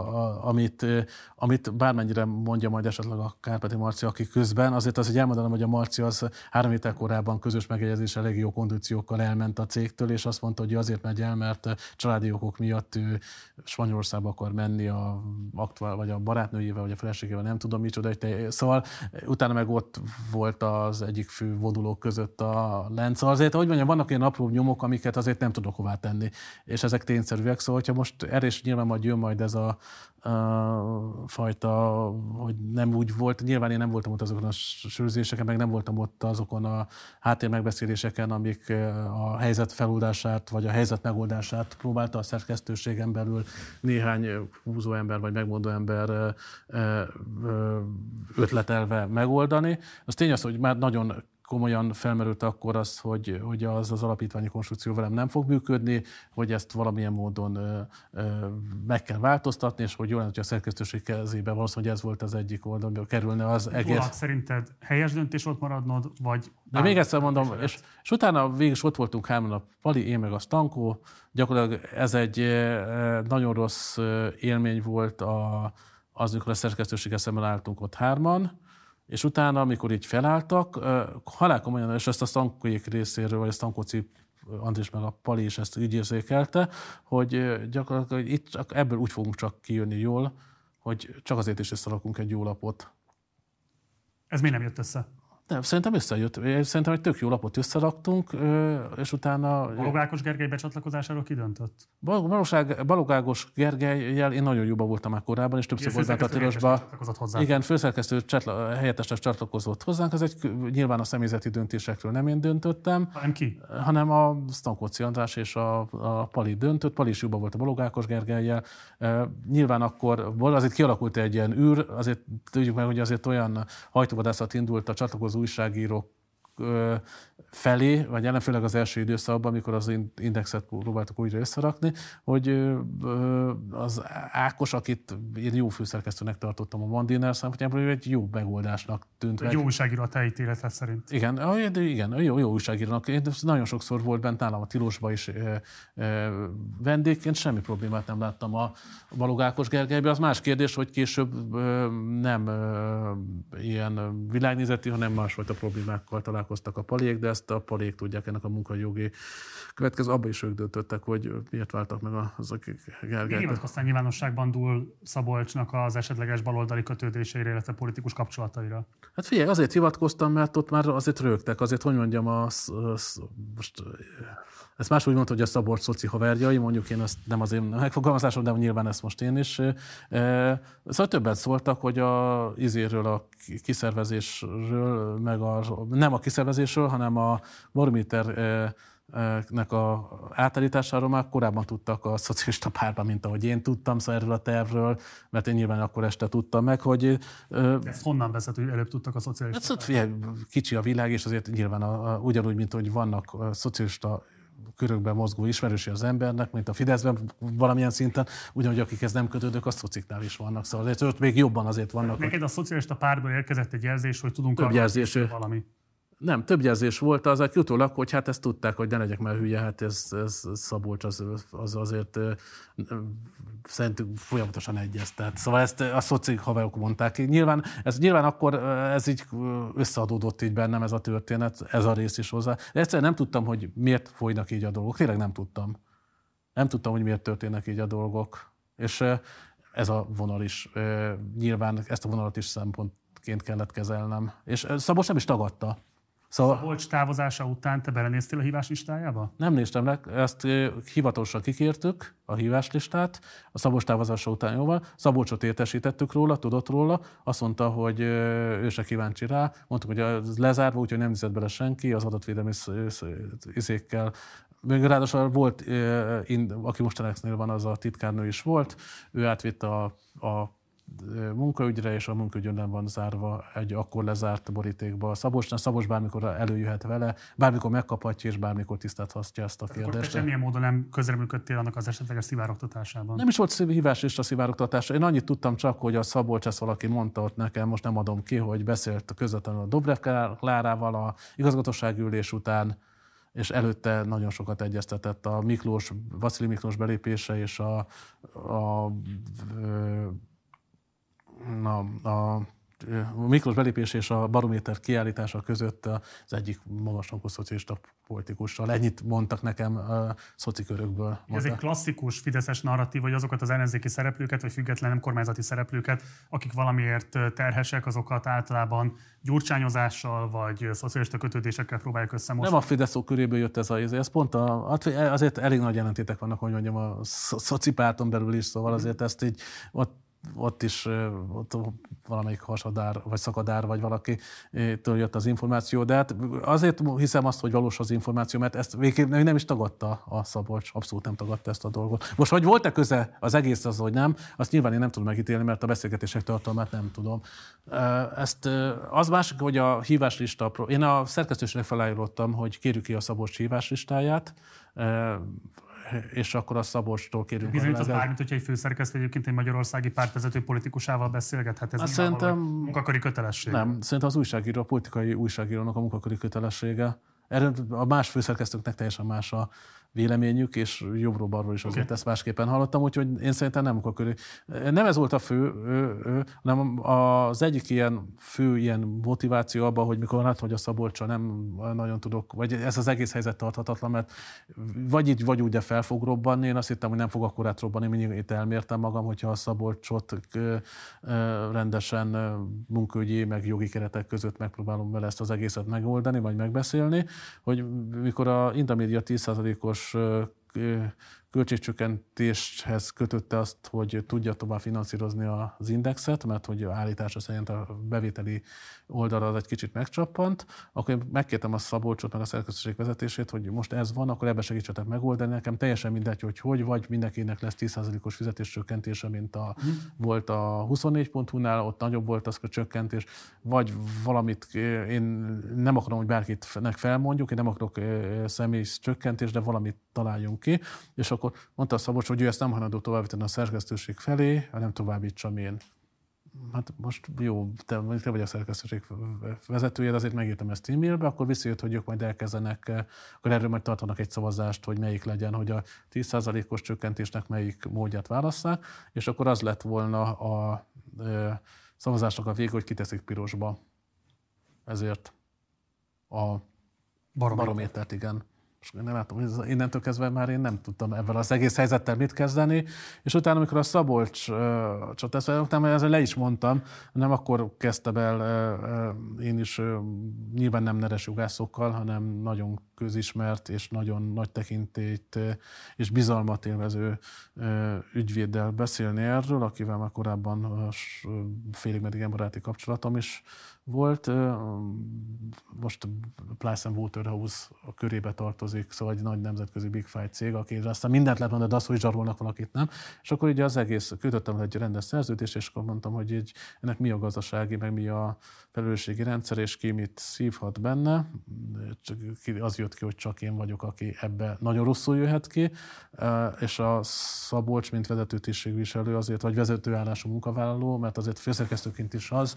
amit bármennyire mondja majd esetleg a Kárpáti Marci, aki közben, azért az, hogy elmondanom, hogy a Marci az 3 héttel korábban közös megegyezéssel elég jó kondíciókkal elment a cégtől, és azt mondta, hogy azért megy el, mert családi okok miatt ő Spanyolországba akar menni vagy a barátnőjével, vagy a feleségével, nem tudom micsoda. Szóval utána meg ott volt az egyik fő vonulók között a lenc. Azért, hogy mondjam, vannak ilyen apró nyomok, amiket azért nem tudok hová tenni, és ezek tényszerűek. Szóval, hogyha most erre is nyilván majd jön majd ez a fajta, hogy nem úgy volt. Nyilván én nem voltam ott azokon a sörözéseken, meg nem voltam ott azokon a háttér megbeszéléseken, amik a helyzet feloldását, vagy a helyzet megoldását próbálta a szerkesztőségen belül néhány húzó ember, vagy megmondó ember ötletelve megoldani. Az tény az, hogy már nagyon komolyan felmerült akkor az, hogy az alapítványi konstrukció velem nem fog működni, hogy ezt valamilyen módon meg kell változtatni, és hogy jó lenne, hogy a szerkesztőség kezébe valószínűleg ez volt az egyik oldal, amivel kerülne az egész. Szerinted helyes döntés ott maradnod, vagy... De még egyszer mondom, és utána végig is ott voltunk 3 nap, Pali, én meg a Stankó. Gyakorlatilag ez egy nagyon rossz élmény volt az, amikor a szerkesztőséggel szemben álltunk ott 3-an, és utána, amikor így felálltak, halálkomolyan, és ezt a Stankóék részéről, vagy a Stankóci Andris meg a Pali is ezt így érzékelte, hogy gyakorlatilag itt csak ebből úgy fogunk csak kijönni jól, hogy csak azért is összerakunk egy jó lapot. Ez miért nem jött össze? Nem, szerintem összejött. Szerintem egy tök jó lapot összeraktunk, és utána... Balogh Ákos Gergely becsatlakozásáról ki döntött? Balogh Ákos Gergellyel én nagyon jóban voltam már korábban, és többször volt bent a tilosba. Igen, főszerkesztő helyettesnek csatlakozott hozzánk. Ez nyilván a személyzeti döntésekről nem én döntöttem. Hanem ki? Hanem a Stankóci András és a Pali döntött. Pali is jóban volt a Balogh Ákos Gergellyel. Nyilván akkor azért kialakult egy ilyen űr, azért tudjuk meg, hogy azért olyan hajtóvadászat indult a csatlakozó újságírók felé, vagy ellenfőleg az első időszakban, amikor az Indexet próbáltuk újra összerakni, hogy az Ákos, akit én jó főszerkesztőnek tartottam a Mandiner szempontjából, ő egy jó megoldásnak tűnt. Egy jó újságíró a te ítéleted szerint. Igen, jó újságírónak. Én nagyon sokszor volt bent nálam a Tilosba is vendégként, semmi problémát nem láttam a Balogh Ákos Gergelyben. Az más kérdés, hogy később nem ilyen világnézeti, hanem másfajta problémákkal találkoztak a Paliék, de ezt a Paliék tudják, ennek a munkajogi következő, abban is ők döntöttek, hogy miért váltak meg azok Gergelyt. Hivatkoztál nyilvánosságban Dúl Szabolcsnak az esetleges baloldali kötődéseire, illetve politikus kapcsolataira? Hát figyelj, azért hivatkoztam, mert ott már azért rögtek, azért, hogy mondjam, most Ezt máshogy mondta, hogy a Szabolcs szoci haverjai, mondjuk én ezt nem az én megfogalmazásom, de nyilván ezt most én is. Szóval többet szóltak, hogy a kiszervezésről, nem a kiszervezésről, hanem a barométernek a átállításáról már korábban tudtak a szocialista párban, mint ahogy én tudtam, szóval erről a tervről, mert én nyilván akkor este tudtam meg, hogy... Ezt honnan veszed, hogy előbb tudtak a szocialista párban? Kicsi a világ, és azért nyilván ugyanúgy, mint hogy vannak szocialista körökben mozgó ismerősi az embernek, mint a Fideszben valamilyen szinten, ugyanúgy akik ez nem kötődők, a szociknál is vannak. Szóval ott még jobban azért vannak. Neked a szocialista párból érkezett egy jelzés, hogy tudunk több jelzés, valami. Nem, több jelzés volt az, aki utólag, hogy hát ezt tudták, hogy ne legyek már hülye, hát ez Szabolcs az azért szerintük folyamatosan egyez. Tehát, szóval ezt a szocik haverok mondták. Nyilván akkor ez így összeadódott így bennem ez a történet, ez a rész is hozzá. De egyszerűen nem tudtam, hogy miért folynak így a dolgok. Tényleg nem tudtam. Nem tudtam, hogy miért történnek így a dolgok. És ez a vonal is, nyilván ezt a vonalat is szempontként kellett kezelnem. És Szabolcs nem is tagadta. Szabolcs távozása után te belenéztél a hívás listájába? Nem néztem le, ezt hivatalosan kikértük, a híváslistát, a Szabolcs távozása után jóval. Szabolcsot értesítettük róla, tudott róla, azt mondta, hogy ő se kíváncsi rá, mondtuk, hogy ez lezárva, úgyhogy nem nézett bele senki, az adatvédelmi izékkel. Még ráadásul volt, aki most Telexnél van, az a titkárnő is volt, ő átvitte a munkaügyre, és a munkaügyön nem van zárva egy akkor lezárt borítékba. Szabolcs bármikor előjöhet vele, bármikor megkaphatja, és bármikor tisztázhatja ezt a kérdést. Akkor te semmilyen módon nem közreműködtél annak az esetleges szivárogtatásában? Nem is volt hívás és a szivárogtatásra. Én annyit tudtam csak, hogy a Szabolcs, ezt valaki mondta ott nekem, most nem adom ki, hogy beszélt közvetlenül a Dobrev Klárával a igazgatósági ülés után, és előtte nagyon sokat egyeztetett a Vasilij Miklós belépése és a Miklós belépés és a barométer kiállítása között az egyik magasrangú szocialista politikussal. Ennyit mondtak nekem a szocikörökből. Ez egy klasszikus fideszes narratív, hogy azokat az ellenzéki szereplőket, vagy független nem kormányzati szereplőket, akik valamiért terhesek, azokat általában gyurcsányozással vagy szocialista kötődésekkel próbálják összemosni. Nem a Fidesz köréből jött ez pont azért elég nagy jelentétek vannak, hogy mondjam, a szocipárton belül is, szóval azért ezt így ott is valamelyik hasadár, vagy szakadár, vagy valakitől jött az információ, de hát azért hiszem azt, hogy valós az információ, mert ezt végképp nem is tagadta a Szabolcs, abszolút nem tagadta ezt a dolgot. Most, hogy volt-e köze az egész az, hogy nem, azt nyilván én nem tudom megítélni, mert a beszélgetések tartalmát nem tudom. Az másik, hogy a híváslista, én a szerkesztőségnek felállítottam, hogy kérjük ki a Szabolcs híváslistáját, és akkor a Szabolcstól kérünk. Bizonyít bármit, hogyha egy főszerkesztő egyébként egy magyarországi pártvezető politikusával beszélgethet, ez szerintem munkaköri kötelesség. Nem, szerintem az újságíró, a politikai újságírónak a munkaköri kötelessége. Erről a más főszerkesztőknek teljesen más a véleményük, és jobbról-balról is azért ezt másképpen hallottam, úgyhogy én szerintem nem munkakörű. Nem ez volt a fő, hanem az egyik fő ilyen motiváció abban, hogy mikor lát, hogy a Szabolccsal nem nagyon tudok, vagy ez az egész helyzet tarthatatlan, mert vagy így, vagy úgy, de fel fog robbanni. Én azt hittem, hogy nem fog akkor átrobbanni, mindig itt elmértem magam, hogyha a Szabolcsot rendesen munkaügyi, meg jogi keretek között megpróbálom vele ezt az egészet megoldani, vagy megbeszélni, hogy mikor a Intamédia 10%-os költségcsökkentéshez kötötte azt, hogy tudja tovább finanszírozni az indexet, mert hogy állítása szerint a bevételi oldalra az egy kicsit megcsappant, akkor én megkértem a Szabolcsot, meg a szerkesztőség vezetését, hogy most ez van, akkor ebbe segítsetek megoldani. Nekem teljesen mindegy, hogy vagy mindenkinek lesz 10%-os fizetéscsökkentése, mint volt a 24.hu-nál, ott nagyobb volt az a csökkentés, vagy valamit, én nem akarom, hogy bárkitnek felmondjuk, én nem akarok személyes csökkentést, de valamit találjunk ki, és akkor mondta a Szabolcs, hogy ő ezt nem hajlandó továbbítani a szerkesztőség felé, hanem továbbítsam én. Hát most jó, te vagy a szerkesztőség vezetője, azért megírtam ezt e-mailbe, akkor visszajött, hogy ők majd elkezdenek, akkor erről majd tartanak egy szavazást, hogy melyik legyen, hogy a 10%-os csökkentésnek melyik módját válasszák, és akkor az lett volna a szavazásnak a vége, hogy kiteszik pirosba. Ezért a barométert, igen. és nem látom, hogy innentől kezdve már én nem tudtam ebben az egész helyzettel mit kezdeni, és utána, amikor a Szabolcsot utána ezzel le is mondtam, nem akkor kezdtem el én is nyilván nem neres jogászokkal, hanem nagyon közismert és nagyon nagy tekintélyt és bizalmat élvező ügyvéddel beszélni erről, akivel már korábban félig meddig ilyen baráti kapcsolatom is volt. Most Price & Waterhouse a körébe tartozik, szóval egy nagy nemzetközi Big Five cég, aki aztán mindent lehet mondani, de az, hogy zsarolnak valakit, nem. És akkor ugye az egész, kötöttem egy rendes szerződést, és akkor mondtam, hogy ennek mi a gazdasági, meg mi a felelősségi rendszer, és ki mit szívhat benne. Csak az jött ki, hogy csak én vagyok, aki ebbe nagyon rosszul jöhet ki, és a Szabolcs, mint vezetőtisztségviselő azért, vagy vezetőállású munkavállaló, mert azért főszerkesztőként is az,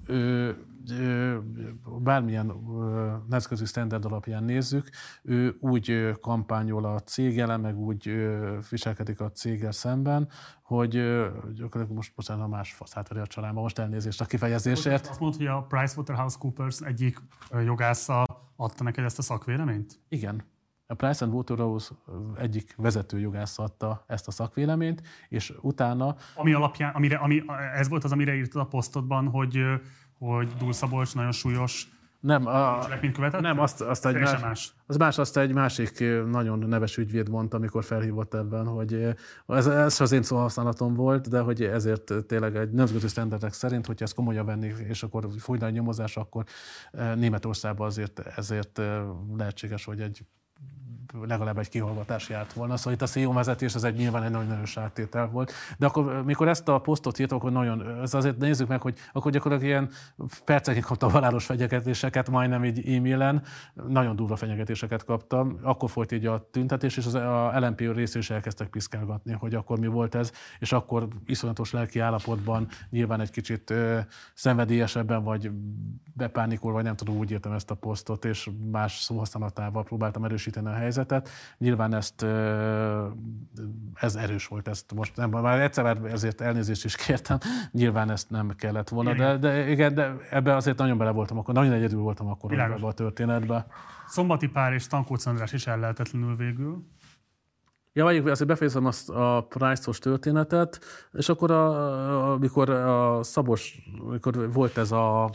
bármilyen nemzetközi standard alapján nézzük, ő úgy kampányol a cég ellen, meg úgy viselkedik a céggel szemben, hogy gyakorlatilag most a más faszát veri a családba, most elnézést a kifejezésért. Azt mondta, hogy a PricewaterhouseCoopers egyik jogásza adta neked ezt a szakvéleményt? Igen. A Price & Waterhouse egyik vezető jogásza adta ezt a szakvéleményt, és utána... Ami alapján, ez volt az, amire írtad a posztodban, hogy Dúl Szabolcs nagyon súlyos cselekményt követett? Nem, azt egy másik nagyon neves ügyvéd mondta, amikor felhívott ebben, hogy ez az én szóhasználatom volt, de hogy ezért tényleg egy nemzetközi standardek szerint, hogyha ezt komolyan venni, és akkor folyna a nyomozás, akkor Németországban ezért lehetséges, hogy legalább egy kihallgatás járt volna. Szóval itt a széjonvezetés az nyilván egy nagyon erős áttétel volt. De akkor, mikor ezt a posztot írtam, akkor nagyon, azért nézzük meg, hogy akkor gyakorlatilag ilyen percekig kaptam halálos fenyegetéseket, majdnem így e-mailen, nagyon durva fenyegetéseket kaptam. Akkor folyt így a tüntetés, és a LMP részéről is elkezdtek piszkálgatni, hogy akkor mi volt ez, és akkor iszonyatos lelki állapotban, nyilván egy kicsit szenvedélyesebben, vagy bepánikol, vagy nem tudom, úgy írtam ezt a posztot, és más szóhasználatával próbáltam erősíteni a helyzetet. Nyilván ez erős volt, ezt most nem, már egyszer ezért elnézést is kértem, nyilván ezt nem kellett volna, de ebbe azért nagyon bele voltam akkor, nagyon egyedül voltam akkor ebben a történetben. Szombati Pál és Stankóc András is ellehetetlenül végül. Ja, vagy azért befejezem azt a Price-os történetet, és akkor amikor a Szabos, amikor volt ez a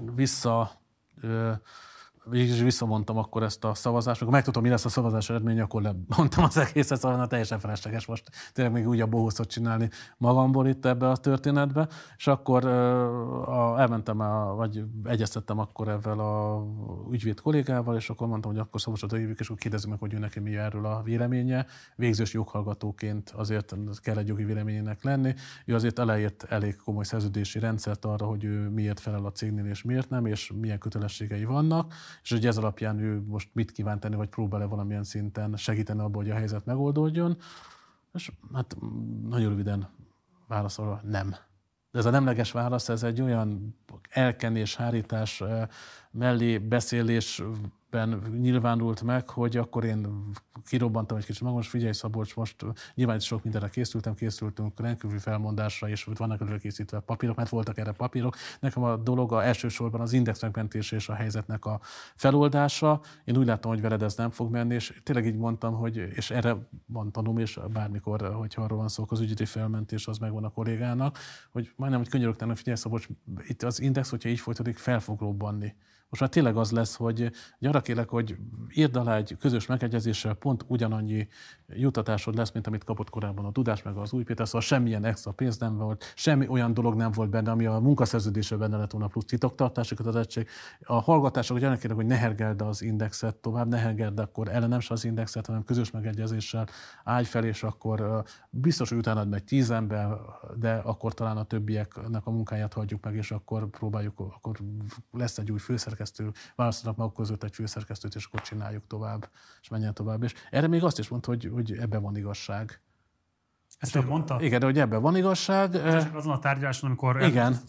visszamondtam akkor ezt a szavazást, amikor megtudtam, mi lesz a szavazás eredménye, akkor lemondtam az egészet, szóval teljesen felesleges most tényleg még úgy a bohócot csinálni magamból itt ebbe a történetbe, és akkor elmentem, vagy egyeztettem akkor ezzel a ügyvéd kollégával, és akkor mondtam, hogy akkor Szabolcsot hívjuk, és akkor kérdezzük meg, hogy ő neki mi erről a véleménye. Végzős joghallgatóként azért kell egy jogi véleményének lenni. Ő azért aláírt elég komoly szerződési rendszert arra, hogy ő miért felel a cégnél, és miért nem, és milyen kötelességei vannak. És hogy ez alapján ő most mit kíván tenni, vagy próbál-e valamilyen szinten segíteni abban, hogy a helyzet megoldódjon. És hát nagyon röviden válaszolva nem. De ez a nemleges válasz, ez egy olyan elkenés, hárítás mellé beszélésben nyilvánult meg, hogy akkor én kirobbantam egy kicsit magam, most figyelj Szabolcs, most nyilván itt sok mindenre készültünk rendkívül felmondásra, és vannak előkészítve papírok, mert voltak erre papírok. Nekem a dolog elsősorban az index megmentése és a helyzetnek a feloldása. Én úgy láttam, hogy veled ez nem fog menni, és tényleg így mondtam, hogy, és erre van tanulom, és bármikor, hogyha arról van szó, az ügyvédi felmentés, az megvan a kollégának, hogy majdnem, hogy könyörögtem, hogy figyelj Szabolcs, itt az index, hogyha így folytatódik, fel fog robbanni. Most már tényleg az lesz, hogy arra kérlek, hogy írd alá egy közös megegyezéssel, pont ugyanannyi juttatásod lesz, mint amit kapott korábban a Dudás meg az Új Péter, szóval semmilyen extra pénz nem volt, semmi olyan dolog nem volt benne, ami a munkaszerződésben benne lett volna plusz titoktartási kötelezettség. A hallgatások, hogy arra kérlek, hogy ne hergeld az indexet tovább, ne hergeld akkor ellenem se az indexet, hanem közös megegyezéssel állj fel, és akkor biztos, hogy utána megy 10 ember, de akkor talán a többieknek a munkáját hagyjuk meg, és akkor próbáljuk, akkor lesz egy új főszerkesztő, választanak maguk között egy főszerkesztőt, és akkor csináljuk tovább, és menjen tovább. És erre még azt is mondta, hogy ebben van igazság. Ezt ő mondta? Igen, de hogy ebben van igazság. Azon a tárgyaláson, amikor igen,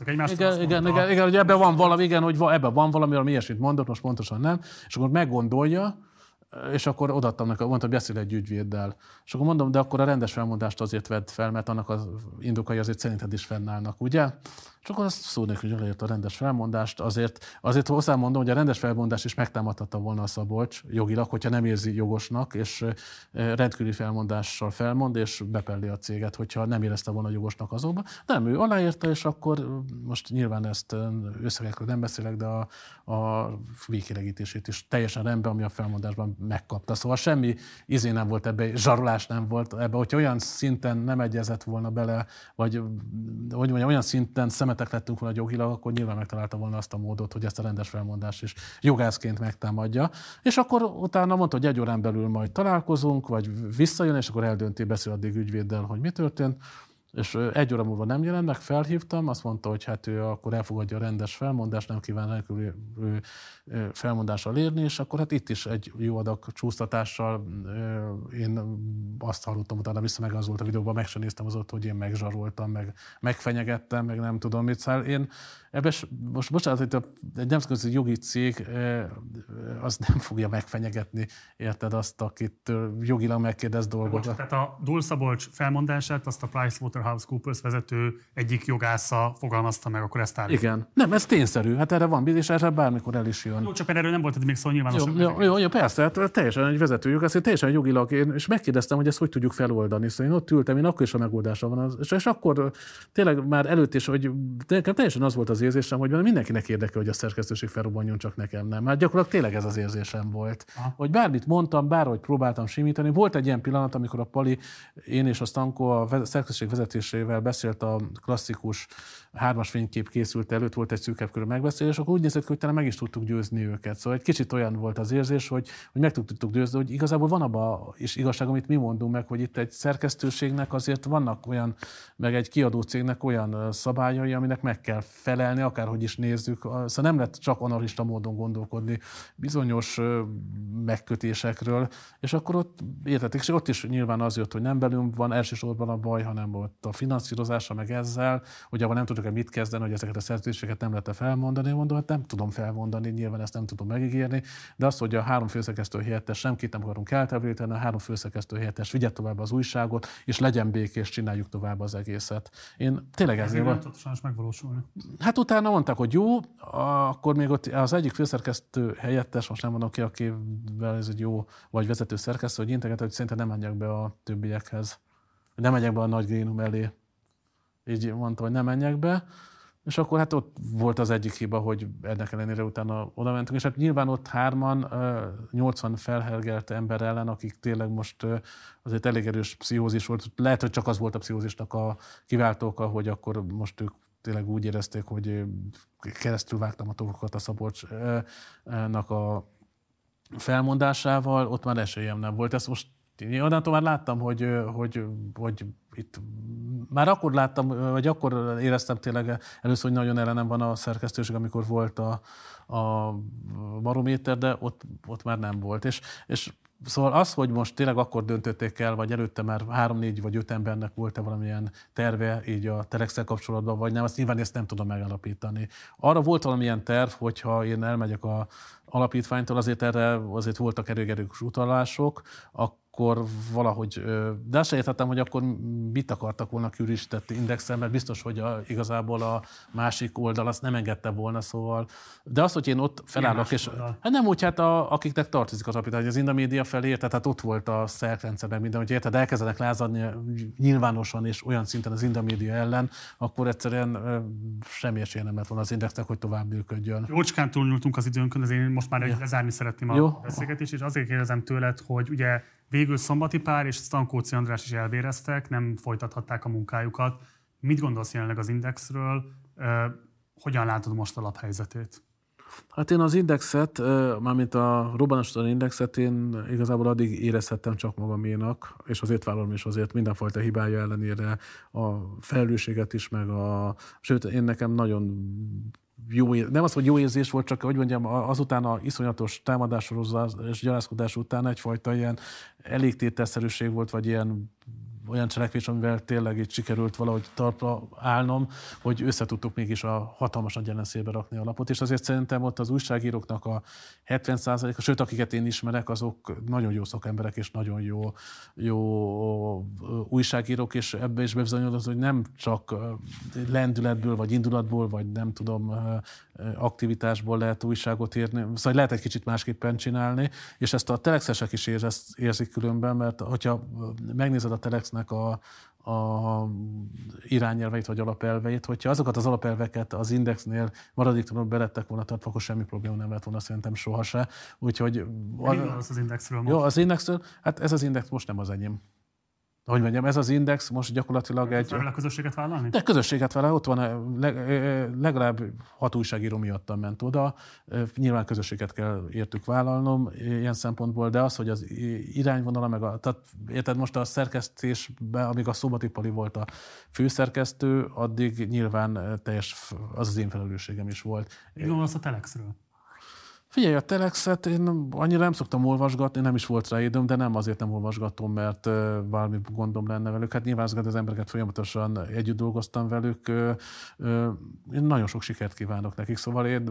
hogy ebben van valami, igen, hogy ebben van valami, ami ilyesmit mondott, most pontosan nem, és akkor meggondolja, és akkor odaadtam neki, mondtam, beszél egy ügyvéddel. És akkor mondom, de akkor a rendes felmondást azért vedd fel, mert annak az indokai azért szerinted is fennállnak, ugye? És akkor azt szó nélkül aláírta a rendes felmondást, azért hozzámondom, hogy a rendes felmondást is megtámadhatta volna a Szabolcs jogilag, hogyha nem érzi jogosnak, és rendkívüli felmondással felmond, és bepelli a céget, hogyha nem érezte volna jogosnak azonban. Nem, ő aláírta, és akkor most nyilván ezt összegekről nem beszélek, de a végkielégítését is teljesen rendben, ami a felmondásban megkapta. Szóval semmi nem volt ebbe, zsarolás nem volt ebbe, hogyha olyan szinten nem egyezett volna bele, vagy hogy mondjam, olyan szinten szemetek lettünk volna jogilag, akkor nyilván megtalálta volna azt a módot, hogy ezt a rendes felmondást is jogászként megtámadja. És akkor utána mondta, hogy 1 órán belül majd találkozunk, vagy visszajön, és akkor eldönti, beszél addig ügyvéddel, hogy mi történt. És 1 óra múlva nem jelent meg, felhívtam, azt mondta, hogy hát ő akkor elfogadja a rendes felmondást, nem kíván nélkül felmondással érni, és akkor hát itt is egy jó adag csúsztatással én azt hallottam, utána vissza meg az volt a videóban, meg sem néztem az ott, hogy én megzsaroltam, meg megfenyegettem, meg nem tudom mit. Szóval én ebben most bocsánat, hogy egy nemzetközi jogi cég az nem fogja megfenyegetni, érted, azt, akit jogilag megkérdez dolgokat. Tehát a Dúl-Szabolcs felmondását azt a PricewaterhouseCoopers vezető egyik jogásza fogalmazta meg, akkor ezt állítani. Igen. Nem, ez tényszerű. Hát erre van és erre bármikor el is jön. Jó, csak erről nem volt még szó nyilvánosan. Jó, persze, hát teljesen egy vezető jogász, teljesen jogilag, és megkérdeztem, hogy ezt hogy tudjuk feloldani. Szóval én ott ültem, én akkor is a megoldásra van. És akkor tényleg már előtt is, hogy nekem teljesen az volt az érzésem, hogy mindenkinek érdekel, hogy a szerkesztőség felrobbanjon, csak nekem nem. Hát gyakorlatilag tényleg ez az érzésem volt. Aha. Hogy bármit mondtam, bárhogy próbáltam simítani. Volt egy ilyen pillanat, amikor a Pali, én és a Stanko a szerkesztőség vezetésével beszélt a klasszikus 3-as fénykép készült előtt, volt egy szűkebb körű megbeszélés, akkor úgy nézett ki, hogy talán meg is tudtuk győzni őket. Szóval egy kicsit olyan volt az érzés, hogy meg tudtuk győzni, hogy igazából van abban is igazság, amit mi mondunk meg, hogy itt egy szerkesztőségnek azért vannak olyan, meg egy kiadó cégnek olyan szabályai, aminek meg kell felelni, akárhogy is nézzük. Szóval nem lehet csak analista módon gondolkodni bizonyos megkötésekről, és akkor ott értetek, és ott is nyilván az jött, hogy nem belünk van elsősorban a baj, hanem ott a finanszírozása meg ezzel, hogy abban nem tudok mit kezdeni, hogy ezeket a szerződéseket nem lehet felmondani, mondom, hát nem tudom felmondani, nyilván ezt nem tudom megígérni, de azt, hogy a 3 főszerkesztő helyettes semkit nem akarunk eltávolítani, a 3 főszerkesztő helyettes vigye tovább az újságot, és legyen békés, csináljuk tovább az egészet. Én tényleg ezért van. Megvalósulni. Hát utána mondták, hogy jó, akkor még ott az egyik főszerkesztő helyettes, most nem mondom ki, akivel ez egy jó vagy vezető szerkesztő, hogy integet, hogy szerintem nem menjek be a többiekhez. Nem menjek be a nagy grénum elé. Így mondta, hogy nem menjek be. És akkor hát ott volt az egyik hiba, hogy ennek ellenére utána oda mentünk, és hát nyilván ott 3-an 80 felhergelt ember ellen, akik tényleg most azért elég erős pszichózis volt. Lehet, hogy csak az volt a pszichózisnak a kiváltóka, hogy akkor most ők tényleg úgy érezték, hogy keresztül vágtam a tokokat a Szabolcsnak a felmondásával, ott már esélyem nem volt. Ezt most onnantól már láttam, hogy itt már akkor láttam, vagy akkor éreztem tényleg először, hogy nagyon ellenem van a szerkesztőség, amikor volt a barométer, de ott már nem volt. És szóval az, hogy most tényleg akkor döntötték el, vagy előtte már 3, 4 vagy 5 embernek volt-e valamilyen terve így a Telexszel kapcsolatban, vagy nem, azt nyilván ezt nem tudom megállapítani. Arra volt valamilyen terv, hogyha én elmegyek a alapítványtól, azért voltak erős utalások, akkor valahogy, de azt sem értettem, hogy akkor mit akartak volna kiürített indexen, mert biztos, hogy igazából a másik oldal azt nem engedte volna, szóval. De az, hogy én ott felállok, és hát nem úgy, hát akiknek tartozik az alapítvány, az Indamédia felé, tehát hát ott volt a szerkrendszerben minden, hogy érted, elkezdenek lázadni nyilvánosan és olyan szinten az Indamédia ellen, akkor egyszerűen semmi esélye nem lett volna az indexnek, hogy tovább működjön. Jócskán túlnyúltunk az időnkön, ezért én most már lezárni szeretném a beszélgetést, és azért kérdezem tőled, hogy ugye végül Szombati Pál és Stankóczy András is elvéreztek, nem folytathatták a munkájukat. Mit gondolsz jelenleg az Indexről? Hogyan látod most a laphelyzetét? Hát én az Indexet, mármint a robbanásodani Indexet én igazából addig érezhettem csak magaménak, és azért vállalom is azért mindenfajta hibája ellenére a felelősséget is, sőt, én nekem nagyon nem az, hogy jó érzés volt, csak hogy mondjam, azután a iszonyatos támadásról és gyalázkodás után egyfajta ilyen elégtételszerűség volt, vagy ilyen olyan cselekvés, amivel tényleg itt sikerült valahogy talpra állnom, hogy összetudtuk mégis a hatalmas nagy ellenszélbe rakni a lapot, és azért szerintem ott az újságíróknak a 70%-a, sőt, akiket én ismerek, azok nagyon jó szakemberek és nagyon jó újságírók, és ebbe is bebizonyodott, hogy nem csak lendületből, vagy indulatból, vagy nem tudom, aktivitásból lehet újságot írni, szóval lehet egy kicsit másképpen csinálni, és ezt a telexesek is érzik különben, mert hogyha megnézed a telexnek a irányelveit vagy alapelveit, hogyha azokat az alapelveket az Indexnél maradéktalanul belettek volna tartva, akkor semmi probléma nem lett volna szerintem sohasem. Úgyhogy... Az Indexről most? Jó, az Indexről, hát ez az Index most nem az enyém. Hogy mondjam, ez az Index most gyakorlatilag egy... Kell a közösséget vállalni? De közösséget vállal, ott van legalább 6 újságíró miattam ment oda. Nyilván közösséget kell értük vállalnom ilyen szempontból, de az, hogy az irányvonala meg tehát érted, most a szerkesztésben, amíg a Szombathy Pali volt a főszerkesztő, addig nyilván teljes az én felelősségem is volt. Mi gondolsz a Telexről? Figyelj, a Telexet én annyira nem szoktam olvasgatni, nem is volt rá időm, de nem azért nem olvasgatom, mert valami gondom lenne velük. Hát nyilván az embereket folyamatosan együtt dolgoztam velük. Én nagyon sok sikert kívánok nekik, szóval én,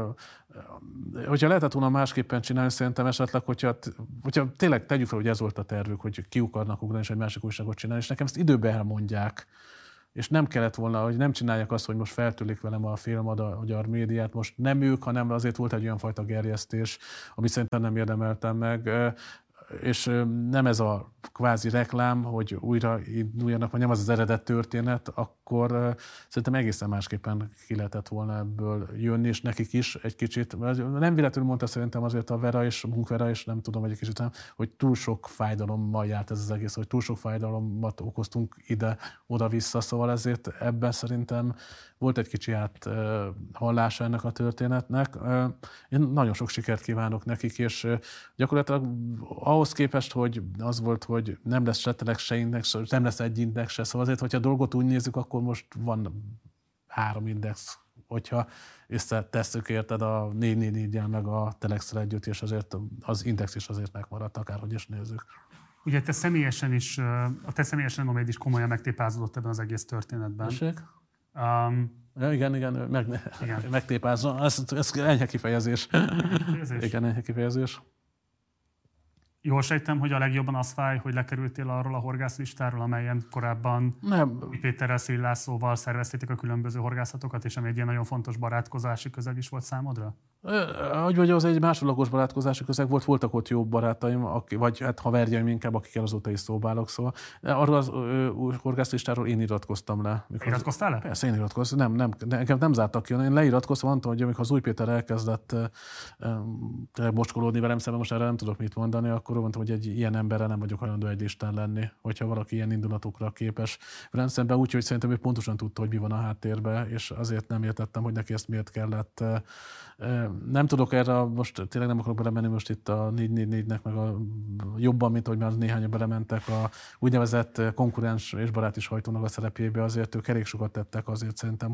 hogyha lehetett volna másképpen csinálni, szerintem esetleg, hogyha tényleg tegyük fel, hogy ez volt a tervük, hogy ki akarnak ugrani és egy másik újságot csinálni, és nekem ezt időben elmondják, és nem kellett volna, hogy nem csinálják azt, hogy most feltűlik velem a magyar médiát. Most nem ők, hanem azért volt egy olyan fajta gerjesztés, amit szerintem nem érdemeltem meg. És nem ez a kvázi reklám, hogy újra induljanak, vagy nem az eredet történet, akkor szerintem egészen másképpen ki lehetett volna ebből jönni, és nekik is egy kicsit. Nem véletlenül mondta szerintem azért a Vera és a Munkvera, és nem tudom, hogy egy kicsit nem, hogy túl sok fájdalommal járt ez az egész, hogy túl sok fájdalomat okoztunk oda-vissza, szóval ezért ebben szerintem volt egy kicsi áthallása ennek a történetnek. Én nagyon sok sikert kívánok nekik, és gyakorlatilag ahhoz képest, hogy az volt, hogy nem lesz se Telex, se Index, nem lesz egy Index se, szóval azért, hogyha a dolgot úgy nézzük, akkor most van 3 Index, hogyha összetesszük érted a 444-jel meg a Telexre együtt, és azért az Index is azért megmaradt, akárhogy is nézzük. Ugye te személyesen is, a te személyesen noméd is komolyan megtépázódott ebben az egész történetben. Ja, igen, megtépázom. Ez enyhe kifejezés. Igen, enyhe kifejezés. Jól sejtem, hogy a legjobban az fáj, hogy lekerültél arról a horgászlistáról, amelyen korábban Péterrel, Széli Lászlóval szerveztétek a különböző horgászatokat, és ami egy ilyen nagyon fontos barátkozási közeg is volt számodra? Hogy az egy másodlagos barátkozási közeg volt, voltak ott jó barátaim, vagy hát haverjaim inkább, akikkel azóta is szóbálok, szóval. Arról az horgászlistáról én iratkoztam le. Iratkoztál le? Persze, én iratkoztam. Nem zártak ki. Én leiratkoztam, mondtam, hogy amikor az Új Péter elkezdett mocskolódni velem szemben, most erre nem tudok mit mondani, akkor mondtam, hogy egy ilyen emberrel nem vagyok hajlandó egy listán lenni, hogyha valaki ilyen indulatokra képes velem szemben, úgyhogy szerintem ő pontosan tudta, hogy mi van a háttérben, és azért nem értettem, hogy neki ezt miért kellett. Nem tudok erre, most tényleg nem akarok belemenni most itt a 444-nek, meg a jobban, mint hogy már néhányan belementek a úgynevezett konkurens és barát is hajtónak a szerepébe, azért ők elég sokat tettek azért szerintem,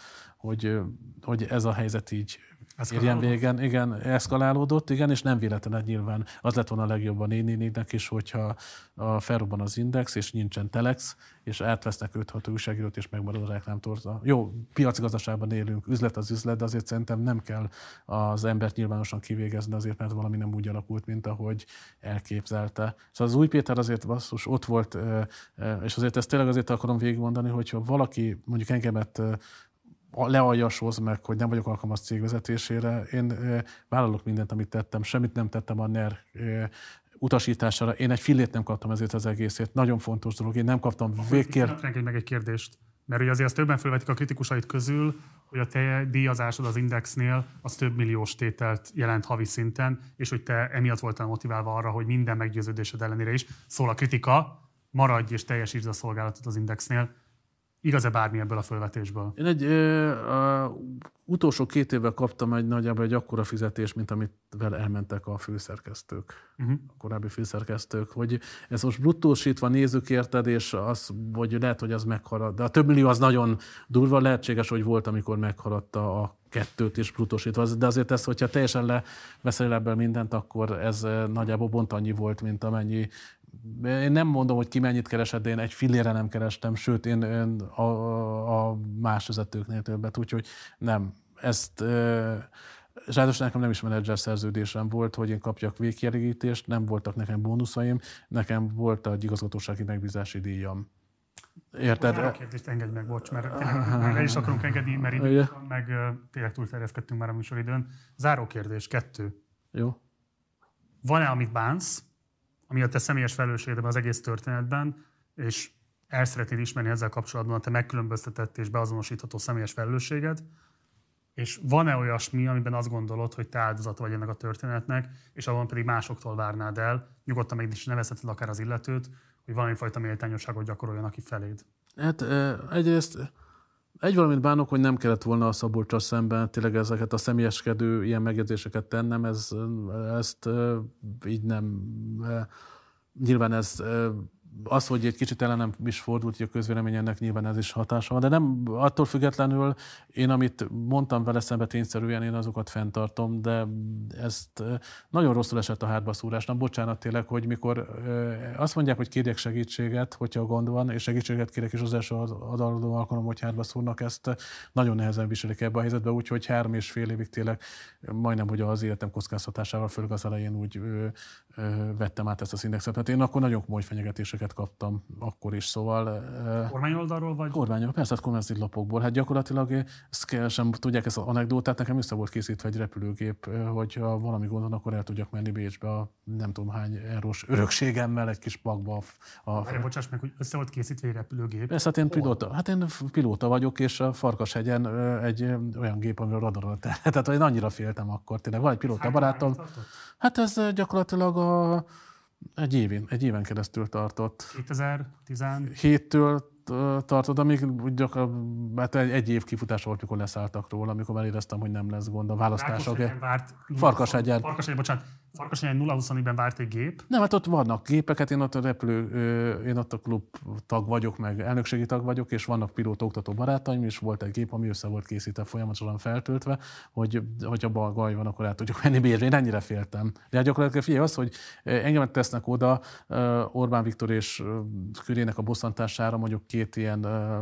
hogy ez a helyzet így érjen végen. Igen, eszkalálódott, igen, és nem véletlen nyilván. Az lett volna a legjobb a 444-nek is, hogyha felrobban az Index, és nincsen Telex, és átvesznek 5-6 újságírót, és megmarad a reklámtorta. Jó, piaci gazdaságban élünk, üzlet az üzlet, de azért szerintem nem kell az embert nyilvánosan kivégezni azért, mert valami nem úgy alakult, mint ahogy elképzelte. Szóval az Új Péter azért basszus ott volt, és azért ezt tényleg azért akarom végigmondani, hogyha valaki mondjuk engemet lealjashoz meg, hogy nem vagyok alkalmas cégvezetésére. Én vállalok mindent, amit tettem, semmit nem tettem a NER utasítására. Én egy fillét nem kaptam ezért az egészért. Nagyon fontos dolog. Én nem kaptam végkért. Engedj meg egy kérdést. Mert ugye azért azt többen felvetik a kritikusait közül, hogy a te díjazásod az Indexnél az több milliós tételt jelent havi szinten, és hogy te emiatt voltál motiválva arra, hogy minden meggyőződésed ellenére is szól a kritika, maradj és teljesítsd a szolgálatot az Indexnél. Igaz-e bármi ebből a felvetésből? Én utolsó 2 évben kaptam nagyjából egy akkora fizetést, mint amit vele elmentek a főszerkesztők, a korábbi főszerkesztők, hogy ez most bruttósítva nézzük érted, és az, hogy lehet, hogy az meghalad. De a több millió az nagyon durva, lehetséges, hogy volt, amikor meghaladta a 2-t is bruttósítva. De azért ez, hogyha teljesen leveszel ebből mindent, akkor ez nagyjából pont annyi volt, mint amennyi Én nem mondom, hogy ki mennyit keresett, de én egy fillére nem kerestem, sőt, én a más vezetőknél többet, úgyhogy nem. Ezt ráadásul nekem nem is menedzser szerződésem volt, hogy én kapjak végkielégítést, nem voltak nekem bónuszaim, nekem volt egy igazgatósági megbízási díjam. Érted? A kérdést engedj meg, bocs, mert tényleg is akarunk engedni, mert időn, meg tényleg túlterjeszkedtünk már a műsoridőn. Záró kérdés, 2. Jó. Van-e, amit bánsz, ami a te személyes felelősségedben az egész történetben, és el szeretnéd ismerni ezzel kapcsolatban a te megkülönböztetett és beazonosítható személyes felelősséged, és van-e olyasmi, amiben azt gondolod, hogy te áldozat vagy ennek a történetnek, és abban pedig másoktól várnád el, nyugodtan meg is nevezheted akár az illetőt, hogy valamifajta méltányosságot gyakoroljon aki feléd? Hát egyrészt valamit bánok, hogy nem kellett volna a Szabolccsal szemben tényleg ezeket a személyeskedő ilyen megjegyzéseket tennem, ezt így nem. Nyilván ez az, hogy egy kicsit ellenem is fordult, hogy a közvéleménynek nyilván ez is hatása van, de nem attól függetlenül én, amit mondtam vele szembe tényszerűen, én azokat fenntartom, de ezt nagyon rosszul esett a hátbaszúrásnak. Bocsánat tényleg, hogy mikor azt mondják, hogy kérjek segítséget, hogyha gond van, és segítséget kérek, és az első adalodó alkalom, hogy hátbaszúrnak, ezt nagyon nehezen viselik ebbe a helyzetbe, úgyhogy 3,5 évig tényleg majdnem, hogy az életem kockáztatásával, főleg az elején úgy vettem át ezt az indexet. Hát én akkor nagyon komoly fenyegetéseket kaptam akkor is, szóval... Kormányoldalról vagy? Kormányoldalról, persze, hát kormányzati lapokból. Hát gyakorlatilag ezt sem tudják ezt az anekdótát, nekem össze volt készítve egy repülőgép, hogyha valami gond van, akkor el tudjak menni Bécsbe a nem tudom hány eurós örökségemmel egy kis pakba. Bocsáss meg, hogy össze volt készítve egy repülőgép. Persze, hát én pilóta vagyok, és a Farkashegyen egy olyan gép, amiről radarolt el. Tehát én annyira féltem akkor tényleg. Van egy pilóta barátom. Hát ez gyakorlatilag egy éven keresztül tartott. 2017-től tartott, amíg hát egy év kifutása volt, mikor leszálltak róla, amikor már éreztem, hogy nem lesz gond a választások. Farkashegyen. Farkashegyen 0-24-ben várt egy gép. Nem, hát ott vannak gépeket, én ott a klub tag vagyok, meg elnökségi tag vagyok, és vannak pilóta oktató barátaim, és volt egy gép, ami össze volt készítve, folyamatosan feltöltve, hogyha baj van, akkor el tudjuk menni Bécsbe. Én ennyire féltem. De gyakorlatilag figyelj az, hogy engemet tesznek oda Orbán Viktor és körének a bosszantására, mondjuk 2 ilyen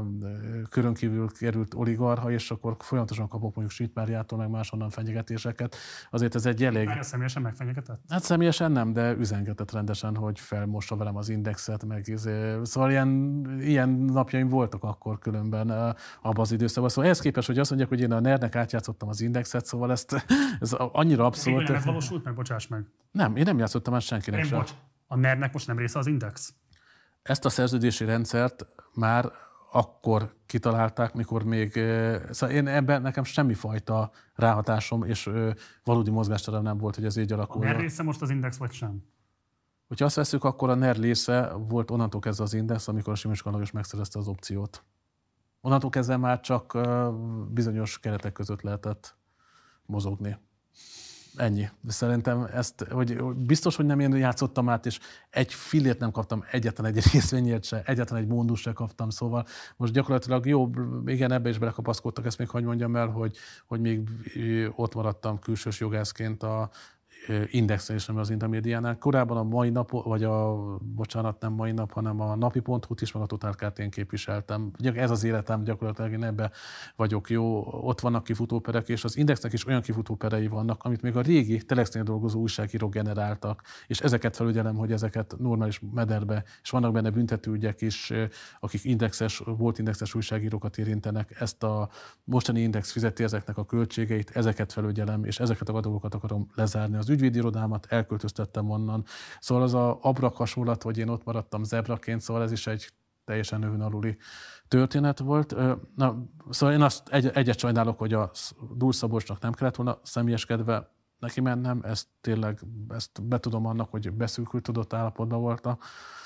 körön kívül került oligarcha, és akkor folyamatosan kapok mondjuk Schmidt-Máriától, meg máshonnan fenyegetéseket. Azért ez egy elég... Személyesen megfenyegetett? Hát személyesen nem, de üzengetett rendesen, hogy felmossa velem az indexet, meg szóval ilyen napjaim voltak akkor különben abban az időszakban. Szóval ehhez képest, hogy azt mondják, hogy én a NER-nek átjátszottam az indexet, szóval ez annyira abszolút... Ez valósult meg, bocsáss meg. Nem, én nem játszottam át senkinek sem. A NER-nek most nem része az index? Ezt a szerződési rendszert már akkor kitalálták, mikor még... Szóval én ebben nekem semmifajta ráhatásom és valódi mozgásterem nem volt, hogy ez így alakuljon. A NER része most az index, vagy sem? Hogyha azt veszük, akkor a NER része volt onnantól kezdve az index, amikor a Simics Lajos megszerezte az opciót. Onnantól kezdve már csak bizonyos keretek között lehetett mozogni. Ennyi. De szerintem ezt, hogy biztos, hogy nem én játszottam át, és egy fillért nem kaptam, egyetlen egy részvényért se, egyetlen egy bónusz se kaptam, szóval most gyakorlatilag jó, igen, ebbe is belekapaszkodtak, ezt még hogy mondjam el, hogy még ott maradtam külsős jogászként a Indexen és nem az Intermédiánál. Korábban a mai nap, vagy bocsánat, nem mai nap, hanem a napi.hu-t is, meg a Total Kft-n képviseltem. Ez az életem, gyakorlatilag én ebbe vagyok jó. Ott vannak kifutóperek, és az Indexnek is olyan kifutóperei vannak, amit még a régi Telexnél dolgozó újságírók generáltak, és ezeket felügyelem, hogy ezeket normális mederbe, és vannak benne büntetőügyek is, akik volt indexes újságírókat érintenek. Ezt a mostani Index fizeti ezeknek a költségeit, ezeket felügyelem, és ezeket a dolgokat akarom lezárni. Az ügyvédirodámat elköltöztettem onnan. Szóval az a abrak hasonlat, hogy én ott maradtam zebraként, szóval ez is egy teljesen növön aluli történet volt. Szóval én azt egyet sajnálok, hogy a Dúl Szabolcsnak nem kellett volna személyeskedve neki mennem, ezt betudom annak, hogy beszűkült tudott állapotban voltam.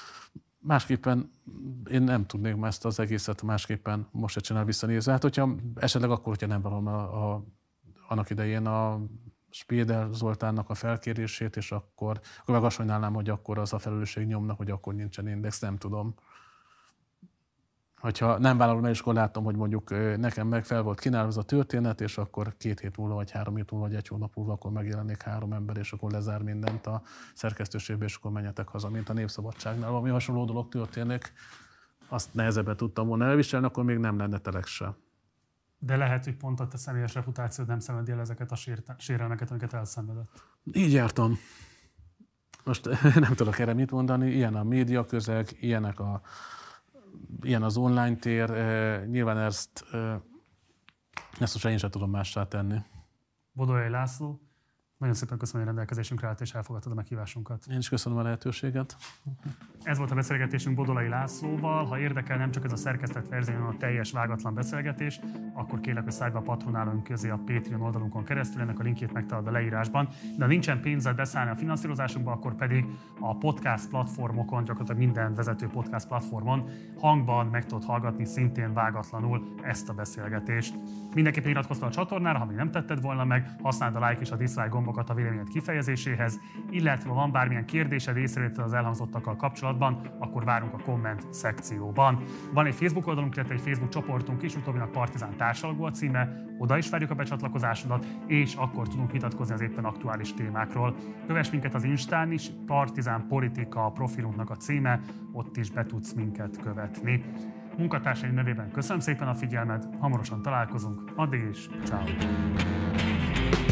Másképpen én nem tudnék ezt az egészet másképpen most se csinál visszanézve. Hát hogyha esetleg akkor, hogyha nem valami annak idején a Spieder Zoltánnak a felkérését, és akkor meg azt sajnálnám, hogy akkor az a felelősség nyomnak, hogy akkor nincsen index, nem tudom. hogyha nem vállalom el, és akkor látom, hogy mondjuk nekem meg fel volt kínálva ez a történet, és akkor 2 hét múlva, vagy 3 hét múlva, vagy 1 hónap múlva, akkor megjelenik 3 ember, és akkor lezár mindent a szerkesztőségbe, és akkor menjetek haza, mint a Népszabadságnál. Valami hasonló dolog történik, azt nehezebben tudtam volna elviselni, akkor még nem lenne telek se. De lehet, hogy pont a te személyes reputációd nem szenvedi el ezeket a sérelmeket, amiket elszenvedett. Így jártam. Most nem tudok erre mit mondani, ilyen a média közeg, ilyen az online tér, nyilván ezt most én sem tudom mássá tenni. Bodolyai László, nagyon szépen köszönöm, hogy rendelkezésünkre állt és elfogadtad a meghívásunkat. Én is köszönöm a lehetőséget. Ez volt a beszélgetésünk Bodolyai Lászlóval. Ha érdekel nem csak ez a szerkesztett verzió, hanem a teljes vágatlan beszélgetés, akkor kérlek, hogy szállj be a patronálóink közé a Patreon oldalunkon keresztül, ennek a linkjét megtalálod a leírásban. De ha nincsen pénzed beszállni a finanszírozásunkba, akkor pedig a podcast platformokon, gyakorlatilag minden vezető podcast platformon hangban meg tudod hallgatni szintén vágatlanul ezt a beszélgetést. Mindenképpen iratkozz fel a csatornára, ha még nem tetted volna meg, használd a like és a dislike gombokat a véleményed kifejezéséhez, illetve ha van bármilyen kérdésed, észrevétel az elhangzottakkal kapcsolatban, akkor várunk a komment szekcióban. Van egy Facebook oldalunk, illetve egy Facebook csoportunk is, utóbbinak Partizán társalgó a címe, oda is várjuk a becsatlakozásodat, és akkor tudunk vitatkozni az éppen aktuális témákról. Kövess minket az Instán is, Partizán Politika a profilunknak a címe, ott is be tudsz minket követni. Munkatársaim nevében köszönöm szépen a figyelmet, hamarosan találkozunk, addig is, ciao.